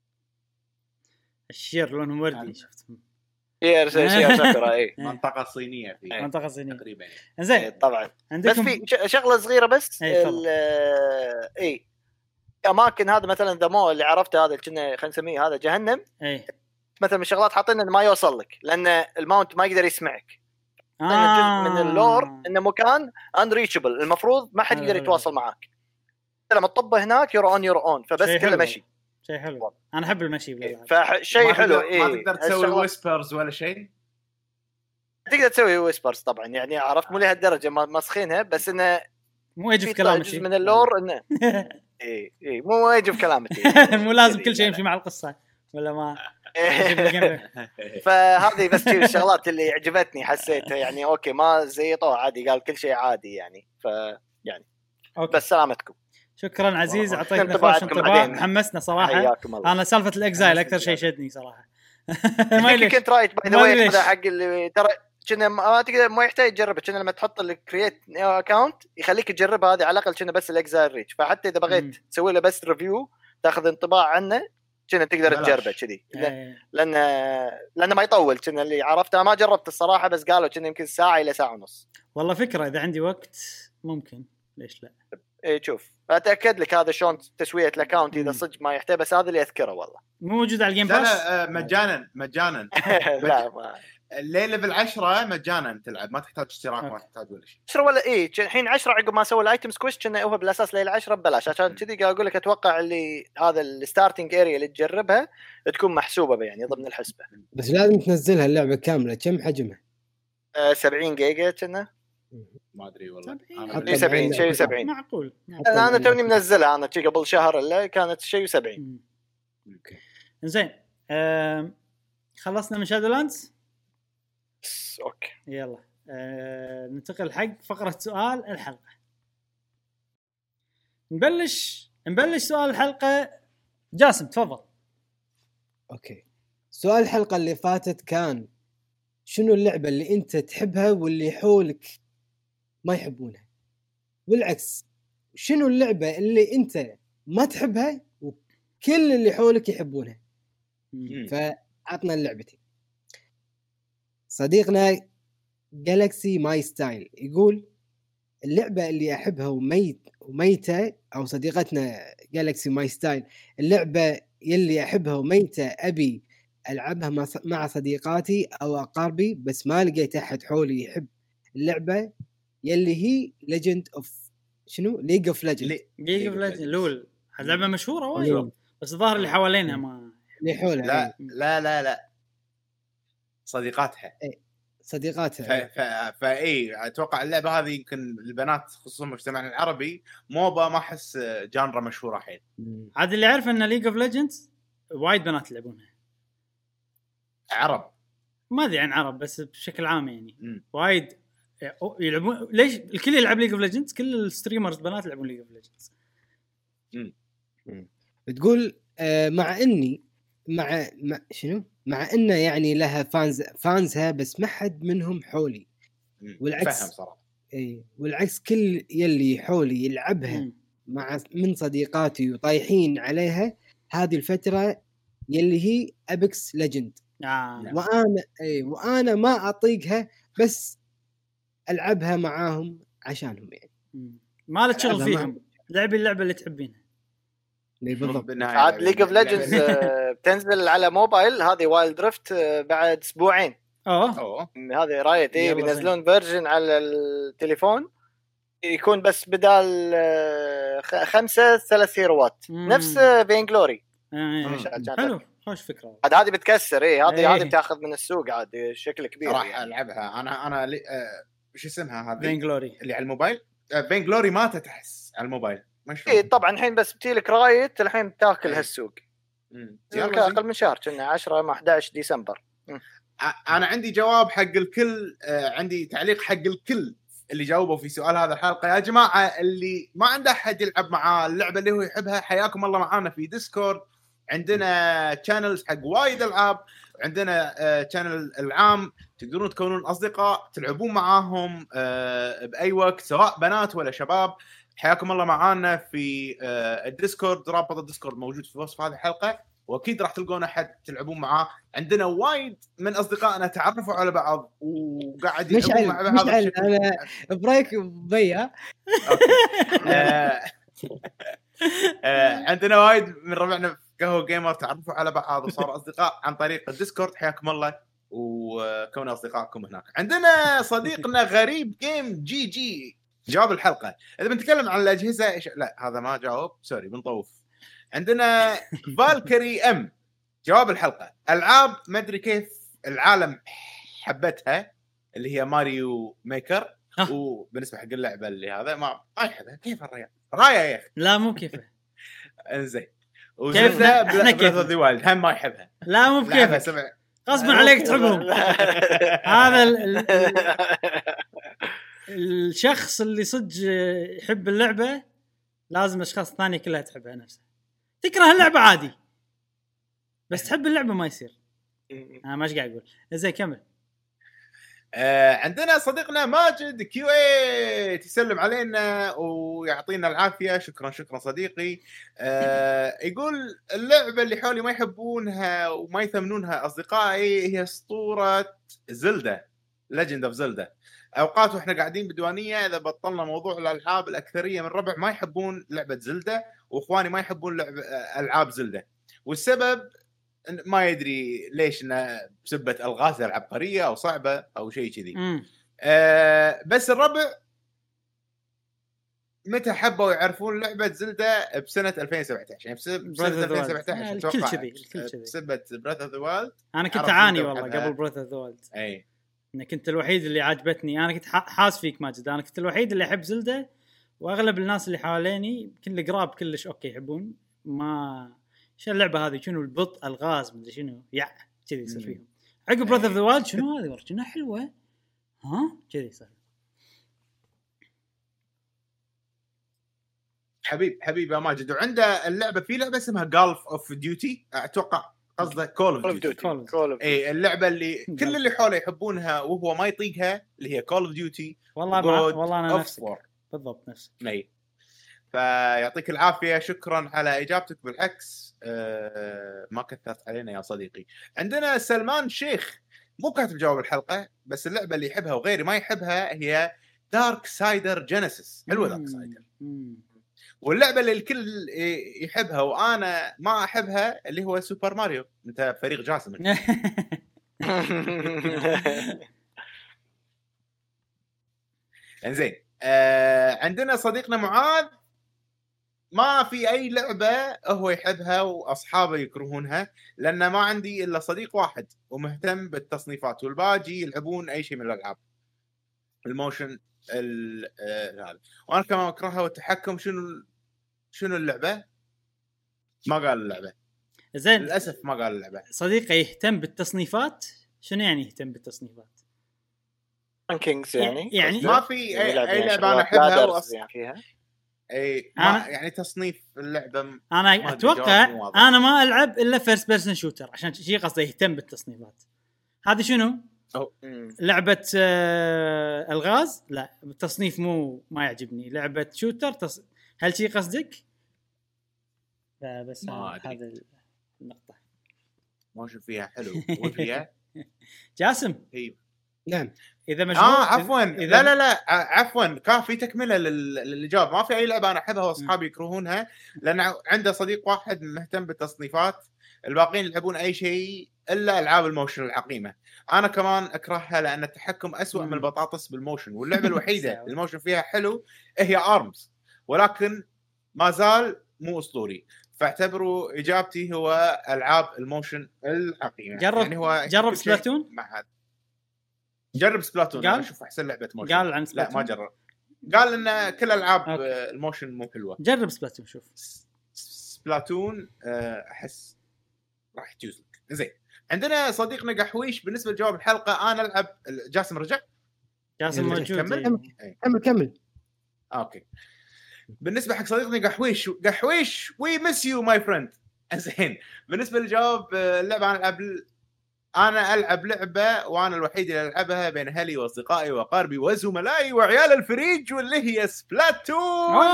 الشير لونه وردي شفت شير شير ساكورا. اي منطقه صينيه في منطقه صينيه تقريبا. زين طبعا عندكم بس في شغله صغيره بس اي اماكن هذا مثلا ذا مول اللي عرفته هذا كنا خلينا نسميه هذا جهنم. اي مثلا من الشغلات حاطين انه ما يوصل لك لان الماونت ما يقدر يسمعك. آه. جزء من اللور انه مكان انريتشبل المفروض ما حد يقدر يتواصل معك. لما تطبه هناك يور اون يور اون فبس كله مشي. شيء حلو انا احب المشي بالله. فشيء حلو. ايه ما تقدر تسوي ويسبرز ولا شيء. تقدر تسوي ويسبرز طبعا يعني عرفت مو لهالدرجه مسخينها بس انه مو يجي في كلامك جزء من اللور انه اي اي مو يجي في كلامك مو لازم كل شيء يمشي مع القصه ولا ما. فهذه بس شيء الشغلات اللي عجبتني حسيتها يعني اوكي ما زيطوه عادي قال كل شيء عادي يعني. ف يعني أوكي. بس سلامتكم. شكرا عزيز اعطيتنا خوش انطباع محمسنا صراحه. انا سالفه الاكزايل اكثر شيء شدني صراحه. ما ليش كنت رايت باي ذا واي هذا حق اللي ترى كنا ما تقدر ما يحتاج تجربه. كنا لما تحط الكرييت اكاونت يخليك تجربها هذه على الاقل كنا بس الاكزايل ريتش. فحتى اذا بغيت تسوي له بس ريفيو تاخذ انطباع عنه كنا تقدر تجربه كذي لان لان ما يطول. كنا اللي عرفته ما جربت الصراحه بس قالوا كنا يمكن ساعه الى ساعه ونص. والله فكره اذا عندي وقت ممكن ليش لا. اي شوف اتاكد لك هذا شلون تسويه الاكاونت اذا صدق ما يحتاج بس هذا اللي اذكره والله مو موجود على الجيم باس. لا مجانا مجانا لا ما الليله بالعشرة مجانا تلعب ما تحتاج اشتراك ما تحتاج ولا شيء. عشرة ولا ايه الحين عشرة عقب ما سووا الايتم سكويش كنا هو بالاساس ليله عشرة ببلاش عشان كذي قاعد اقول لك اتوقع اللي هذا الستارتنج اريا اللي تجربها تكون محسوبه يعني ضمن الحسبه. بس لازم تنزلها اللعبه كامله. كم حجمها؟ آه سبعين جيجا كنا ما ادري والله انا سبعين شيء سبعين معقول. انا انا توني منزلها انا شيء قبل شهر الا كانت شيء سبعين. اوكي زين أه... خلصنا من شادولاندز. اوكي يلا أه... ننتقل حق فقره سؤال الحلقه. نبلش نبلش سؤال الحلقه. جاسم تفضل. اوكي سؤال الحلقه اللي فاتت كان شنو اللعبه اللي انت تحبها واللي حولك ما يحبونها والعكس شنو اللعبه اللي انت ما تحبها وكل اللي حولك يحبونها. فعطنا اللعبتين. صديقنا جالكسي ماي ستايل يقول اللعبه اللي احبها وميت وميته او صديقتنا جالكسي ماي ستايل اللعبه يلي احبها وميته ابي العبها مع صديقاتي او اقاربي بس ما لقيت احد حولي يحب اللعبه يلي هي ليجند اوف شنو ليج اوف ليجند. ليج اوف ليجند لول لعبه مشهوره وايد بس الظاهر اللي حوالينها ما اللي حولها. لا لا لا لا صديقاتها اي صديقاتها. فاي اتوقع اللعبه هذه يمكن البنات خصوصا مجتمعنا العربي موبا ما احس جانرا مشهوره حيل. عاد اللي عارف ان ليج اوف ليجندز وايد بنات يلعبونها عرب ما ادري عن عرب بس بشكل عام يعني م. وايد يلعبون. ليش الكل يلعب ليج اوف ليجندز؟ كل الستريمرز بنات يلعبون ليج اوف ليجندز. بتقول آه مع اني مع, مع شنو مع انه يعني لها فانز فانزها بس ما حد منهم حولي والعكس فهم صراحه. اي والعكس كل يلي حولي يلعبها م. مع من صديقاتي وطايحين عليها هذه الفتره يلي هي ابيكس ليجند. آه. وانا اي وانا ما اطيقها بس العبها معاهم عشانهم يعني ما لك شغل فيهم. لعبي اللعبه اللي تحبينها بالضبط. عاد ليج اوف ليجندز بتنزل على موبايل هذه وايلد دريفت بعد اسبوعين. اه هذه رايت ايه بينزلون فيرجن على التليفون يكون بس بدال آه، خ- خمسة ثلاث هيروات مم. نفس بين جلوري. آه. حلو خوش فكره. عاد هذه بتكسر ايه هذه إيه. هذه بتاخذ من السوق عاد شكل كبير راح يعني. العبها انا انا لي... آه... شو اسمها هذه بين جلوري اللي على الموبايل. آه... بين جلوري ما تتحس على الموبايل ما شلون. ايه طبعا الحين بس بتيلك رايت الحين تاكل إيه. هالسوق. مم. يلا اقل من شهر كنا عشرة مع أحد عشر ديسمبر. انا عندي جواب حق الكل. آه عندي تعليق حق الكل اللي جاوبوا في سؤال هذا الحلقه. يا جماعه اللي ما عنده احد يلعب معاه اللعبه اللي هو يحبها حياكم الله معانا في ديسكورد. عندنا تشانلز حق وايد العاب. عندنا تشانل العام تقدرون تكونون اصدقاء تلعبون معاهم آه باي وقت سواء بنات ولا شباب. حياكم الله معانا في آه الديسكورد. رابط الديسكورد موجود في وصف هذه الحلقه واكيد راح تلقون احد تلعبون معاه. عندنا وايد من اصدقائنا تعرفوا على بعض وقاعد يلعبون مع بعض. مش انا بريك بيا. عندنا وايد من ربعنا في قهوه جيمر تعرفوا على بعض وصاروا اصدقاء عن طريق الديسكورد. حياكم الله وكونوا اصدقائكم هناك. عندنا صديقنا غريب جيم جي جي جواب الحلقه. اذا بنتكلم عن الاجهزه لا هذا ما جاوب سوري بنطوف. عندنا فالكري ام جواب الحلقه. العاب ما ادري كيف العالم حبتها اللي هي ماريو ميكر. وبالنسبه حق اللعبه اللي هذا ما ما يحبها. كيف الريال رايه يا اخي؟ لا مو كيفه. انزين كيف احنا كيف ذا وايلد هم ما يحبها. لا مو بكيف غصبا عليك تحبهم. هذا ال... ال... الشخص اللي صدق يحب اللعبه لازم اشخاص ثانيه كلها تحبها نفسها. تكره اللعبه عادي بس تحب اللعبه ما يصير. انا ماش قاعد اقول زي كمل. آه عندنا صديقنا ماجد كيو اي تسلم علينا ويعطينا العافيه. شكرا شكرا صديقي. آه يقول اللعبه اللي حولي ما يحبونها وما يثمنونها اصدقائي هي اسطوره زلدة ليجند اوف زلدة. اوقات واحنا قاعدين بديوانيه اذا بطلنا موضوع الالعاب الاكثريه من ربع ما يحبون لعبه زلدة واخواني ما يحبون لعب العاب زلدة. والسبب ما يدري ليش انه بسبه الغازها العبقريه او صعبه او شيء كذي. آه بس الربع متى حبوا يعرفون لعبه زلدة بسنه ألفين وسبعة عشر يعني بسبب ألفين وسبعة عشر اتوقع كل كذي الكل كذي بسبب بريث اوف ذا وايلد. انا كنت اعاني والله قبل بريث اوف ذا وايلد. اي انك كنت الوحيد اللي عجبتني. انا كنت حاس فيك ماجد. انا كنت الوحيد اللي احب زلدة واغلب الناس اللي حواليني كل القراب كلش اوكي يحبون. ما شو اللعبه هذه شنو البطء الغاز مدري شنو يع كذي يصير فيهم. عقب براذر اوف ذا وايلد شنو هذه ورجنا حلوه ها كذي صار. حبيب حبيب يا ماجد. وعنده اللعبه في لعبه اسمها جولف اوف ديوتي اتوقع قصده كول اوف ديوتي. اي اللعبه اللي كل اللي حوله يحبونها وهو ما يطيقها اللي هي كول اوف ديوتي. والله ما والله انا نفس بالضبط نفس اي. فيعطيك العافيه. شكرا على اجابتك. بالعكس أه ما كثرت علينا يا صديقي. عندنا سلمان شيخ مو كاتب جواب الحلقه بس اللعبه اللي يحبها وغيري ما يحبها هي دارك سايدر جينيسيس. حلوه دارك سايدر. واللعبه اللي الكل يحبها وانا ما احبها اللي هو سوبر ماريو. انت فريق جاسم. انزين آه عندنا صديقنا معاذ ما في اي لعبه هو يحبها واصحابه يكرهونها لان ما عندي الا صديق واحد ومهتم بالتصنيفات والباقي يلعبون اي شيء من الالعاب الموشن هذا. وانا كمان اكرهها. والتحكم شنو شنو اللعبه ما قال اللعبه زين للاسف ما قال اللعبه. صديقي يهتم بالتصنيفات. شنو يعني يهتم بالتصنيفات؟ رانكينجز يعني يعني ما في اي, أي لعبه انا احبها واصلا فيها اي أنا يعني تصنيف اللعبه. انا اتوقع انا ما العب الا فيرست بيرسون شوتر عشان شيء قصده يهتم بالتصنيفات. هذه شنو أو. لعبه آه الغاز لا التصنيف مو ما يعجبني. لعبه شوتر تص... هل شيء قصدك؟ لا بس هذا النقطه ما اشوف فيها حلو وفيها جاسم. هي نعم اذا مشغول اه عفوا إذا... لا لا لا عفوا كان في تكمله للاجابه. ما في اي لعبه انا احبها واصحابي يكرهونها لان عنده صديق واحد مهتم بالتصنيفات الباقيين يلعبون اي شيء الا العاب الموشن العقيمه. انا كمان اكرهها لان التحكم أسوأ من البطاطس بالموشن، واللعبه الوحيده الموشن فيها حلو هي ارمز، ولكن ما زال مو اسطوري. فاعتبروا اجابتي هو العاب الموشن العقيمه. جرب يعني هو جرب سبلاتون مع هذا. جرب سبلاتون، قال اشوف احسن لعبه موشن. قال عن سبلاتون؟ لا ما جرب، قال ان كل العاب أوكي. الموشن مو حلوه. جرب سبلاتون شوف. سبلاتون احس راح تجوز لك. زين، عندنا صديقنا قحويش بالنسبه لجواب الحلقه. انا العب. جاسم رجع؟ جاسم موجود. كمل كمل كمل. اوكي. بالنسبه حق صديقنا قحويش قحويش وي مس يو ماي فريند. زين، بالنسبه لجواب اللعبه انا العب انا العب لعبه وانا الوحيد اللي العبها بين اهلي واصدقائي واقاربي وزملائي وعيال الفريج، واللي هي سبلاتون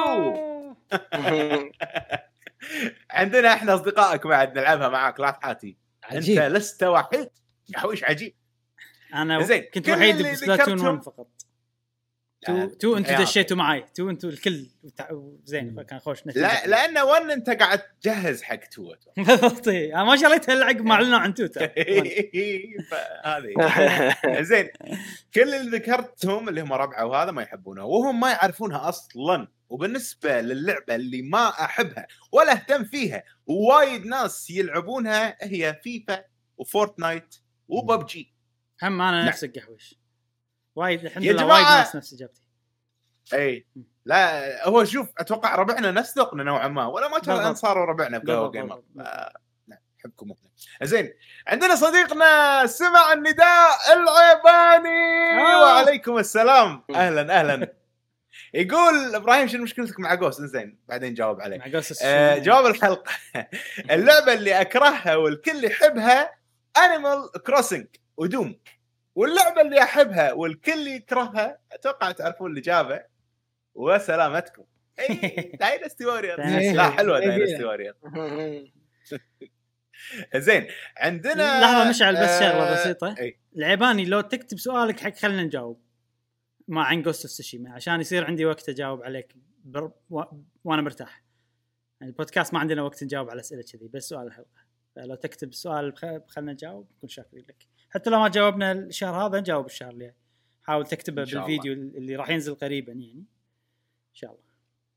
تو. عندنا احنا اصدقائك بعد نلعبها معاك، لا تحاتي. انت لست وحيد قحويش. عجيب. انا زين. كنت وحيد بسبلاتون واحد فقط. تو تو انتوا دشيتوا معي، تو انتوا الكل زين كان خوش نتيجه. لا لان ون انت قاعد تجهز حق تو. بالضبط. انا ما شريت هالعقب ما اعلنوا عن توتا. هذه زين. كل اللي ذكرتهم اللي هم ربعه وهذا ما يحبونها وهم ما يعرفونها اصلا. وبالنسبه للعبه اللي ما احبها ولا اهتم فيها ووايد ناس يلعبونها هي فيفا وفورتنايت وببجي. هم انا نعم. نفسك قحوش وايد الحمد لله وايد ناس نفس اجابتي. اي لا هو شوف اتوقع ربعنا نفس ذوقنا نوعا ما، ولا ما كان انصار وربعنا بقهوه جيمر. نعم حبكم احنا. زين، عندنا صديقنا سمع النداء العيباني. آه. وعليكم السلام. اهلا اهلا. يقول ابراهيم شنو مشكلتك مع جوست؟ زين بعدين جاوب عليه. آه جواب الحلقه. اللعبه اللي اكرهها والكل يحبها انيمال كروسنج ودوم، واللعبه اللي احبها والكل يكرهها اتوقع تعرفون الاجابه وسلامتكم. اي داينستي وورير. لا حلوه داينستي وورير. زين، عندنا لحظه مشعل بس شغله بسيطه. العيباني لو تكتب سؤالك حق خلينا نجاوب ما عن جوست اوف تسوشيما عشان يصير عندي وقت اجاوب عليك بر... و... وانا مرتاح. يعني البودكاست ما عندنا وقت نجاوب على اسئله كذي، بس سؤال الحلقه. فلو تكتب السؤال بخ... خلينا نجاوب نكون شاكرين لك. حتى لو ما جاوبنا الشهر هذا نجاوب الشهر اللي حاول تكتبه بالفيديو الله. اللي راح ينزل قريبا يعني ان شاء الله.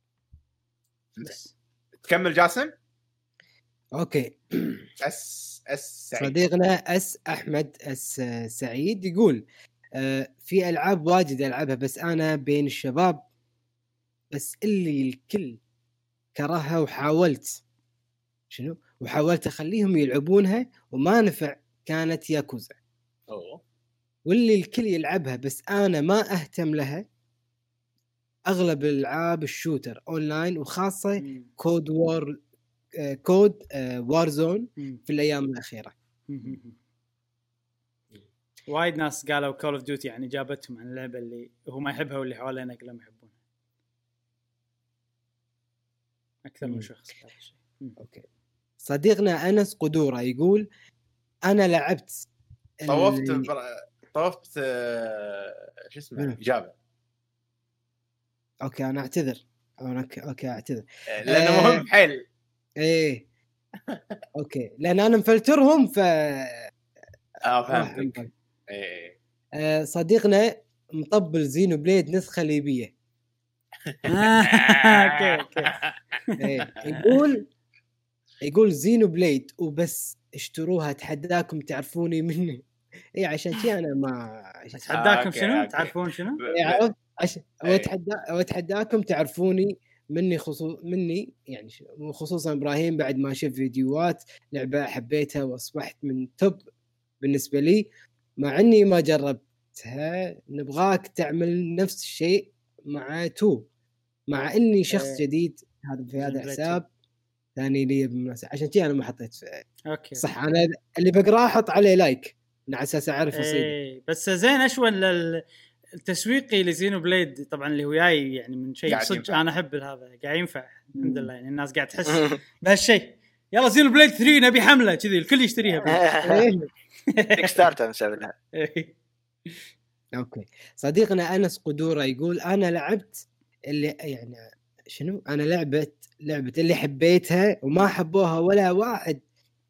بس تكمل جاسم. اوكي. اس اس سعيد. صديقنا اس احمد اس سعيد يقول آه في العاب واجد العبها بس انا بين الشباب بس اللي الكل كرهها وحاولت شنو وحاولت اخليهم يلعبونها وما نفع كانت ياكوزا. اوه. واللي الكل يلعبها بس انا ما اهتم لها اغلب الالعاب الشوتر اونلاين وخاصه مم. كود وور آه كود آه وار زون في الايام الاخيره. وايد ناس قالوا كول اوف ديوتي يعني جابتهم عن اللعبه اللي هو ما يحبها واللي حوالينا كلهم يحبونها اكثر من شخص. اوكي. صديقنا انس قدوره يقول انا لعبت طوفت ال... طوفت شو اسمه اجابه. اوكي انا اعتذر. اوكي اوكي اعتذر لانه آه... مهم حيل. ايه اوكي لان انا مفلترهم ف اه فهمتك. ايه آه صديقنا مطبل زينو بليد نسخه ليبيه. اوكي اوكي. ايه يقول يقول زينو بليد وبس اشتروها اتحداكم تعرفوني مني. اي عشان شي انا ما اتحداكم شنو تعرفون شنو عرفت عشان واتحدى واتحداكم تعرفوني مني خصوص مني يعني خصوصا ابراهيم بعد ما شاف فيديوهات لعبه حبيتها واصبحت من توب بالنسبه لي مع اني ما جربتها. نبغاك تعمل نفس الشيء مع تو مع اني شخص جديد هذا في هذا الحساب ثاني لي بالمناسبه عشان كذا انا ما حطيت في اوكي صح. انا اللي بقراه احط عليه لايك على اساس اعرف اصيد. ايه بس زين اشون للتسويقي لزينو بليد طبعا اللي هو جاي يعني من شيء صدق انا احب هذا قاعد ينفع الحمد لله يعني الناس قاعد تحس بهالشيء. يلا زينو بليد ثري نبي حمله كذي الكل يشتريها. كيك ستارتر نسوي لها. اوكي. صديقنا انس قدوره يقول انا لعبت اللي يعني شنو انا لعبت لعبه اللي حبيتها وما حبوها ولا واحد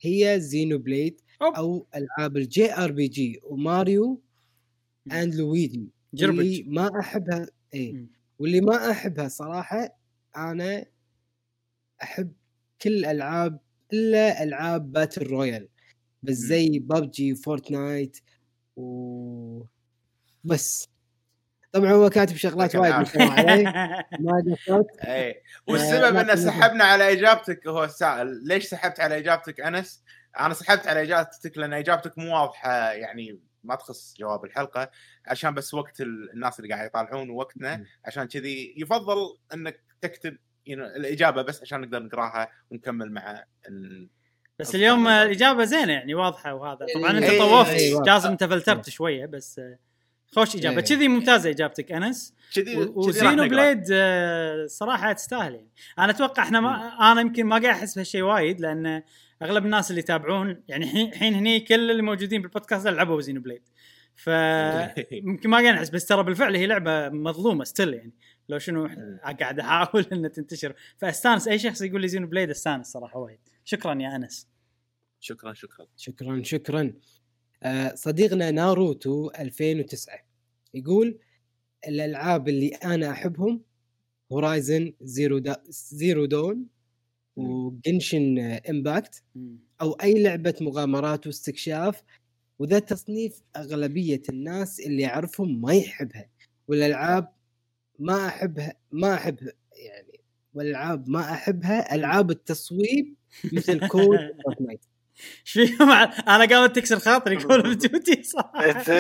هي زينو بليد او العاب الجي ار بي جي وماريو اند لويجي. اللي ما احبها اي واللي ما احبها صراحه انا احب كل العاب الا العاب باتل رويال بس زي بابجي فورتنايت و بس. طبعا هو كاتب شغلات وايد ما شاء الله عليه ما قصرت. اي والسبب انه سحبنا على اجابتك هو السائل ليش سحبت على اجابتك انس. انا سحبت على اجابتك لان اجابتك مو واضحه يعني ما تخص جواب الحلقه عشان بس وقت الناس اللي قاعد يطالعون ووقتنا عشان كذي يفضل انك تكتب الاجابه بس عشان نقدر نقراها ونكمل مع ال... بس اليوم الاجابه زينه يعني واضحه. وهذا طبعا انت طوفت جازم انت فلترت شويه بس خوش اجابه كذي ممتازه اجابتك انس. وزينو بليد صراحه تستاهل يعني. انا اتوقع احنا ما انا يمكن ما قاعد احس بهالشيء وايد لان اغلب الناس اللي يتابعون يعني الحين هني كل اللي موجودين بالبودكاست لعبوا زينو بليد فممكن ما قاعد احس بس ترى بالفعل هي لعبه مظلومه ستيل يعني لو شنو قاعد احاول ان تنتشر فاستانس اي شخص يقول لي زينو بليد استانس صراحه وايد. شكرا يا انس. شكرا شكرا شكرا شكرا. آه صديقنا ناروتو ألفين وتسعة يقول الالعاب اللي انا احبهم هورايزن زيرو دا زيرو دون وجنشن امباكت او اي لعبه مغامرات واستكشاف وذا تصنيف اغلبيه الناس اللي اعرفهم ما يحبها. والالعاب ما احبها ما احبها يعني والالعاب ما احبها العاب التصويب مثل كود فورتنايت. شو انا قاعد تكسر خاطري كول اوف ديوتي صح.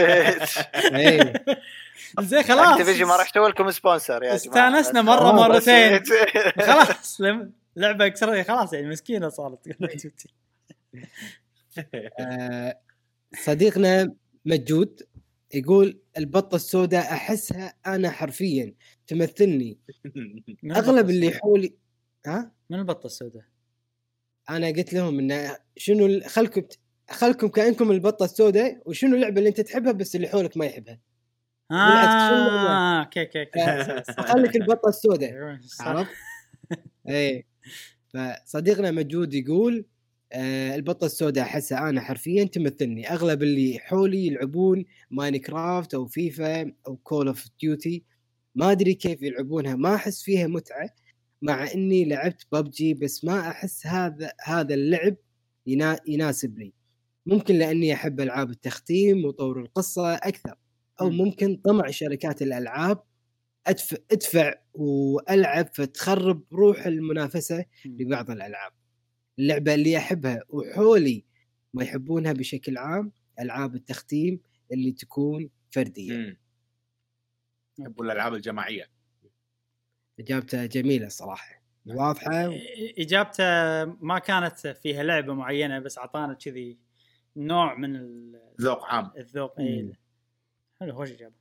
زين خلاص اكتيفيجن ما راح تسوي لكم سبونسر يا جماعه. استانسنا مره مرتين خلاص لعبه كسرت خلاص يعني مسكينه صارت كول اوف ديوتي. صديقنا مجود يقول البطه السوداء احسها انا حرفيا تمثلني. اغلب اللي حولي ها من البطه السوداء انا قلت لهم ان شنو خلكم خلكم كانكم البطه السوداء وشنو اللعبه اللي انت تحبها بس اللي حولك ما يحبها. اه اوكي اوكي خليك البطه السوداء عرفت. اي فصديقنا مجود يقول آه البطه السوداء احسها انا حرفيا تمثلني. اغلب اللي حولي يلعبون ماينكرافت او فيفا او كول اوف ديوتي ما ادري كيف يلعبونها ما احس فيها متعه مع اني لعبت ببجي بس ما احس هذا هذا اللعب ينا... يناسب لي. ممكن لاني احب العاب التختيم وطور القصه اكثر او ممكن طمع شركات الالعاب ادفع ادفع والعب فتخرب روح المنافسه لبعض الالعاب. اللعبه اللي احبها وحولي ما يحبونها بشكل عام العاب التختيم اللي تكون فرديه. يحبون الالعاب الجماعيه. اجابته جميله صراحه واضحه. اجابته ما كانت فيها لعبه معينه بس اعطانا كذي نوع من الذوق عام الذوق. اي حلو خوش اجابه.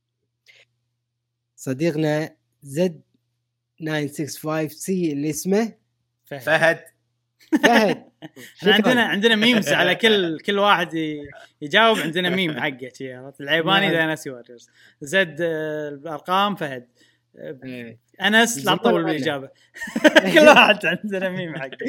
صديقنا زد تسعمية وخمسة وستين سي اللي اسمه فهد فهد, فهد. عندنا عندنا ميمز على كل كل واحد يجاوب عندنا ميم حقه شيء العيباني دايناسي واريورز. زد الارقام فهد انس لا تطول بالاجابه كل واحد عندنا ميم حقه.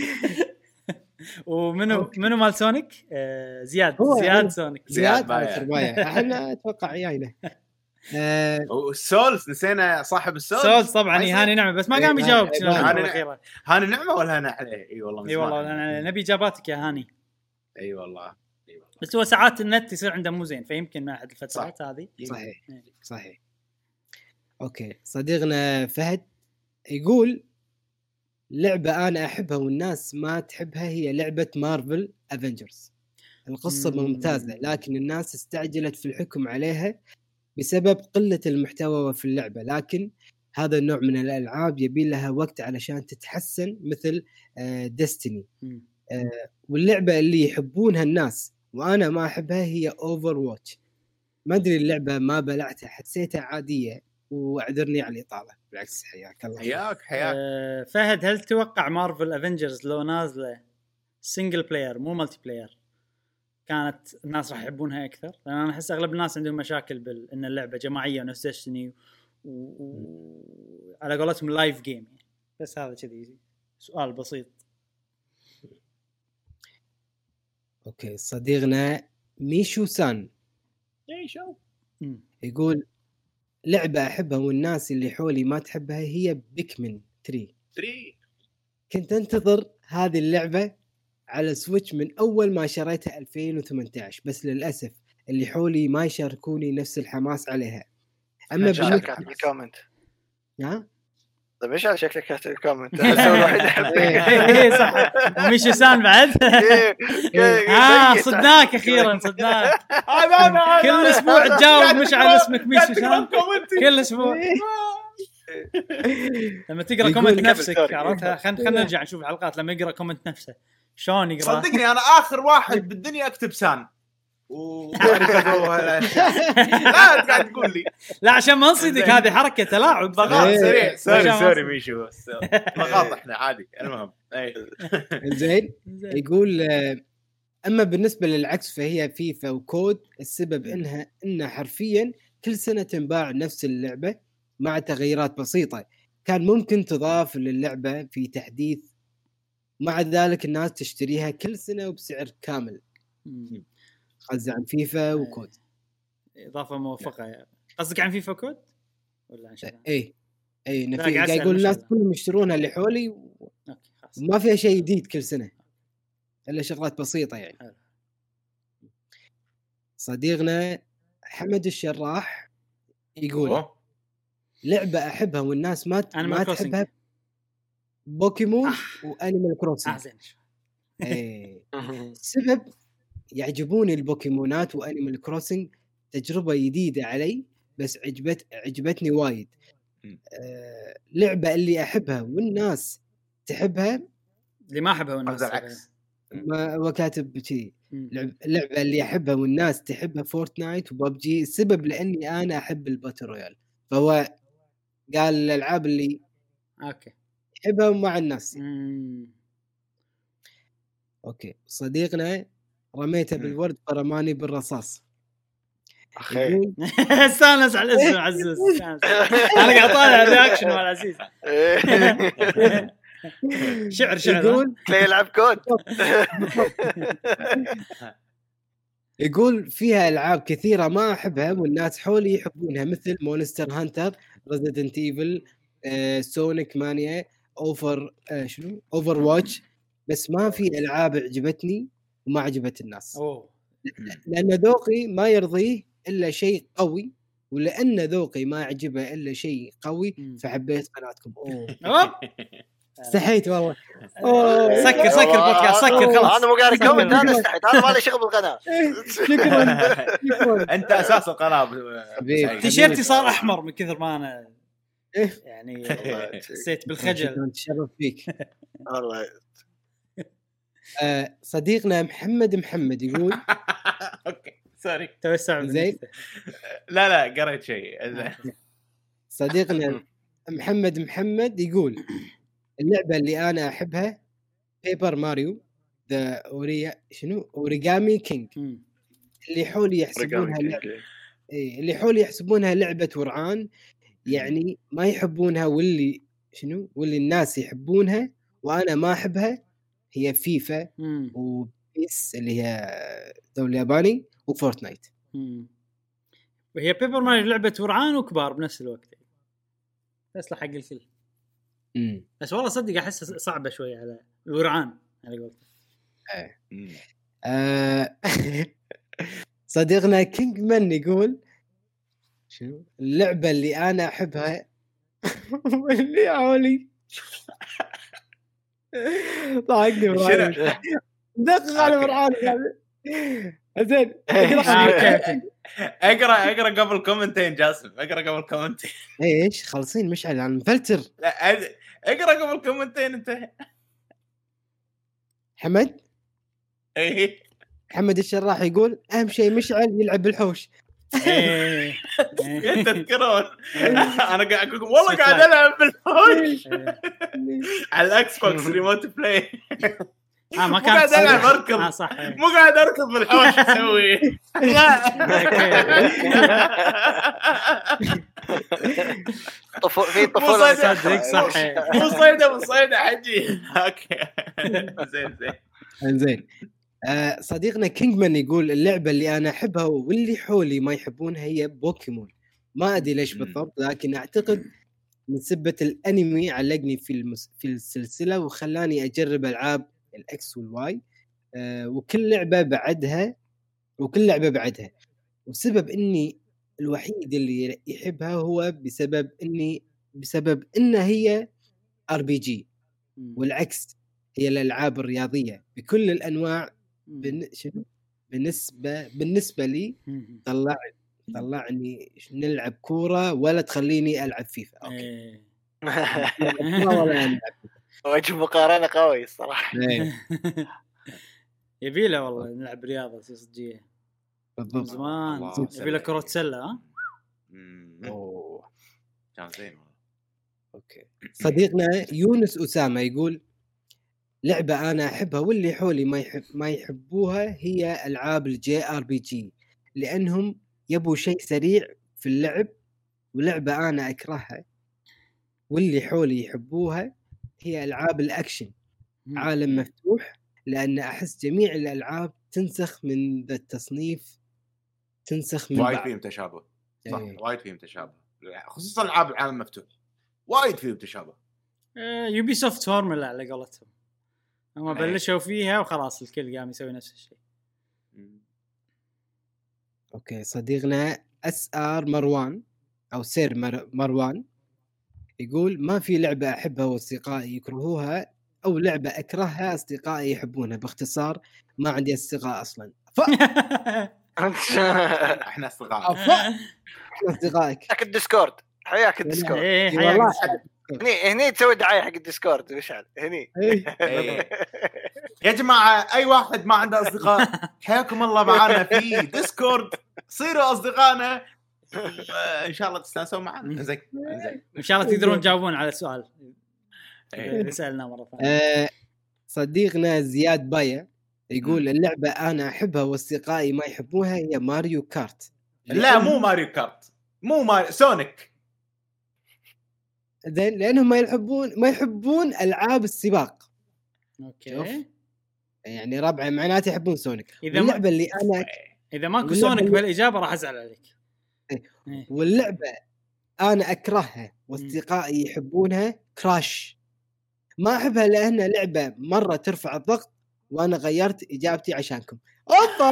ومنو منو مال سونيك آه زياد زياد سونيك زياد بايع احنا اتوقع عياينا آه والسولز نسينا صاحب السولز. سولز طبعا هاني نعمه بس ما قام يجاوب. هاني نعمه ولا هاني عليه؟ اي والله اي والله نبي اجاباتك يا هاني. اي والله بس هو ساعات النت يصير عنده مو زين فيمكن مع احد الفترات هذه. صحيح صحيح. اوكي صديقنا فهد يقول لعبه انا احبها والناس ما تحبها هي لعبه مارفل افنجرز. القصه ممتازه لكن الناس استعجلت في الحكم عليها بسبب قله المحتوى في اللعبه. لكن هذا النوع من الالعاب يبي لها وقت علشان تتحسن مثل ديستني. واللعبه اللي يحبونها الناس وانا ما احبها هي اوفر واتش. ما ادري اللعبه ما بلعتها حسيتها عاديه واعذرني على الاطاله. بالعكس حياك الله. حياك حياك. أه فهد هل توقع مارفل افنجرز لو نازله سنجل بلاير مو مالتي بلاير كانت الناس راح يحبونها اكثر؟ لان انا احس اغلب الناس عندهم مشاكل بال ان اللعبه جماعيه ونفس ديستني وعلى قولتهم لايف جيم. بس هذا كذي سؤال بسيط. اوكي صديقنا ميشو سان ميشو يقول لعبة أحبها والناس اللي حولي ما تحبها هي بيكمن ثري. ثري كنت أنتظر هذه اللعبة على سويتش من أول ما شريتها ألفين وثمانية عشر، بس للأسف اللي حولي ما يشاركوني نفس الحماس عليها. أما بالنسبة الكومنت ها طيب ايش على شكلك كاتب الكومنت؟ اي صح ومشي سان بعد. ها صدناك اخيرا صدناك. كل اسبوع تجاوب مش على اسمك مشي سان كل اسبوع لما تقرا كومنت نفسك. عرفتها؟ خلينا نرجع نشوف الحلقات لما يقرا كومنت نفسه شلون يقرا. صدقني انا اخر واحد بالدنيا اكتب سان لا قاعد تقول لي لا عشان ما نصيدك. هذه حركه تلاعب ضغط سريع. سوري سوري ميشو ضغط احنا عادي. المهم اي زين. يقول اما بالنسبه للعكس فهي فيفا وكود. السبب انها انها حرفيا كل سنه تنباع نفس اللعبه مع تغييرات بسيطه كان ممكن تضاف للعبه في تحديث، مع ذلك الناس تشتريها كل سنه وبسعر كامل. قصدي عن فيفا وكود. اضافه موفقه يعني. قصدك عن فيفا وكود ولا عن شيء؟ اي اي نفي قاعد يقول الناس كلهم يشترونها اللي حولي و... ما فيها شيء جديد كل سنه الا شغلات بسيطه يعني. حلو. صديقنا حمد الشراح يقول أوه. لعبه احبها والناس ما ما تحبها بوكيمون آه. وانيمال كروسنج. آه اي السبب يعجبوني البوكيمونات وانيمال كروسنج تجربه جديده علي، بس عجبت عجبتني وايد. آه لعبه اللي احبها والناس تحبها اللي ما احبها والناس العكس. ما وكاتب شيء اللعبه اللي احبها والناس تحبها فورتنايت وببجي. السبب لاني انا احب الباتل رويال، فهو قال الالعاب اللي اوكي يحبها مع الناس. مم. اوكي صديقنا رميته بالورد فرماني بالرصاص. اخي استانس على الاسم عزوز. انا قاعد طالع الرياكشن مال عزيز. شعر شعر يقول يلعب كود. يقول فيها العاب كثيره ما احبها والناس حولي يحبونها مثل مونستر هانتر، ريزيدنت ايفل، آه، سونيك مانيا، اوفر آه، شنو اوفر واتش، بس ما في العاب عجبتني وما عجبت الناس. أوه. لأن ذوقي ما يرضيه إلا شيء قوي، ولأن ذوقي ما عجبه إلا شيء قوي فحبيت قناتكم. أوه استحيت والله. أوه. سكر سكر بودكاست سكر خلاص. أنا مو قاعد كومنت أنا استحيت. أنا ما لي شغل بالقناة. شكرا. أنت أساس القناة. تيشيرتي صار أحمر من كثر ما أنا يعني حسيت بالخجل. تشرف فيك والله. آه صديقنا محمد محمد يقول اوكي سوري توسع زين. لا لا قريت شيء. صديقنا محمد محمد يقول اللعبه اللي انا احبها بيبر ماريو ذا اوريا شنو اوريجامي كينج. اللي حولي يحسبونها لعبة... إيه اللي حولي يحسبونها لعبه ورعان يعني ما يحبونها، واللي شنو واللي الناس يحبونها وانا ما احبها هي فيفا وبيس اللي هي دولة الياباني وفورتنايت. مم. وهي بيبر ماريو لعبة ورعان وكبار بنفس الوقت بس لحق الكل. مم. بس والله صدق أحس صعبة شوي على الورعان على قولتك. آه. صديقنا كينج من يقول شنو اللعبة اللي أنا أحبها واللي عولي ضايقني براي دقق على ورعان زين. اقرا اقرا قبل كومنتين جاسم. اقرا قبل كومنتين. ايش خلصين مش على مفلتر. لا اقرا قبل كومنتين انت حمد. ايه محمد الشراح يقول اهم شيء مشعل يلعب بالحوش. انت تذكرون انا قاعد اقول والله قاعد العب بالحوش على الاكس بوكس ريموت بلاي. اه ما كان قاعد العب اركض. اه صح مو قاعد اركض بالحوش اسوي. طفو في طفوله صدق صح. مو صيده مو صيده حجي. اوكي زين زين زين. آه صديقنا كينجمان يقول اللعبه اللي انا احبها واللي حولي ما يحبونها هي بوكيمون. ما ادري ليش بالضبط، لكن اعتقد من سبة الانمي علقني في المس... في السلسله وخلاني اجرب العاب الاكس والواي. آه وكل لعبه بعدها وكل لعبه بعدها وسبب اني الوحيد اللي يحبها هو بسبب اني بسبب انها هي ار بي جي، والعكس هي الالعاب الرياضيه بكل الانواع. بن... شنو بالنسبه بالنسبه لي طلع طلعني نلعب كوره ولا تخليني العب فيفا. اوكي وجه مقارنه قوي الصراحه. يبي له والله نلعب رياضه صجيه بالضبط. زمان يبي له كره سله. ها اوه كان زين. اوكي صديقنا يونس اسامه يقول لعبه انا احبها واللي حولي ما يحب ما يحبوها هي العاب الجي ار بي جي، لانهم يبوا شيء سريع في اللعب، ولعبه انا اكرهها واللي حولي يحبوها هي العاب الاكشن عالم مفتوح، لان احس جميع الالعاب تنسخ من ذا التصنيف تنسخ من وايد فيهم تشابه. صح ايه. وايد فيهم تشابه خصوصا العاب العالم مفتوح وايد فيهم تشابه. يوبي سوفت فورمولا على قولتهم هم بلشوا فيها وخلاص الكل قام يسوي نفس الشيء. اوكي صديقنا اس ار مروان او سير مر... مروان يقول ما في لعبه احبها واصدقائي يكرهوها او لعبه اكرهها اصدقائي يحبونها. باختصار ما عندي اصدقاء اصلا. ف... احنا اصدقاء. احنا اصدقائك. حق الديسكورد. حياك الديسكورد. ايه حياك. هني هني تسوي دعايه حق الديسكورد مشعل هني. يا جماعه اي واحد ما عنده اصدقاء حياكم الله معنا في ديسكورد، صيروا اصدقائنا ان شاء الله تستانسوا معنا. زين زين ان شاء الله تقدرون تجاوبون على السؤال اللي سالناه مره ثانيه. صديقنا زياد بايا يقول اللعبه انا احبها واصدقائي ما يحبوها هي ماريو كارت. لا مو ماريو كارت، مو ماريو سونيك. زين لانهم ما يحبون ما يحبون العاب السباق. اوكي يعني ربعه معناته يحبون سونيك. إذا اللعبه ما... اللي انا اذا ماكو سونيك اللي... بالاجابه راح ازعل عليك. إيه. واللعبه انا اكرهها واصدقائي يحبونها كراش. ما احبها لانها لعبه مره ترفع الضغط وانا غيرت اجابتي عشانكم. اوبا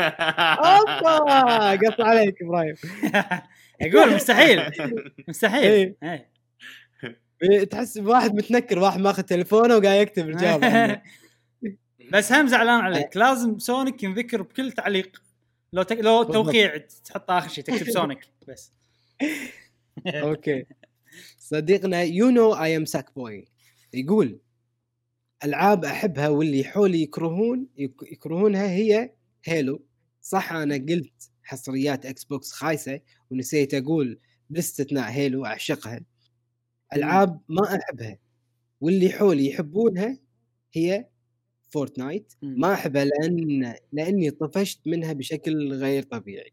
اوبا قص عليك ابراهيم. اقول مستحيل مستحيل. ايه تحس بواحد متنكر واحد ماخذ تليفونه وقاعد يكتب الجواب. بس هم زعلان عليك. لازم سونيك ينذكر بكل تعليق. لو تك... لو توقيع تحط اخر شيء تكتب سونيك بس. اوكي صديقنا يونو اي ام ساك بوي يقول العاب احبها واللي حولي يكرهون يكرهونها هي هيلو. صح انا قلت حصريات اكس بوكس خايسه ونسيت اقول باستثناء هيلو اعشقها. العاب ما احبها واللي حولي يحبونها هي فورتنايت. ما احبها لان لاني طفشت منها بشكل غير طبيعي.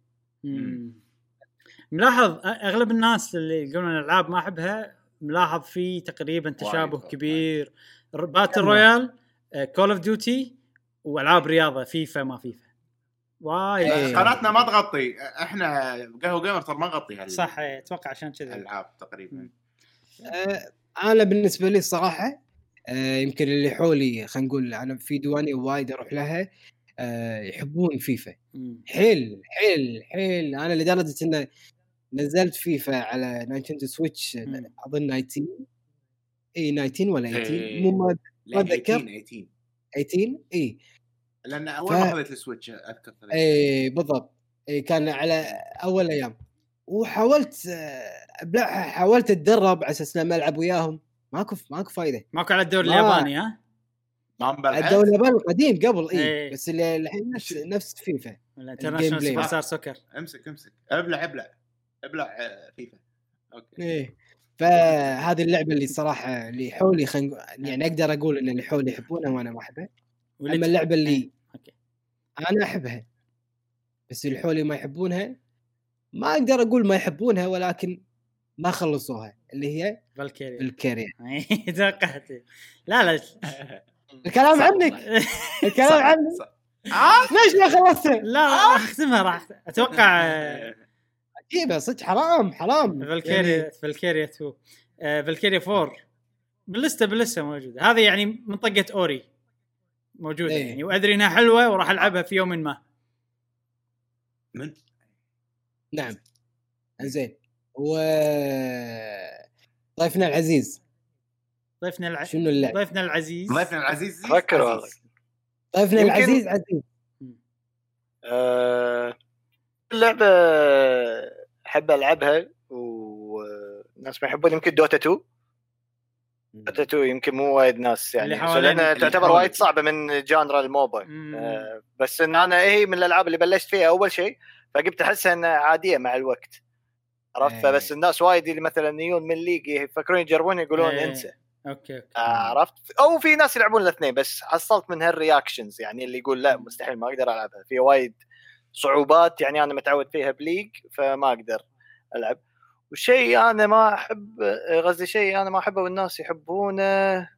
ملاحظ اغلب الناس اللي يقولون الالعاب ما احبها ملاحظ فيه تقريبا تشابه كبير. باتل رويال، كول اوف ديوتي، والعاب رياضه فيفا ما فيفا. وايد قناتنا ما تغطي. احنا قهوه جيمر ترى ما نغطي هال صح. اتوقع عشان كذا العاب تقريبا. أه انا بالنسبه لي الصراحه أه يمكن اللي حولي خلينا نقول انا في دواني وايد اروح لها أه يحبون فيفا حيل حيل حيل. انا لدرجه انه نزلت فيفا على نينتندو سويتش اظن تسعتاشر اي تسعتاشر ولا ثمانية عشر مو ما اتذكر ثمانية عشر ثمانية عشر اي لان اول ما اخذت السويتش اذكر اي بالضبط. اي كان على اول ايام وحاولت ابلعها حاولت اتدرب على اساس اني العب وياهم. ماكو ماكو فايده. ماكو على الدوري الياباني. ها ما مبلعت الدوري الياباني القديم قبل اي ايه. بس اللي الحين نفس نفس فيفا الانترناشونال سوبر ستار سوكر. امسك امسك ابلع ابلع ابلع فيفا. اوكي ايه فهذه اللعبه اللي الصراحه اللي حولي خن... يعني اقدر اقول ان اللي حولي يحبونها وانا ما احبها. اما اللعبه اللي اوكي انا احبها بس اللي حولي ما يحبونها ما اقدر اقول ما يحبونها ولكن ما خلصوها اللي هي فالكيريا. فالكيريا توقعت. لا لا الكلام عنك الكلام عنك ليش ما خلصتها؟ لا راح اختمها راح اتوقع عجيبه صدق حرام حرام. فالكيريا فالكيريا اثنين فالكيريا أربعة باللسته باللسته موجوده. هذه يعني منطقه اوري موجوده إيه. يعني وادري انها حلوه وراح العبها في يوم ما. من نعم زين. و ضيفنا العزيز ضيفنا الع... شنو اللعب؟ ضيفنا العزيز ضيفنا العزيز فكر والله. ضيفنا يمكن- العزيز عزيز آه، اللعبة أحب ألعبها والناس ما يحبون يمكن دوتا تو. دوتا تو يمكن مو وايد ناس يعني اللي حوالين- لأنها اللي تعتبر حوالين. وايد صعبة من جانرا الموبا. مم. آه، بس إن أنا إيه من الألعاب اللي بلشت فيها أول شيء فقمت أحسها إنها عادية مع الوقت عرفت. إيه. فبس الناس وايد اللي مثلا يجون من ليج يفكرون يجربون يقولون إيه. انسى اوكي اوكي عرفت. او في ناس يلعبون الاثنين بس حصلت من هالرياكشنز يعني اللي يقول لا مستحيل ما اقدر العبها في وايد صعوبات يعني انا متعود فيها بليج فما اقدر العب. وشيء انا ما احب غزي شيء انا ما احبه والناس يحبونه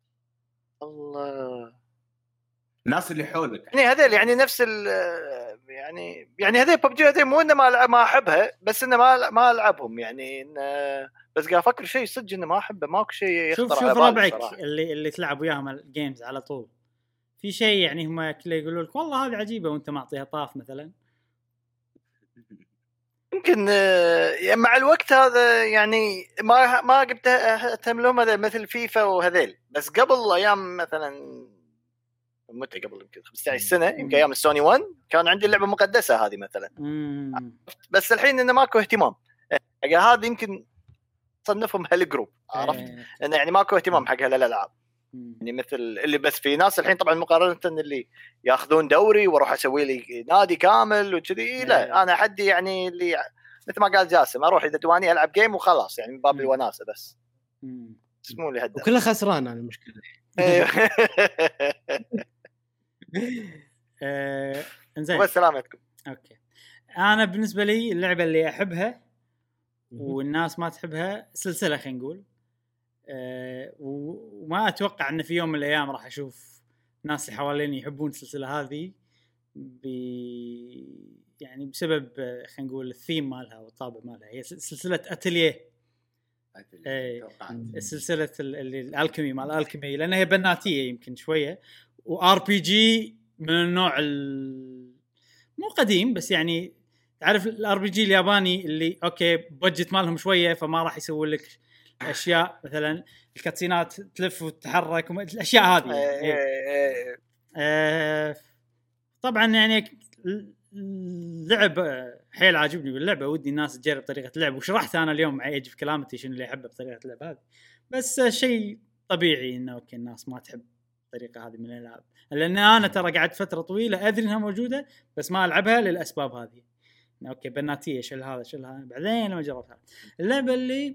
الله الناس اللي حولك يعني هذول يعني نفس ال يعني يعني هذول ببجي هذول مو انه ما ما احبها بس انه ما ما العبهم يعني إن بس قاعد افكر شيء صدق انه ما احبه ماكو شيء يخطر شوف على شوف بالي ربعك صراحة. اللي اللي تلعب وياهم الجيمز على طول في شيء يعني هم كله يقولوا لك والله هذه عجيبه وانت معطيها طاف مثلا. يمكن آه، مع الوقت هذا يعني ما ما قمت اهتم لهم هذا مثل فيفا وهذيل بس قبل ايام مثلا متى قبل يمكن خمسة عشر سنه يمكن ايام السوني واحد كان عندي اللعبه مقدسه هذه مثلا. امم بس الحين انه ماكو اهتمام هذا يمكن صنفهم هالجروب عرفت إيه. انه يعني ماكو اهتمام حق هالالعاب مم. يعني مثل اللي بس في ناس الحين طبعا مقارنه اللي ياخذون دوري واروح اسوي لي نادي كامل وكذي لا انا حدي يعني اللي مثل ما قال جاسم اروح اذا دواني العب جيم وخلاص يعني من باب الوناسه بس مم. اسمه لي هدف وكله خسران انا المشكله. آه، انزين بس سلامتكم. اوكي انا بالنسبه لي اللعبه اللي احبها والناس ما تحبها سلسله خلينا نقول أه وما اتوقع ان في يوم من الايام راح اشوف ناس اللي حواليني يحبون السلسله هذه ب يعني بسبب خلينا نقول الثيم مالها والطابع مالها هي سلسله اتليه. اي سلسله اللي الالكيمي مال الالكيمي لانها هي بناتيه يمكن شويه وار بي جي من النوع ال... مو قديم بس يعني تعرف الار بي جي الياباني اللي اوكي بودجت مالهم شويه فما راح يسوي لك اشياء مثلا الكاتسينات تلف وتتحرك الاشياء هذه يعني. آه طبعا يعني اللعب حيل عاجبني باللعبه ودي الناس تجرب طريقه اللعب وشرحت انا اليوم مع ايج في كلامتي شنو اللي يحبه بطريقه اللعب هذه بس شيء طبيعي انه اوكي الناس ما تحب الطريقه هذه من الالعاب لان انا ترى قعدت فتره طويله ادري انها موجوده بس ما العبها للاسباب هذه. اوكي بناتيه شل هذا شل هذا بعدين لما جربتها اللعبه اللي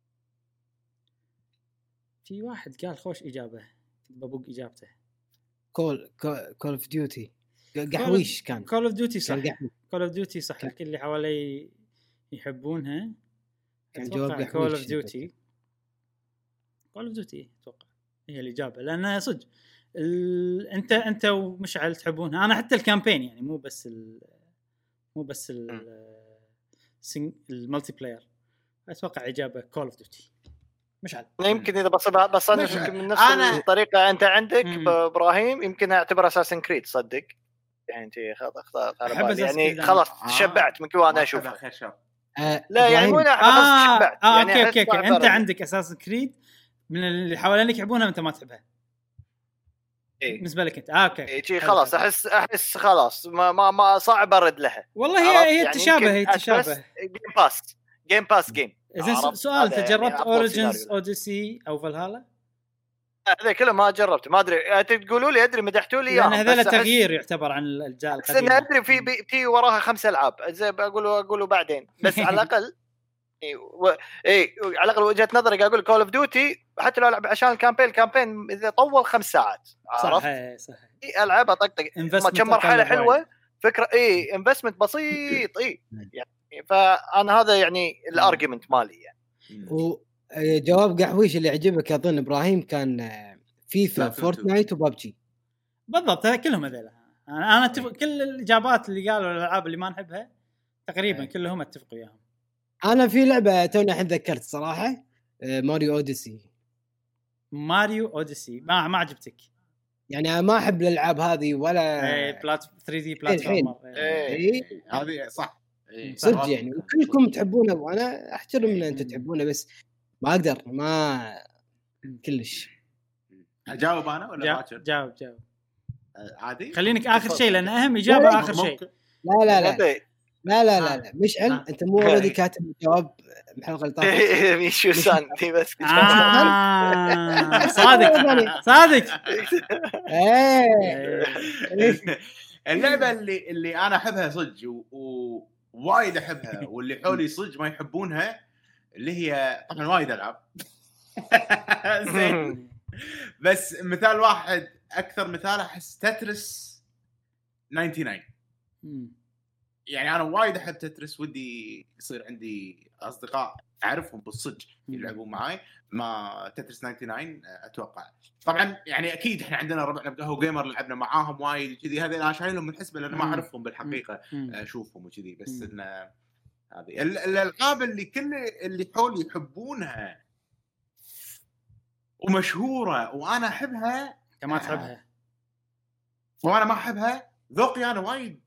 في واحد قال خوش اجابه ببوق اجابته كول كول اوف ديوتي قحويش كان كول اوف ديوتي صح كول كول اوف ديوتي صح الكل اللي حوالي يحبونها كان جواب قحويش كول اوف ديوتي كول اوف ديوتي اتوقع هي الاجابه لانها صدق ال... انت انت ومشعل تحبونها انا حتى الكامبين يعني مو بس ال... مو بس ال... سين... الملتي بلاير اتوقع اجابه كول اوف ديوتي مشعل. يمكن اذا بصبها بصنف يمكن من نفس أنا... الطريقه انت عندك ابراهيم يمكن اعتبر اساسن كريد صدق يعني انت اخطات على بالي يعني خلاص تشبعت من كل وانا اشوفها آه لا يعني مو انا آه تشبعت آه يعني اوكي اوكي, أوكي. انت عندك اساسن كريد من اللي حوالينك يحبونها انت ما تحبها إيه؟ بالنسبه لك انت اه اوكي إيه خلاص احس احس خلاص ما ما, ما صعب ارد لها والله هي هي يعني تشابه هي تشابه جيم باس جيم باس جيم اذا سؤال انت جربت يعني اوريجينز اوديسي او فالهالا هذا كله ما جربت ما ادري تقولوا لي ادري مدحتوا لي يعني هذا تغيير يعتبر عن الاجزاء القديمه ادري في في وراها خمس العاب زي بقولوا اقولوا بعدين بس على الاقل اي و... اي على الاقل وجهه نظري قاعد اقول كول اوف ديوتي حتى لو العب عشان الكامبين الكامبين اذا طول خمس ساعات عرفت صح صح العبها طقطق كم مرحله حلوه فكره اي انفستمنت بسيط اي يعني فانا هذا يعني الارجيومنت مالي يعني. وجواب قحويش اللي عجبك اظن ابراهيم كان فيفا فورتنايت وبابجي بالضبط كلهم هذول انا انا اتفق كل الاجابات اللي قالوا الالعاب اللي ما نحبها تقريبا كلهم اتفقوا وياهم. انا في لعبه توني الحين ذكرت صراحه ماريو اوديسي. ماريو اوديسي ما ما عجبتك يعني انا ما احب الالعاب هذه ولا اي بلات ثري دي بلاتفورمر. اي هذه صح صدق يعني كلكم تحبونه وانا احترم ان انتم تحبونه بس ما اقدر ما كلش. اجاوب انا ولا جاوب جاوب جاوب عادي خلينك اخر شيء لان اهم اجابه اخر شيء. لا لا لا لا لا لا, لا. مشعل آه. انت مو اوريدي كاتب الجواب الحلقه اللي طافت. ميشو سان دي بس آه. صادق صادق. اللعبه اللي اللي انا احبها صدق ووايد احبها واللي حولي صدق ما يحبونها اللي هي طبعا وايد العاب زين بس مثال واحد اكثر مثال احس تترس تسعة وتسعين. يعني انا وايد احب تترس ودي يصير عندي اصدقاء اعرفهم بالصدق يلعبون معاي ما تترس تسعة وتسعين اتوقع. طبعا يعني اكيد احنا عندنا ربعنا بقهوه جيمر لعبنا معاهم وايد كذي هذول انا شايلهم من الحسبه لان ما اعرفهم بالحقيقه اشوفهم وكذي بس ان هذه الالعاب اللي كل اللي حولي يحبونها ومشهوره وانا احبها انت ما تحبها وانا ما احبها ذوقي انا وايد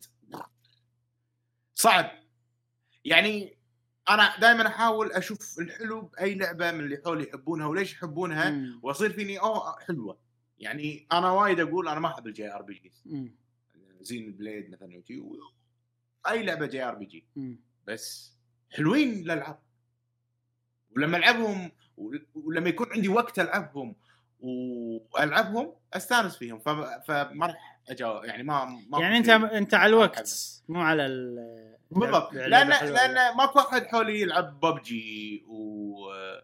صعب. يعني انا دائما احاول اشوف الحلو باي لعبه من اللي حولي يحبونها وليش يحبونها مم. واصير فيني اوه حلوه. يعني انا وايد اقول انا ما احب الجي ار بي جي زين بليد مثلا وتي اي لعبه جي ار بي جي بس حلوين الالعاب ولما العبهم ولما يكون عندي وقت العبهم والعبهم استانس فيهم فما راح اجاوب يعني ما, ما يعني انت انت على الوقت مو على ال بالضبط لان لان ماكو احد حولي يلعب ببجي و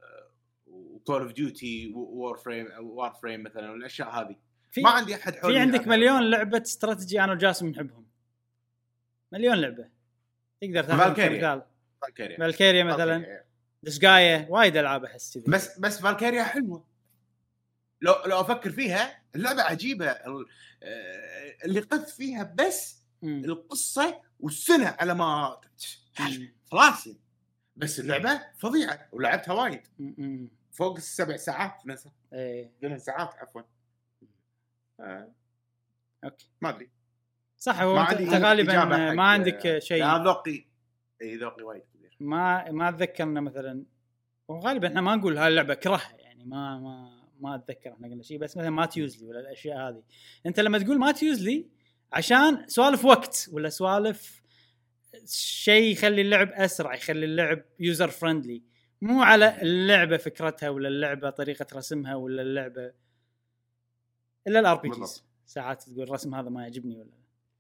وكول اوف ديوتي وور فريم وار فريم مثلا والاشياء هذه ما عندي احد حولي. في عندك مليون لعبه استراتيجي انا وجاسم نحبهم مليون لعبه تقدر تاخذ مثال فالكيريا فالكيريا مثلا دسقايه وايد العاب احس كذا بس بس فالكيريا حلوه لو لو افكر فيها اللعبه عجيبه اللي قف فيها بس م. القصه والسنه على ما خلاص بس اللعبه فظيعه ولعبتها وايد م. فوق السبع ساعات نفسها ايه ثمان ساعات عفوا آه. اوكي ما ادري صح هو غالبا ما, ما عندك شيء لا ذوقي اي ذوقي وايد كبير ما ما اتذكرنا مثلا وغالبا احنا ما نقول هاللعبه كرهها يعني ما ما ما اتذكر احنا قلنا شيء بس مثلا ما تيوزلي ولا الاشياء هذه. انت لما تقول ما تيوزلي عشان سوالف وقت ولا سوالف شيء يخلي اللعب اسرع يخلي اللعب يوزر فريندلي مو على اللعبه فكرتها ولا اللعبه طريقه رسمها ولا اللعبه الا الار بي جيز ساعات تقول الرسم هذا ما يعجبني ولا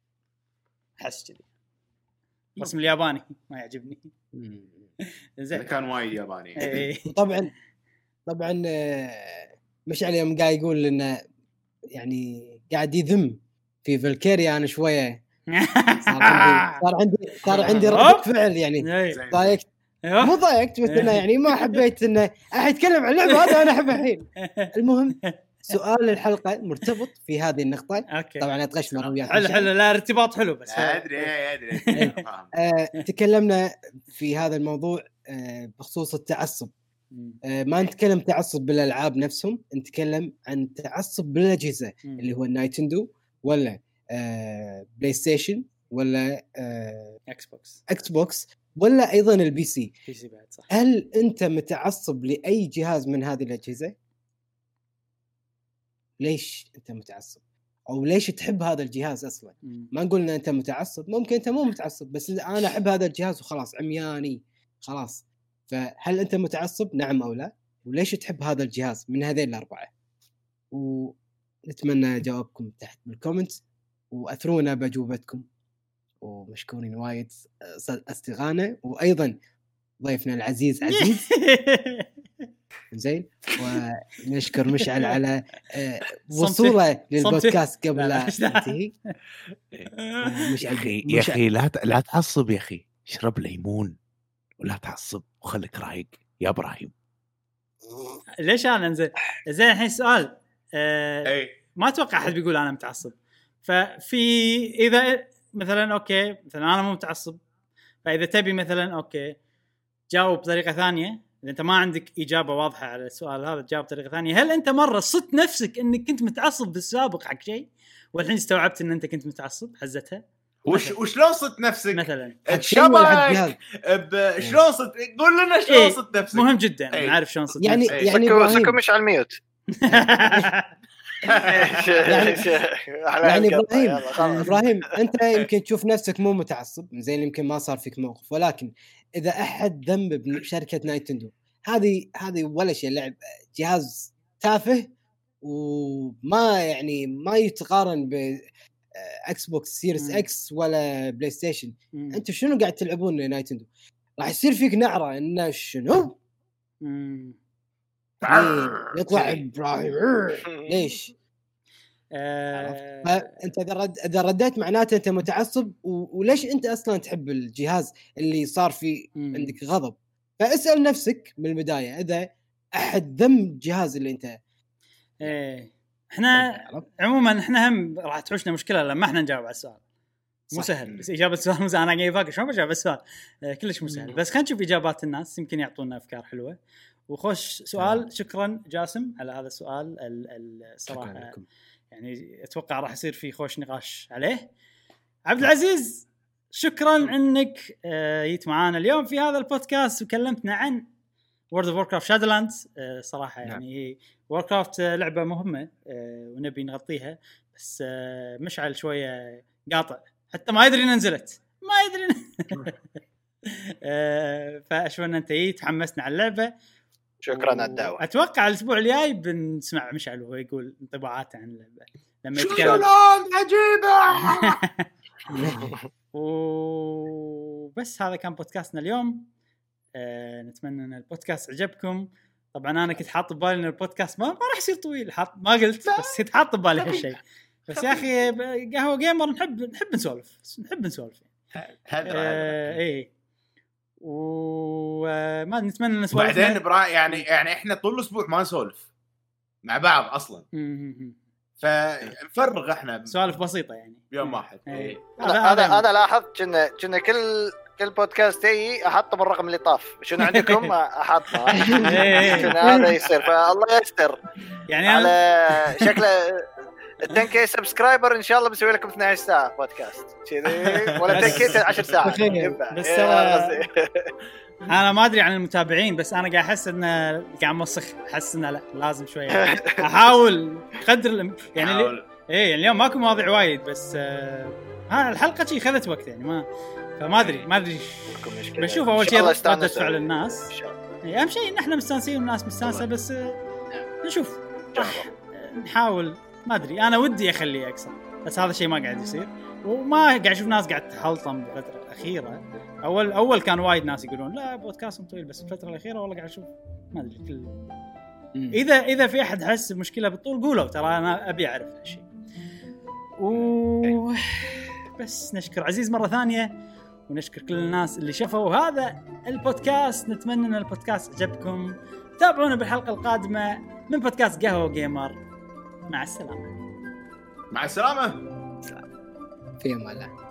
احس كذي الرسم الياباني ما يعجبني زين كان وايد ياباني طبعا طبعا مشعل يوم قاعد يقول انه يعني قاعد يذم في فالكيريا انا شويه صار عندي صار عندي صار عندي رد فعل يعني ضايقت مو ضايقت بس انه يعني ما حبيت انه احد يتكلم عن اللعبه هذا انا احبها الحين. المهم سؤال الحلقه مرتبط في هذه النقطه أوكي. طبعا اتغش مره وياك حلو حلو لا ارتباط حلو بس ادري ادري آه، تكلمنا في هذا الموضوع آه، بخصوص التعصب آه، ما نتكلم تعصب بالالعاب نفسهم نتكلم عن تعصب بالاجهزه اللي هو النايتندو ولا آه، بلاي ستيشن ولا آه، اكس بوكس اكس بوكس ولا ايضا البي سي. بي سي بعد صح. هل انت متعصب لاي جهاز من هذه الاجهزه؟ ليش انت متعصب او ليش تحب هذا الجهاز اصلا؟ م. ما نقول ان انت متعصب ممكن انت مو متعصب بس انا احب هذا الجهاز وخلاص عمياني خلاص. فهل انت متعصب نعم او لا وليش تحب هذا الجهاز من هذين الاربعه؟ ونتمنى جوابكم تحت بالكومنت واثرونا باجوبتكم ومشكورين وايد استغانه وايضا ضيفنا العزيز عزيز زين ونشكر مشعل على وصوله للبودكاست قبل لا ينتهي. مشعل يا اخي لا لا تعصب يا اخي اشرب ليمون ولا تعصب وخليك رايق يا ابراهيم. ليش انا انزين زين الحين سؤال أه ما اتوقع احد بيقول انا متعصب ففي اذا مثلا اوكي مثلا انا مو متعصب، فاذا تبي مثلا اوكي جاوب بطريقه ثانيه، اذا انت ما عندك اجابه واضحه على السؤال هذا جاوب بطريقه ثانيه. هل انت مره صدت نفسك انك كنت متعصب بالسابق حق شيء والحين استوعبت ان انت كنت متعصب حزتها؟ وش وشلون صدت نفسك مثلا الشبك شلون صدت؟ قول لنا شلون إيه؟ صدت نفسك. مهم جدا إيه؟ عارف شلون صدت يعني نفسك. يعني سكو إبراهيم. سكو مش على الميوت. يعني, يعني إبراهيم يلا إبراهيم أنت يمكن تشوف نفسك مو متعصب زين، يمكن ما صار فيك موقف، ولكن إذا أحد ذنب بشركة نايتندو هذه هذه ولا شيء، لعب جهاز تافه وما يعني ما يتقارن ب اكس بوكس سيريس اكس ولا بلاي ستيشن. انتوا شنو قاعد تلعبون نايتندو؟ راح يصير فيك نعره انه شنو يطلع ابراهيم ليش آه... انت اذا رد... اذا رديت معناته انت متعصب و... وليش انت اصلا تحب الجهاز اللي صار فيه عندك غضب؟ فاسال نفسك من البدايه اذا احد ذم الجهاز اللي انت ايه. احنا عموما احنا هم راح تحوشنا مشكله لما احنا نجاوب على السؤال، مو سهل. بس اجابه السؤال مو سهل. انا قاعد افكر شلون بجاوب السؤال آه كلش مو سهل. بس خلينا نشوف اجابات الناس يمكن يعطونا افكار حلوه. وخش سؤال. شكرا جاسم على هذا السؤال الصراحه، يعني اتوقع راح يصير في خوش نقاش عليه. عبد العزيز شكرا انك آه جيت معانا اليوم في هذا البودكاست وكلمتنا عن World of Warcraft Shadowlands. آه صراحه يعني Warcraft لعبه مهمه آه ونبي نغطيها، بس آه مشعل شويه قاطع حتى ما يدري ننزلت ما يدري آه فاشوف ان انت جيت تحمسنا على اللعبه. شكرا على الدعوه. اتوقع الاسبوع الجاي بنسمع مشعل وهو يقول انطباعاته عن اللعبه لما يتكلم. شلون عجيبه. وبس هذا كان بودكاستنا اليوم. أه نتمنى ان البودكاست عجبكم. طبعا انا كنت حاط ببالي ان البودكاست ما, ما راح يصير طويل، حاط ما قلت بس كنت حاط ببالي هالشيء. بس يا اخي قهوه جيمر نحب نحب نسولف نحب نسولف هذا ايه. وما نتمنى نسولف بعدين برا يعني يعني احنا طول الاسبوع ما نسولف مع بعض اصلا، فنفرغ احنا سوالف بسيطه يعني يوم واحد. ايه. هذا انا لاحظت كنا كنا كل كل بودكاست اي احطه بالرقم اللي طاف. شنو عندكم احطه هذا يصير. فالله يستر يعني على شكله عشرة كي سبسكرايبر ان شاء الله بسوي لكم اثنتي عشرة ساعه بودكاست كذي، ولا عشرة كي عشر ساعات. بس انا ما ادري عن المتابعين، بس انا قاعد احس ان قاعد موسخ. احس ان لا لازم شويه احاول قدر الم... يعني لي... ايه يعني اليوم ماكو مواضيع وايد، بس آه... ها الحلقه شي خذت وقت يعني ما فما ادري ما ادري بشوف اول شيء ردة فعل الناس. اهم شيء ان احنا مستانسين والناس مستانسه، بس آه... نشوف نحاول. ما ادري انا ودي اخليه اكثر، بس هذا الشيء ما قاعد يصير. وما قاعد اشوف ناس قاعد تحلطم بالفتره الاخيره. اول اول كان وايد ناس يقولون لا بودكاست طويل، بس الفتره الاخيره والله قاعد اشوف ما ادري كل اذا اذا في احد حس بمشكله بالطول قولوا، ترى انا ابي اعرف هالشيء. و بس نشكر عزيز مره ثانيه، ونشكر كل الناس اللي شافوا هذا البودكاست. نتمنى ان البودكاست عجبكم. تابعونا بالحلقه القادمه من بودكاست قهوه جيمر. مع السلامه. مع السلامه. في امان الله.